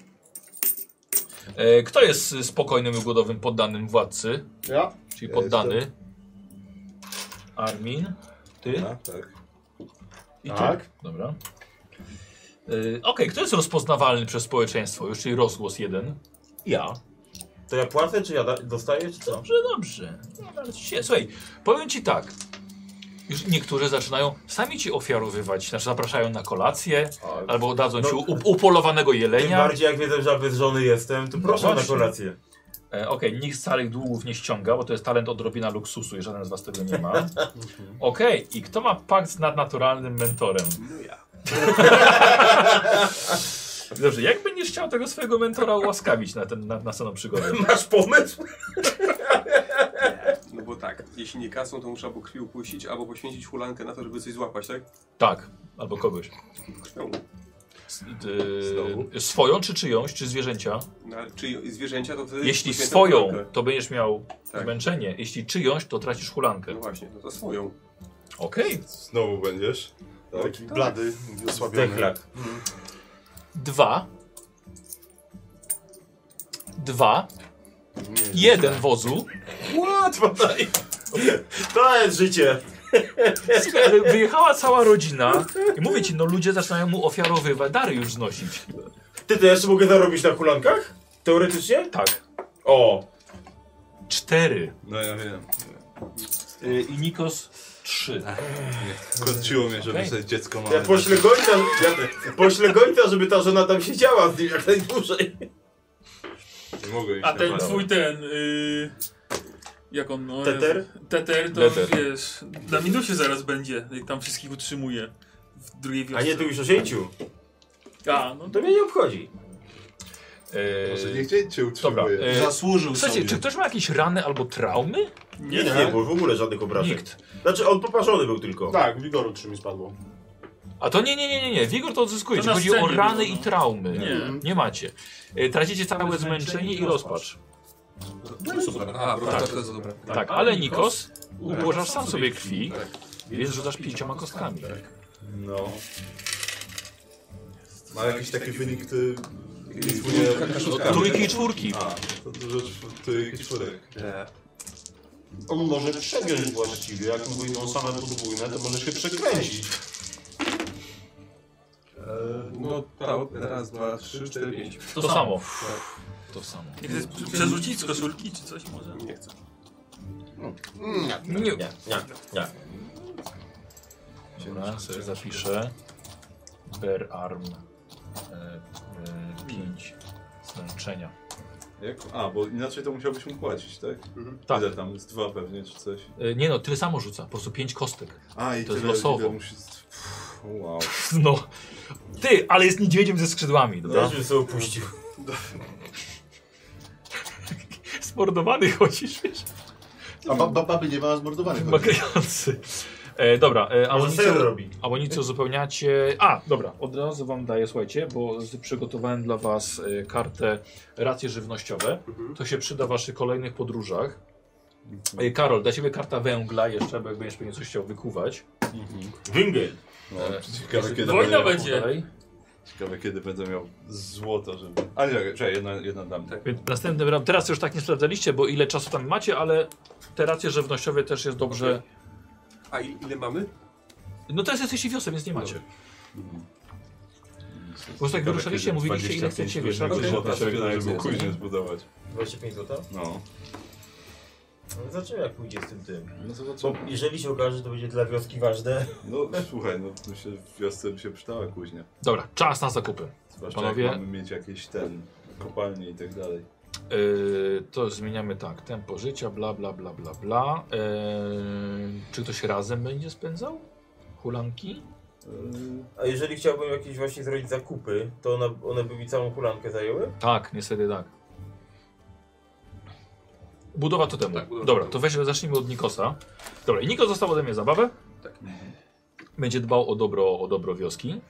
Speaker 1: Kto jest spokojnym i ugodowym poddanym władcy?
Speaker 4: Ja?
Speaker 1: Czyli
Speaker 3: Ja
Speaker 1: poddany? Armin? Ty?
Speaker 3: A, tak.
Speaker 1: I ty?
Speaker 4: Tak.
Speaker 1: Dobra. Okej, kto jest rozpoznawalny przez społeczeństwo już, czyli rozgłos 1? Ja.
Speaker 5: To ja płacę, czy ja dostaję, czy co?
Speaker 1: Dobrze. Słuchaj, powiem ci tak. Już niektórzy zaczynają sami ci ofiarowywać, znaczy zapraszają na kolację, albo dadzą ci upolowanego
Speaker 5: Tym
Speaker 1: jelenia.
Speaker 5: bardziej jak wiedzą, że ja bez żony jestem, to proszę na
Speaker 1: właśnie.
Speaker 5: kolację.
Speaker 1: Okej, nikt starych długów nie ściąga, bo to jest talent odrobina luksusu i żaden z was tego nie ma. Okej, i kto ma pakt z nadnaturalnym mentorem?
Speaker 6: No ja.
Speaker 1: Dobrze, jak będziesz chciał tego swojego mentora ułaskawić na następną przygodę?
Speaker 5: Masz pomysł?
Speaker 6: No bo tak, jeśli nie kasą, to muszę albo krwi upuścić, albo poświęcić hulankę na to, żeby coś złapać, tak?
Speaker 1: Tak, albo kogoś.
Speaker 6: Krwią.
Speaker 3: Znowu?
Speaker 1: Swoją czy czyjąś, czy zwierzęcia?
Speaker 6: No, czy zwierzęcia, to wtedy
Speaker 1: Jeśli
Speaker 6: poświęcam
Speaker 1: swoją,
Speaker 6: hulankę.
Speaker 1: to będziesz miał
Speaker 6: Tak.
Speaker 1: zmęczenie. Jeśli czyjąś, to tracisz hulankę.
Speaker 6: No właśnie, no to swoją.
Speaker 1: Okej.
Speaker 3: Znowu będziesz. Tak.
Speaker 4: Taki blady i osłabiony.
Speaker 5: Dechlak.
Speaker 1: 2.
Speaker 4: Nie,
Speaker 1: 1 wozu.
Speaker 5: Łatwo daj. To jest życie.
Speaker 1: Słuchaj, ale wyjechała cała rodzina i mówię ci, no ludzie zaczynają mu ofiarowywać, dary już znosić.
Speaker 5: Ty to jeszcze mogę zarobić na hulankach? Teoretycznie?
Speaker 1: Tak.
Speaker 5: O.
Speaker 1: 4.
Speaker 3: No ja wiem.
Speaker 1: I Nikos 3.
Speaker 3: Korciło mnie, żeby
Speaker 1: Okej.
Speaker 3: sobie dziecko
Speaker 5: Ja
Speaker 3: małe.
Speaker 5: poślę gońca, żeby ta żona tam siedziała z nim jak najdłużej.
Speaker 3: Nie mogę iść
Speaker 2: A
Speaker 3: na
Speaker 2: ten
Speaker 3: prawo.
Speaker 2: twój jak on, no,
Speaker 5: Teter?
Speaker 2: Teter to
Speaker 1: Teter.
Speaker 2: wiesz, na minusie zaraz będzie, jak tam wszystkich utrzymuje w drugiej wiosce.
Speaker 5: A nie, tu już o 10.
Speaker 2: A, no
Speaker 5: To mnie nie obchodzi.
Speaker 3: Może niech cię
Speaker 1: Dobra.
Speaker 3: utrzymuje.
Speaker 4: Zasłużył
Speaker 1: Słuchajcie,
Speaker 4: sobie.
Speaker 1: czy ktoś ma jakieś rany albo traumy?
Speaker 2: nie,
Speaker 5: Nie było w ogóle żadnych obrażeń.
Speaker 1: Nikt.
Speaker 5: Znaczy on poparzony był tylko.
Speaker 4: Tak, wigoru 3 mi spadło.
Speaker 1: A to nie. Wigor to odzyskujecie.
Speaker 2: To na
Speaker 1: Chodzi o
Speaker 2: scenie
Speaker 1: rany
Speaker 2: było,
Speaker 1: i
Speaker 2: no.
Speaker 1: traumy.
Speaker 2: Nie.
Speaker 1: Nie macie. Tracicie całe zmęczenie i rozpacz.
Speaker 6: No super. A, tak. To jest dobre.
Speaker 1: Tak, ale Nikos, ułożasz sam sobie krwi, więc rzucasz 5 kostkami.
Speaker 3: No. Ma jakiś taki wynik, ty...
Speaker 1: Trójki i czwórki.
Speaker 3: A, to dużo trójek i czwórek.
Speaker 8: On może przegiąć właściwie, jak mu wyjdą same podwójne, to może się przekręcić.
Speaker 6: No tak, raz, dwa, trzy, cztery, pięć.
Speaker 1: To samo. To samo.
Speaker 2: Nie chcesz przerzucić z koszulki czy coś może?
Speaker 6: Nie chcę.
Speaker 5: Nie.
Speaker 1: Dobra, sobie zapiszę. Bear arm 5 zmęczenia.
Speaker 3: Bo inaczej to musiałbyś mu płacić, tak?
Speaker 1: Tak.
Speaker 3: Ile tam jest? 2 pewnie, czy coś?
Speaker 1: Nie no, tyle samo rzuca, po prostu 5 kostek.
Speaker 3: I
Speaker 1: To jest losowo.
Speaker 3: Ile musi... Wow.
Speaker 1: No. Ty, ale jest niedźwiedziem ze skrzydłami, dobra?
Speaker 5: Też bym sobie opuścił.
Speaker 1: Smordowany chodzisz, wiesz?
Speaker 4: A baby nie ma zmordowanych.
Speaker 1: Wymagający. Dobra, amunicję uzupełniacie. Dobra, od razu wam daję, słuchajcie, bo przygotowałem dla was kartę racje żywnościowe. To się przyda w waszych kolejnych podróżach. Karol, dla ciebie karta węgla jeszcze, bo jak będziesz pewnie coś chciał wykuwać.
Speaker 5: Węgiel.
Speaker 3: No, ciekawe, kiedy
Speaker 2: Wojna będzie.
Speaker 3: Ciekawe, kiedy będę miał złoto, żeby... A nie, czekaj, jedna dam. Tak.
Speaker 1: Więc następnym razem, teraz już tak nie sprawdzaliście, bo ile czasu tam macie, ale te racje żywnościowe też jest dobrze.
Speaker 6: A ile mamy?
Speaker 1: No teraz jesteście wiosem, więc nie macie. Po prostu jak wyruszaliście, mówiliście ile chcecie, wiesz,
Speaker 3: złota się wydaje, żeby później zbudować.
Speaker 5: 25 zł?
Speaker 3: No.
Speaker 5: No zobaczymy jak pójdzie z tym.
Speaker 3: No zobaczymy.
Speaker 5: Bo jeżeli się okaże, że to będzie dla wioski ważne.
Speaker 3: No słuchaj, no myślę, że w wiosce by się przydała kuźnia.
Speaker 1: Dobra, czas na zakupy.
Speaker 3: Zwłaszcza
Speaker 1: Panowie,
Speaker 3: jak mamy mieć jakieś kopalnie i tak dalej.
Speaker 1: to zmieniamy tak, tempo życia, bla bla bla bla bla. Czy ktoś razem będzie spędzał? Hulanki?
Speaker 5: A jeżeli chciałbym jakieś właśnie zrobić zakupy, to one by mi całą hulankę zajęły?
Speaker 1: Tak, niestety tak. Budowa totemu.
Speaker 6: Tak, budowa
Speaker 1: Dobra,
Speaker 6: totemu.
Speaker 1: to zacznijmy od Nikosa. Dobra, i Nikos dostał ode mnie zabawę.
Speaker 6: Tak.
Speaker 1: Będzie dbał o dobro wioski.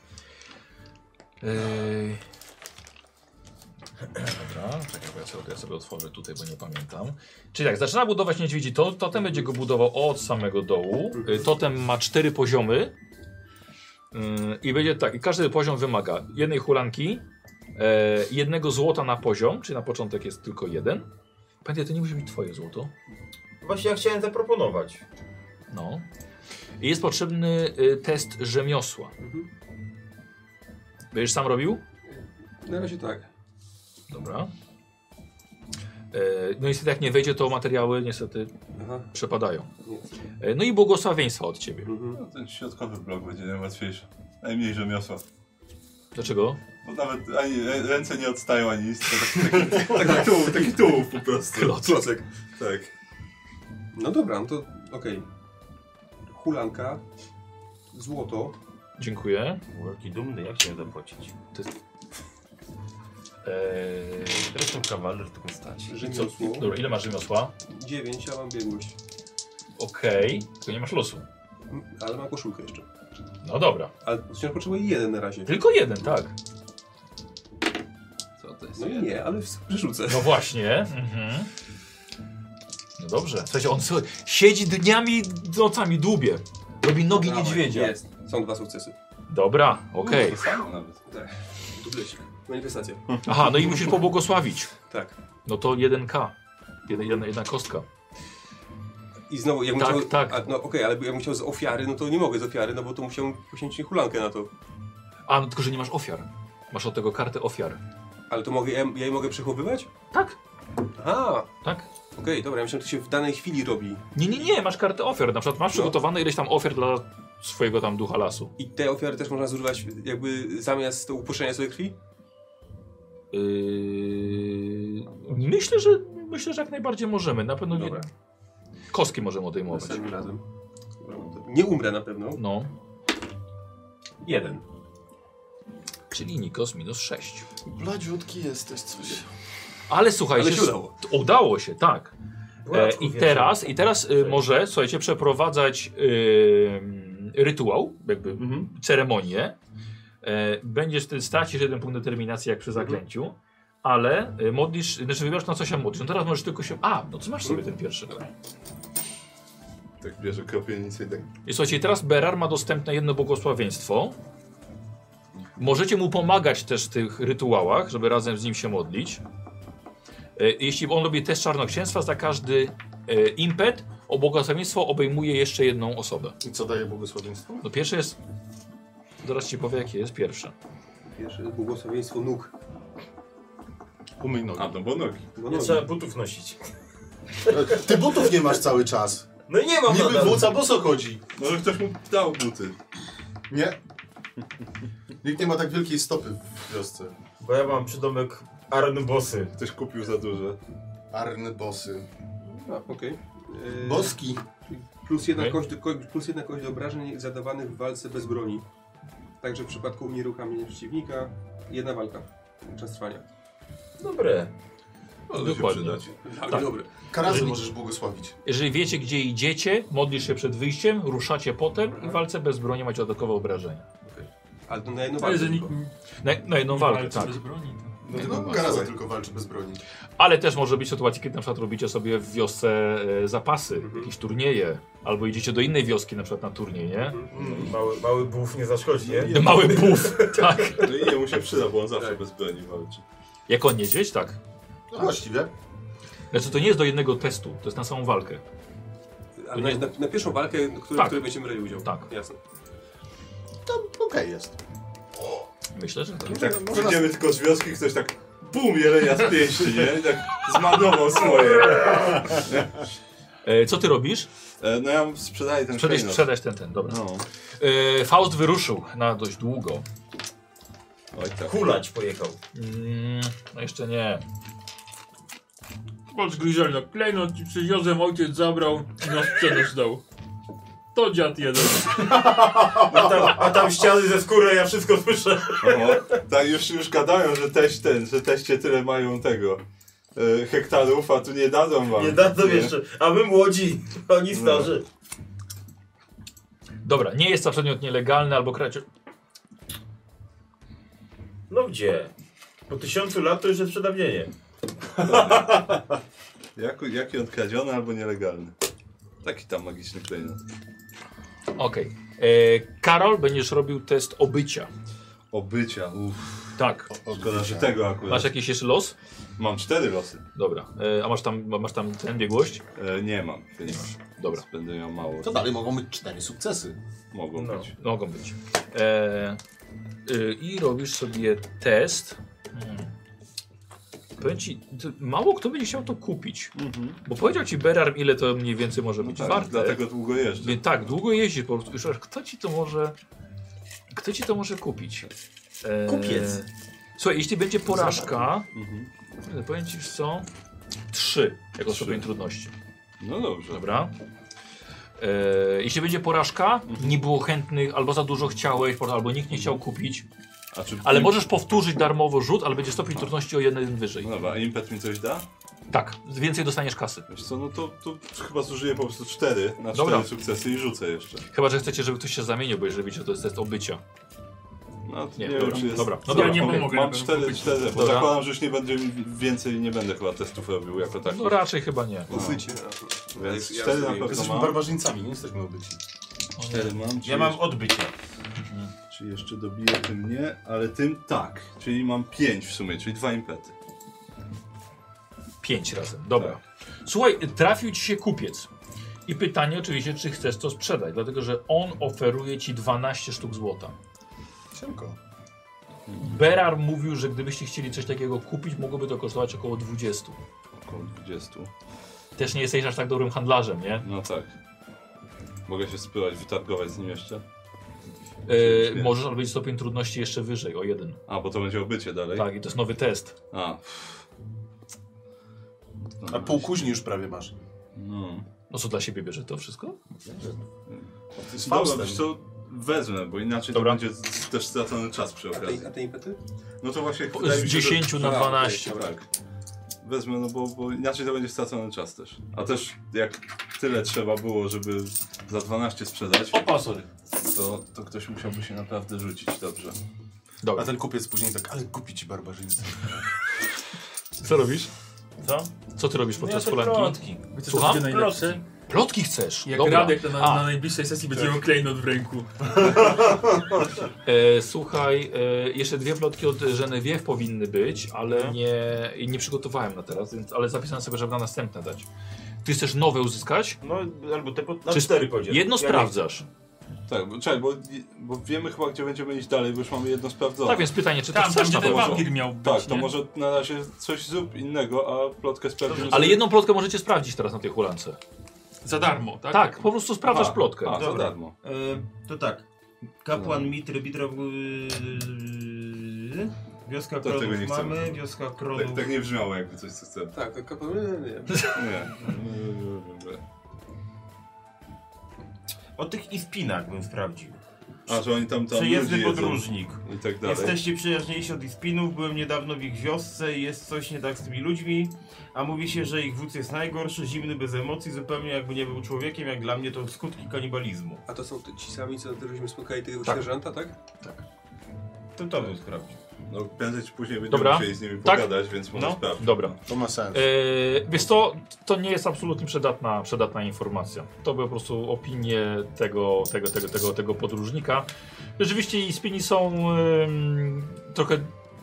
Speaker 1: Dobra, czekaj, bo ja sobie otworzę tutaj, bo nie pamiętam. Czyli tak, zaczyna budować niedźwiedzi. Totem będzie go budował od samego dołu. Totem ma 4 poziomy. I będzie tak, i każdy poziom wymaga jednej hulanki, jednego złota na poziom, czyli na początek jest tylko jeden. Pamiętaj, to nie musi być twoje złoto.
Speaker 5: Właśnie ja chciałem zaproponować.
Speaker 1: No. I jest potrzebny test rzemiosła. Będziesz sam robił?
Speaker 6: Na razie tak.
Speaker 1: Dobra. No niestety jak nie wejdzie, to materiały niestety przepadają. No i błogosławieństwa od ciebie.
Speaker 3: No, ten środkowy blok będzie najłatwiejszy. Najmniej rzemiosła.
Speaker 1: Dlaczego?
Speaker 3: Bo nawet ani ręce nie odstają, ani nic. Taki tułów po prostu.
Speaker 6: Klocek.
Speaker 3: Tak.
Speaker 6: No dobra, no to okej. Hulanka, złoto.
Speaker 1: Dziękuję.
Speaker 5: Jaki dumny, jak się zapłacić? Zresztą kawaler tylko stać.
Speaker 6: Rzemiosło.
Speaker 1: Dobra, ile masz rzemiosła?
Speaker 6: 9, a mam biegłość.
Speaker 1: Okej, tylko nie masz losu.
Speaker 6: Ale mam koszulkę jeszcze.
Speaker 1: No dobra.
Speaker 6: Ale wciąż potrzebuję jeden na razie.
Speaker 1: Tylko jeden, tak.
Speaker 3: Co to jest?
Speaker 6: No nie, ale przerzucę.
Speaker 1: No właśnie. Mhm. No dobrze. Słuchajcie, on siedzi dniami, nocami, dłubie. Robi nogi niedźwiedzia.
Speaker 6: Jest. Są 2 sukcesy.
Speaker 1: Dobra, okej.
Speaker 3: Samo nawet.
Speaker 6: Tak. Dublecik. Manifestacja.
Speaker 1: Aha, no i musisz pobłogosławić.
Speaker 6: Tak.
Speaker 1: No to 1K. Jedna kostka.
Speaker 6: I znowu, jak
Speaker 1: Tak,
Speaker 6: musiał...
Speaker 1: tak.
Speaker 6: No okej, ale jakbym chciał z ofiary, no to nie mogę z ofiary, no bo to musiałem poświęcić hulankę na to.
Speaker 1: A, no tylko, że nie masz ofiar. Masz od tego kartę ofiar.
Speaker 6: Ale to mogę, ja je mogę przechowywać?
Speaker 1: Tak.
Speaker 6: Aha.
Speaker 1: Tak?
Speaker 6: Okej, dobra, ja myślałem, że to się w danej chwili robi.
Speaker 1: Nie, masz kartę ofiar. Na przykład masz przygotowane ileś tam ofiar dla swojego tam ducha lasu.
Speaker 6: I te ofiary też można zużywać jakby zamiast upuszczenia sobie krwi?
Speaker 1: Myślę, że jak najbardziej możemy. Na pewno nie.
Speaker 6: Dobra.
Speaker 1: Kostki możemy odejmować.
Speaker 6: Następnym razem. Nie umrę na pewno.
Speaker 1: No.
Speaker 6: 1.
Speaker 1: Czyli Nikos minus 6.
Speaker 4: Bladziutki jesteś coś.
Speaker 1: Ale słuchajcie,
Speaker 6: Ale się udało.
Speaker 1: Udało się, tak. I teraz może, słuchajcie, przeprowadzać rytuał, jakby ceremonię. Będziesz wtedy stracisz 1 punkt determinacji jak przy zaklęciu, ale modlisz, znaczy wybierasz na co się modlisz. No teraz możesz tylko się... no to masz sobie ten pierwszy.
Speaker 3: Tak bierze kropielnicę i tak...
Speaker 1: I słuchajcie, teraz Berar ma dostępne jedno błogosławieństwo. Możecie mu pomagać też w tych rytuałach, żeby razem z nim się modlić. Jeśli on robi test czarnoksięstwa, za każdy impet Błogosławieństwo obejmuje jeszcze jedną osobę.
Speaker 4: I co daje błogosławieństwo?
Speaker 1: No pierwsze jest... Zaraz ci powiem, jakie jest pierwsze.
Speaker 6: Pierwsze jest błogosławieństwo nóg.
Speaker 4: Umyj nogi.
Speaker 3: A, no bo nogi.
Speaker 6: Bo
Speaker 5: Nie
Speaker 6: nogi.
Speaker 5: trzeba butów nosić.
Speaker 4: Ty butów nie masz cały czas.
Speaker 5: No i nie mam
Speaker 4: Niby
Speaker 5: nadal.
Speaker 4: wódza boso chodzi.
Speaker 3: Może ktoś mu dał buty.
Speaker 4: Nie. Nikt nie ma tak wielkiej stopy w wiosce.
Speaker 5: Bo ja mam przydomek Arnbosy.
Speaker 3: Ktoś kupił za duże.
Speaker 4: Arny bosy.
Speaker 6: A, okej.
Speaker 4: Boski.
Speaker 6: Plus jedna kość do obrażeń zadawanych w walce bez broni. Także w przypadku unieruchamienia przeciwnika, jedna walka. Czas trwania.
Speaker 5: Dobre.
Speaker 3: Może
Speaker 1: Dokładnie.
Speaker 3: się przydać.
Speaker 6: Tak. Dobre.
Speaker 4: Karazy możesz błogosławić.
Speaker 1: Jeżeli wiecie, gdzie idziecie, modlisz się przed wyjściem, ruszacie potem i w walce bez broni macie dodatkowe obrażenia.
Speaker 6: Ale to na jedną
Speaker 2: Ale
Speaker 6: walkę
Speaker 2: że nikt
Speaker 6: tylko.
Speaker 1: Na jedną walkę, tak.
Speaker 2: bez broni.
Speaker 4: No, Karaza tylko walczy bez broni.
Speaker 1: Ale też może być sytuacja, kiedy na przykład robicie sobie w wiosce zapasy, jakieś turnieje, albo idziecie do innej wioski na przykład na turniej, nie?
Speaker 5: Mały buf nie zaszkodzi, nie?
Speaker 1: Mały buf, tak.
Speaker 3: No i jemu się przyda, bo on zawsze bez broni walczy.
Speaker 1: Jako niedźwiedź, tak.
Speaker 4: No właściwie.
Speaker 1: Znaczy to nie jest do jednego testu, to jest na samą walkę.
Speaker 6: Ale na pierwszą walkę, w
Speaker 1: Tak.
Speaker 6: której będziemy brali udział.
Speaker 1: Tak.
Speaker 6: Jasne.
Speaker 4: To okej jest.
Speaker 1: Myślę, że tak.
Speaker 3: Tak przyjdziemy tylko z wioski, ktoś tak bum, jelenia z pięści, nie? I tak zmarnował swoje.
Speaker 1: Co ty robisz?
Speaker 3: No ja sprzedaję ten klejnot.
Speaker 1: Sprzedać ten, dobra.
Speaker 3: No.
Speaker 1: Faust wyruszył na dość długo.
Speaker 3: Oj tak.
Speaker 5: Kulać pojechał.
Speaker 1: No jeszcze nie.
Speaker 2: Patrz Gryzelno, klejnot ci przywiozłem, ojciec zabrał i na sprzedaż dał. To dziad jeden.
Speaker 5: A tam ściany ze skóry, ja wszystko słyszę.
Speaker 3: Oho, tak już gadają, że teście tyle mają tego hektarów, a tu nie dadzą wam.
Speaker 5: Nie dadzą jeszcze. A my młodzi, oni starzy.
Speaker 1: Dobra, nie jest to przedmiot nielegalny albo kracie.
Speaker 5: No gdzie? Po 1000 lat to już jest przedawnienie.
Speaker 3: Jaki odkradziony albo nielegalny. Taki tam magiczny klejnot.
Speaker 1: Okej. Karol, będziesz robił test obycia.
Speaker 3: Obycia, uff.
Speaker 1: Tak.
Speaker 3: Szkoda, że tego akurat.
Speaker 1: Masz jakiś jeszcze los?
Speaker 3: Mam 4 losy.
Speaker 1: Dobra. A masz tam ten biegłość?
Speaker 3: Nie mam.
Speaker 1: Nie masz. Dobra.
Speaker 3: Będę miał mało.
Speaker 4: To dalej mogą być 4 sukcesy.
Speaker 3: Mogą
Speaker 5: No.
Speaker 3: być.
Speaker 1: Mogą być. I robisz sobie test. Powiem ci, mało kto będzie chciał to kupić. Bo powiedział ci Berarm, ile to mniej więcej może być
Speaker 3: Tak,
Speaker 1: warte.
Speaker 3: dlatego długo jeżdżę.
Speaker 1: Więc tak, długo jeździ po prostu. Już kto ci to może kupić?
Speaker 5: Kupiec.
Speaker 1: Słuchaj, jeśli będzie porażka, powiem ci co? 3 jako
Speaker 3: 3.
Speaker 1: stopień trudności.
Speaker 3: No dobrze.
Speaker 1: Dobra. Jeśli będzie porażka, nie było chętnych, albo za dużo chciałeś, albo nikt nie chciał kupić.
Speaker 3: A czy
Speaker 1: Ale możesz powtórzyć darmowo rzut, ale będzie stopień trudności o 1 wyżej.
Speaker 3: No dobra, a impet mi coś da?
Speaker 1: Tak, więcej dostaniesz kasy.
Speaker 3: Wiesz co, no to chyba zużyję po prostu 4 na 4
Speaker 1: Dobra.
Speaker 3: sukcesy i rzucę jeszcze.
Speaker 1: Chyba, że chcecie, żeby ktoś się zamienił, bo jeżeli wiecie, że to jest test obycia.
Speaker 3: No to
Speaker 1: Nie,
Speaker 3: nie
Speaker 1: dobra,
Speaker 3: wiem, czy jest...
Speaker 1: dobra. No
Speaker 2: Ja
Speaker 1: dobra,
Speaker 2: nie
Speaker 1: okej.
Speaker 2: pomogę.
Speaker 3: Mam
Speaker 2: na
Speaker 3: 4,
Speaker 2: pewno kupić.
Speaker 3: bo
Speaker 1: Dobra.
Speaker 3: zakładam, że już nie będzie więcej, nie będę chyba testów robił jako taki.
Speaker 1: No raczej chyba nie.
Speaker 6: Uchwycie.
Speaker 3: Więc
Speaker 6: Ja
Speaker 3: 4 na
Speaker 6: sobie-
Speaker 3: pewno
Speaker 4: Jesteśmy
Speaker 3: mam.
Speaker 4: barbarzyńcami, nie jesteśmy obyci.
Speaker 3: 4 mam.
Speaker 5: Ja mam odbycie.
Speaker 3: Czy jeszcze dobiję tym nie, ale tym tak. Czyli mam 5 w sumie, czyli 2 impety.
Speaker 1: 5 razem, dobra. Słuchaj, trafił ci się kupiec. I pytanie oczywiście, czy chcesz to sprzedać, dlatego że on oferuje ci 12 sztuk złota.
Speaker 4: Siemko.
Speaker 1: Berar mówił, że gdybyście chcieli coś takiego kupić, mogłoby to kosztować około 20.
Speaker 3: Około 20.
Speaker 1: Też nie jesteś aż tak dobrym handlarzem, nie?
Speaker 3: No tak. Mogę się spróbować wytargować z nim jeszcze?
Speaker 1: Możesz, ale będzie stopień trudności jeszcze wyżej, o 1.
Speaker 3: A, bo to będzie obycie dalej?
Speaker 1: Tak, i to jest nowy test.
Speaker 3: A.
Speaker 4: A pół kuźni już prawie masz.
Speaker 3: No.
Speaker 1: No co dla siebie bierze to wszystko?
Speaker 4: Z
Speaker 3: Dobra,
Speaker 4: Faustem.
Speaker 3: wiesz co, wezmę, bo inaczej
Speaker 1: Dobra.
Speaker 3: to będzie też stracony czas przy okazji.
Speaker 6: A te impety?
Speaker 3: No to właśnie
Speaker 1: Z
Speaker 3: wydaje mi się, że-
Speaker 1: 10 na 12.
Speaker 3: Tak. Wezmę, no bo inaczej to będzie stracony czas też. A też jak tyle trzeba było, żeby za 12 sprzedać,
Speaker 4: Opa, sorry.
Speaker 3: to ktoś musiałby się naprawdę rzucić dobrze.
Speaker 1: Dobra.
Speaker 4: A ten kupiec później tak, ale kupi ci barbarzyńcy.
Speaker 1: Co robisz?
Speaker 5: Co?
Speaker 1: Co ty robisz
Speaker 5: Ja
Speaker 1: podczas
Speaker 5: te
Speaker 1: kolanki?
Speaker 5: plotki.
Speaker 2: Wiecie, co
Speaker 1: Słucham?
Speaker 2: będzie najlepsze?
Speaker 1: Plotki chcesz?
Speaker 2: Jak
Speaker 1: Dobra.
Speaker 2: Radek to na
Speaker 1: A,
Speaker 2: najbliższej sesji będzie miał klejnot w ręku.
Speaker 1: Słuchaj, jeszcze 2 plotki od Genevieve powinny być, ale nie przygotowałem na teraz, więc, ale zapisałem sobie, żeby na następne dać. Ty chcesz nowe uzyskać?
Speaker 5: No, albo te na
Speaker 1: Czy
Speaker 5: 4 podziel.
Speaker 1: Jedno
Speaker 5: Ja nie
Speaker 1: sprawdzasz.
Speaker 3: Tak, czekaj, bo wiemy chyba, gdzie będziemy iść dalej, bo już mamy jedno sprawdzone.
Speaker 1: Tak, więc pytanie, czy to
Speaker 2: Tam,
Speaker 1: chcesz
Speaker 2: gdzie
Speaker 1: na
Speaker 2: ten
Speaker 1: pewno?
Speaker 2: wampir miał być,
Speaker 3: Tak, to
Speaker 2: nie?
Speaker 3: może na razie coś zrób innego, a plotkę sprawdzimy.
Speaker 1: Ale jedną plotkę możecie sprawdzić teraz na tej hulance.
Speaker 2: Za darmo, tak?
Speaker 1: Tak, po prostu sprawdzasz plotkę.
Speaker 3: A, za
Speaker 5: Dobra.
Speaker 3: darmo.
Speaker 5: To tak. Kapłan Mitry, wioska
Speaker 3: To tego
Speaker 5: Kronów
Speaker 3: nie chcemy.
Speaker 5: mamy, wioska Kronów...
Speaker 3: Tak nie brzmiało, jakby coś co chcemy.
Speaker 6: Tak, to kapel... Nie.
Speaker 3: Nie.
Speaker 5: O tych Ispinach bym sprawdził.
Speaker 3: A, że oni tam
Speaker 5: Przejezdny
Speaker 3: ludzi jedzą
Speaker 5: podróżnik.
Speaker 3: i tak dalej.
Speaker 5: Jesteście przyjaźniejsi od Ispinów, byłem niedawno w ich wiosce i jest coś nie tak z tymi ludźmi, a mówi się, że ich wódz jest najgorszy, zimny, bez emocji, zupełnie jakby nie był człowiekiem, jak dla mnie to skutki kanibalizmu.
Speaker 6: A to są ci sami, co żeśmy spotkali tego
Speaker 1: Tak.
Speaker 6: sierżanta, tak?
Speaker 5: To bym sprawdził.
Speaker 3: No, prędzej czy później będziemy
Speaker 1: Dobra.
Speaker 3: musieli z nimi
Speaker 1: Tak.
Speaker 3: pogadać, więc może
Speaker 5: No.
Speaker 3: sprawdź.
Speaker 1: Dobra.
Speaker 4: To ma sens.
Speaker 1: Wiesz, to nie jest absolutnie przydatna informacja. To były po prostu opinie tego podróżnika. Rzeczywiście Ispini są trochę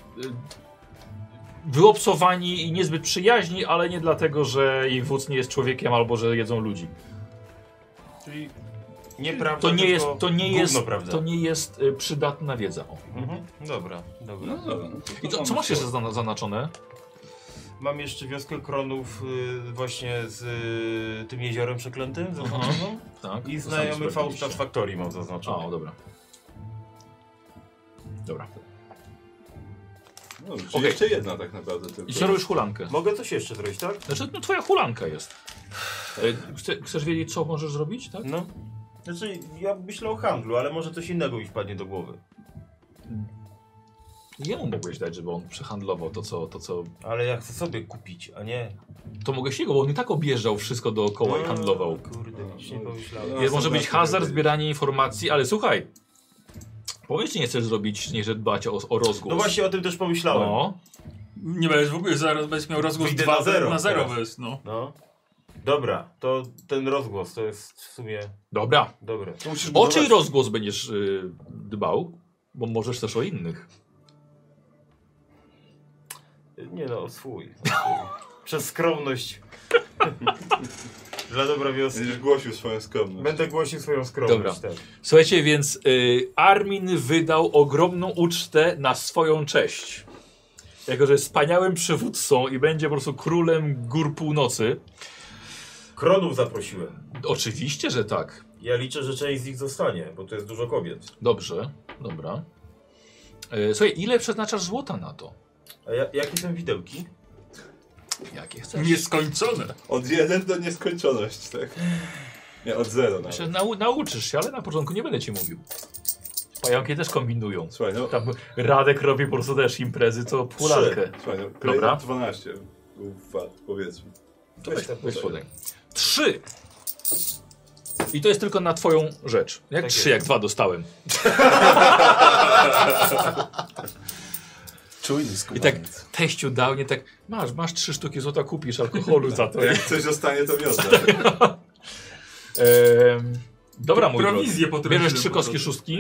Speaker 1: wyobcowani i niezbyt przyjaźni, ale nie dlatego, że ich wódz nie jest człowiekiem albo że jedzą ludzi.
Speaker 5: Czyli nieprawda,
Speaker 1: To nie jest przydatna wiedza. O.
Speaker 5: Dobra.
Speaker 3: No dobra.
Speaker 1: I co masz jeszcze zaznaczone?
Speaker 5: Mam jeszcze wioskę Kronów właśnie z tym jeziorem przeklętym zaznaczoną.
Speaker 1: Tak.
Speaker 5: I
Speaker 1: to
Speaker 5: znajomy
Speaker 1: sami
Speaker 5: Fausta z
Speaker 1: sprawdziliście.
Speaker 5: Faktorii mam zaznaczony.
Speaker 1: O, dobra. Dobra.
Speaker 3: No, czyli
Speaker 1: Okej.
Speaker 3: jeszcze jedna tak naprawdę tylko.
Speaker 1: I co robisz hulankę?
Speaker 5: Mogę coś jeszcze zrobić, tak?
Speaker 1: Znaczy, no twoja hulanka jest. Chcesz wiedzieć, co możesz zrobić, tak?
Speaker 5: No. Znaczy, ja myślę o handlu, ale może coś innego mi wpadnie do głowy.
Speaker 1: Jemu mogłeś dać, żeby on przehandlował to co...
Speaker 5: Ale ja chcę sobie kupić, a nie...
Speaker 1: To mogłeś jego, bo on i tak objeżdżał wszystko dookoła i handlował.
Speaker 5: Kurde, nic nie pomyślałem.
Speaker 3: No,
Speaker 1: Może być
Speaker 3: zobaczmy,
Speaker 1: hazard,
Speaker 3: jak
Speaker 1: zbieranie informacji, ale słuchaj. Powiedz, czy nie chcesz zrobić, nie że dbać o rozgłos.
Speaker 5: No właśnie o tym też pomyślałem.
Speaker 1: No.
Speaker 2: Nie będziesz w ogóle, zaraz będziesz miał rozgłos
Speaker 5: Wyjdę
Speaker 2: 2
Speaker 5: na zero
Speaker 2: na 0
Speaker 5: teraz.
Speaker 2: jest, no.
Speaker 5: No. Dobra, to ten rozgłos to jest w sumie
Speaker 1: Dobra.
Speaker 5: dobre.
Speaker 3: To musisz
Speaker 1: O czyj
Speaker 3: budować-
Speaker 1: rozgłos będziesz dbał? Bo możesz też o innych.
Speaker 5: Nie no, swój. Przez skromność. Dla dobra wioski.
Speaker 3: Będziesz głosił swoją skromność.
Speaker 5: Będę głosił swoją skromność.
Speaker 1: Dobra.
Speaker 5: Tak.
Speaker 1: Słuchajcie, więc Armin wydał ogromną ucztę na swoją cześć. Jako, że jest wspaniałym przywódcą i będzie po prostu królem gór północy.
Speaker 5: Kronów zaprosiłem.
Speaker 1: Oczywiście, że tak.
Speaker 5: Ja liczę, że część z nich zostanie, bo to jest dużo kobiet.
Speaker 1: Dobrze, dobra. Słuchaj, ile przeznaczasz złota na to?
Speaker 5: A jakie są widełki?
Speaker 1: Jakie chcesz?
Speaker 2: Nieskończone.
Speaker 3: Od 1 do nieskończoności, tak? Nie, od 0 nawet.
Speaker 1: Myślę, nauczysz się, ale na początku nie będę ci mówił. Pająki też kombinują.
Speaker 3: Słuchaj, no,
Speaker 1: Tam Radek robi po prostu też imprezy, co hulankę.
Speaker 3: słuchaj, no
Speaker 1: Dobra.
Speaker 3: Dobra. 12 był wad, powiedzmy.
Speaker 1: To weź podaj. 3! I to jest tylko na twoją rzecz. Jak
Speaker 5: Tak
Speaker 1: 3,
Speaker 5: jest.
Speaker 1: jak 2 dostałem.
Speaker 4: Czujny
Speaker 1: I tak
Speaker 4: skubaniec.
Speaker 1: teściu dał, nie tak, masz 3 sztuki złota, kupisz alkoholu za to.
Speaker 3: Jak coś zostanie, to wiozę.
Speaker 1: Dobra, mój
Speaker 2: Prowizję
Speaker 1: drogi.
Speaker 2: potrąciłem
Speaker 1: Bierzesz 3
Speaker 2: po
Speaker 1: kostki
Speaker 2: prostu.
Speaker 1: szóstki,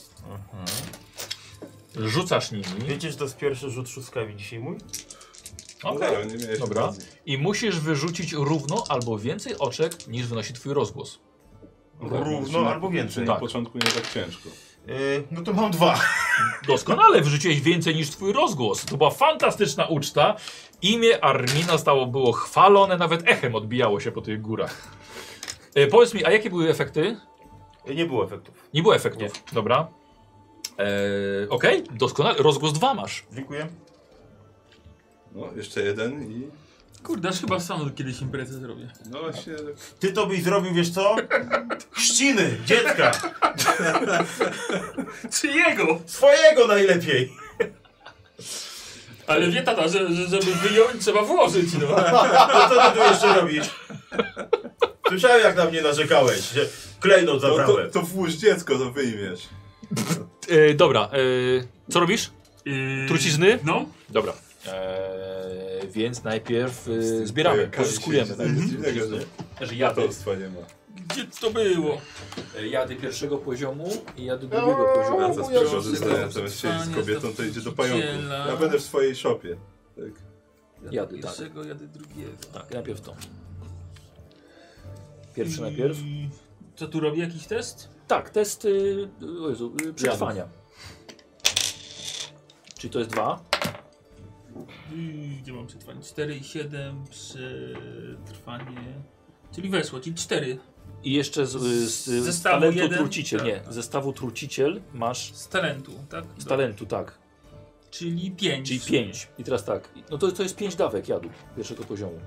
Speaker 1: rzucasz nimi
Speaker 5: Wiecie, że to jest pierwszy rzut szóstkami dzisiaj mój?
Speaker 1: Okej.
Speaker 3: Nie miałeś
Speaker 1: Dobra.
Speaker 3: okazji.
Speaker 1: i musisz wyrzucić równo albo więcej oczek, niż wynosi twój rozgłos.
Speaker 5: Równo albo więcej.
Speaker 3: Na
Speaker 1: Tak.
Speaker 3: początku nie tak ciężko.
Speaker 5: No to mam 2.
Speaker 1: Doskonale, wyrzuciłeś więcej niż twój rozgłos. To była fantastyczna uczta. Imię Armina było chwalone, nawet echem odbijało się po tych górach. Powiedz mi, a jakie były efekty?
Speaker 5: Nie było efektów.
Speaker 1: Nie było efektów. Dobra. Okej, doskonale. Rozgłos 2 masz.
Speaker 5: Dziękuję.
Speaker 3: No, jeszcze jeden i...
Speaker 2: Kurde, aż chyba sam kiedyś imprezę zrobię.
Speaker 3: No właśnie...
Speaker 5: Ty to byś zrobił, wiesz co? Chrzciny, dziecka.
Speaker 2: Czy jego?
Speaker 5: Swojego najlepiej.
Speaker 2: Ale wie tata, że żeby wyjąć trzeba włożyć, no.
Speaker 5: No co ty tu jeszcze robisz? Słyszałem, jak na mnie narzekałeś, że klejnot
Speaker 3: No,
Speaker 5: zabrałem.
Speaker 3: to włóż dziecko, to wyjmiesz.
Speaker 1: Dobra, co robisz? Trucizny?
Speaker 2: No.
Speaker 1: Dobra. Więc najpierw zbieramy, pozyskujemy.
Speaker 3: Tak, dziwnego, że
Speaker 1: Jady.
Speaker 3: autorstwa nie ma.
Speaker 2: Gdzie to było?
Speaker 1: Jady pierwszego poziomu i jady drugiego poziomu.
Speaker 3: Wraca z przyrody, zamiast siedzieć z kobietą, to idzie do pająków. Ja będę w swojej szopie. Tak.
Speaker 1: Jady, tak.
Speaker 2: Pierwszego, jady drugiego.
Speaker 1: Tak, najpierw to. Pierwszy najpierw.
Speaker 2: Co tu robi? Jakiś test?
Speaker 1: Tak, test przetrwania. Czyli to jest 2.
Speaker 2: Gdzie mam przetrwanie? 4 i 7 przetrwanie. Czyli weszło, czyli 4.
Speaker 1: I jeszcze z
Speaker 2: talentu
Speaker 1: talentu
Speaker 2: 1?
Speaker 1: truciciel.
Speaker 2: Tak.
Speaker 1: Nie, zestawu truciciel masz.
Speaker 2: Z talentu, tak?
Speaker 1: Z talentu, tak.
Speaker 2: Czyli 5.
Speaker 1: Czyli 5. I teraz tak. No to jest 5 dawek jadu pierwszego poziomu.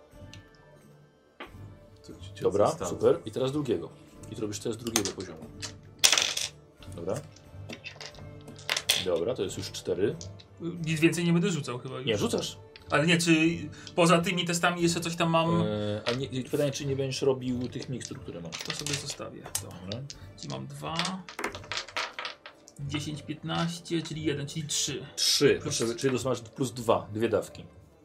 Speaker 1: Dobra, super. I teraz drugiego. I to robisz test drugiego poziomu. Dobra. Dobra, to jest już 4.
Speaker 2: Nic więcej nie będę rzucał chyba już.
Speaker 1: Nie, rzucasz.
Speaker 2: Ale nie, czy poza tymi testami jeszcze coś tam mam?
Speaker 1: A nie, pytanie, czy nie będziesz robił tych mikstur, które masz.
Speaker 2: To sobie zostawię.
Speaker 1: Dobra.
Speaker 2: Czyli mam 2. 10, 15, czyli 1, czyli 3.
Speaker 1: 3, czyli masz plus 2, 2 dawki.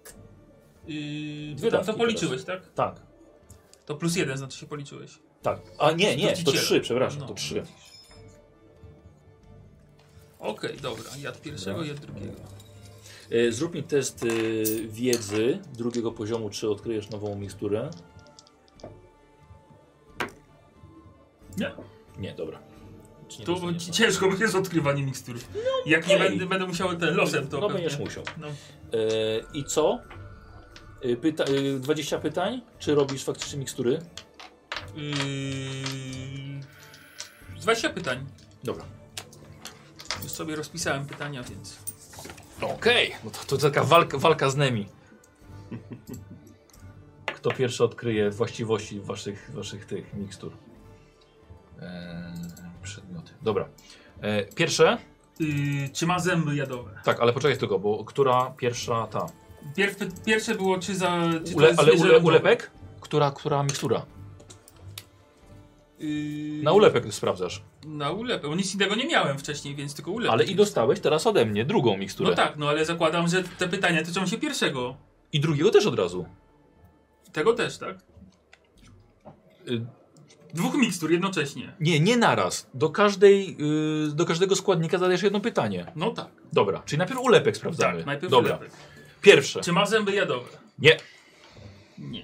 Speaker 1: Dwie
Speaker 2: To
Speaker 1: dawki
Speaker 2: policzyłeś,
Speaker 1: teraz.
Speaker 2: tak?
Speaker 1: Tak,
Speaker 2: To plus 1 znaczy się policzyłeś.
Speaker 1: tak. A nie, to
Speaker 2: Truciciele.
Speaker 1: 3, przepraszam,
Speaker 2: No.
Speaker 1: to 3.
Speaker 2: Okej, dobra. Jad pierwszego,
Speaker 1: Dobra.
Speaker 2: jad drugiego.
Speaker 1: Zrób mi test wiedzy drugiego poziomu, czy odkryjesz nową miksturę.
Speaker 2: Nie.
Speaker 1: Nie, dobra.
Speaker 2: To ciężko będzie z odkrywaniem mikstur. Jak nie będę musiał ten losem to
Speaker 1: No
Speaker 2: pewnie.
Speaker 1: będziesz musiał.
Speaker 2: No.
Speaker 1: I co? 20 pytań? Czy robisz faktycznie mikstury?
Speaker 2: 20 pytań.
Speaker 1: Dobra.
Speaker 2: Już sobie rozpisałem pytania, więc...
Speaker 1: Okej, no to taka walka z nemi. Kto pierwszy odkryje właściwości waszych tych mikstur? Przedmioty. Dobra. Pierwsze?
Speaker 2: Czy ma zęby jadowe?
Speaker 1: Tak, ale poczekaj tylko, bo która pierwsza ta?
Speaker 2: Pierwsze było czy za... Czy to jest
Speaker 1: Ale
Speaker 2: zwierzę lądowe?
Speaker 1: ulepek? Która mikstura? Na ulepek sprawdzasz.
Speaker 2: Na ulepek, bo nic innego nie miałem wcześniej, więc tylko ulepek.
Speaker 1: Ale i dostałeś teraz ode mnie drugą miksturę.
Speaker 2: No tak, no ale zakładam, że te pytania tyczą się pierwszego.
Speaker 1: I drugiego też od razu.
Speaker 2: Tego też, tak? Dwóch mikstur jednocześnie.
Speaker 1: Nie naraz. Do każdego składnika zadajesz jedno pytanie.
Speaker 2: No tak.
Speaker 1: Dobra, czyli najpierw ulepek sprawdzamy.
Speaker 2: Tak, najpierw
Speaker 1: Dobra.
Speaker 2: ulepek.
Speaker 1: Pierwsze.
Speaker 2: Czy ma zęby jadowe?
Speaker 1: Nie.
Speaker 2: Nie.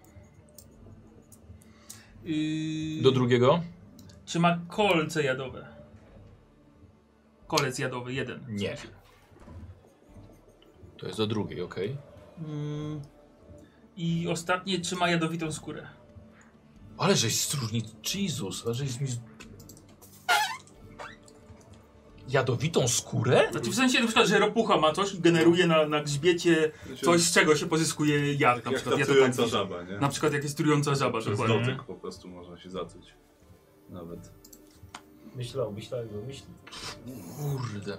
Speaker 1: Do drugiego?
Speaker 2: Czy ma kolce jadowe? Kolec jadowy, jeden.
Speaker 1: Nie. To jest do drugiej, okej.
Speaker 2: I ostatnie, czy ma jadowitą skórę?
Speaker 1: Ale żeś stróżnic... Jezus, ale żeś mi... Jadowitą skórę?
Speaker 2: Znaczy w sensie na przykład, że ropucha ma coś i generuje na grzbiecie coś, z czego się pozyskuje jad. Na
Speaker 3: Jak
Speaker 2: przykład,
Speaker 3: tatująca
Speaker 2: tak
Speaker 3: żaba, nie?
Speaker 2: Na przykład jak jest trująca żaba.
Speaker 3: Przez
Speaker 2: Dokładnie.
Speaker 3: dotyk po prostu można się zatruć. Nawet.
Speaker 5: Myślał.
Speaker 1: Kurde.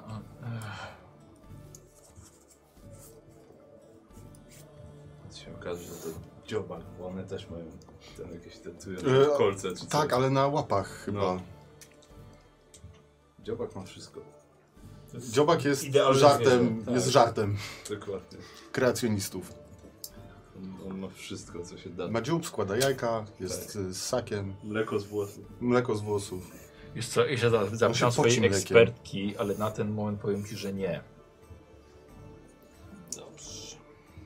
Speaker 3: To się okaże, że to dziobak, bo one też mają tam jakieś tatujące kolce czy coś.
Speaker 4: Tak, ale na łapach chyba.
Speaker 3: No. Dziobak ma wszystko.
Speaker 4: Dziobak jest
Speaker 5: Idealne
Speaker 4: żartem,
Speaker 5: zwierzę, tak.
Speaker 4: jest żartem
Speaker 3: Dokładnie.
Speaker 4: kreacjonistów.
Speaker 3: On ma wszystko, co się da.
Speaker 4: Ma dziób, składa jajka, jest z sakiem,
Speaker 3: Mleko z włosów.
Speaker 4: mleko z włosów.
Speaker 1: Wiesz co, ja się zapytam
Speaker 4: poci
Speaker 1: swojej
Speaker 4: mlekiem.
Speaker 1: ekspertki, ale na ten moment powiem ci, że nie.
Speaker 2: Dobrze.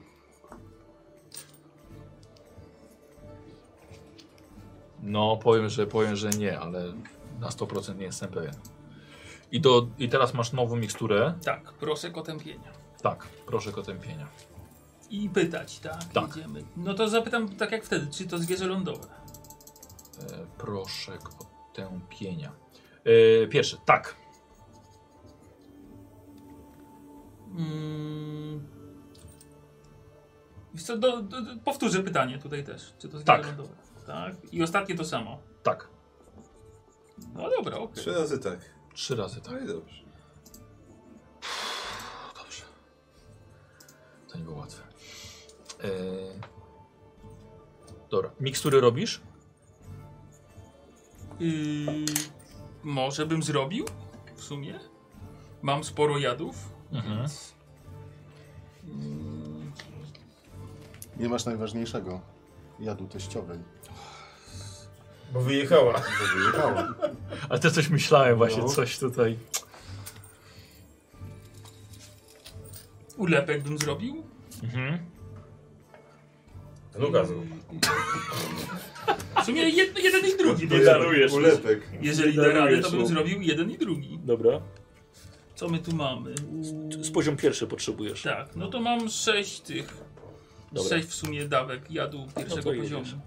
Speaker 1: No, powiem, że nie, ale na 100% nie jestem pewien. I teraz masz nową miksturę.
Speaker 2: Tak, proszek otępienia.
Speaker 1: Tak, proszę otępienia.
Speaker 2: I pytać, tak?
Speaker 1: Tak.
Speaker 2: Jedziemy. No to zapytam tak jak wtedy, czy to zwierzę lądowe?
Speaker 1: Proszek otępienia. Pierwszy, tak.
Speaker 2: Wiesz co, powtórzę pytanie tutaj też. Czy to zwierzę
Speaker 1: Tak.
Speaker 2: lądowe? Tak. I ostatnie to samo.
Speaker 1: Tak.
Speaker 2: No dobra, okej.
Speaker 3: 3 razy tak.
Speaker 1: 3 razy tak.
Speaker 3: No i dobrze.
Speaker 1: Dobrze. To nie było łatwe. Dobra, mikstury robisz?
Speaker 2: Może bym zrobił? W sumie? Mam sporo jadów. Więc...
Speaker 4: Nie masz najważniejszego jadu teściowej.
Speaker 5: Bo wyjechała.
Speaker 4: Bo wyjechała.
Speaker 1: Ale też coś myślałem właśnie,
Speaker 4: No.
Speaker 1: coś tutaj.
Speaker 2: Ulepek bym zrobił.
Speaker 5: No gazu.
Speaker 2: W sumie jeden i drugi.
Speaker 1: Darujesz.
Speaker 8: Ulepek.
Speaker 2: Jeżeli da radę, to bym zrobił jeden i drugi.
Speaker 1: Dobra.
Speaker 2: Co my tu mamy?
Speaker 1: Z poziom pierwszy potrzebujesz.
Speaker 2: Tak, no to mam 6 tych.
Speaker 1: Dobra.
Speaker 2: 6 w sumie dawek jadu pierwszego
Speaker 1: to
Speaker 2: poziomu.
Speaker 1: jedziesz.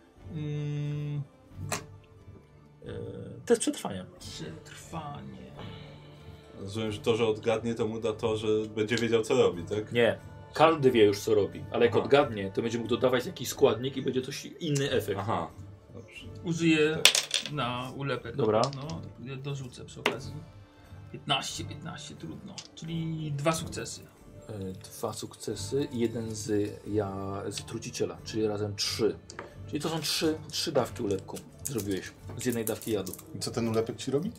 Speaker 1: Test przetrwania.
Speaker 2: Przetrwanie.
Speaker 3: Rozumiem, że to, że odgadnie, to mu da to, że będzie wiedział, co robi, tak?
Speaker 1: Nie. Każdy wie już co robi, ale jak
Speaker 3: Aha.
Speaker 1: odgadnie, to będzie mógł dodawać jakiś składnik i będzie to inny efekt.
Speaker 3: Aha. Dobrze.
Speaker 2: Użyję na ulepek.
Speaker 1: Dobra.
Speaker 2: No, ja dorzucę przy okazji. 15, trudno. Czyli 2 sukcesy.
Speaker 1: 2 sukcesy i jeden z truciciela, czyli razem 3. Czyli to są 3 dawki ulepku zrobiłeś z jednej dawki jadu.
Speaker 4: I co ten ulepek ci robi?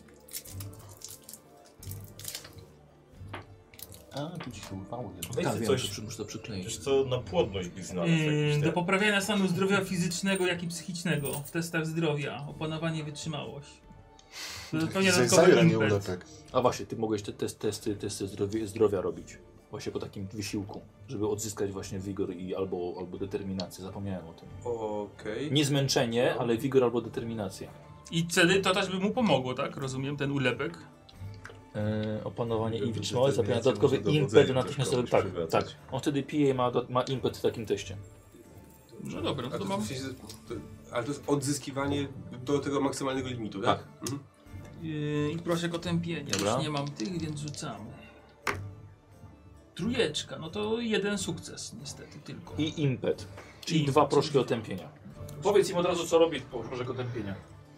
Speaker 4: A, tu ci się urwało jedno.
Speaker 5: Weź
Speaker 1: Tak,
Speaker 5: sobie
Speaker 1: wiem,
Speaker 5: coś,
Speaker 1: muszę to przykleić.
Speaker 5: coś co na płodność byś znalazł. jakiś
Speaker 2: Do
Speaker 5: ten.
Speaker 2: poprawiania stanu zdrowia fizycznego, jak i psychicznego w testach zdrowia. Opanowanie, wytrzymałość. To zupełnie dodatkowy
Speaker 4: Zajranie
Speaker 2: impet.
Speaker 4: ulepek.
Speaker 1: A właśnie, ty mogłeś te testy zdrowia robić. Właśnie po takim wysiłku, żeby odzyskać właśnie wigor i albo determinację. Zapomniałem o tym.
Speaker 6: Okej.
Speaker 1: Nie zmęczenie, ale wigor albo determinacja.
Speaker 2: I wtedy to też by mu pomogło, tak? Rozumiem, ten ulepek.
Speaker 1: Opanowanie i
Speaker 3: Determinacja
Speaker 1: wytrzymałość zapewnia dodatkowy
Speaker 3: może dowodzenie
Speaker 1: impet
Speaker 3: też
Speaker 1: natychmiastowy.
Speaker 3: komuś
Speaker 1: Tak,
Speaker 3: przywracać.
Speaker 1: tak. On wtedy pije i ma impet w takim teście.
Speaker 2: No dobra,
Speaker 6: A
Speaker 2: to
Speaker 6: to
Speaker 2: mam.
Speaker 6: ale to jest odzyskiwanie do tego maksymalnego limitu, tak? Mhm.
Speaker 2: I proszę o tępienie.
Speaker 1: Dobra.
Speaker 2: Już nie mam tych, więc rzucamy. Trójeczka, no to jeden sukces niestety tylko.
Speaker 1: I impet, czyli
Speaker 2: Impet.
Speaker 1: 2 proszki otępienia. Powiedz im od razu co robi proszek otępienia.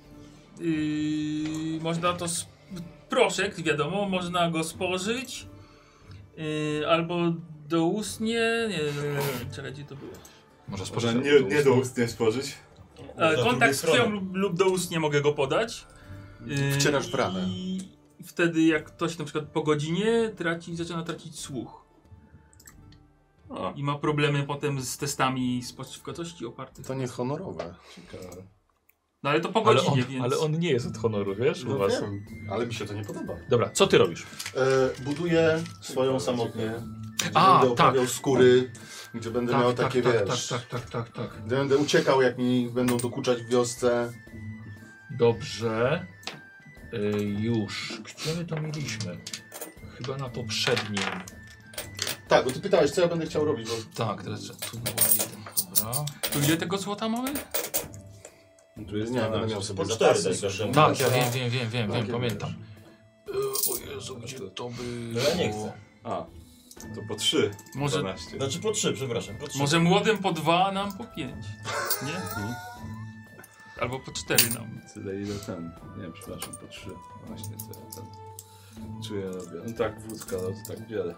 Speaker 2: Można to... Proszek, wiadomo, można go spożyć. Albo doustnie... Nie, czekaj, gdzie to było?
Speaker 1: Może
Speaker 3: Można nie doustnie spożyć.
Speaker 2: Kontakt z krwią lub doustnie mogę go podać.
Speaker 4: Wcierasz w ranę.
Speaker 2: I wtedy jak ktoś na przykład po godzinie zaczyna tracić słuch.
Speaker 3: A.
Speaker 2: I ma problemy potem z testami spoczywkości opartych.
Speaker 4: To niehonorowe.
Speaker 3: Ciekawe.
Speaker 2: No ale to po godzinie, więc...
Speaker 1: ale on nie jest od honoru, wiesz?
Speaker 4: No wiem, ale mi się to nie podoba.
Speaker 1: Dobra, co ty robisz?
Speaker 4: Buduję swoją samotnię. Gdzie
Speaker 1: A,
Speaker 4: będę
Speaker 1: tak.
Speaker 4: oprawiał skóry, gdzie będę miał takie,
Speaker 1: tak,
Speaker 4: wiesz...
Speaker 1: tak.
Speaker 4: Gdzie będę uciekał, jak mi będą dokuczać w wiosce.
Speaker 1: Dobrze. Już. Gdzie my to mieliśmy? Chyba na poprzednim.
Speaker 4: Tak, bo ty pytałeś, co ja będę chciał robić, bo...
Speaker 1: Tak, teraz tu było jeden. Dobra.
Speaker 2: To ile tego złota mamy?
Speaker 3: Tu jest
Speaker 4: Nie, będę miał sobie
Speaker 5: Po 4
Speaker 4: zapasy.
Speaker 5: daj każdemu.
Speaker 1: Tak, ja wiem,
Speaker 4: Tak,
Speaker 1: pamiętam. O Jezu, gdzie to by...
Speaker 5: No ja nie chcę.
Speaker 3: A, to po 3.
Speaker 2: Może-
Speaker 3: 12.
Speaker 5: Znaczy po 3, przepraszam, po 3.
Speaker 2: Może młodym po 2, a nam po 5. Nie? Albo po 4 nam.
Speaker 3: Tyle ile ten. Nie, przepraszam, po 3. Właśnie co ja ten. Czuję robię. No tak, wódka, no to tak wiele.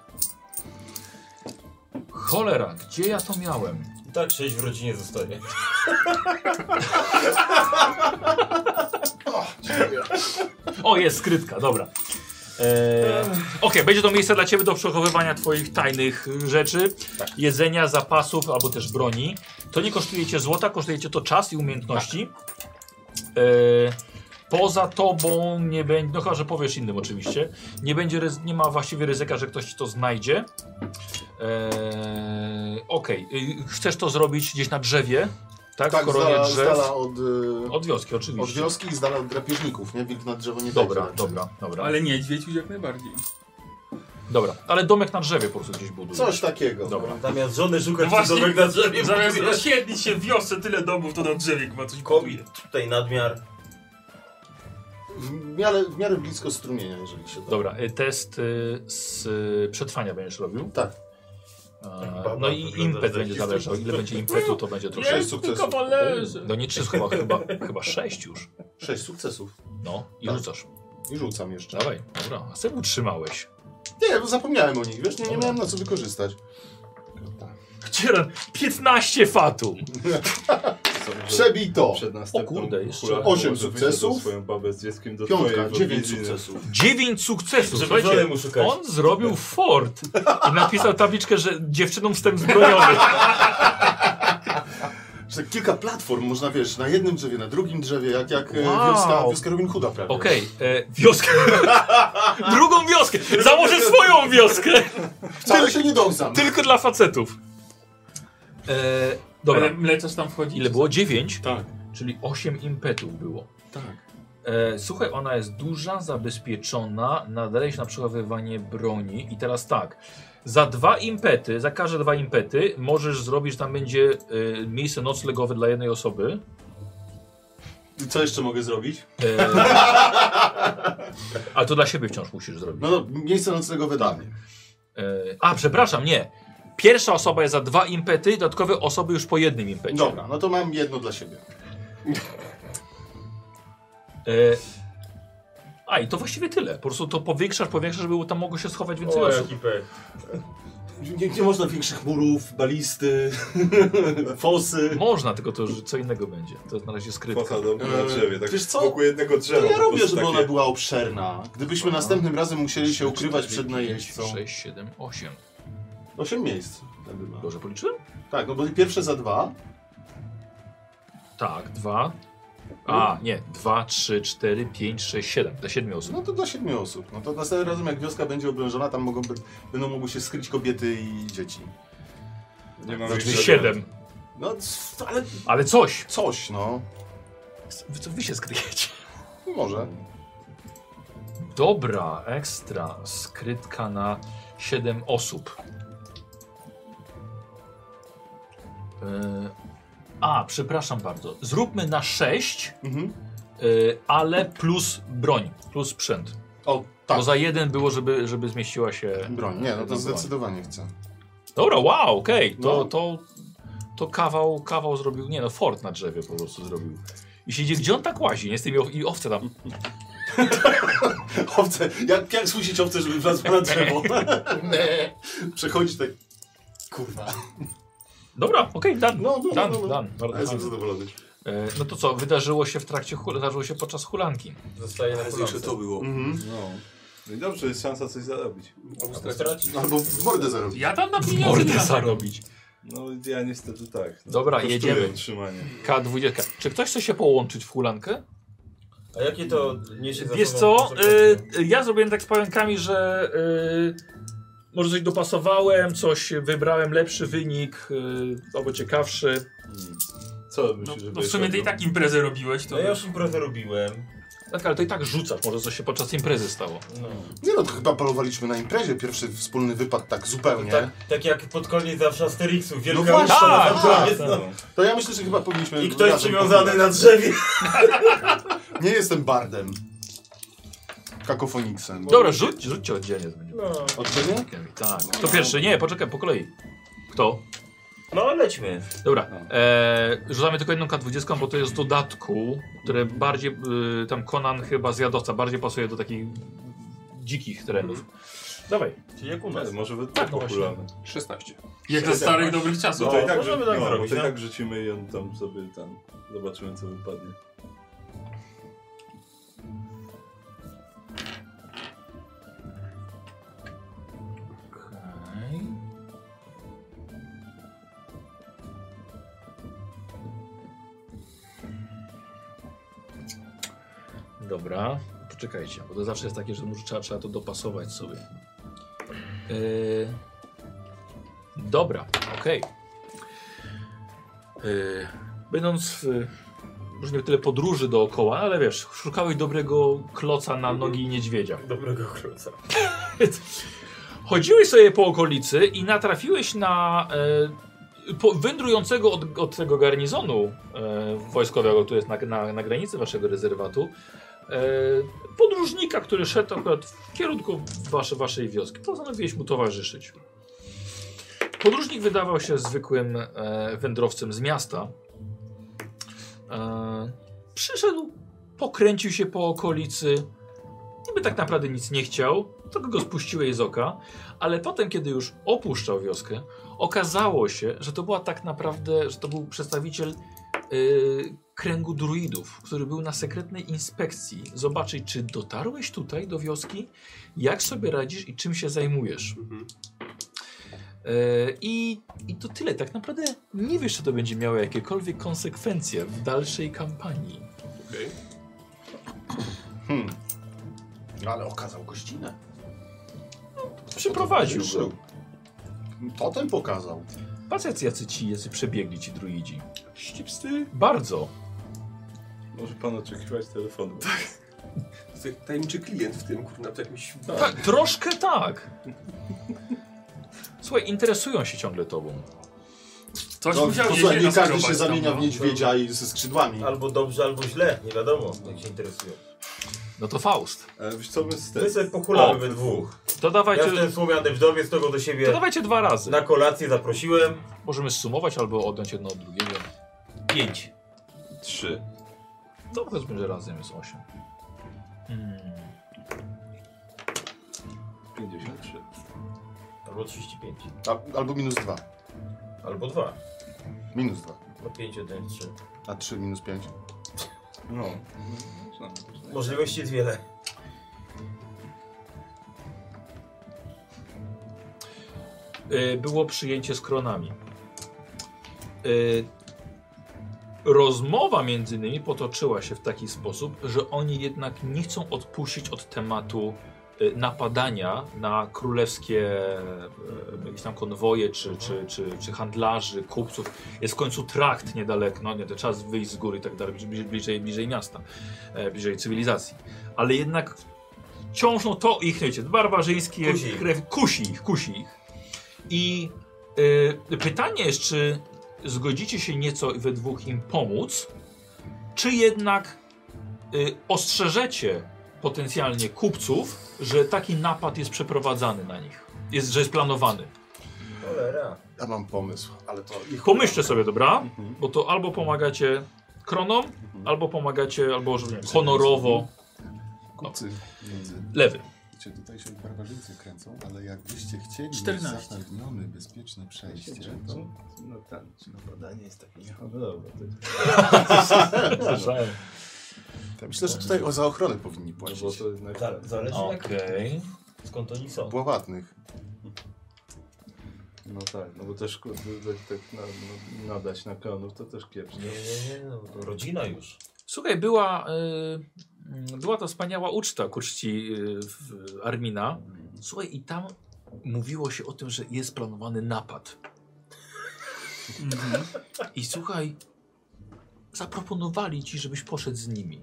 Speaker 1: Cholera, gdzie ja to miałem?
Speaker 5: I tak 6 w rodzinie zostanie.
Speaker 1: O, jest skrytka, dobra. Okej, będzie to miejsce dla ciebie do przechowywania twoich tajnych rzeczy, jedzenia, zapasów albo też broni. To nie kosztuje cię złota, kosztuje cię to czas i umiejętności. Poza tobą nie będzie, no chyba, że powiesz innym oczywiście, nie ma właściwie ryzyka, że ktoś ci to znajdzie. Okej, chcesz to zrobić gdzieś na drzewie? Tak,
Speaker 4: Tak,
Speaker 1: w koronie
Speaker 4: z
Speaker 1: drzew?
Speaker 4: dala
Speaker 1: Od wioski oczywiście.
Speaker 4: od wioski i z dala od drapieżników, nie? Wilk na drzewo nie
Speaker 1: Dobra,
Speaker 4: wejdzie.
Speaker 1: dobra.
Speaker 2: Ale niedźwiedź już jak najbardziej.
Speaker 1: Dobra, ale domek na drzewie po prostu gdzieś buduje.
Speaker 4: Coś takiego.
Speaker 1: Dobra.
Speaker 5: Zamiast żony szukać
Speaker 2: No
Speaker 5: no
Speaker 2: właśnie,
Speaker 5: domek na drzewie.
Speaker 2: Zamiast
Speaker 5: buduje.
Speaker 2: osiedlić się w wiosce tyle domów, to na drzewie chyba coś buduje.
Speaker 5: Kobiet tutaj nadmiar.
Speaker 4: W miarę blisko strumienia, jeżeli się da.
Speaker 1: Dobra, test z przetrwania będziesz robił.
Speaker 4: Tak.
Speaker 1: No i impet będzie zależał. Ile będzie impetu, to będzie troszkę.
Speaker 4: 6 sukcesów.
Speaker 2: kawalerze.
Speaker 1: No nie 3, chyba 6 już.
Speaker 4: 6 sukcesów.
Speaker 1: No i
Speaker 4: Tak.
Speaker 1: rzucasz.
Speaker 4: I rzucam jeszcze.
Speaker 1: Dawaj, dobra. A sobie utrzymałeś.
Speaker 4: Nie, bo zapomniałem o nich, wiesz, nie miałem na co wykorzystać.
Speaker 1: Cieran, 15 fatum.
Speaker 4: Przebij to!
Speaker 3: Przed następną
Speaker 1: O kurde, jeszcze
Speaker 3: hulachą
Speaker 4: 8
Speaker 3: może
Speaker 4: sukcesów.
Speaker 3: wyjdę do swoją babę z dzieckiem do
Speaker 4: Piątka,
Speaker 3: twojej
Speaker 4: 9
Speaker 3: odwiedziny.
Speaker 4: sukcesów.
Speaker 1: 9 sukcesów.
Speaker 5: Żeby
Speaker 1: Słuchajcie,
Speaker 5: żonę mu szukać.
Speaker 1: on zrobił fort i napisał tabliczkę, że dziewczynom wstęp zbrojony.
Speaker 4: Że kilka platform można, wiesz, na jednym drzewie, na drugim drzewie, jak
Speaker 1: Wow.
Speaker 4: wioska Robin Hooda prawie.
Speaker 1: Okej, wioskę. Drugą wioskę. Założę swoją wioskę.
Speaker 4: Wcale się nie dąsam.
Speaker 1: Tylko dla facetów. Dobra.
Speaker 2: Ale mleczarz tam wchodzi?
Speaker 1: Ile było? 9?
Speaker 4: Tak.
Speaker 1: Czyli 8 impetów było.
Speaker 4: Tak.
Speaker 1: Słuchaj, ona jest duża, zabezpieczona, nadaje się na przechowywanie broni. I teraz tak, za każde 2 impety możesz zrobić, że tam będzie miejsce noclegowe dla jednej osoby.
Speaker 4: I co jeszcze mogę zrobić?
Speaker 1: A to dla siebie wciąż musisz zrobić.
Speaker 4: No, miejsce noclegowe dla mnie.
Speaker 1: Przepraszam, nie. Pierwsza osoba jest za 2 impety, dodatkowe osoby już po jednym impecie.
Speaker 4: Dobra, no to mam jedno dla siebie.
Speaker 1: I to właściwie tyle. Po prostu to powiększasz, żeby tam mogło się schować więcej osób.
Speaker 5: jaki pech.
Speaker 4: Nie można większych murów, balisty, fosy.
Speaker 1: Można, tylko to że co innego będzie. To jest na razie skrytka.
Speaker 3: Posadzą na drzewie, tak
Speaker 4: Wiesz co?
Speaker 3: wokół jednego drzewa.
Speaker 4: Ja
Speaker 3: po
Speaker 4: robię,
Speaker 3: prostu
Speaker 4: żeby
Speaker 3: takie-
Speaker 4: ona była obszerna. Gdybyśmy następnym razem musieli się ukrywać przed najeźdźcą.
Speaker 1: 6, 7, 8.
Speaker 4: 8 miejsc. wtedy ma.
Speaker 1: Dobrze policzyłem?
Speaker 4: Tak, no bo pierwsze za 2.
Speaker 1: Tak, 2. Nie. 2, 3, 4, 5, 6, 7. Dla 7 osób.
Speaker 4: No to dla 7 osób. No to następnym razem jak wioska będzie oblężona, tam będą mogły się skryć kobiety i dzieci.
Speaker 3: Nie mamy
Speaker 1: Znaczy
Speaker 3: jeszcze
Speaker 1: 7.
Speaker 4: No, ale
Speaker 1: Ale coś.
Speaker 4: coś, no.
Speaker 1: Wy się skryjecie.
Speaker 4: Może.
Speaker 1: Dobra, ekstra. Skrytka na 7 osób. Przepraszam bardzo. Zróbmy na 6, ale plus broń, plus sprzęt.
Speaker 4: O, tak.
Speaker 1: Bo za 1 było, żeby zmieściła się
Speaker 4: Broń. Nie, no to
Speaker 1: broń.
Speaker 4: zdecydowanie chcę.
Speaker 1: Dobra, wow, okej.
Speaker 4: No.
Speaker 1: To kawał zrobił. Nie no, fort na drzewie po prostu zrobił. I się idzie, gdzie on tak łazi, nie? Z tymi i owce tam.
Speaker 4: Owce. Jak słyszeć owce, żeby wlazła na drzewo? Przechodzi tak. Kurwa.
Speaker 1: Dobra, okej, done.
Speaker 4: No.
Speaker 1: Done.
Speaker 4: Ja jestem zadowolony.
Speaker 1: No to co, wydarzyło się podczas hulanki.
Speaker 5: Zostaje na
Speaker 3: Najważniejsze
Speaker 5: kolance.
Speaker 3: to było.
Speaker 4: Mhm.
Speaker 3: No i dobrze, jest szansa coś zarobić.
Speaker 5: Albo stracić.
Speaker 4: Albo w mordę zarobić.
Speaker 2: Ja tam na pieniądze
Speaker 1: Mordę
Speaker 2: nie mam.
Speaker 1: zarobić.
Speaker 3: No ja niestety tak. No,
Speaker 1: Dobra,
Speaker 3: kosztuje
Speaker 1: jedziemy.
Speaker 3: utrzymanie.
Speaker 1: K20. Czy ktoś chce się połączyć w hulankę?
Speaker 5: A jakie to niesie za
Speaker 1: Wiesz
Speaker 5: sobą
Speaker 1: co,
Speaker 5: konsekwencje?
Speaker 1: ja zrobiłem tak z pająkami, że może coś dopasowałem, coś wybrałem, lepszy wynik, albo ciekawszy.
Speaker 3: Co myślisz, że
Speaker 2: No w sumie ty i tak imprezę robiłeś, to
Speaker 5: No ja już imprezę robiłem.
Speaker 1: Tak, ale to i tak rzucasz, może coś się podczas imprezy stało.
Speaker 5: No.
Speaker 4: Nie no, to chyba polowaliśmy na imprezie. Pierwszy wspólny wypad tak zupełnie.
Speaker 5: Tak jak pod koniec zawsze Asterixów, wielka
Speaker 4: No właśnie,
Speaker 5: uczta na
Speaker 1: tak,
Speaker 5: sam koniec,
Speaker 1: tak,
Speaker 5: no.
Speaker 4: To ja myślę, że chyba powinniśmy...
Speaker 5: I ktoś
Speaker 4: razem
Speaker 5: przywiązany
Speaker 4: pogadać.
Speaker 5: na drzewie.
Speaker 4: Nie jestem bardem. Kakofoniksem.
Speaker 1: Dobra, rzućcie oddzielnie.
Speaker 5: No,
Speaker 4: Oddzielnie?
Speaker 1: Tak. Kto pierwszy? Nie, poczekaj, po kolei. Kto?
Speaker 5: no lećmy.
Speaker 1: Dobra, rzucamy tylko jedną K20, bo to jest z dodatku, które bardziej, tam Conan chyba zjadowca, bardziej pasuje do takich dzikich terenów. Dawaj.
Speaker 5: Czyli jak u nas.
Speaker 3: Ale może wy
Speaker 1: Tak, no
Speaker 3: popularne.
Speaker 6: 16.
Speaker 2: Jak za starych dobrych czasów.
Speaker 3: No to i tak,
Speaker 5: możemy tak
Speaker 3: bo
Speaker 5: zrobić,
Speaker 3: to i
Speaker 5: no.
Speaker 3: tak rzucimy i on tam sobie zobaczymy co wypadnie.
Speaker 1: Okej. Dobra, poczekajcie, bo to zawsze jest takie, że może trzeba to dopasować sobie. Dobra, okej. Będąc w już nie tyle podróży dookoła, ale wiesz, szukałeś dobrego kloca na nogi niedźwiedzia.
Speaker 5: Dobrego króca.
Speaker 1: Chodziłeś sobie po okolicy i natrafiłeś na wędrującego od tego garnizonu wojskowego, który jest na granicy waszego rezerwatu, podróżnika, który szedł akurat w kierunku waszej wioski. Postanowiłeś mu towarzyszyć. Podróżnik wydawał się zwykłym wędrowcem z miasta. Przyszedł, pokręcił się po okolicy, niby tak naprawdę nic nie chciał, tylko go spuściłeś z oka, ale potem, kiedy już opuszczał wioskę, okazało się, że to była tak naprawdę, że to był przedstawiciel kręgu druidów, który był na sekretnej inspekcji. Zobaczyć, czy dotarłeś tutaj do wioski, jak sobie radzisz i czym się zajmujesz. I to tyle. Tak naprawdę nie wiesz, czy to będzie miało jakiekolwiek konsekwencje w dalszej kampanii.
Speaker 6: Okej.
Speaker 4: Ale okazał gościnę.
Speaker 1: Przyprowadził go.
Speaker 4: Totem pokazał.
Speaker 1: Patrz jacy przebiegli ci druidzi.
Speaker 3: Ścipsty?
Speaker 1: Bardzo.
Speaker 3: Może pan oczekiwać telefonu.
Speaker 6: Tajemniczy klient w tym, kurna, w jakimś...
Speaker 1: Tak, troszkę tak. Słuchaj, interesują się ciągle tobą.
Speaker 2: Coś
Speaker 4: No,
Speaker 2: musiał
Speaker 4: posłuchaj,
Speaker 2: jeździć
Speaker 4: nie każdy
Speaker 2: nasmarować
Speaker 4: się
Speaker 2: tam,
Speaker 4: zamienia
Speaker 2: no.
Speaker 4: w niedźwiedzia i ze skrzydłami.
Speaker 5: Albo dobrze, albo źle, nie wiadomo, jak się interesują.
Speaker 1: No to Faust.
Speaker 3: Wiesz co, my z
Speaker 5: My sobie pochulamy we dwóch.
Speaker 1: To dawajcie,
Speaker 5: Ja ten słomiany wdowiec, to go do siebie
Speaker 1: to dawajcie 2 razy.
Speaker 5: na kolację zaprosiłem.
Speaker 1: Możemy zsumować albo odjąć jedno od drugiego.
Speaker 5: 5.
Speaker 3: 3.
Speaker 1: To powiedzmy, że razem jest 8.
Speaker 3: 53.
Speaker 5: Albo 35.
Speaker 4: Albo -2.
Speaker 5: Albo 2.
Speaker 4: -2.
Speaker 5: No 5, 1, 3.
Speaker 4: A 3 -5.
Speaker 3: No.
Speaker 5: Możliwości jest wiele.
Speaker 1: Było przyjęcie z kronami. Rozmowa między nimi potoczyła się w taki sposób, że oni jednak nie chcą odpuścić od tematu napadania na królewskie jakieś tam konwoje, czy handlarzy, kupców. Jest w końcu trakt niedaleko, no nie, to czas wyjść z góry i tak dalej, bliżej miasta, bliżej cywilizacji. Ale jednak wciąż no to ich, wiecie, barbarzyńskie krew kusi ich. I pytanie jest, czy zgodzicie się nieco we dwóch im pomóc, czy jednak ostrzeżecie potencjalnie kupców, że taki napad jest przeprowadzany na nich, że jest planowany.
Speaker 5: Cholera.
Speaker 4: Ja mam pomysł, ale to...
Speaker 1: Pomyślcie sobie, dobra? Bo to albo pomagacie kronom, albo pomagacie, albo że nie wiem, honorowo.
Speaker 4: Kupcy między...
Speaker 1: Lewy.
Speaker 9: Wiecie, tutaj się barbarzyńcy kręcą, ale jakbyście chcieli
Speaker 2: 14.
Speaker 9: mieć zapewnione bezpieczne przejście, to...
Speaker 4: No tak, napadanie jest takie niehonorowe. Myślę, że tutaj za ochronę powinni płacić.
Speaker 3: Bo to jednak...
Speaker 5: Zależy
Speaker 1: Okej.
Speaker 5: skąd oni są.
Speaker 4: Bławatnych.
Speaker 3: No tak, no bo też tak nadać na kronów to też kiepsko.
Speaker 5: Nie, no to rodzina już.
Speaker 1: Słuchaj, była to wspaniała uczta ku czci Armina. Słuchaj, i tam mówiło się o tym, że jest planowany napad. I słuchaj, zaproponowali ci, żebyś poszedł z nimi.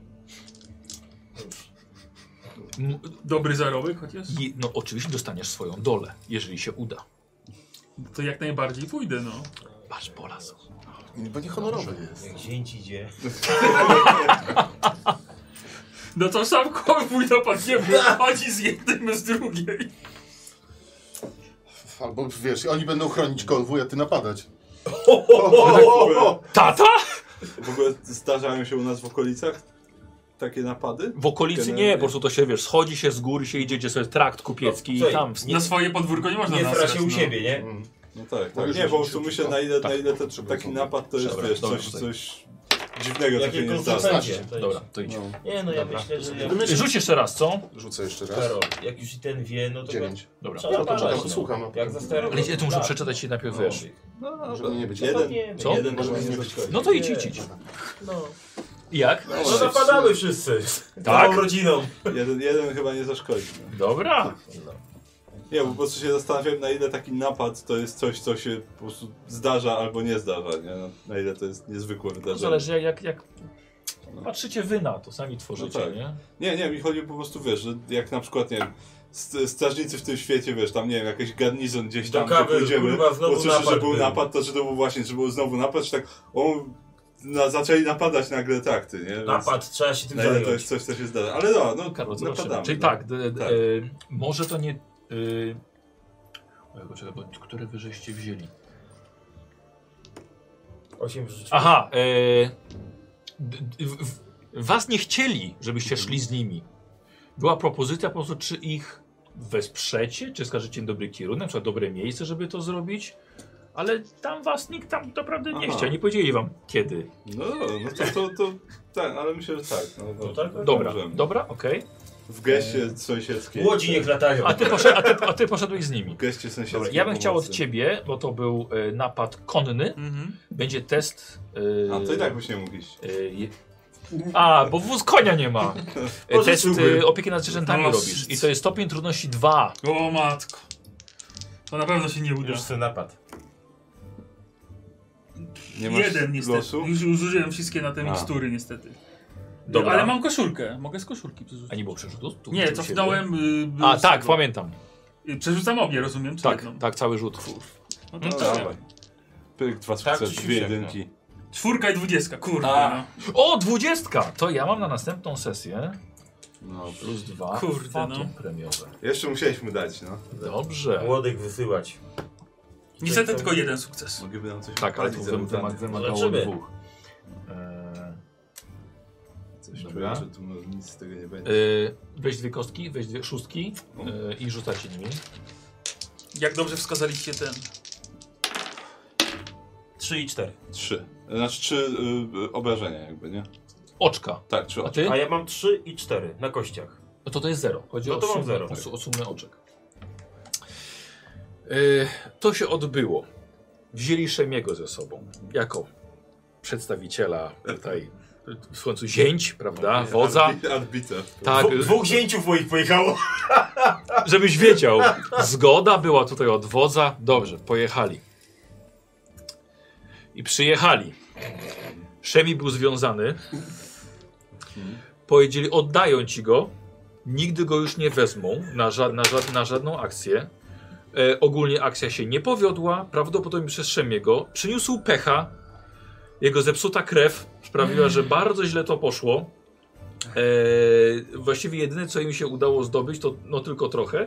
Speaker 2: Dobry zarobek chociaż?
Speaker 1: No oczywiście dostaniesz swoją dolę, jeżeli się uda.
Speaker 2: To jak najbardziej pójdę, no.
Speaker 1: Patrz, polazł.
Speaker 4: Bo niehonorowe jest.
Speaker 5: Jak zięć idzie.
Speaker 2: No to sam konwój napadniemy, chodzi z jednym, z drugiej.
Speaker 4: Albo wiesz, oni będą chronić konwój, a ty napadać.
Speaker 1: Tata?
Speaker 3: W ogóle zdarzają się u nas w okolicach takie napady?
Speaker 1: W okolicy nie, po prostu to się, wiesz, schodzi się z góry, się idzie, gdzie sobie trakt kupiecki i tam...
Speaker 2: Na swoje podwórko nie można
Speaker 5: Nie
Speaker 2: nasrać,
Speaker 5: sra się u siebie, nie?
Speaker 3: No tak,
Speaker 4: Bo
Speaker 3: tak.
Speaker 4: już
Speaker 3: Nie, po prostu
Speaker 4: się
Speaker 3: myślę, na ile to, taki napad to jest,
Speaker 1: Dobra,
Speaker 3: wiesz,
Speaker 1: dobra,
Speaker 3: coś dziwnego, co
Speaker 5: Jakie
Speaker 3: się nie zdarza.
Speaker 5: konsekwencje? To
Speaker 1: Dobra,
Speaker 5: jest.
Speaker 1: to idź.
Speaker 5: Nie, no ja myślę, że jak
Speaker 1: Rzuć jeszcze raz, co?
Speaker 4: Rzucę jeszcze raz.
Speaker 5: Karol, jak już i ten wie, no to
Speaker 4: 9.
Speaker 1: Dobra.
Speaker 5: trzeba badać, no.
Speaker 4: Słucham.
Speaker 5: Jak za starego.
Speaker 1: Ale ja tu muszę przeczytać i najpierw, wiesz.
Speaker 4: Może nie być.
Speaker 3: Jeden,
Speaker 1: Co?
Speaker 3: jeden może nie zaszkodzi.
Speaker 1: No to idź.
Speaker 5: No.
Speaker 1: Jak?
Speaker 5: No napadamy wszyscy.
Speaker 1: Tak?
Speaker 5: Całą rodziną.
Speaker 3: Jeden chyba nie zaszkodzi. No.
Speaker 1: Dobra.
Speaker 3: Nie, bo po prostu się zastanawiam, na ile taki napad to jest coś, co się po prostu zdarza albo nie zdarza, nie? No, na ile to jest niezwykłe
Speaker 1: To
Speaker 3: wydarzenie.
Speaker 1: zależy jak patrzycie wy na to, sami tworzycie,
Speaker 3: No tak.
Speaker 1: nie?
Speaker 3: Nie, mi chodzi po prostu, wiesz, że jak na przykład, nie wiem, strażnicy w tym świecie, wiesz, tam, nie wiem, jakiś garnizon gdzieś
Speaker 5: Do
Speaker 3: tam,
Speaker 5: kawy,
Speaker 3: gdzie pójdziemy,
Speaker 5: kurwa, znowu
Speaker 3: usłyszy, że
Speaker 5: napad
Speaker 3: był
Speaker 5: był.
Speaker 3: napad, to czy to był właśnie, czy był znowu napad, czy tak, zaczęli napadać nagle trakty, nie? Więc
Speaker 5: Napad, trzeba się tym
Speaker 3: na ile
Speaker 5: zająć.
Speaker 3: to jest coś, co się zdarza. Ale no
Speaker 1: Karol, zobaczymy.
Speaker 3: napadamy.
Speaker 1: Czyli
Speaker 3: no.
Speaker 1: tak,
Speaker 3: Tak.
Speaker 1: może to nie... Czekaj, bo które wy żeście wzięli?
Speaker 5: 8 żyć.
Speaker 1: Aha, was nie chcieli, żebyście szli z nimi. Była propozycja po prostu, czy ich wesprzecie, czy skażecie im dobry kierunek, na przykład dobre miejsce, żeby to zrobić. Ale tam was nikt tam naprawdę nie
Speaker 3: Aha.
Speaker 1: chciał, nie powiedzieli wam kiedy.
Speaker 3: No to tak, ale myślę, że tak. No,
Speaker 5: tak?
Speaker 1: Dobra,
Speaker 3: możemy.
Speaker 1: dobra, okej.
Speaker 3: W geście sąsiedzkiej.
Speaker 5: Łodzi niech latają.
Speaker 1: A ty poszedłeś z nimi.
Speaker 3: W geście sąsiedzkiej.
Speaker 1: Dobra, ja bym chciał od
Speaker 3: pomocy.
Speaker 1: ciebie, bo to był napad konny, będzie test...
Speaker 3: A to i tak byś nie mógł iść.
Speaker 1: bo wóz konia nie ma. Test opieki nad zwierzętami
Speaker 2: No,
Speaker 1: robisz. I to jest stopień trudności 2.
Speaker 2: O matko. To na pewno się nie uda.
Speaker 5: Już ten napad.
Speaker 3: Nie masz
Speaker 2: Jeden niestety.
Speaker 3: losu?
Speaker 2: Już użyłem wszystkie na te mikstury niestety.
Speaker 1: Dobra.
Speaker 2: Ale mam koszulkę. Mogę z koszulki przerzucić.
Speaker 1: A nie było przerzutu? Tu
Speaker 2: Nie,
Speaker 1: u
Speaker 2: cofnąłem...
Speaker 1: siebie? Tak, pamiętam.
Speaker 2: Przerzucam obie, rozumiem? Czy
Speaker 1: Tak,
Speaker 2: jedną?
Speaker 1: tak, cały rzut.
Speaker 2: No to
Speaker 3: Dawaj. Pyk, 2
Speaker 5: Tak,
Speaker 3: sukcesy,
Speaker 5: czy
Speaker 3: 2
Speaker 5: siusiak,
Speaker 3: jedynki.
Speaker 2: 4 i 20, kurde.
Speaker 3: A.
Speaker 2: No.
Speaker 1: O, 20! To ja mam na następną sesję.
Speaker 3: No,
Speaker 1: Plus 2.
Speaker 2: Kurde,
Speaker 1: fatum
Speaker 2: no.
Speaker 1: premiowe.
Speaker 3: jeszcze musieliśmy dać, no.
Speaker 1: Dobrze.
Speaker 5: Młodych wysyłać.
Speaker 2: Niestety tylko jeden sukces.
Speaker 3: Mogliby nam coś
Speaker 1: Tak, ale
Speaker 3: odpalić
Speaker 1: tu
Speaker 3: za mutany.
Speaker 1: wymagało
Speaker 5: Zobaczymy.
Speaker 1: 2.
Speaker 3: Coś
Speaker 1: Dobra.
Speaker 3: czuję, że tu może nic z tego nie będzie.
Speaker 1: Weź 2 kostki, weź 2 szóstki i rzucacie nimi.
Speaker 2: Jak dobrze wskazaliście ten.
Speaker 5: 3 i 4.
Speaker 3: 3. Znaczy 3 obrażenia jakby, nie?
Speaker 1: Oczka.
Speaker 3: Tak, 3
Speaker 1: A ty?
Speaker 5: A ja mam 3 i 4 na kościach.
Speaker 1: No to jest 0. Chodzi
Speaker 5: No
Speaker 1: o
Speaker 5: to mam
Speaker 1: sumę,
Speaker 5: zero.
Speaker 1: o sumę oczek. To się odbyło. Wzięli Szemiego ze sobą jako przedstawiciela tutaj, w końcu zięć, prawda, wodza.
Speaker 3: Arbiter.
Speaker 1: Tak,
Speaker 5: Dwóch zięciów moich pojechało.
Speaker 1: żebyś wiedział, zgoda była tutaj od wodza. Dobrze, pojechali. I przyjechali. Szemi był związany. Powiedzieli, oddają ci go. Nigdy go już nie wezmą na żadną akcję. Ogólnie akcja się nie powiodła. Prawdopodobnie przez Szemiego. Przyniósł pecha. Jego zepsuta krew sprawiła, że bardzo źle to poszło. Właściwie jedyne, co im się udało zdobyć, to no tylko trochę.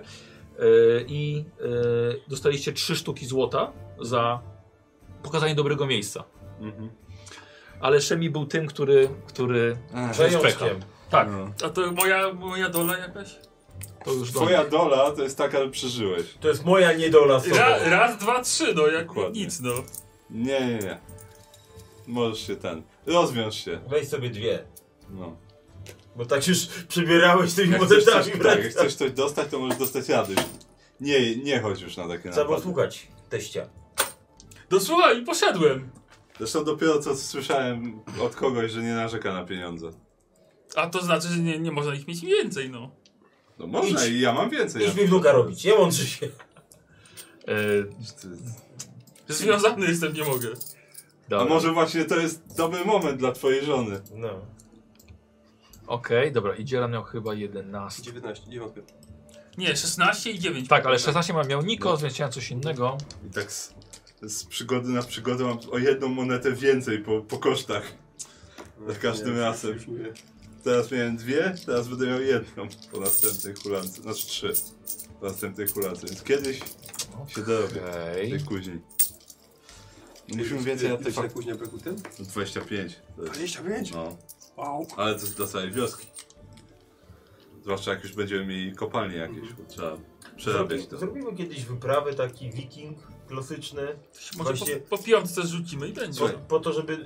Speaker 1: Dostaliście 3 sztuki złota za pokazanie dobrego miejsca. Ale Szemi był tym, który
Speaker 5: Przejączkiem.
Speaker 1: tak,
Speaker 2: A to moja dola jakaś?
Speaker 1: to już
Speaker 3: Twoja dola to jest taka, że przeżyłeś.
Speaker 5: To jest moja niedola z tobą.
Speaker 2: Raz, dwa, trzy, no jak
Speaker 3: Dokładnie.
Speaker 2: nic, no.
Speaker 3: Nie. Możesz się rozwiąż się.
Speaker 5: Weź sobie 2.
Speaker 3: No.
Speaker 5: Bo tak już przybierałeś tymi
Speaker 3: Jak chcesz,
Speaker 5: monetami.
Speaker 3: coś, tak, jak chcesz coś dostać, to możesz dostać rady. Nie chodź już na takie
Speaker 5: Trzeba było
Speaker 3: napady.
Speaker 5: słuchać teścia.
Speaker 2: No słuchaj, poszedłem.
Speaker 3: Zresztą dopiero co słyszałem od kogoś, że nie narzeka na pieniądze.
Speaker 2: A to znaczy, że nie można ich mieć więcej, no.
Speaker 3: No można i ja mam więcej.
Speaker 5: Idź mi wnuka robić, nie łączy się.
Speaker 2: Związany jestem, nie mogę.
Speaker 3: A może właśnie to jest dobry moment dla twojej żony.
Speaker 5: No.
Speaker 1: Okej, dobra, i Dzieran miał chyba 11.
Speaker 6: 19, nie wątpię.
Speaker 2: Nie, 16 i 9.
Speaker 1: Tak, ale 16 miał Nikos, więc chciałem coś innego.
Speaker 3: I tak z przygody na przygodę mam o 1 monetę więcej po kosztach. Za każdym razem. Teraz miałem 2, teraz będę miał 1 po następnej hulance. Znaczy 3 po następnej hulance, więc kiedyś się dorobię tej kuźni. Musimy więcej
Speaker 6: na
Speaker 3: artefaktów.
Speaker 6: Kuźnia braku tym?
Speaker 3: 25. To jest,
Speaker 6: 25?
Speaker 3: no.
Speaker 6: Wow.
Speaker 3: Ale to jest dla całej wioski. Zwłaszcza jak już będziemy mieli kopalnie jakieś, bo trzeba przerabiać to.
Speaker 5: Zrobimy kiedyś wyprawę, taki wiking klasyczny.
Speaker 2: Może
Speaker 5: Właśnie
Speaker 2: po piątce zrzucimy i będzie.
Speaker 5: po to, żeby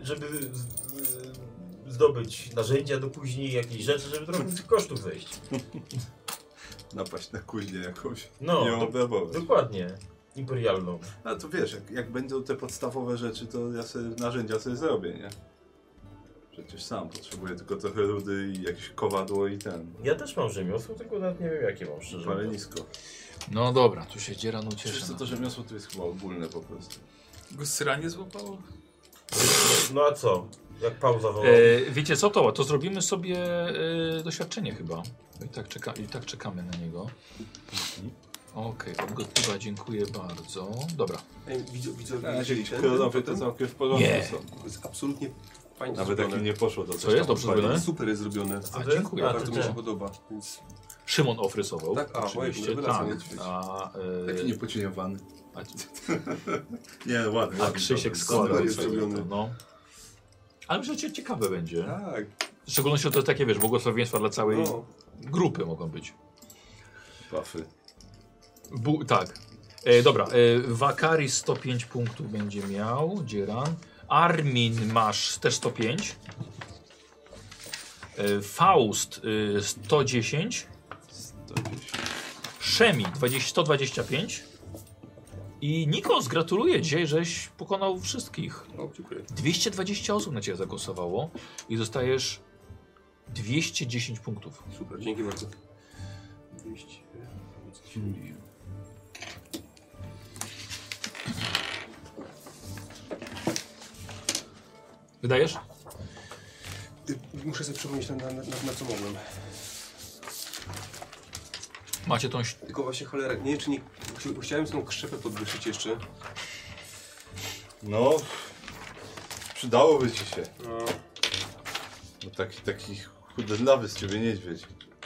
Speaker 5: zdobyć narzędzia do później, jakieś rzeczy, żeby trochę z tych kosztów zejść.
Speaker 3: Napaść na kuźnię jakąś.
Speaker 5: No,
Speaker 3: I ją obrabować.
Speaker 5: dokładnie. Imperialną.
Speaker 3: A to wiesz, jak będą te podstawowe rzeczy, to ja sobie narzędzia sobie zrobię, nie? Przecież sam potrzebuję tylko trochę rudy i jakieś kowadło i ten.
Speaker 5: Ja też mam rzemiosło, tylko nawet nie wiem jakie mam szczerze.
Speaker 3: Palenisko.
Speaker 1: No dobra, tu się Dzieran
Speaker 3: Wiesz
Speaker 1: ucieszy.
Speaker 3: co, to rzemiosło to jest chyba ogólne po prostu.
Speaker 2: Go sranie złapało?
Speaker 5: No a co? Jak pauza woła?
Speaker 1: Wiecie co to? To zrobimy sobie doświadczenie chyba. I tak czekamy na niego. Okej, odgotliwa, dziękuję bardzo. Dobra.
Speaker 6: Widzę,
Speaker 3: Jakieś kolonowe to całkiem w porządku
Speaker 1: Nie.
Speaker 3: są.
Speaker 6: To jest absolutnie fajnie
Speaker 3: Nawet jak
Speaker 6: zrobione.
Speaker 3: im nie poszło, to
Speaker 1: Co jest? Dobrze zrobione?
Speaker 6: Super jest zrobione.
Speaker 1: A, dziękuję.
Speaker 5: A,
Speaker 6: Bardzo mi
Speaker 5: to
Speaker 6: się
Speaker 5: ty.
Speaker 6: podoba. Więc...
Speaker 1: Szymon ofrysował.
Speaker 6: Tak, a,
Speaker 1: oczywiście.
Speaker 6: ojej, rewelacja,
Speaker 1: Tak.
Speaker 6: nie?
Speaker 1: A,
Speaker 3: Taki niepocieniowany.
Speaker 1: a,
Speaker 3: Nie, ładny.
Speaker 1: a Krzysiek
Speaker 6: Super
Speaker 1: składał
Speaker 6: jest
Speaker 1: sobie
Speaker 6: zrobione.
Speaker 1: to, no. Ale myślę, że ciekawe będzie.
Speaker 6: Tak.
Speaker 1: W szczególności to jest takie, wiesz, błogosławieństwa dla całej
Speaker 6: No.
Speaker 1: grupy mogą być.
Speaker 3: Buffy.
Speaker 1: Tak. Dobra, Wakari 105 punktów będzie miał, Dzieran. Armin masz też 105. Faust 110. Szemi 125. I Nikos, gratuluję dzisiaj, żeś pokonał wszystkich.
Speaker 6: O, dziękuję.
Speaker 1: 220 osób na ciebie zagłosowało i dostajesz 210 punktów.
Speaker 6: Super, dzięki bardzo. 200.
Speaker 1: Wydajesz?
Speaker 6: Muszę sobie przypomnieć na co mogłem.
Speaker 1: Macie tą...
Speaker 6: Tylko właśnie cholera, nie wiem czy nie... Chciałem tą krzepę podwyższyć jeszcze.
Speaker 3: No, przydałoby ci się.
Speaker 6: No.
Speaker 3: Bo taki chudędlawy z ciebie niedźwiedź.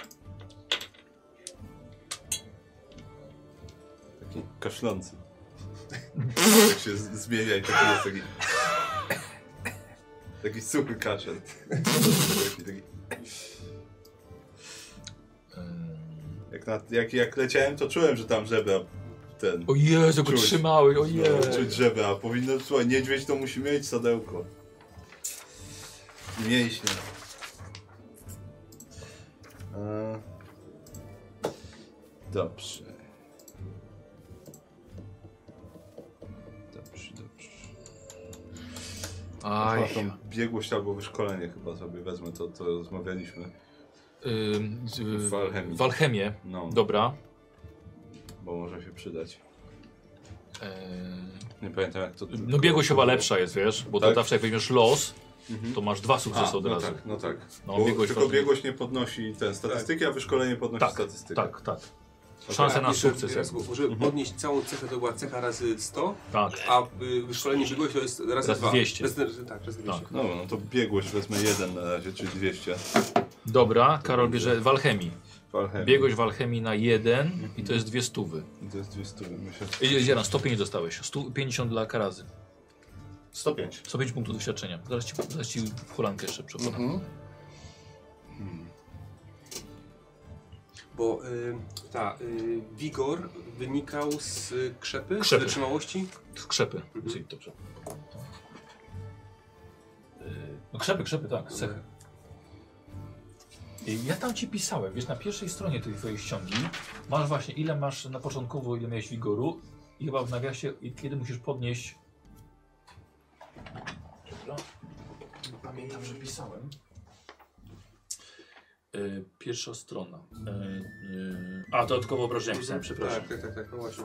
Speaker 3: Taki kaszlący. Tak się zmienia i taki jest taki suchy kaszel. Taki. Jak leciałem, to czułem, że tam żebra ten...
Speaker 1: O Jezu, go
Speaker 3: czuć.
Speaker 1: trzymałeś, o
Speaker 3: No,
Speaker 1: Jezu.
Speaker 3: czuć żebra, a powinno... Słuchaj, niedźwiedź to musi mieć sadełko. Mięśnie. Dobrze.
Speaker 1: Aj.
Speaker 3: Tą biegłość albo wyszkolenie chyba sobie wezmę, to rozmawialiśmy. W alchemii.
Speaker 1: W alchemię,
Speaker 3: No,
Speaker 1: dobra.
Speaker 3: bo może się przydać. Nie pamiętam jak to...
Speaker 1: No biegłość chyba lepsza jest, wiesz, bo to
Speaker 3: Tak?
Speaker 1: zawsze jak weźmiesz los, to masz 2 sukcesy od razu.
Speaker 3: No tak.
Speaker 1: No,
Speaker 3: Bo
Speaker 1: biegłość
Speaker 3: tylko
Speaker 1: ważna.
Speaker 3: biegłość nie podnosi statystyki, a wyszkolenie podnosi statystykę.
Speaker 1: Tak. Szanse na sukces.
Speaker 6: Żeby podnieść całą cechę, to była cecha razy 100,
Speaker 1: Tak.
Speaker 6: a wyszkolenie biegłości to jest razy 2.
Speaker 1: 200.
Speaker 6: Razy 200.
Speaker 3: No to biegłość wezmę 1 na razie, czyli 200
Speaker 1: Dobra, Karol bierze w alchemii.
Speaker 3: w alchemii.
Speaker 1: Biegłość w alchemii na 1 i to jest 200.
Speaker 3: To jest 200, myślę.
Speaker 1: Dzieran, 105 dostałeś, 150 dla Karazy.
Speaker 4: 105.
Speaker 1: 105 punktów doświadczenia. Zaraz ci hulankę jeszcze przekonam.
Speaker 6: Bo wigor wynikał z krzepy?
Speaker 1: Krzepy.
Speaker 6: Z wytrzymałości?
Speaker 1: Krzepy. Dobrze. No krzepy, tak. Cechy. Ja tam ci pisałem, wiesz, na pierwszej stronie tej twojej ściągi masz właśnie ile masz na początkowo, ile miałeś wigoru i chyba w nawiasie, kiedy musisz podnieść... Pamiętam, że pisałem. Pierwsza strona. A, dodatkowo obrażenia pisałem, przepraszam.
Speaker 6: Tak, no właśnie.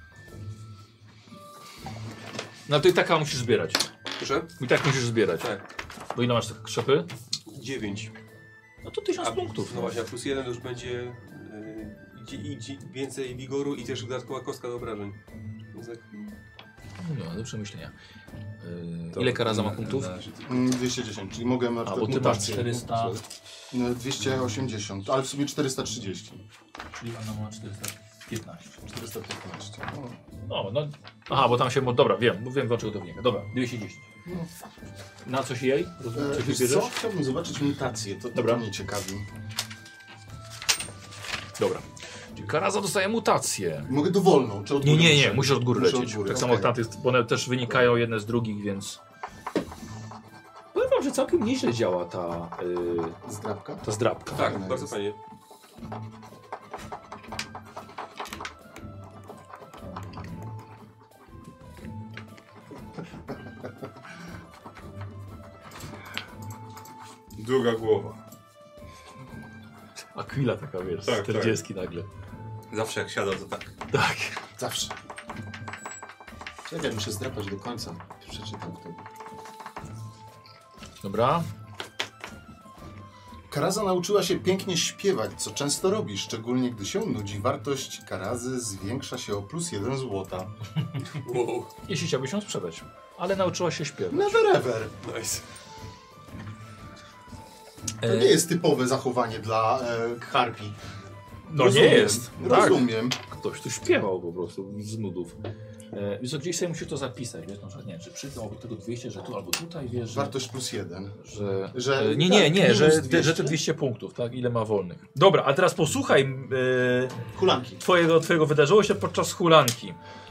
Speaker 1: No to i taka musisz zbierać.
Speaker 6: Proszę?
Speaker 1: I tak musisz zbierać.
Speaker 6: Tak.
Speaker 1: Bo ile masz krzepy?
Speaker 6: 9.
Speaker 1: No to 1000 punktów.
Speaker 6: No właśnie, a plus 1 już będzie więcej wigoru i też dodatkowa kostka do obrażeń. Więc tak...
Speaker 1: No, do przemyślenia. Ile Karaza ma punktów?
Speaker 4: 210, czyli mogę na
Speaker 1: A,
Speaker 4: przykład
Speaker 1: bo ty masz
Speaker 4: mutację.
Speaker 1: 400.
Speaker 4: 280, ale w sumie 430.
Speaker 1: Czyli ona ma 415.
Speaker 4: 415.
Speaker 1: No. Aha, bo tam się... Dobra, wiem dlaczego to wynika. Dobra, 210. Na coś jej? Rozumiem, coś
Speaker 4: Wiesz
Speaker 1: wybierzesz?
Speaker 4: co? Chciałbym zobaczyć mutację, to
Speaker 1: Dobra.
Speaker 4: mnie ciekawi.
Speaker 1: Dobra. Czyli Karaza dostaje mutację.
Speaker 4: Mogę dowolną, czy od góry
Speaker 1: Nie,
Speaker 4: muszę?
Speaker 1: musisz od góry
Speaker 4: Muszę
Speaker 1: lecieć.
Speaker 4: od góry,
Speaker 1: Tak samo jak
Speaker 4: okej.
Speaker 1: na tych, bo one też wynikają jedne z drugich, więc... Powiem wam, że całkiem nieźle działa ta...
Speaker 4: Zdrabka?
Speaker 1: ta zdrabka.
Speaker 6: Tak,
Speaker 4: Fajna
Speaker 6: bardzo
Speaker 4: jest.
Speaker 6: fajnie.
Speaker 3: Druga głowa.
Speaker 1: Aquila taka, wiesz,
Speaker 3: Tak,
Speaker 1: 40 nagle.
Speaker 3: Zawsze jak siada, to tak.
Speaker 1: Tak.
Speaker 4: Zawsze. Czekaj, muszę zdrapać do końca. Przeczytam wtedy.
Speaker 1: Dobra.
Speaker 4: Karaza nauczyła się pięknie śpiewać, co często robi, szczególnie gdy się nudzi. Wartość Karazy zwiększa się o +1 złota.
Speaker 6: Wow.
Speaker 1: Jeśli chciałbyś ją sprzedać. Ale nauczyła się śpiewać.
Speaker 4: Never ever.
Speaker 6: Nice.
Speaker 4: To nie jest typowe zachowanie dla harpi.
Speaker 1: No
Speaker 4: Rozumiem,
Speaker 1: nie jest. Tak.
Speaker 4: Rozumiem.
Speaker 1: Ktoś tu śpiewał po prostu z nudów. Wiesz co, gdzieś sobie musisz to zapisać, wiesz, na przykład, nie wiem, czy przy tym obok tego 200, że tu albo tutaj, wiesz, że...
Speaker 4: Wartość +1.
Speaker 1: Że
Speaker 4: tak,
Speaker 1: nie,
Speaker 4: minus
Speaker 1: że
Speaker 4: 200.
Speaker 1: te 200 punktów, tak? Ile ma wolnych. Dobra, a teraz posłuchaj
Speaker 4: Hulanki.
Speaker 1: twojego wydarzyło się podczas hulanki.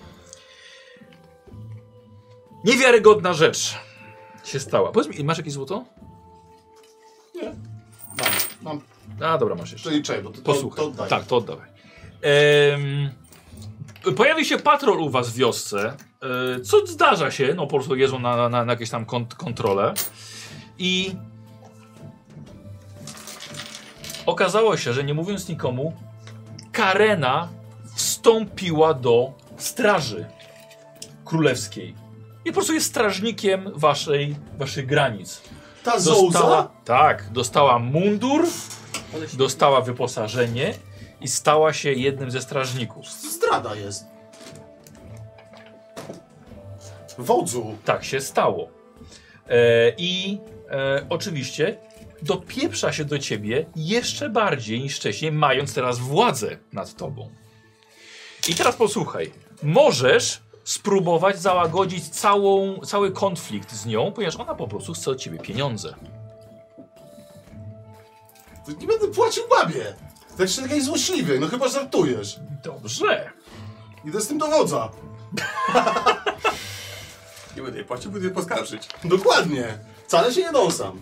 Speaker 1: Niewiarygodna rzecz się stała. Powiedz mi, masz jakieś złoto?
Speaker 4: Nie. Mam.
Speaker 1: A, dobra, masz jeszcze.
Speaker 4: Czyli czekaj, bo to
Speaker 1: Posłuchaj.
Speaker 4: to oddaj.
Speaker 1: Tak, to oddawaj. Pojawi się patrol u was w wiosce, co zdarza się, no po prostu jeżdżą na jakieś tam kontrole i okazało się, że nie mówiąc nikomu, Karena wstąpiła do straży królewskiej i po prostu jest strażnikiem waszych granic.
Speaker 4: Ta Zouza?
Speaker 1: Tak, dostała mundur, dostała wyposażenie i stała się jednym ze strażników.
Speaker 4: Zdrada jest. Wodzu.
Speaker 1: Tak się stało. Oczywiście dopieprza się do ciebie jeszcze bardziej niż wcześniej, mając teraz władzę nad tobą. I teraz posłuchaj. Możesz spróbować załagodzić cały konflikt z nią, ponieważ ona po prostu chce od ciebie pieniądze.
Speaker 4: To nie będę płacił babie. Tak się takiej złośliwy, no chyba żartujesz.
Speaker 1: Dobrze.
Speaker 4: Idę z tym do wodza.
Speaker 6: Nie będę jej płacił, będę jej poskarżyć.
Speaker 4: Dokładnie. Wcale się nie dąsam.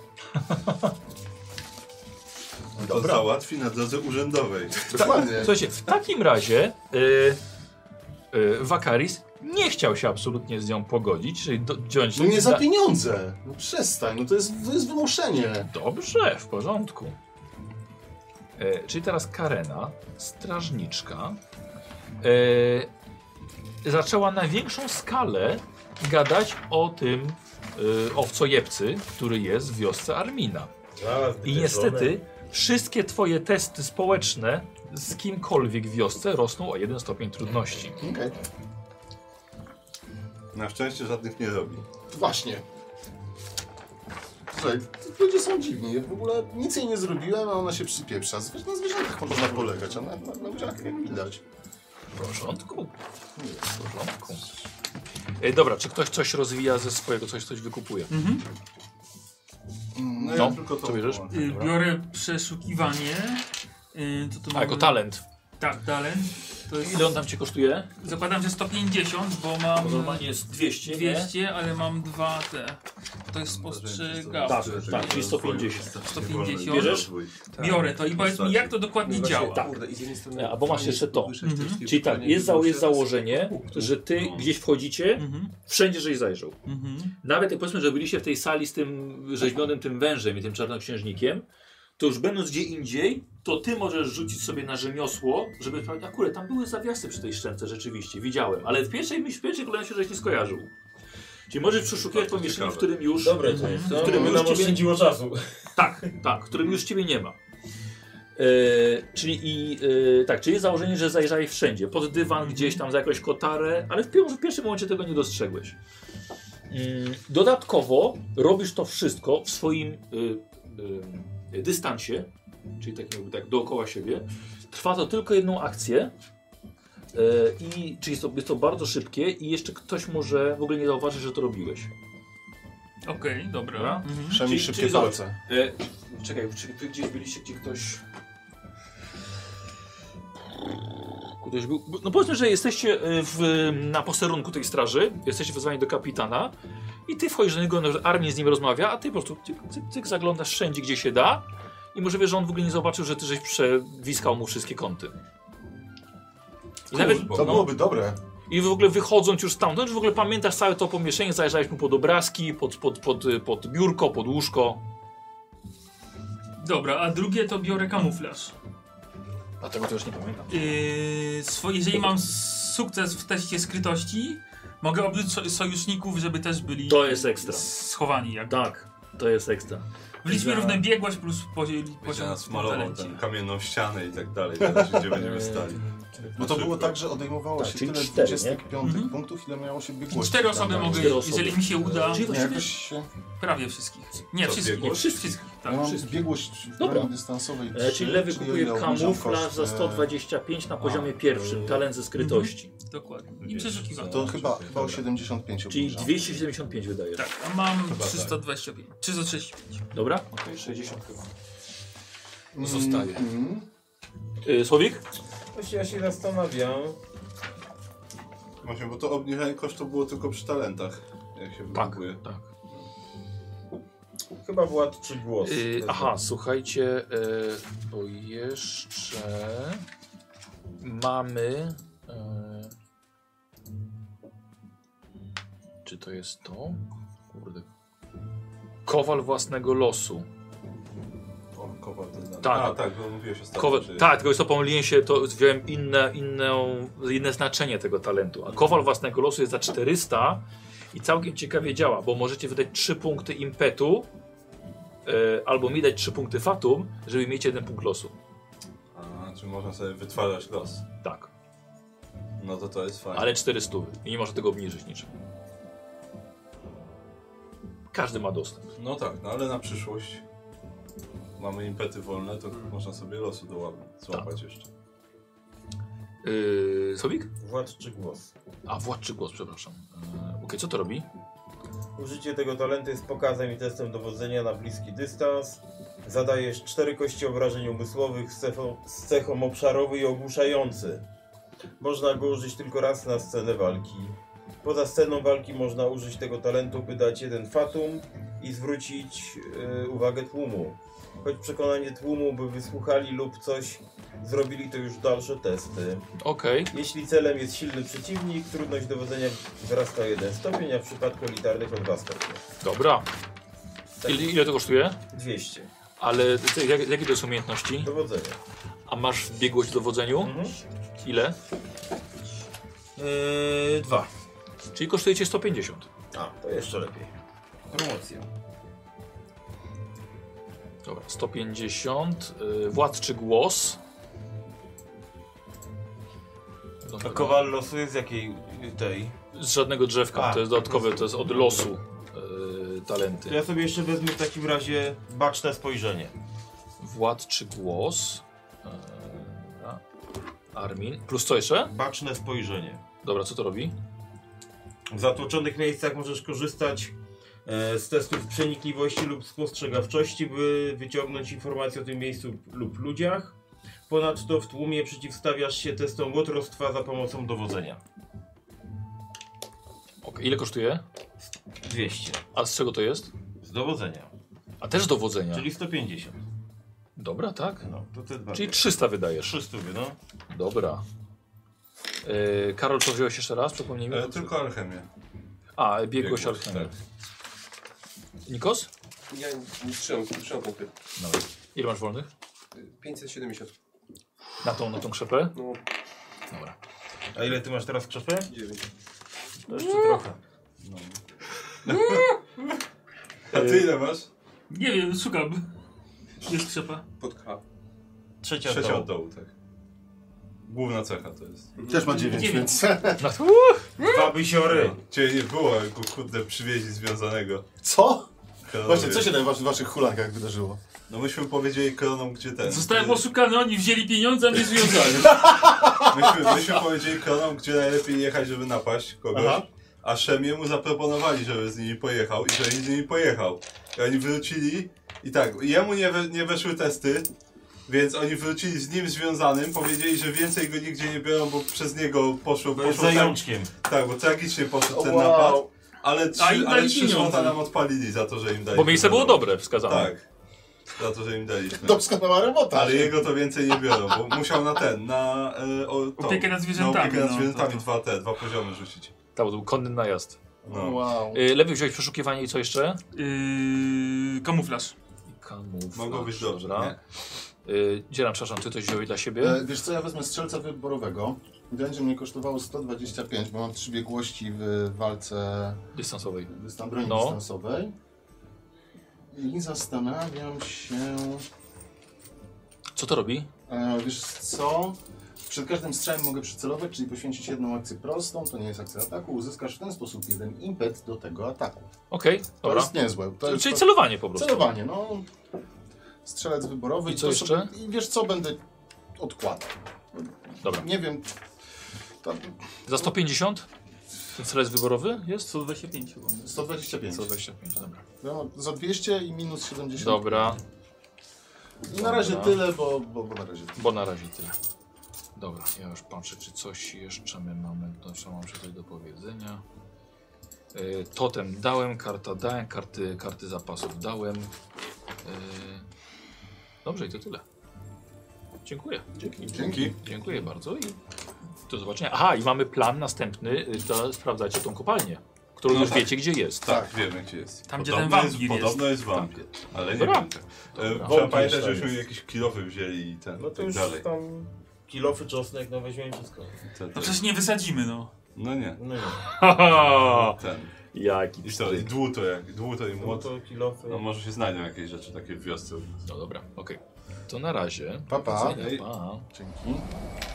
Speaker 3: To załatwi na drodze urzędowej.
Speaker 4: Dokładnie.
Speaker 1: Słuchajcie, w takim razie Wakaris nie chciał się absolutnie z nią pogodzić, czyli wziąć...
Speaker 4: No nie za pieniądze. No przestań, no to jest wymuszenie.
Speaker 1: Dobrze, w porządku. Czyli teraz Karena, strażniczka, zaczęła na większą skalę gadać o tym owcojebcy, który jest w wiosce Armina. I niestety wszystkie twoje testy społeczne z kimkolwiek w wiosce rosną o 1 stopień trudności.
Speaker 4: Okej.
Speaker 3: Na szczęście żadnych nie robi.
Speaker 4: Właśnie. Słuchaj, ludzie są dziwni. Ja w ogóle nic jej nie zrobiłem, a ona się przypieprza. Na zwierzętach można polegać, a na ludziach nie widać.
Speaker 1: W porządku. W porządku. Dobra, czy ktoś coś rozwija ze swojego, coś wykupuje?
Speaker 3: No,
Speaker 1: No,
Speaker 3: ja tylko to
Speaker 1: co bierzesz?
Speaker 2: Biorę przeszukiwanie. Co to
Speaker 1: A, jako talent.
Speaker 2: Tak, talent. To jest...
Speaker 1: Ile on tam cię kosztuje?
Speaker 2: Zakładam, że 150, bo mam...
Speaker 1: Normalnie jest 200,
Speaker 2: 200, ale mam 2 te. To jest spostrzegawczy.
Speaker 1: Tak, czyli 150.
Speaker 2: 150.
Speaker 1: Bierzesz?
Speaker 2: Biorę to i powiedz mi, jak to dokładnie działa.
Speaker 1: Tak. A, bo masz jeszcze to. Czyli tak, jest założenie, że ty gdzieś wchodzicie, wszędzie żeś zajrzał. Nawet jak powiedzmy, że byliście w tej sali z tym rzeźbionym tym wężem i tym czarnoksiężnikiem, to już będąc gdzie indziej, to ty możesz rzucić sobie na rzemiosło, żeby sprawdzić, akurat tam były zawiasy przy tej szczęce, rzeczywiście, widziałem, ale w pierwszej kolejności żeś nie skojarzył. Czyli możesz przeszukiwać pomieszczenie, w którym już...
Speaker 5: Dobre to jest,
Speaker 1: w którym już
Speaker 5: nam oszczędziło czasu.
Speaker 1: Tak, w którym już ciebie nie ma. Czyli założenie, że zajrzałeś wszędzie, pod dywan, gdzieś tam za jakąś kotarę, ale w pierwszym momencie tego nie dostrzegłeś. Dodatkowo robisz to wszystko w swoim dystansie, czyli tak dookoła siebie. Trwa to tylko jedną akcję, czyli jest to bardzo szybkie i jeszcze ktoś może w ogóle nie zauważyć, że to robiłeś.
Speaker 2: Okej, dobra.
Speaker 4: Przynajmniej szybkie palce.
Speaker 1: Czekaj, ty gdzieś byliście, gdzie ktoś był. No powiedzmy, że jesteście na posterunku tej straży, jesteście wezwani do kapitana i ty wchodzisz do niego, armia z nim rozmawia, a ty po prostu cyk, zaglądasz wszędzie, gdzie się da i możliwe, że on w ogóle nie zobaczył, że ty żeś przewiskał mu wszystkie kąty. I
Speaker 4: To byłoby dobre.
Speaker 1: I w ogóle wychodząc już stamtąd, że w ogóle pamiętasz całe to pomieszczenie, zajrzałeś mu pod obrazki, pod biurko, pod łóżko.
Speaker 2: Dobra, a drugie to biorę kamuflaż.
Speaker 1: A tego to już nie pamiętam.
Speaker 2: Jeżeli mam sukces w teście skrytości, mogę obliczyć sojuszników, żeby też byli
Speaker 1: To jest ekstra.
Speaker 2: schowani.
Speaker 1: Tak, to jest ekstra.
Speaker 2: W liczbie równej biegłość plus
Speaker 3: Będzie
Speaker 2: poziom
Speaker 3: nas malował
Speaker 2: talencie.
Speaker 3: tę kamienną ścianę i tak dalej, zależy, gdzie będziemy stali.
Speaker 4: Bo to było tak, że odejmowało się
Speaker 1: czyli
Speaker 4: tyle
Speaker 1: 4,
Speaker 4: 25 punktów, ile miało się biegłości.
Speaker 2: 4 osoby mogę,
Speaker 1: 4 osoby.
Speaker 2: jeżeli mi się uda,
Speaker 1: Czyli właściwie
Speaker 4: Jakoś się...
Speaker 2: prawie wszystkich. Nie,
Speaker 3: Co,
Speaker 2: wszystkich.
Speaker 3: biegłość?
Speaker 2: Wszystkich.
Speaker 4: Ja
Speaker 2: Tak,
Speaker 4: mam
Speaker 2: wszystkich.
Speaker 4: biegłość w
Speaker 1: Dobra.
Speaker 4: broni dystansowej 3,
Speaker 1: czyli lewy
Speaker 4: czyli
Speaker 1: kupuje
Speaker 4: o ile obniżam
Speaker 1: kamuflaż
Speaker 4: koszt,
Speaker 1: za 125 na poziomie pierwszym, talent ze skrytości.
Speaker 2: Dokładnie. I przeszukiwanie.
Speaker 4: To chyba o 75
Speaker 1: Czyli
Speaker 4: obniżam.
Speaker 1: 275 wydajesz.
Speaker 2: Tak, a mam 325. 335.
Speaker 1: Dobra? Okej, 60 chyba.
Speaker 3: Zostaje.
Speaker 1: Słowik?
Speaker 5: Właśnie ja się zastanawiam.
Speaker 3: Właśnie, bo to obniżenie kosztu było tylko przy talentach, jak się wykupuje.
Speaker 1: Tak.
Speaker 5: Chyba władczy głos.
Speaker 1: Aha, słuchajcie, bo jeszcze mamy... czy to jest to? Kurde. Kowal własnego losu.
Speaker 3: O, kowal to znany.
Speaker 1: Tak.
Speaker 3: A, tak, bo mówiłeś ostatnio.
Speaker 1: Kowal, tak, tylko jest to pomyliłem się, to wziąłem inne znaczenie tego talentu. A kowal własnego losu jest za 400 I całkiem ciekawie działa, bo możecie wydać 3 punkty impetu, albo mi dać 3 punkty fatum, żeby mieć 1 punkt losu.
Speaker 3: A, czy można sobie wytwarzać los?
Speaker 1: Tak.
Speaker 3: No to jest fajne.
Speaker 1: Ale 400 i nie można tego obniżyć niczym. Każdy ma dostęp.
Speaker 3: No tak, no ale na przyszłość mamy impety wolne, to można sobie losu złapać jeszcze.
Speaker 1: Słowik?
Speaker 5: Władczy głos.
Speaker 1: A, władczy głos, przepraszam. Okej, co to robi?
Speaker 5: Użycie tego talentu jest pokazem i testem dowodzenia na bliski dystans. Zadajesz 4 kości obrażeń umysłowych z cechą obszarowy i ogłuszający. Można go użyć tylko raz na scenę walki. Poza sceną walki można użyć tego talentu, by dać 1 fatum i zwrócić uwagę tłumu. Choć przekonanie tłumu, by wysłuchali lub coś, zrobili to już dalsze testy.
Speaker 1: Okej.
Speaker 5: Jeśli celem jest silny przeciwnik, trudność dowodzenia wzrasta o 1 stopień, a w przypadku elitarnych o 2 stopnie.
Speaker 1: Dobra. Ile to kosztuje?
Speaker 5: 200.
Speaker 1: Ale jakie to są umiejętności?
Speaker 5: Dowodzenie.
Speaker 1: A masz biegłość w dowodzeniu? Ile?
Speaker 5: 2.
Speaker 1: Czyli kosztuje cię 150.
Speaker 5: A, to jeszcze lepiej. Promocja.
Speaker 1: Dobra, 150. Władczy głos.
Speaker 5: A kowal losuje z jakiej tej?
Speaker 1: Z żadnego drzewka, to jest dodatkowe, to jest od losu talenty.
Speaker 5: To ja sobie jeszcze wezmę w takim razie baczne spojrzenie.
Speaker 1: Władczy głos. Armin. Plus co jeszcze?
Speaker 5: Baczne spojrzenie.
Speaker 1: Dobra, co to robi?
Speaker 5: W zatłoczonych miejscach możesz korzystać z testów przenikliwości lub spostrzegawczości, by wyciągnąć informacje o tym miejscu lub ludziach. Ponadto w tłumie przeciwstawiasz się testom łotrostwa za pomocą dowodzenia.
Speaker 1: Okay. Ile kosztuje?
Speaker 5: 200.
Speaker 1: A z czego to jest?
Speaker 5: Z dowodzenia.
Speaker 1: A też dowodzenia?
Speaker 5: Czyli 150.
Speaker 1: Dobra, tak?
Speaker 5: No, to te dwa.
Speaker 1: Czyli 300 wydajesz.
Speaker 5: 300, no.
Speaker 1: Dobra. Karol, co wziąłeś jeszcze raz? Przypomnij mi.
Speaker 3: Tylko alchemię.
Speaker 1: A, biegłość alchemię.
Speaker 3: Tak.
Speaker 1: Nikos?
Speaker 6: Ja nie trzymam punkty.
Speaker 1: Dobra. Ile masz wolnych?
Speaker 6: 570.
Speaker 1: Na tą krzepę?
Speaker 6: No.
Speaker 1: Dobra.
Speaker 5: A ile ty masz teraz krzepę?
Speaker 6: 9.
Speaker 5: To jeszcze trochę.
Speaker 3: No. A ty ile masz?
Speaker 2: Nie wiem, szukam. Jest krzepa.
Speaker 6: Pod K.
Speaker 5: Trzecia
Speaker 3: od dołu, tak. Główna cecha to jest.
Speaker 9: Też ma 9, więc...
Speaker 5: 2 bysiory.
Speaker 3: No. Ciebie nie było, jak go kurde przywieźli związanego.
Speaker 9: Co?
Speaker 3: Kronowie.
Speaker 9: Właśnie, co się w waszych hulankach wydarzyło?
Speaker 3: No myśmy powiedzieli Kronom, gdzie ten...
Speaker 2: Zostałem oszukany, oni wzięli pieniądze, a mnie związali.
Speaker 3: myśmy powiedzieli Kronom, gdzie najlepiej jechać, żeby napaść kogoś. Aha. A Szemie mu zaproponowali, żeby z nimi pojechał i że z nimi pojechał. I oni wrócili i tak, jemu nie weszły testy, więc oni wrócili z nim związanym, powiedzieli, że więcej go nigdzie nie biorą, bo przez niego poszło
Speaker 5: zajączkiem.
Speaker 3: Tak, bo tragicznie poszedł ten napad, ale 3 złota nam odpalili za to, że im dali.
Speaker 1: Bo miejsce było dobre, wskazane.
Speaker 3: Tak, za to, że im daliśmy.
Speaker 9: Doskonała robota.
Speaker 3: Ale jego to więcej nie biorą, bo musiał na
Speaker 2: opiekę nad zwierzętami.
Speaker 3: Opiekę nad zwierzętami, dwa poziomy rzucić.
Speaker 1: Tak, bo to był konny najazd.
Speaker 3: No.
Speaker 9: Wow.
Speaker 1: Lepiej wziąć przeszukiwanie i co jeszcze?
Speaker 2: Kamuflaż.
Speaker 1: Kamuflaż.
Speaker 3: Mogło być dobrze,
Speaker 1: dobra. Dzieran, przepraszam, ty coś wziąłeś dla siebie?
Speaker 9: Wiesz co, ja wezmę strzelca wyborowego. Będzie mnie kosztowało 125, bo mam 3 biegłości w walce
Speaker 1: dystansowej.
Speaker 9: Broni dystansowej. I zastanawiam się...
Speaker 1: Co to robi?
Speaker 9: Wiesz co? Przed każdym strzałem mogę przycelować, czyli poświęcić jedną akcję prostą, to nie jest akcja ataku, uzyskasz w ten sposób 1 impet do tego ataku.
Speaker 1: Okej,
Speaker 9: to
Speaker 1: dobra.
Speaker 9: jest niezłe.
Speaker 1: Czyli celowanie po prostu.
Speaker 9: Celowanie, no. Strzelec wyborowy.
Speaker 1: I co jeszcze?
Speaker 9: I wiesz co, będę odkładał.
Speaker 1: Dobra.
Speaker 9: Nie wiem.
Speaker 1: Za 150? Ten strzelec wyborowy jest?
Speaker 2: 125 chyba.
Speaker 9: 125.
Speaker 1: 125, dobra.
Speaker 9: No, za 200 i minus 70.
Speaker 1: Dobra.
Speaker 9: I na razie tyle, bo na razie tyle.
Speaker 1: Bo na razie tyle. Dobra, ja już patrzę, czy coś jeszcze my mamy, co mam tutaj do powiedzenia. Totem dałem, karta dałem, karty zapasów dałem. Dobrze, i to tyle. Dziękuję.
Speaker 9: Dzięki.
Speaker 1: Dziękuję bardzo i do zobaczenia. Aha, i mamy plan następny, to sprawdzacie tą kopalnię, którą już wiecie, gdzie jest.
Speaker 3: Tak, wiemy, gdzie jest.
Speaker 2: Tam, gdzie ten wampir jest.
Speaker 3: Podobno jest wampir, ale nie
Speaker 1: Dobra.
Speaker 3: wiem. Trzeba pamiętać, żebyśmy jakieś kilofy wzięli i ten,
Speaker 5: No to
Speaker 3: tak
Speaker 5: już
Speaker 3: dalej.
Speaker 5: tam kilofy, czosnek, no weźmiemy wszystko.
Speaker 2: No przecież nie wysadzimy, no.
Speaker 3: No nie.
Speaker 5: No nie.
Speaker 3: Ten.
Speaker 1: Jaki
Speaker 3: I co, i dłuto i młot.
Speaker 5: To kilofy.
Speaker 3: No może się znajdą jakieś rzeczy takie w wiosce.
Speaker 1: No dobra, okej. To na razie.
Speaker 9: Pa, pa.
Speaker 1: Powodzenia, pa.
Speaker 9: Dzięki.